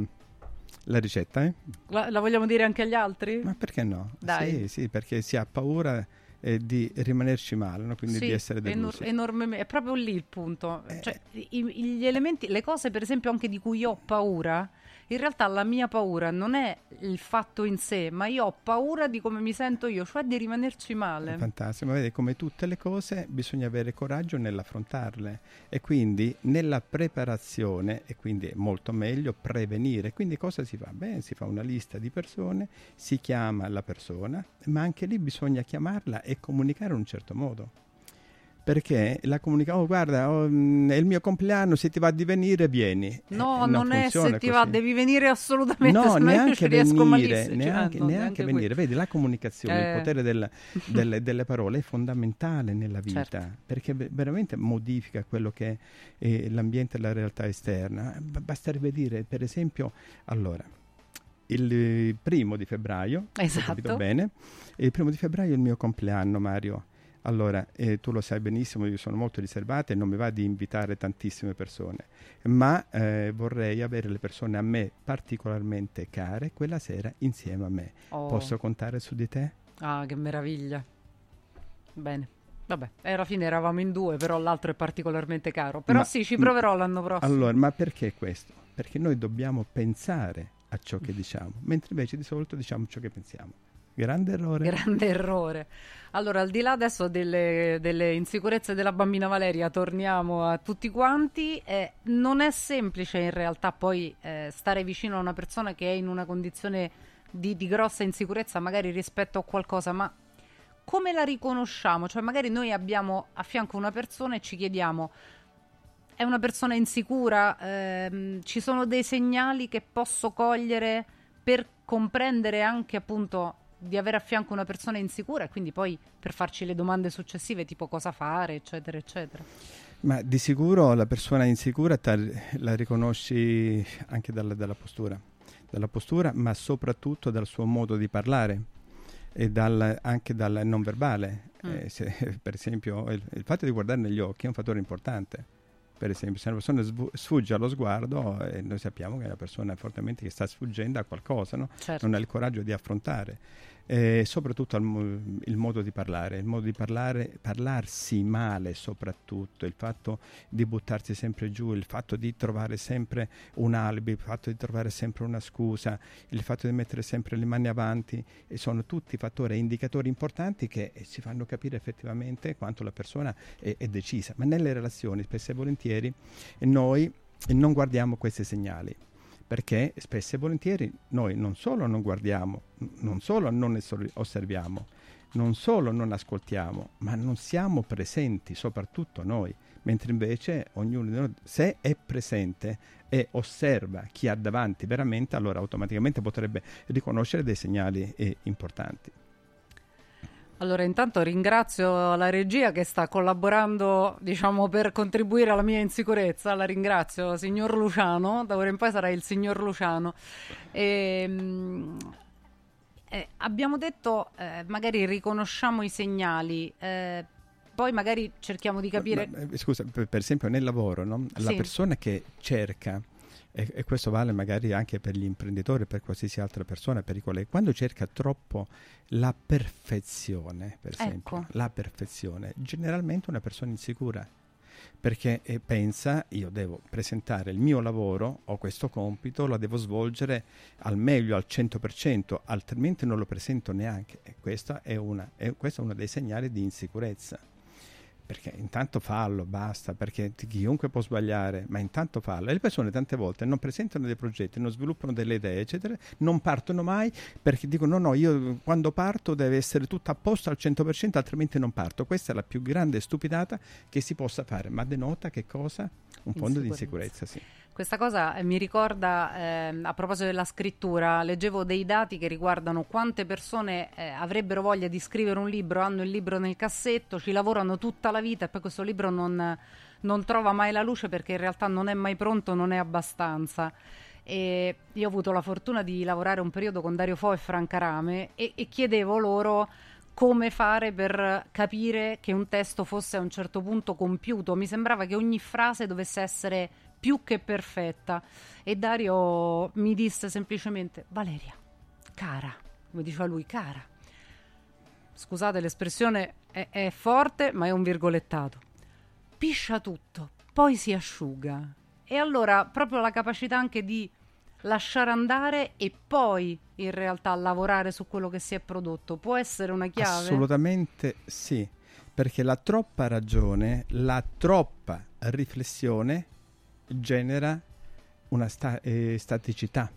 La ricetta, eh? La, la vogliamo dire anche agli altri? Ma perché no? Dai. Sì, sì, perché si ha paura eh, di rimanerci male, no? Quindi sì, di essere delusi. Enor- enormemente, è proprio lì il punto. Eh. Cioè, i, gli elementi, le cose per esempio anche di cui io ho paura, in realtà la mia paura non è il fatto in sé, ma io ho paura di come mi sento io, cioè di rimanerci male. È fantastico, ma vedi, come tutte le cose bisogna avere coraggio nell'affrontarle e quindi nella preparazione, e quindi è molto meglio prevenire. Quindi cosa si fa? Beh, si fa una lista di persone, si chiama la persona, ma anche lì bisogna chiamarla e comunicare in un certo modo. Perché la comunica, oh guarda, oh, è il mio compleanno, se ti va di venire vieni. No, eh, non, non è se ti va, devi venire assolutamente. No, se neanche venire, neanche, cioè, no, neanche neanche venire. Vedi, la comunicazione, eh. il potere del, delle, delle parole è fondamentale nella vita, certo. Perché veramente modifica quello che è l'ambiente e la realtà esterna. Basterebbe dire, per esempio, allora, il primo di febbraio, esatto. Ho capito bene, il primo di febbraio è il mio compleanno, Mario. Allora, eh, tu lo sai benissimo, io sono molto riservata e non mi va di invitare tantissime persone, ma eh, vorrei avere le persone a me particolarmente care quella sera insieme a me. Oh. Posso contare su di te? Ah, che meraviglia. Bene. Vabbè, alla fine eravamo in due, però l'altro è particolarmente caro. Però ma, sì, ci proverò l'anno prossimo. Allora, ma perché questo? Perché noi dobbiamo pensare a ciò che diciamo, mentre invece di solito diciamo ciò che pensiamo. Grande errore. Grande errore. Allora, al di là adesso delle, delle insicurezze della bambina Valeria, torniamo a tutti quanti. Eh, non è semplice in realtà poi eh, stare vicino a una persona che è in una condizione di, di grossa insicurezza, magari rispetto a qualcosa, ma come la riconosciamo? Cioè magari noi abbiamo a fianco una persona e ci chiediamo: è una persona insicura? Eh, ci sono dei segnali che posso cogliere per comprendere anche appunto di avere a fianco una persona insicura e quindi poi per farci le domande successive tipo cosa fare, eccetera eccetera. Ma di sicuro la persona insicura la riconosci anche dalla, dalla postura dalla postura ma soprattutto dal suo modo di parlare e dal, anche dal non verbale. mm. eh, se, per esempio il, il fatto di guardare negli occhi è un fattore importante. Per esempio, se una persona svu- sfugge allo sguardo, eh, noi sappiamo che è una persona fortemente che sta sfuggendo a qualcosa, no? Certo. Non ha il coraggio di affrontare. E soprattutto il, mo- il modo di parlare, il modo di parlare, parlarsi male soprattutto, il fatto di buttarsi sempre giù, il fatto di trovare sempre un alibi, il fatto di trovare sempre una scusa, il fatto di mettere sempre le mani avanti, e sono tutti fattori e indicatori importanti che eh, ci fanno capire effettivamente quanto la persona è, è decisa. Ma nelle relazioni spesso e volentieri noi non guardiamo questi segnali, perché spesso e volentieri noi non solo non guardiamo, non solo non osserviamo, non solo non ascoltiamo, ma non siamo presenti, soprattutto noi, mentre invece ognuno di noi, se è presente e osserva chi ha davanti veramente, allora automaticamente potrebbe riconoscere dei segnali eh, importanti. Allora, intanto ringrazio la regia che sta collaborando, diciamo, per contribuire alla mia insicurezza. La ringrazio, signor Luciano. Da ora in poi sarà il signor Luciano. E, eh, abbiamo detto, eh, magari riconosciamo i segnali, eh, poi magari cerchiamo di capire... Ma, ma, scusa, per, per esempio nel lavoro, no? La Sì. persona che cerca, e, e questo vale magari anche per gli imprenditori, per qualsiasi altra persona, per i colleghi, quando cerca troppo la perfezione, per esempio, Ecco. la perfezione, generalmente una persona insicura, perché eh, pensa, io devo presentare il mio lavoro, ho questo compito, lo devo svolgere al meglio, al cento per cento, altrimenti non lo presento neanche. E questa è una, è, questo è uno dei segnali di insicurezza. Perché intanto fallo, basta, perché ti- chiunque può sbagliare, ma intanto fallo. E le persone tante volte non presentano dei progetti, non sviluppano delle idee, eccetera, non partono mai perché dicono no, no, io quando parto deve essere tutto a posto al cento per cento, altrimenti non parto. Questa è la più grande stupidata che si possa fare, ma denota che cosa? Un fondo di insicurezza, sì. Questa cosa eh, mi ricorda, eh, a proposito della scrittura, leggevo dei dati che riguardano quante persone eh, avrebbero voglia di scrivere un libro, hanno il libro nel cassetto, ci lavorano tutta la vita e poi questo libro non, non trova mai la luce perché in realtà non è mai pronto, non è abbastanza. E io ho avuto la fortuna di lavorare un periodo con Dario Fo e Franca Rame e, e chiedevo loro come fare per capire che un testo fosse a un certo punto compiuto. Mi sembrava che ogni frase dovesse essere più che perfetta e Dario mi disse semplicemente: Valeria, cara, come diceva lui, cara, scusate l'espressione è, è forte ma è un virgolettato, piscia tutto, poi si asciuga. E allora proprio la capacità anche di lasciare andare e poi in realtà lavorare su quello che si è prodotto può essere una chiave? Assolutamente sì, perché la troppa ragione, la troppa riflessione genera una sta- eh, staticità,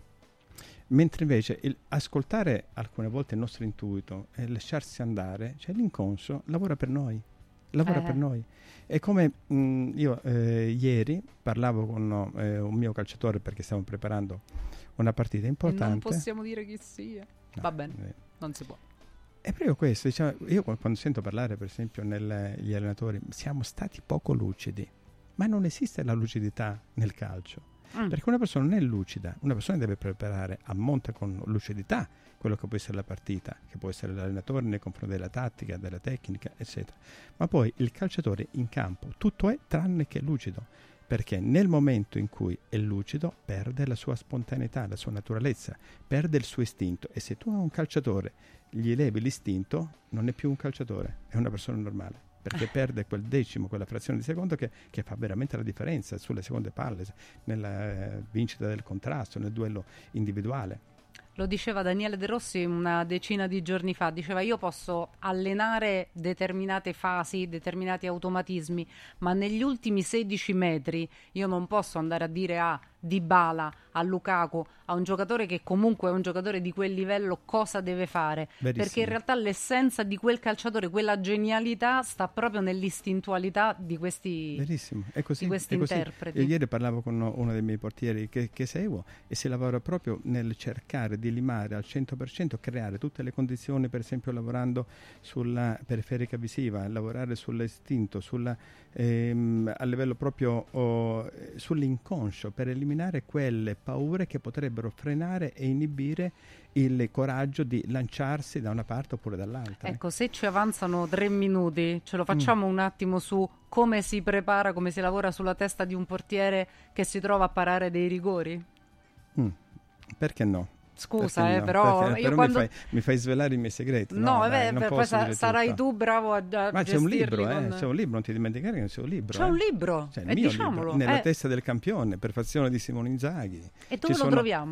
mentre invece il ascoltare alcune volte il nostro intuito e lasciarsi andare, cioè l'inconscio lavora per noi, lavora Eh. per noi. È come mh, io eh, ieri parlavo con eh, un mio calciatore perché stiamo preparando una partita E importante. non possiamo dire chi sia. No, Va bene, eh. non si può. È proprio questo, diciamo, io qu- quando sento parlare per esempio negli allenatori, siamo stati poco lucidi, ma non esiste la lucidità nel calcio, Mm. perché una persona non è lucida, una persona deve preparare a monte con lucidità quello che può essere la partita, che può essere l'allenatore nei confronti della tattica, della tecnica, eccetera, ma poi il calciatore in campo tutto è tranne che lucido, perché nel momento in cui è lucido perde la sua spontaneità, la sua naturalezza, perde il suo istinto, e se tu a un calciatore gli levi l'istinto non è più un calciatore, è una persona normale, perché perde quel decimo, quella frazione di secondo che, che fa veramente la differenza sulle seconde palle, nella eh, vincita del contrasto, nel duello individuale. Lo diceva Daniele De Rossi una decina di giorni fa, diceva: io posso allenare determinate fasi, determinati automatismi, ma negli ultimi sedici metri io non posso andare a dire a Dybala, a Lukaku, a un giocatore che comunque è un giocatore di quel livello cosa deve fare. Verissimo. Perché in realtà l'essenza di quel calciatore, quella genialità sta proprio nell'istintualità di questi, Verissimo, è così, di questi è così. interpreti. Io ieri parlavo con uno dei miei portieri che, che seguo e si lavora proprio nel cercare di limare al cento per cento, creare tutte le condizioni, per esempio lavorando sulla periferica visiva, lavorare sull'istinto, sulla, ehm, a livello proprio oh, sull'inconscio, per eliminare quelle paure che potrebbero frenare e inibire il coraggio di lanciarsi da una parte oppure dall'altra. Ecco, se ci avanzano tre minuti, ce lo facciamo un attimo su come si prepara, come si lavora sulla testa di un portiere che si trova a parare dei rigori? Mm. Perché no? Scusa, Perché eh, no? però, Perché- io però quando... mi, fai, mi fai svelare i miei segreti. No, No, eh, dai, beh, non beh, posso poi sa- dire sarai tutto. tu bravo a, a Ma c'è un gestirli libro, eh, con- c'è un libro, non ti dimenticare che c'è un libro. C'è eh. un libro, C'è il e mio diciamolo. libro, Nella eh, testa del campione, Perfezione di Simone Inzaghi. E Ci dove lo sono- troviamo?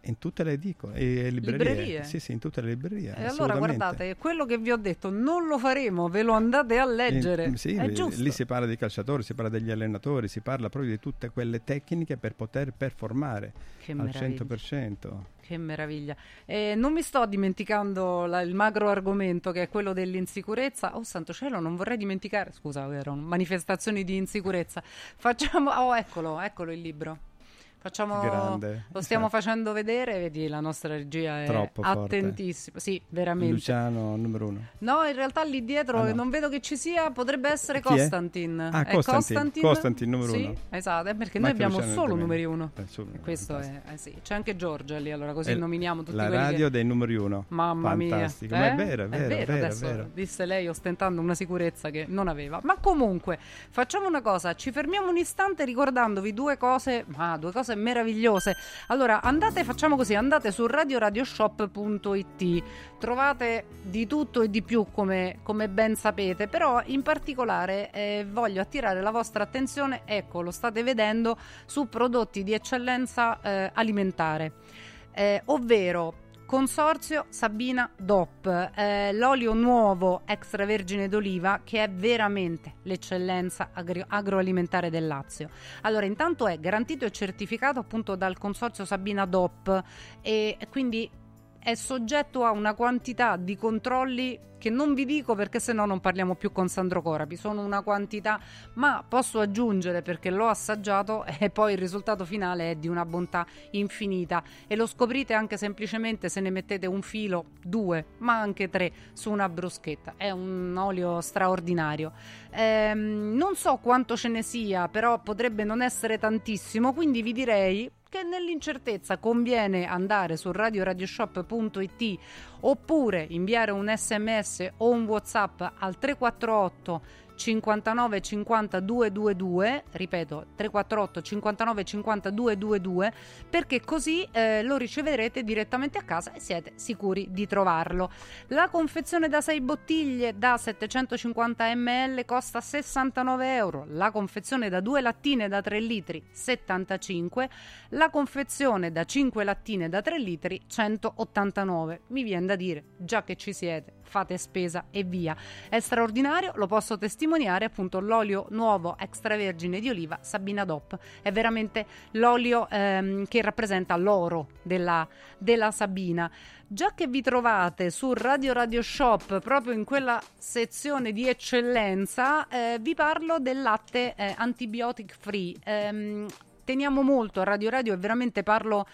In tutte le dico, e librerie. librerie. Sì, sì, in tutte le librerie. E allora guardate, quello che vi ho detto non lo faremo, ve lo andate a leggere. In, sì, è giusto. Lì si parla di calciatori, si parla degli allenatori, si parla proprio di tutte quelle tecniche per poter performare che al meraviglia. cento per cento. Che meraviglia. Eh, non mi sto dimenticando la, il macro argomento che è quello dell'insicurezza. Oh santo cielo, non vorrei dimenticare, scusa, erano manifestazioni di insicurezza. Facciamo, oh eccolo, eccolo il libro. Facciamo, Grande. Lo stiamo Esatto. facendo vedere, vedi, la nostra regia è Troppo attentissima. Sì, veramente. Luciano numero uno. No, in realtà lì dietro ah, no. non vedo che ci sia, potrebbe essere Chi Costantin. È? Ah, è Costantin, Costantin, Costantin numero sì, uno. Esatto, è perché Ma noi abbiamo Luciano solo è numeri uno. Eh, solo, Questo è, eh, sì. C'è anche Giorgia lì, allora così è nominiamo tutti la quelli radio che... dei numeri uno. Mamma Fantastico. mia. Ma eh? è vero, è vero, è vero, è vero, adesso è vero. Disse lei ostentando una sicurezza che non aveva. Ma comunque, facciamo una cosa, ci fermiamo un istante ricordandovi due cose, ma due cose meravigliose. Allora, andate, facciamo così, andate su radio radio shop punto it, trovate di tutto e di più come, come ben sapete, però in particolare eh, voglio attirare la vostra attenzione, ecco, lo state vedendo, su prodotti di eccellenza eh, alimentare, eh, ovvero Consorzio Sabina D O P, eh, l'olio nuovo extravergine d'oliva che è veramente l'eccellenza agri- agroalimentare del Lazio. Allora, intanto è garantito e certificato appunto dal Consorzio Sabina D O P e quindi è soggetto a una quantità di controlli che non vi dico perché se no non parliamo più con Sandro Corapi, sono una quantità, ma posso aggiungere perché l'ho assaggiato e poi il risultato finale è di una bontà infinita e lo scoprite anche semplicemente se ne mettete un filo, due, ma anche tre su una bruschetta. È un olio straordinario. Ehm, non so quanto ce ne sia, però potrebbe non essere tantissimo, quindi vi direi che nell'incertezza conviene andare su radio radio shop punto it oppure inviare un sms o un WhatsApp al tre quattro otto cinquantanove cinquanta duecentoventidue, ripeto tre quattro otto cinquantanove cinquanta duecentoventidue, perché così eh, lo riceverete direttamente a casa e siete sicuri di trovarlo. La confezione da sei bottiglie da settecentocinquanta millilitri costa sessantanove euro, la confezione da due lattine da tre litri settantacinque, la confezione da cinque lattine da tre litri centottantanove. Mi viene da dire, già che ci siete, fate spesa e via. È straordinario, lo posso testimoniare, appunto l'olio nuovo extravergine di oliva Sabina D O P. È veramente l'olio ehm, che rappresenta l'oro della, della Sabina. Già che vi trovate su Radio Radio Shop, proprio in quella sezione di eccellenza, eh, vi parlo del latte eh, antibiotic free. Ehm, teniamo molto a Radio Radio e veramente parlo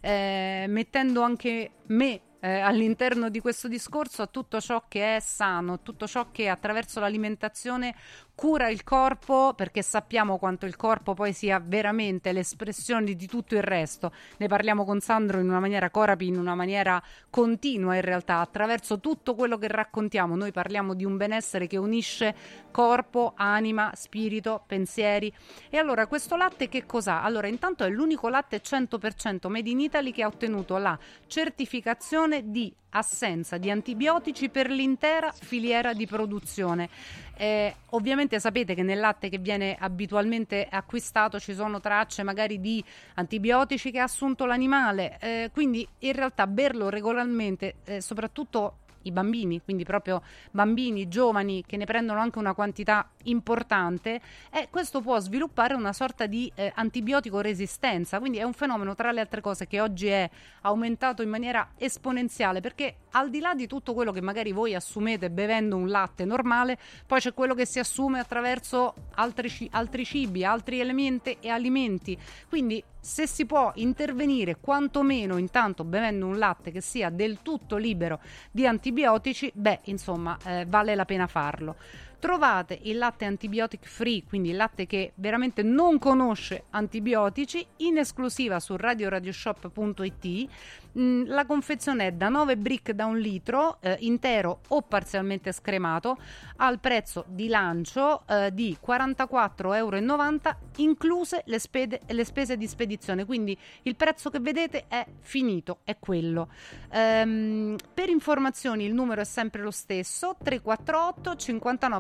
eh, mettendo anche me Eh, all'interno di questo discorso a tutto ciò che è sano, tutto ciò che attraverso l'alimentazione cura il corpo, perché sappiamo quanto il corpo poi sia veramente l'espressione di tutto il resto. Ne parliamo con Sandro in una maniera, Corapi in una maniera continua, in realtà attraverso tutto quello che raccontiamo noi parliamo di un benessere che unisce corpo, anima, spirito, pensieri. E allora questo latte che cos'ha? Allora intanto è l'unico latte cento per cento made in Italy che ha ottenuto la certificazione di assenza di antibiotici per l'intera filiera di produzione. Eh, ovviamente sapete che nel latte che viene abitualmente acquistato ci sono tracce magari di antibiotici che ha assunto l'animale, eh, quindi in realtà berlo regolarmente, eh, soprattutto i bambini, quindi proprio bambini, giovani che ne prendono anche una quantità importante, e questo può sviluppare una sorta di eh, antibiotico resistenza, quindi è un fenomeno tra le altre cose che oggi è aumentato in maniera esponenziale, perché al di là di tutto quello che magari voi assumete bevendo un latte normale, poi c'è quello che si assume attraverso altri, altri cibi, altri elementi e alimenti, quindi se si può intervenire quantomeno intanto bevendo un latte che sia del tutto libero di antibiotici, beh, insomma, eh, vale la pena farlo. Trovate il latte antibiotic free, quindi il latte che veramente non conosce antibiotici, in esclusiva su radio radio shop punto it. Mm, la confezione è da nove brick da un litro, eh, intero o parzialmente scremato, al prezzo di lancio eh, di quarantaquattro virgola novanta euro, incluse le, spede, le spese di spedizione, quindi il prezzo che vedete è finito, è quello. Ehm, per informazioni il numero è sempre lo stesso, tre quattro otto cinquantanove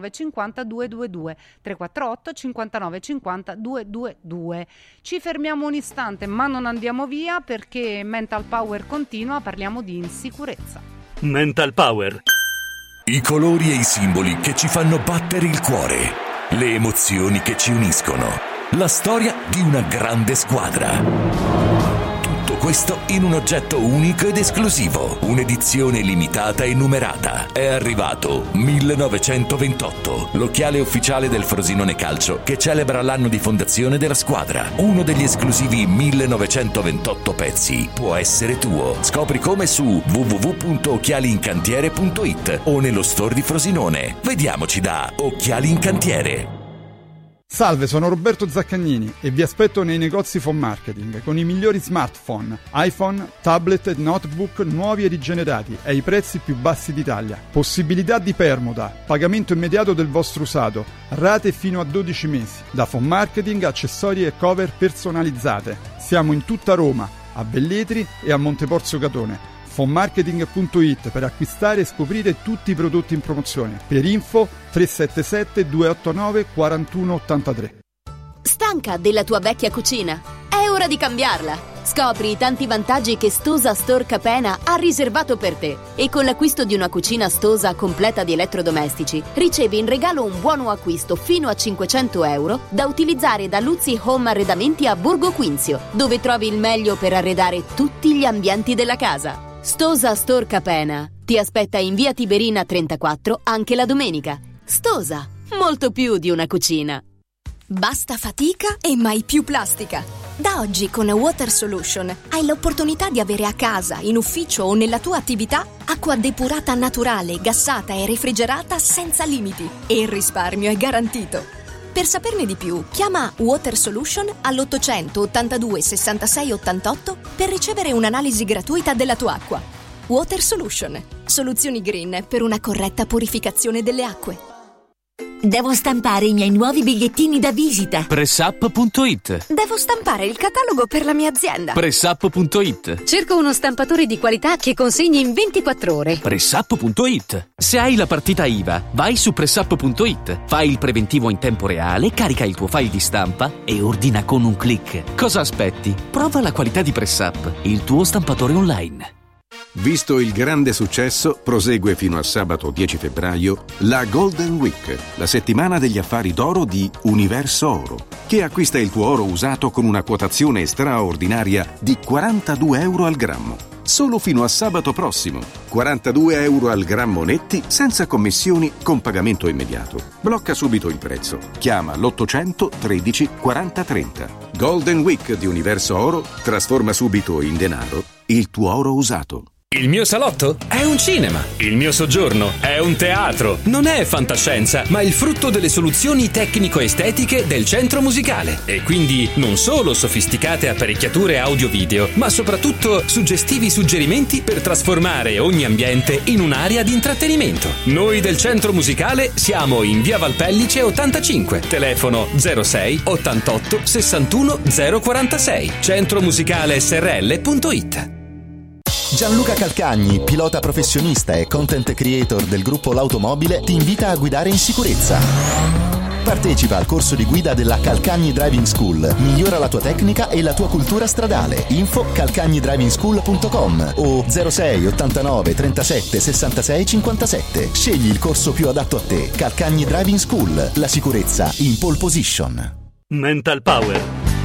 cinquantanove cinquanta duecentoventidue, tre quattro otto cinquantanove cinquanta duecentoventidue. Ci fermiamo un istante, ma non andiamo via, perché Mental Power continua, parliamo di insicurezza. Mental Power. I colori e i simboli che ci fanno battere il cuore, le emozioni che ci uniscono, la storia di una grande squadra. Tutto questo in un oggetto unico ed esclusivo, un'edizione limitata e numerata. È arrivato millenovecentoventotto, l'occhiale ufficiale del Frosinone Calcio che celebra l'anno di fondazione della squadra. Uno degli esclusivi millenovecentoventotto pezzi può essere tuo. Scopri come su w w w punto occhiali in cantiere punto i t o nello store di Frosinone. Vediamoci da Occhiali in Cantiere. Salve, sono Roberto Zaccagnini e vi aspetto nei negozi Phone Marketing con i migliori smartphone, iPhone, tablet e notebook nuovi e rigenerati ai prezzi più bassi d'Italia. Possibilità di permuta, pagamento immediato del vostro usato, rate fino a dodici mesi. Da Phone Marketing, accessori e cover personalizzate. Siamo in tutta Roma, a Velletri e a Monteporzio Catone. phone marketing punto i t per acquistare e scoprire tutti i prodotti in promozione. Per info tre sette sette due otto nove quattro uno otto tre. Stanca della tua vecchia cucina? È ora di cambiarla! Scopri i tanti vantaggi che Stosa Store Capena ha riservato per te. E con l'acquisto di una cucina Stosa completa di elettrodomestici, ricevi in regalo un buono acquisto fino a cinquecento euro da utilizzare da Luzzi Home Arredamenti a Borgo Quinzio, dove trovi il meglio per arredare tutti gli ambienti della casa. Stosa Store Capena ti aspetta in via Tiberina trentaquattro anche la domenica. Stosa, molto più di una cucina. Basta fatica e mai più plastica. Da oggi con Water Solution hai l'opportunità di avere a casa, in ufficio o nella tua attività acqua depurata naturale, gassata e refrigerata senza limiti. E il risparmio è garantito. Per saperne di più, chiama Water Solution all'ottocento ottantadue sessantasei ottantotto per ricevere un'analisi gratuita della tua acqua. Water Solution, soluzioni green per una corretta purificazione delle acque. Devo stampare i miei nuovi bigliettini da visita. Pressup punto i t. Devo stampare il catalogo per la mia azienda. Pressup punto i t. Cerco uno stampatore di qualità che consegni in ventiquattro ore. Pressup punto i t. Se hai la partita I V A, vai su Pressup punto i t. Fai il preventivo in tempo reale, carica il tuo file di stampa e ordina con un click. Cosa aspetti? Prova la qualità di Pressup, il tuo stampatore online. Visto il grande successo, prosegue fino a sabato dieci febbraio la Golden Week, la settimana degli affari d'oro di Universo Oro, che acquista il tuo oro usato con una quotazione straordinaria di quarantadue euro al grammo. Solo fino a sabato prossimo. quarantadue euro al grammo netti, senza commissioni, con pagamento immediato. Blocca subito il prezzo. Chiama l'ottocento tredici quaranta trenta. Golden Week di Universo Oro trasforma subito in denaro il tuo oro usato. Il mio salotto è un cinema. Il mio soggiorno è un teatro. Non è fantascienza, ma il frutto delle soluzioni tecnico-estetiche del centro musicale. E quindi non solo sofisticate apparecchiature audio-video, ma soprattutto suggestivi suggerimenti per trasformare ogni ambiente in un'area di intrattenimento. Noi del centro musicale siamo in via Valpellice ottantacinque. Telefono zero sei ottantotto sessantuno zero quarantasei. centromusicale s r l punto i t. Gianluca Calcagni, pilota professionista e content creator del gruppo L'Automobile, ti invita a guidare in sicurezza. Partecipa al corso di guida della Calcagni Driving School. Migliora la tua tecnica e la tua cultura stradale. Info calcagni driving school punto com o zero sei ottantanove trentasette sessantasei cinquantasette. Scegli il corso più adatto a te. Calcagni Driving School. La sicurezza in pole position. Mental Power.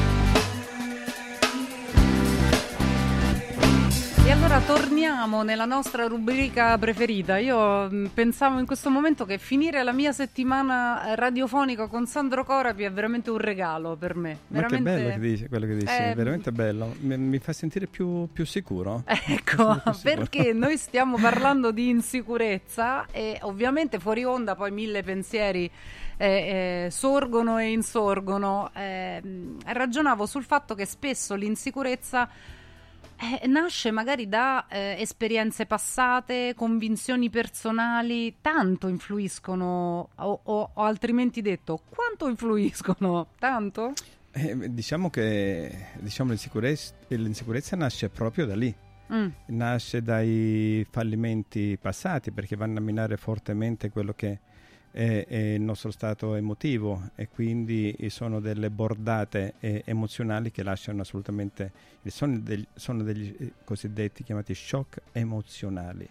Allora torniamo nella nostra rubrica preferita. Io mh, pensavo in questo momento che finire la mia settimana radiofonica con Sandro Corapi è veramente un regalo per me. Veramente... Ma che bello che dici, quello che dici, è eh, veramente bello. Mi, mi fa sentire più, più sicuro. Ecco, più sicuro. Perché noi stiamo parlando di insicurezza e ovviamente fuori onda poi mille pensieri eh, eh, sorgono e insorgono. Eh, ragionavo sul fatto che spesso l'insicurezza Eh, nasce magari da eh, esperienze passate, convinzioni personali, tanto influiscono, o, o, o altrimenti detto, quanto influiscono? Tanto? Eh, diciamo che diciamo, l'insicurezza, l'insicurezza nasce proprio da lì, mm. nasce dai fallimenti passati, perché vanno a minare fortemente quello che è, è il nostro stato emotivo, e quindi sono delle bordate eh, emozionali che lasciano assolutamente, sono degli, sono degli eh, cosiddetti chiamati shock emozionali.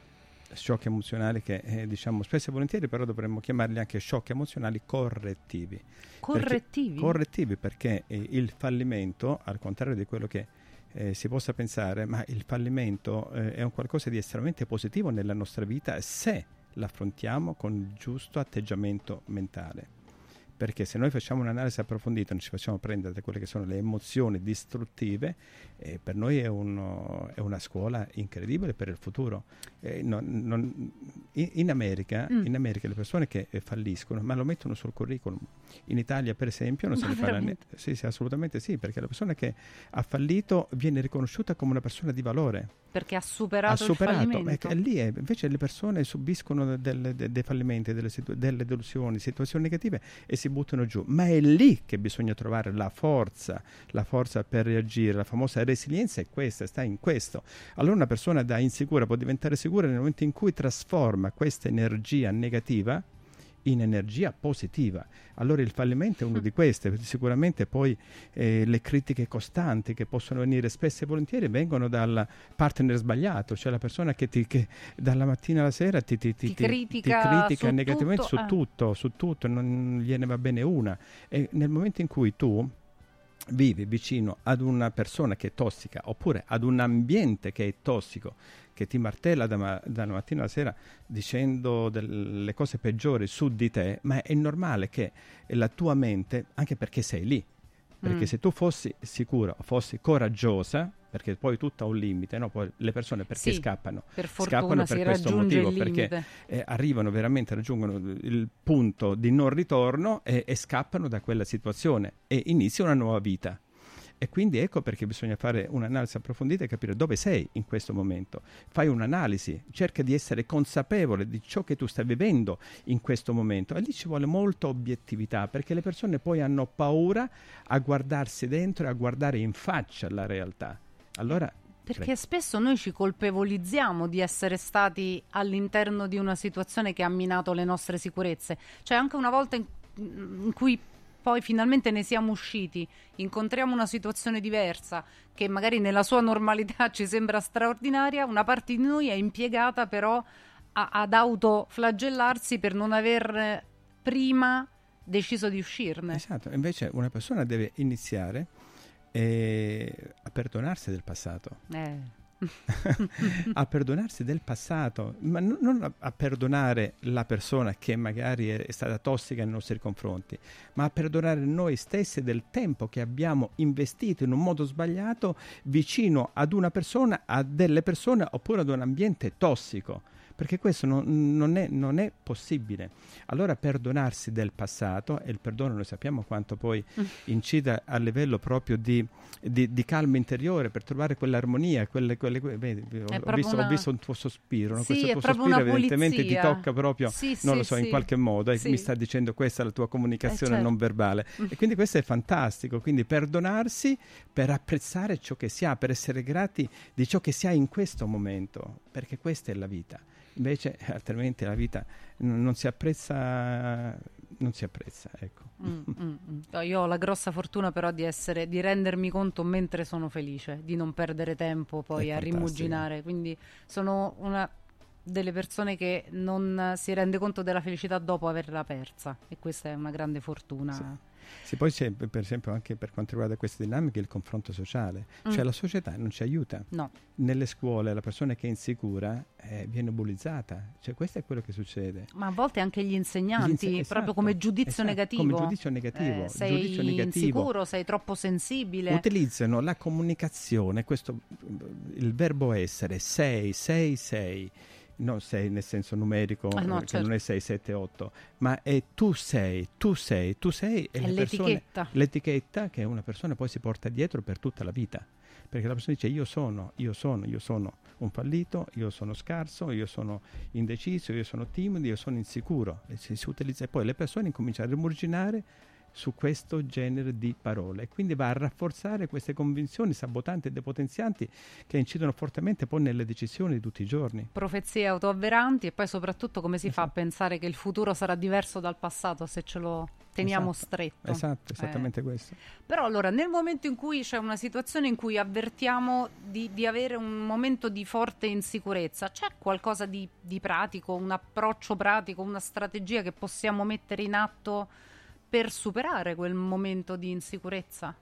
Shock emozionali che eh, diciamo spesso e volentieri, però dovremmo chiamarli anche shock emozionali correttivi. Correttivi? Perché, correttivi perché eh, il fallimento, al contrario di quello che eh, si possa pensare, ma il fallimento eh, è un qualcosa di estremamente positivo nella nostra vita se l'affrontiamo con il giusto atteggiamento mentale. Perché se noi facciamo un'analisi approfondita, non ci facciamo prendere da quelle che sono le emozioni distruttive, eh, per noi è, uno, è una scuola incredibile per il futuro. Eh, non, non, in, in, America, mm. in America le persone che eh, falliscono, ma lo mettono sul curriculum. In Italia, per esempio, non ma se ne parla niente. Sì, sì, assolutamente sì, perché la persona che ha fallito viene riconosciuta come una persona di valore. Perché ha superato, ha superato il fallimento. È, è lì, è, invece le persone subiscono delle, dei, dei fallimenti, delle, situ- delle delusioni, situazioni negative e si buttano giù. Ma è lì che bisogna trovare la forza, la forza per reagire. La famosa resilienza è questa, sta in questo. Allora una persona da insicura può diventare sicura nel momento in cui trasforma questa energia negativa in energia positiva. Allora il fallimento è uno di queste. Sicuramente poi eh, le critiche costanti che possono venire spesso e volentieri vengono dal partner sbagliato, cioè la persona che, ti, che dalla mattina alla sera ti, ti, ti, ti critica, ti critica su negativamente tutto, su eh. tutto, su tutto, non gliene va bene una. E nel momento in cui tu vivi vicino ad una persona che è tossica, oppure ad un ambiente che è tossico, che ti martella da, ma- dalla mattina alla sera dicendo delle cose peggiori su di te, ma è normale che la tua mente, anche perché sei lì, perché mm. se tu fossi sicura, fossi coraggiosa, perché poi tutto ha un limite, no? Poi le persone perché sì, scappano? Per fortuna scappano si per questo raggiunge motivo, il limite. perché eh, arrivano veramente, raggiungono il punto di non ritorno e, e scappano da quella situazione e inizia una nuova vita. E quindi ecco perché bisogna fare un'analisi approfondita e capire dove sei in questo momento. Fai un'analisi, cerca di essere consapevole di ciò che tu stai vivendo in questo momento. E lì ci vuole molta obiettività, perché le persone poi hanno paura a guardarsi dentro e a guardare in faccia la realtà. Allora, perché pre- spesso noi ci colpevolizziamo di essere stati all'interno di una situazione che ha minato le nostre sicurezze. Cioè anche una volta in, in cui poi finalmente ne siamo usciti, incontriamo una situazione diversa che magari nella sua normalità ci sembra straordinaria, una parte di noi è impiegata però a, ad autoflagellarsi per non aver prima deciso di uscirne. Esatto, invece una persona deve iniziare eh, a perdonarsi del passato. Eh. A perdonarsi del passato, ma n- non a-, a perdonare la persona che magari è, è stata tossica nei nostri confronti, ma a perdonare noi stessi del tempo che abbiamo investito in un modo sbagliato vicino ad una persona, a delle persone oppure ad un ambiente tossico. Perché questo non, non, è, non è possibile. Allora perdonarsi del passato, e il perdono noi sappiamo quanto poi mm. incida a livello proprio di, di, di calma interiore, per trovare quell'armonia, quelle, quelle, vedi, ho, ho, visto, una... ho visto un tuo sospiro, no? Sì, questo tuo sospiro evidentemente ti tocca proprio, sì, non sì, lo so, sì. in qualche modo, e sì. mi sta dicendo questa è la tua comunicazione eh, certo. non verbale. Mm. E quindi questo è fantastico, quindi perdonarsi per apprezzare ciò che si ha, per essere grati di ciò che si ha in questo momento, perché questa è la vita. Invece altrimenti la vita n- non si apprezza, non si apprezza, ecco. Mm, mm, mm. Io ho la grossa fortuna però di essere, di rendermi conto mentre sono felice, di non perdere tempo poi è a fantastico. rimuginare, quindi sono una delle persone che non si rende conto della felicità dopo averla persa, e questa è una grande fortuna. Sì. Sì, poi c'è per esempio anche per quanto riguarda queste dinamiche il confronto sociale, mm. cioè la società non ci aiuta. No. Nelle scuole la persona che è insicura eh, viene bullizzata, cioè questo è quello che succede. Ma a volte anche gli insegnanti, gli inse- esatto, proprio come giudizio esatto, negativo. Come giudizio negativo. Eh, sei giudizio negativo. insicuro, sei troppo sensibile. Utilizzano la comunicazione, questo, il verbo essere, sei, sei, sei. Non sei nel senso numerico, ah, no, che certo. non è sei, sette, otto, ma è tu sei, tu sei, tu sei, e è le l'etichetta. Persone, l'etichetta che una persona poi si porta dietro per tutta la vita, perché la persona dice io sono, io sono, io sono un fallito, io sono scarso, io sono indeciso, io sono timido, io sono insicuro, e si, si utilizza, e poi le persone incominciano a rimurginare su questo genere di parole, e quindi va a rafforzare queste convinzioni sabotanti e depotenzianti che incidono fortemente poi nelle decisioni di tutti i giorni. Profezie autoavveranti, e poi soprattutto come si esatto. fa a pensare che il futuro sarà diverso dal passato se ce lo teniamo esatto. stretto. Esatto, esattamente eh. questo. Però allora nel momento in cui c'è una situazione in cui avvertiamo di, di avere un momento di forte insicurezza, c'è qualcosa di, di pratico, un approccio pratico, una strategia che possiamo mettere in atto per superare quel momento di insicurezza?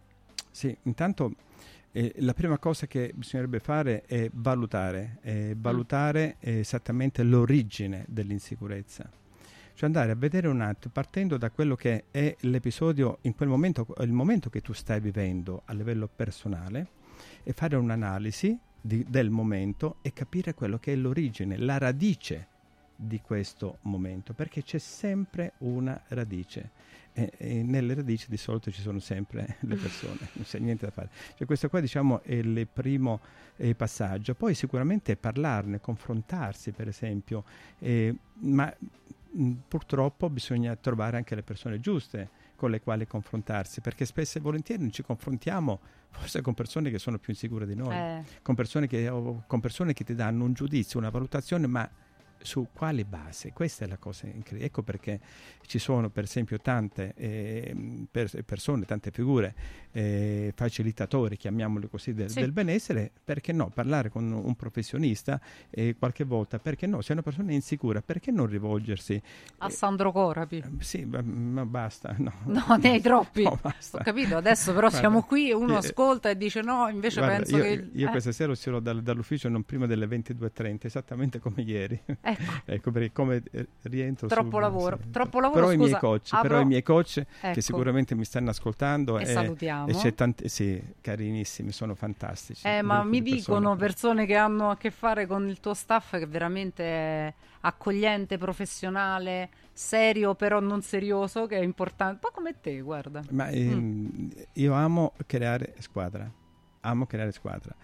Sì, intanto eh, la prima cosa che bisognerebbe fare è valutare, eh, valutare mm. esattamente l'origine dell'insicurezza. Cioè andare a vedere un attimo, partendo da quello che è l'episodio, in quel momento, il momento che tu stai vivendo a livello personale, e fare un'analisi di, del momento e capire quello che è l'origine, la radice di questo momento, perché c'è sempre una radice e, e nelle radici di solito ci sono sempre le persone, non c'è niente da fare. Cioè questo qua diciamo è il primo eh, passaggio. Poi sicuramente parlarne, confrontarsi per esempio, eh, ma mh, purtroppo bisogna trovare anche le persone giuste con le quali confrontarsi, perché spesso e volentieri non ci confrontiamo forse con persone che sono più insicure di noi, eh. con persone che, o, con persone che ti danno un giudizio, una valutazione, ma su quale base? Questa è la cosa incredibile. Ecco perché ci sono per esempio tante eh, per, persone, tante figure eh, facilitatori, chiamiamoli così, del, sì. del benessere. Perché no? Parlare con un professionista eh, qualche volta, perché no? Se è una persona insicura, perché non rivolgersi a Sandro Corapi? Eh, sì, ma, ma basta. No, no ne hai troppi. No, basta. Ho capito, adesso però guarda, siamo qui e uno eh, ascolta e dice no, invece guarda, penso io, che... Io eh. questa sera uscirò dal, dall'ufficio non prima delle ventidue e trenta, esattamente come ieri. Ecco. Ecco perché come eh, rientro troppo subito, lavoro sì. troppo lavoro però scusa, i miei coach apro... però i miei coach ecco. che sicuramente mi stanno ascoltando e, e salutiamo e c'è tanti, sì, carinissimi, sono fantastici, eh, ma mi dicono persone. persone che hanno a che fare con il tuo staff che veramente è accogliente, professionale, serio però non serioso, che è importante, un po' come te, guarda. Ma ehm, mm. io amo creare squadra amo creare squadra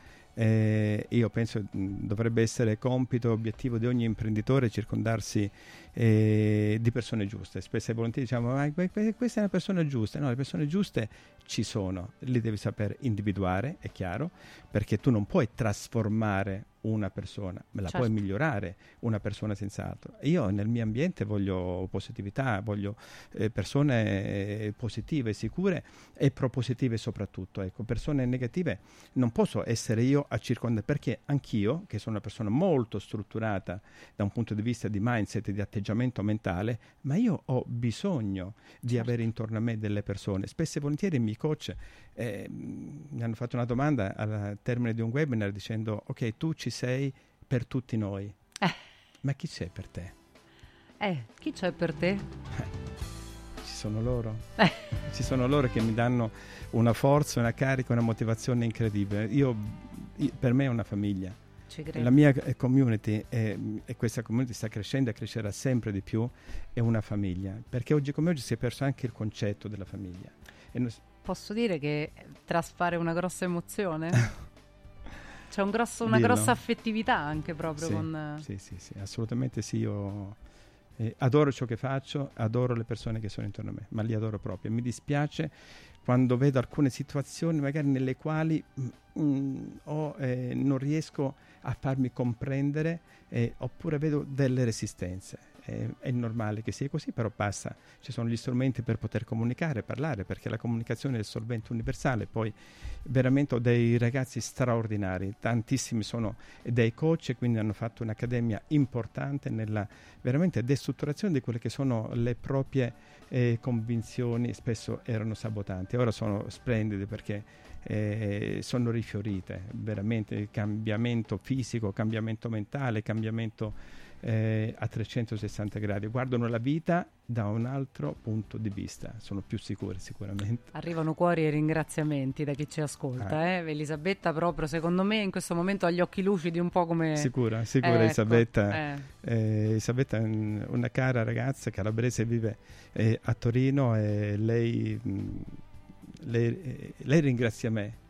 Eh, io penso mh, dovrebbe essere compito, obiettivo di ogni imprenditore circondarsi eh, di persone giuste. Spesso e volentieri diciamo ma questa è una persona giusta. No, le persone giuste ci sono, li devi saper individuare, è chiaro, perché tu non puoi trasformare una persona, ma la certo. puoi migliorare una persona senz'altro. Io nel mio ambiente voglio positività, voglio eh, persone eh, positive, sicure e propositive soprattutto. Ecco, persone negative non posso essere io a circondare, perché anch'io, che sono una persona molto strutturata da un punto di vista di mindset e di atteggiamento mentale, ma io ho bisogno di certo. avere intorno a me delle persone. Spesso e volentieri i miei coach eh, mi hanno fatto una domanda al termine di un webinar dicendo ok, tu ci sei per tutti noi, eh. ma chi c'è per te? Eh, chi c'è per te? Eh, ci sono loro, eh. ci sono loro che mi danno una forza, una carica, una motivazione incredibile. Io, io per me è una famiglia. La mia community è, e questa community sta crescendo e crescerà sempre di più, è una famiglia, perché oggi come oggi si è perso anche il concetto della famiglia. E noi... Posso dire che traspare una grossa emozione? C'è un grosso, una Dillo. grossa affettività anche proprio sì, con... Sì, sì, sì, assolutamente sì. Io eh, adoro ciò che faccio, adoro le persone che sono intorno a me, ma li adoro proprio. Mi dispiace quando vedo alcune situazioni magari nelle quali mm, oh, eh, non riesco a farmi comprendere eh, oppure vedo delle resistenze. Eh, è normale che sia così, però passa. Ci sono gli strumenti per poter comunicare, parlare, perché la comunicazione è il solvente universale. Poi veramente ho dei ragazzi straordinari, tantissimi sono dei coach, quindi hanno fatto un'accademia importante nella veramente destrutturazione di quelle che sono le proprie eh, convinzioni, spesso erano sabotanti. Ora sono splendide perché eh, sono rifiorite, veramente cambiamento fisico, cambiamento mentale, cambiamento Eh, a trecentosessanta gradi, guardano la vita da un altro punto di vista, sono più sicuri sicuramente. Arrivano cuori e ringraziamenti da chi ci ascolta. eh. Eh. Elisabetta proprio secondo me in questo momento ha gli occhi lucidi, un po' come sicura, sicura eh, Elisabetta ecco. eh. Eh, Elisabetta è un, una cara ragazza calabrese, vive eh, a Torino e lei, mh, lei, eh, lei ringrazia me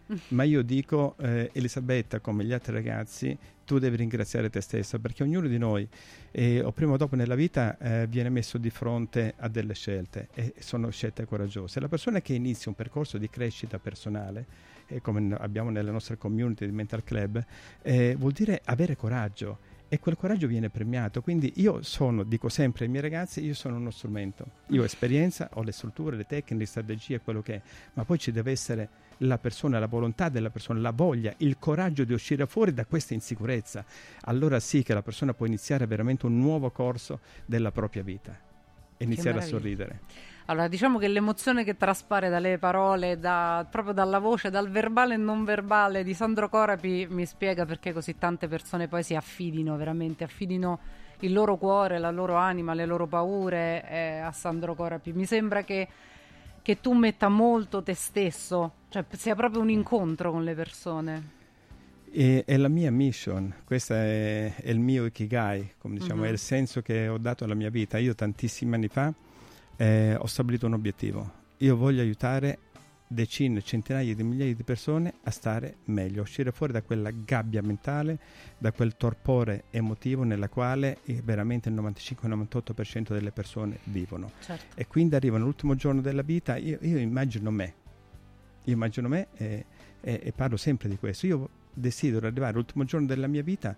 ma io dico, eh, Elisabetta, come gli altri ragazzi, tu devi ringraziare te stessa, perché ognuno di noi, eh, o prima o dopo nella vita, eh, viene messo di fronte a delle scelte, e sono scelte coraggiose. La persona che inizia un percorso di crescita personale, eh, come abbiamo nelle nostre community di Mental Club, eh, vuol dire avere coraggio, e quel coraggio viene premiato. Quindi io sono, dico sempre ai miei ragazzi, io sono uno strumento, io ho esperienza, ho le strutture, le tecniche, le strategie, quello che è, ma poi ci deve essere la persona, la volontà della persona, la voglia, il coraggio di uscire fuori da questa insicurezza. Allora sì che la persona può iniziare veramente un nuovo corso della propria vita e iniziare a sorridere. Allora, diciamo che l'emozione che traspare dalle parole, da, proprio dalla voce, dal verbale e non verbale di Sandro Corapi, mi spiega perché così tante persone poi si affidino, veramente affidino il loro cuore, la loro anima, le loro paure eh, a Sandro Corapi. Mi sembra che, che tu metta molto te stesso, cioè sia proprio un incontro con le persone. E, è la mia mission, questo è, è il mio ikigai, come diciamo, uh-huh. è il senso che ho dato alla mia vita. Io tantissimi anni fa eh, ho stabilito un obiettivo: io voglio aiutare decine, centinaia di migliaia di persone a stare meglio, a uscire fuori da quella gabbia mentale, da quel torpore emotivo nella quale eh, veramente il novantacinque novantotto per cento delle persone vivono. Certo. E quindi arrivano l'ultimo giorno della vita, io, io immagino me, io immagino me e, e, e parlo sempre di questo. Io desidero arrivare all'ultimo giorno della mia vita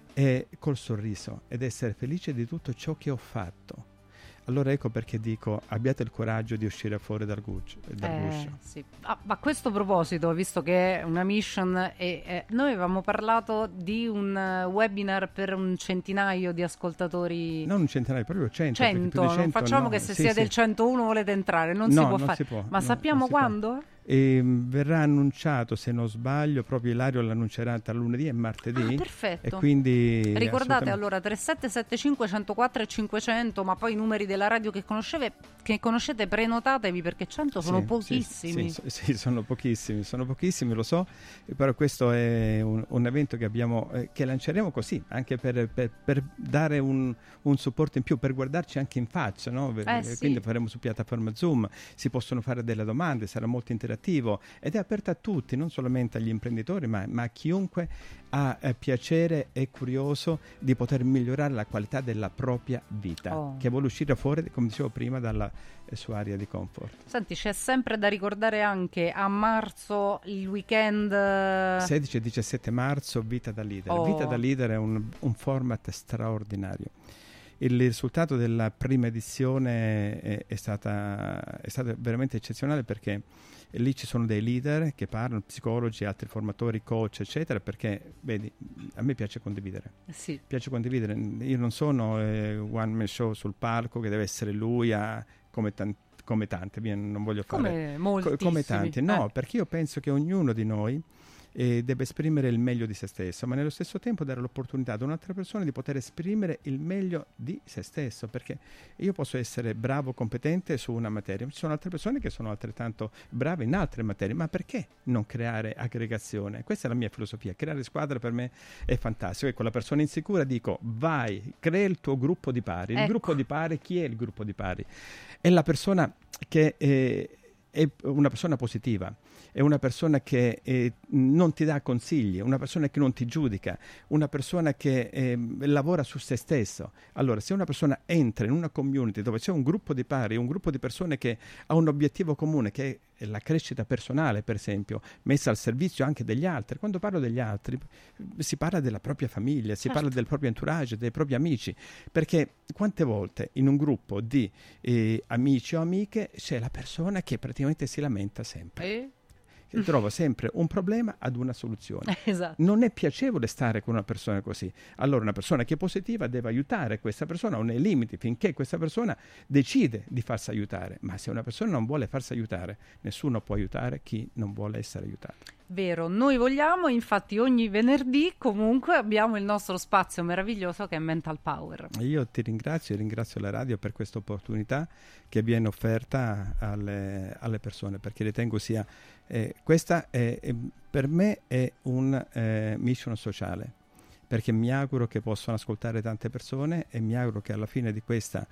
e col sorriso ed essere felice di tutto ciò che ho fatto. Allora ecco perché dico: abbiate il coraggio di uscire fuori dal guscio. Dal eh, guscio. Sì. Ah, ma a questo proposito, visto che è una mission, e eh, noi avevamo parlato di un uh, webinar per un centinaio di ascoltatori. Non un centinaio, proprio cento. cento, cento non facciamo no. che se sì, siete sì. il centouno volete entrare, non no, si può non fare. Si può, ma no, sappiamo quando? Può. E verrà annunciato, se non sbaglio, proprio Ilario l'annuncerà tra lunedì e martedì. Ah, perfetto. E quindi ricordate allora tre sette sette cinque uno zero quattro e cinquecento, ma poi i numeri della radio che conoscete, che conoscete prenotatevi, perché cento sono sì, pochissimi. Sì, sì, sì, sono pochissimi, sono pochissimi, lo so, però questo è un, un evento che abbiamo, eh, che lanceremo così, anche per, per, per dare un, un supporto in più, per guardarci anche in faccia, no? Eh, Quindi sì. faremo su piattaforma Zoom, si possono fare delle domande, sarà molto interattivo ed è aperta a tutti, non solamente agli imprenditori, ma, ma a chiunque ha eh, piacere e curioso di poter migliorare la qualità della propria vita, oh. che vuole uscire fuori, come dicevo prima, dalla eh, sua area di comfort. Senti, c'è sempre da ricordare anche a marzo il weekend sedici e diciassette marzo, Vita da Leader. Oh. Vita da Leader è un, un format straordinario. Il risultato della prima edizione è, è, stata, è stato veramente eccezionale, perché lì ci sono dei leader che parlano, psicologi, altri formatori, coach, eccetera, perché vedi, a me piace condividere. Sì. Piace condividere. Io non sono eh, one man show sul palco che deve essere lui a, come tanti. Come tante, non voglio fare come, co- come tante, no, eh. perché io penso che ognuno di noi eh, deve esprimere il meglio di se stesso, ma nello stesso tempo dare l'opportunità ad un'altra persona di poter esprimere il meglio di se stesso, perché io posso essere bravo, competente su una materia, ci sono altre persone che sono altrettanto brave in altre materie, ma perché non creare aggregazione? Questa è la mia filosofia, creare squadra per me è fantastico, e con la persona insicura dico: vai, crea il tuo gruppo di pari. Il ecco. gruppo di pari, chi è il gruppo di pari? È la persona che è, è una persona positiva, è una persona che eh, non ti dà consigli, una persona che non ti giudica, una persona che eh, lavora su se stesso. Allora, se una persona entra in una community dove c'è un gruppo di pari, un gruppo di persone che ha un obiettivo comune, che è la crescita personale, per esempio, messa al servizio anche degli altri. Quando parlo degli altri si parla della propria famiglia, si certo. parla del proprio entourage, dei propri amici, perché quante volte in un gruppo di eh, amici o amiche c'è la persona che praticamente si lamenta sempre. E? Che trova sempre un problema ad una soluzione. Esatto. Non è piacevole stare con una persona così. Allora una persona che è positiva deve aiutare questa persona, o nei limiti, finché questa persona decide di farsi aiutare. Ma se una persona non vuole farsi aiutare, nessuno può aiutare chi non vuole essere aiutato. Vero, noi vogliamo, infatti ogni venerdì comunque abbiamo il nostro spazio meraviglioso che è Mental Power. Io ti ringrazio e ringrazio la radio per questa opportunità che viene offerta alle, alle persone, perché ritengo sia eh, questa è, è, per me è un eh, mission sociale, perché mi auguro che possano ascoltare tante persone e mi auguro che alla fine di questa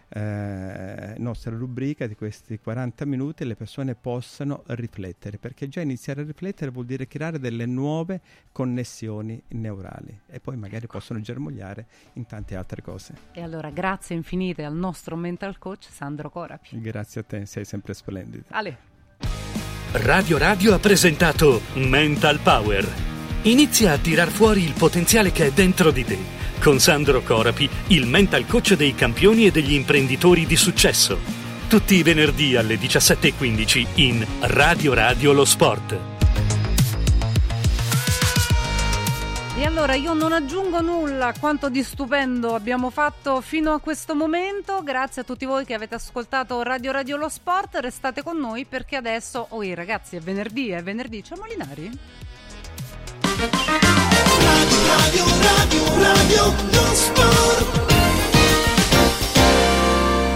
eh, nostra rubrica, di questi quaranta minuti, le persone possano riflettere, perché già iniziare a riflettere vuol dire creare delle nuove connessioni neurali e poi magari possono germogliare in tante altre cose. E allora grazie infinite al nostro mental coach Sandro Corapi. Grazie a te, sei sempre splendida. Ale. Radio Radio ha presentato Mental Power. Inizia a tirar fuori il potenziale che è dentro di te con Sandro Corapi, il mental coach dei campioni e degli imprenditori di successo. Tutti i venerdì alle diciassette e quindici in Radio Radio Lo Sport. E allora io non aggiungo nulla a quanto di stupendo abbiamo fatto fino a questo momento. Grazie a tutti voi che avete ascoltato Radio Radio Lo Sport. Restate con noi perché adesso, oh ragazzi, è venerdì, è venerdì. C'è Molinari? Radio, radio, radio, radio, Lo Sport.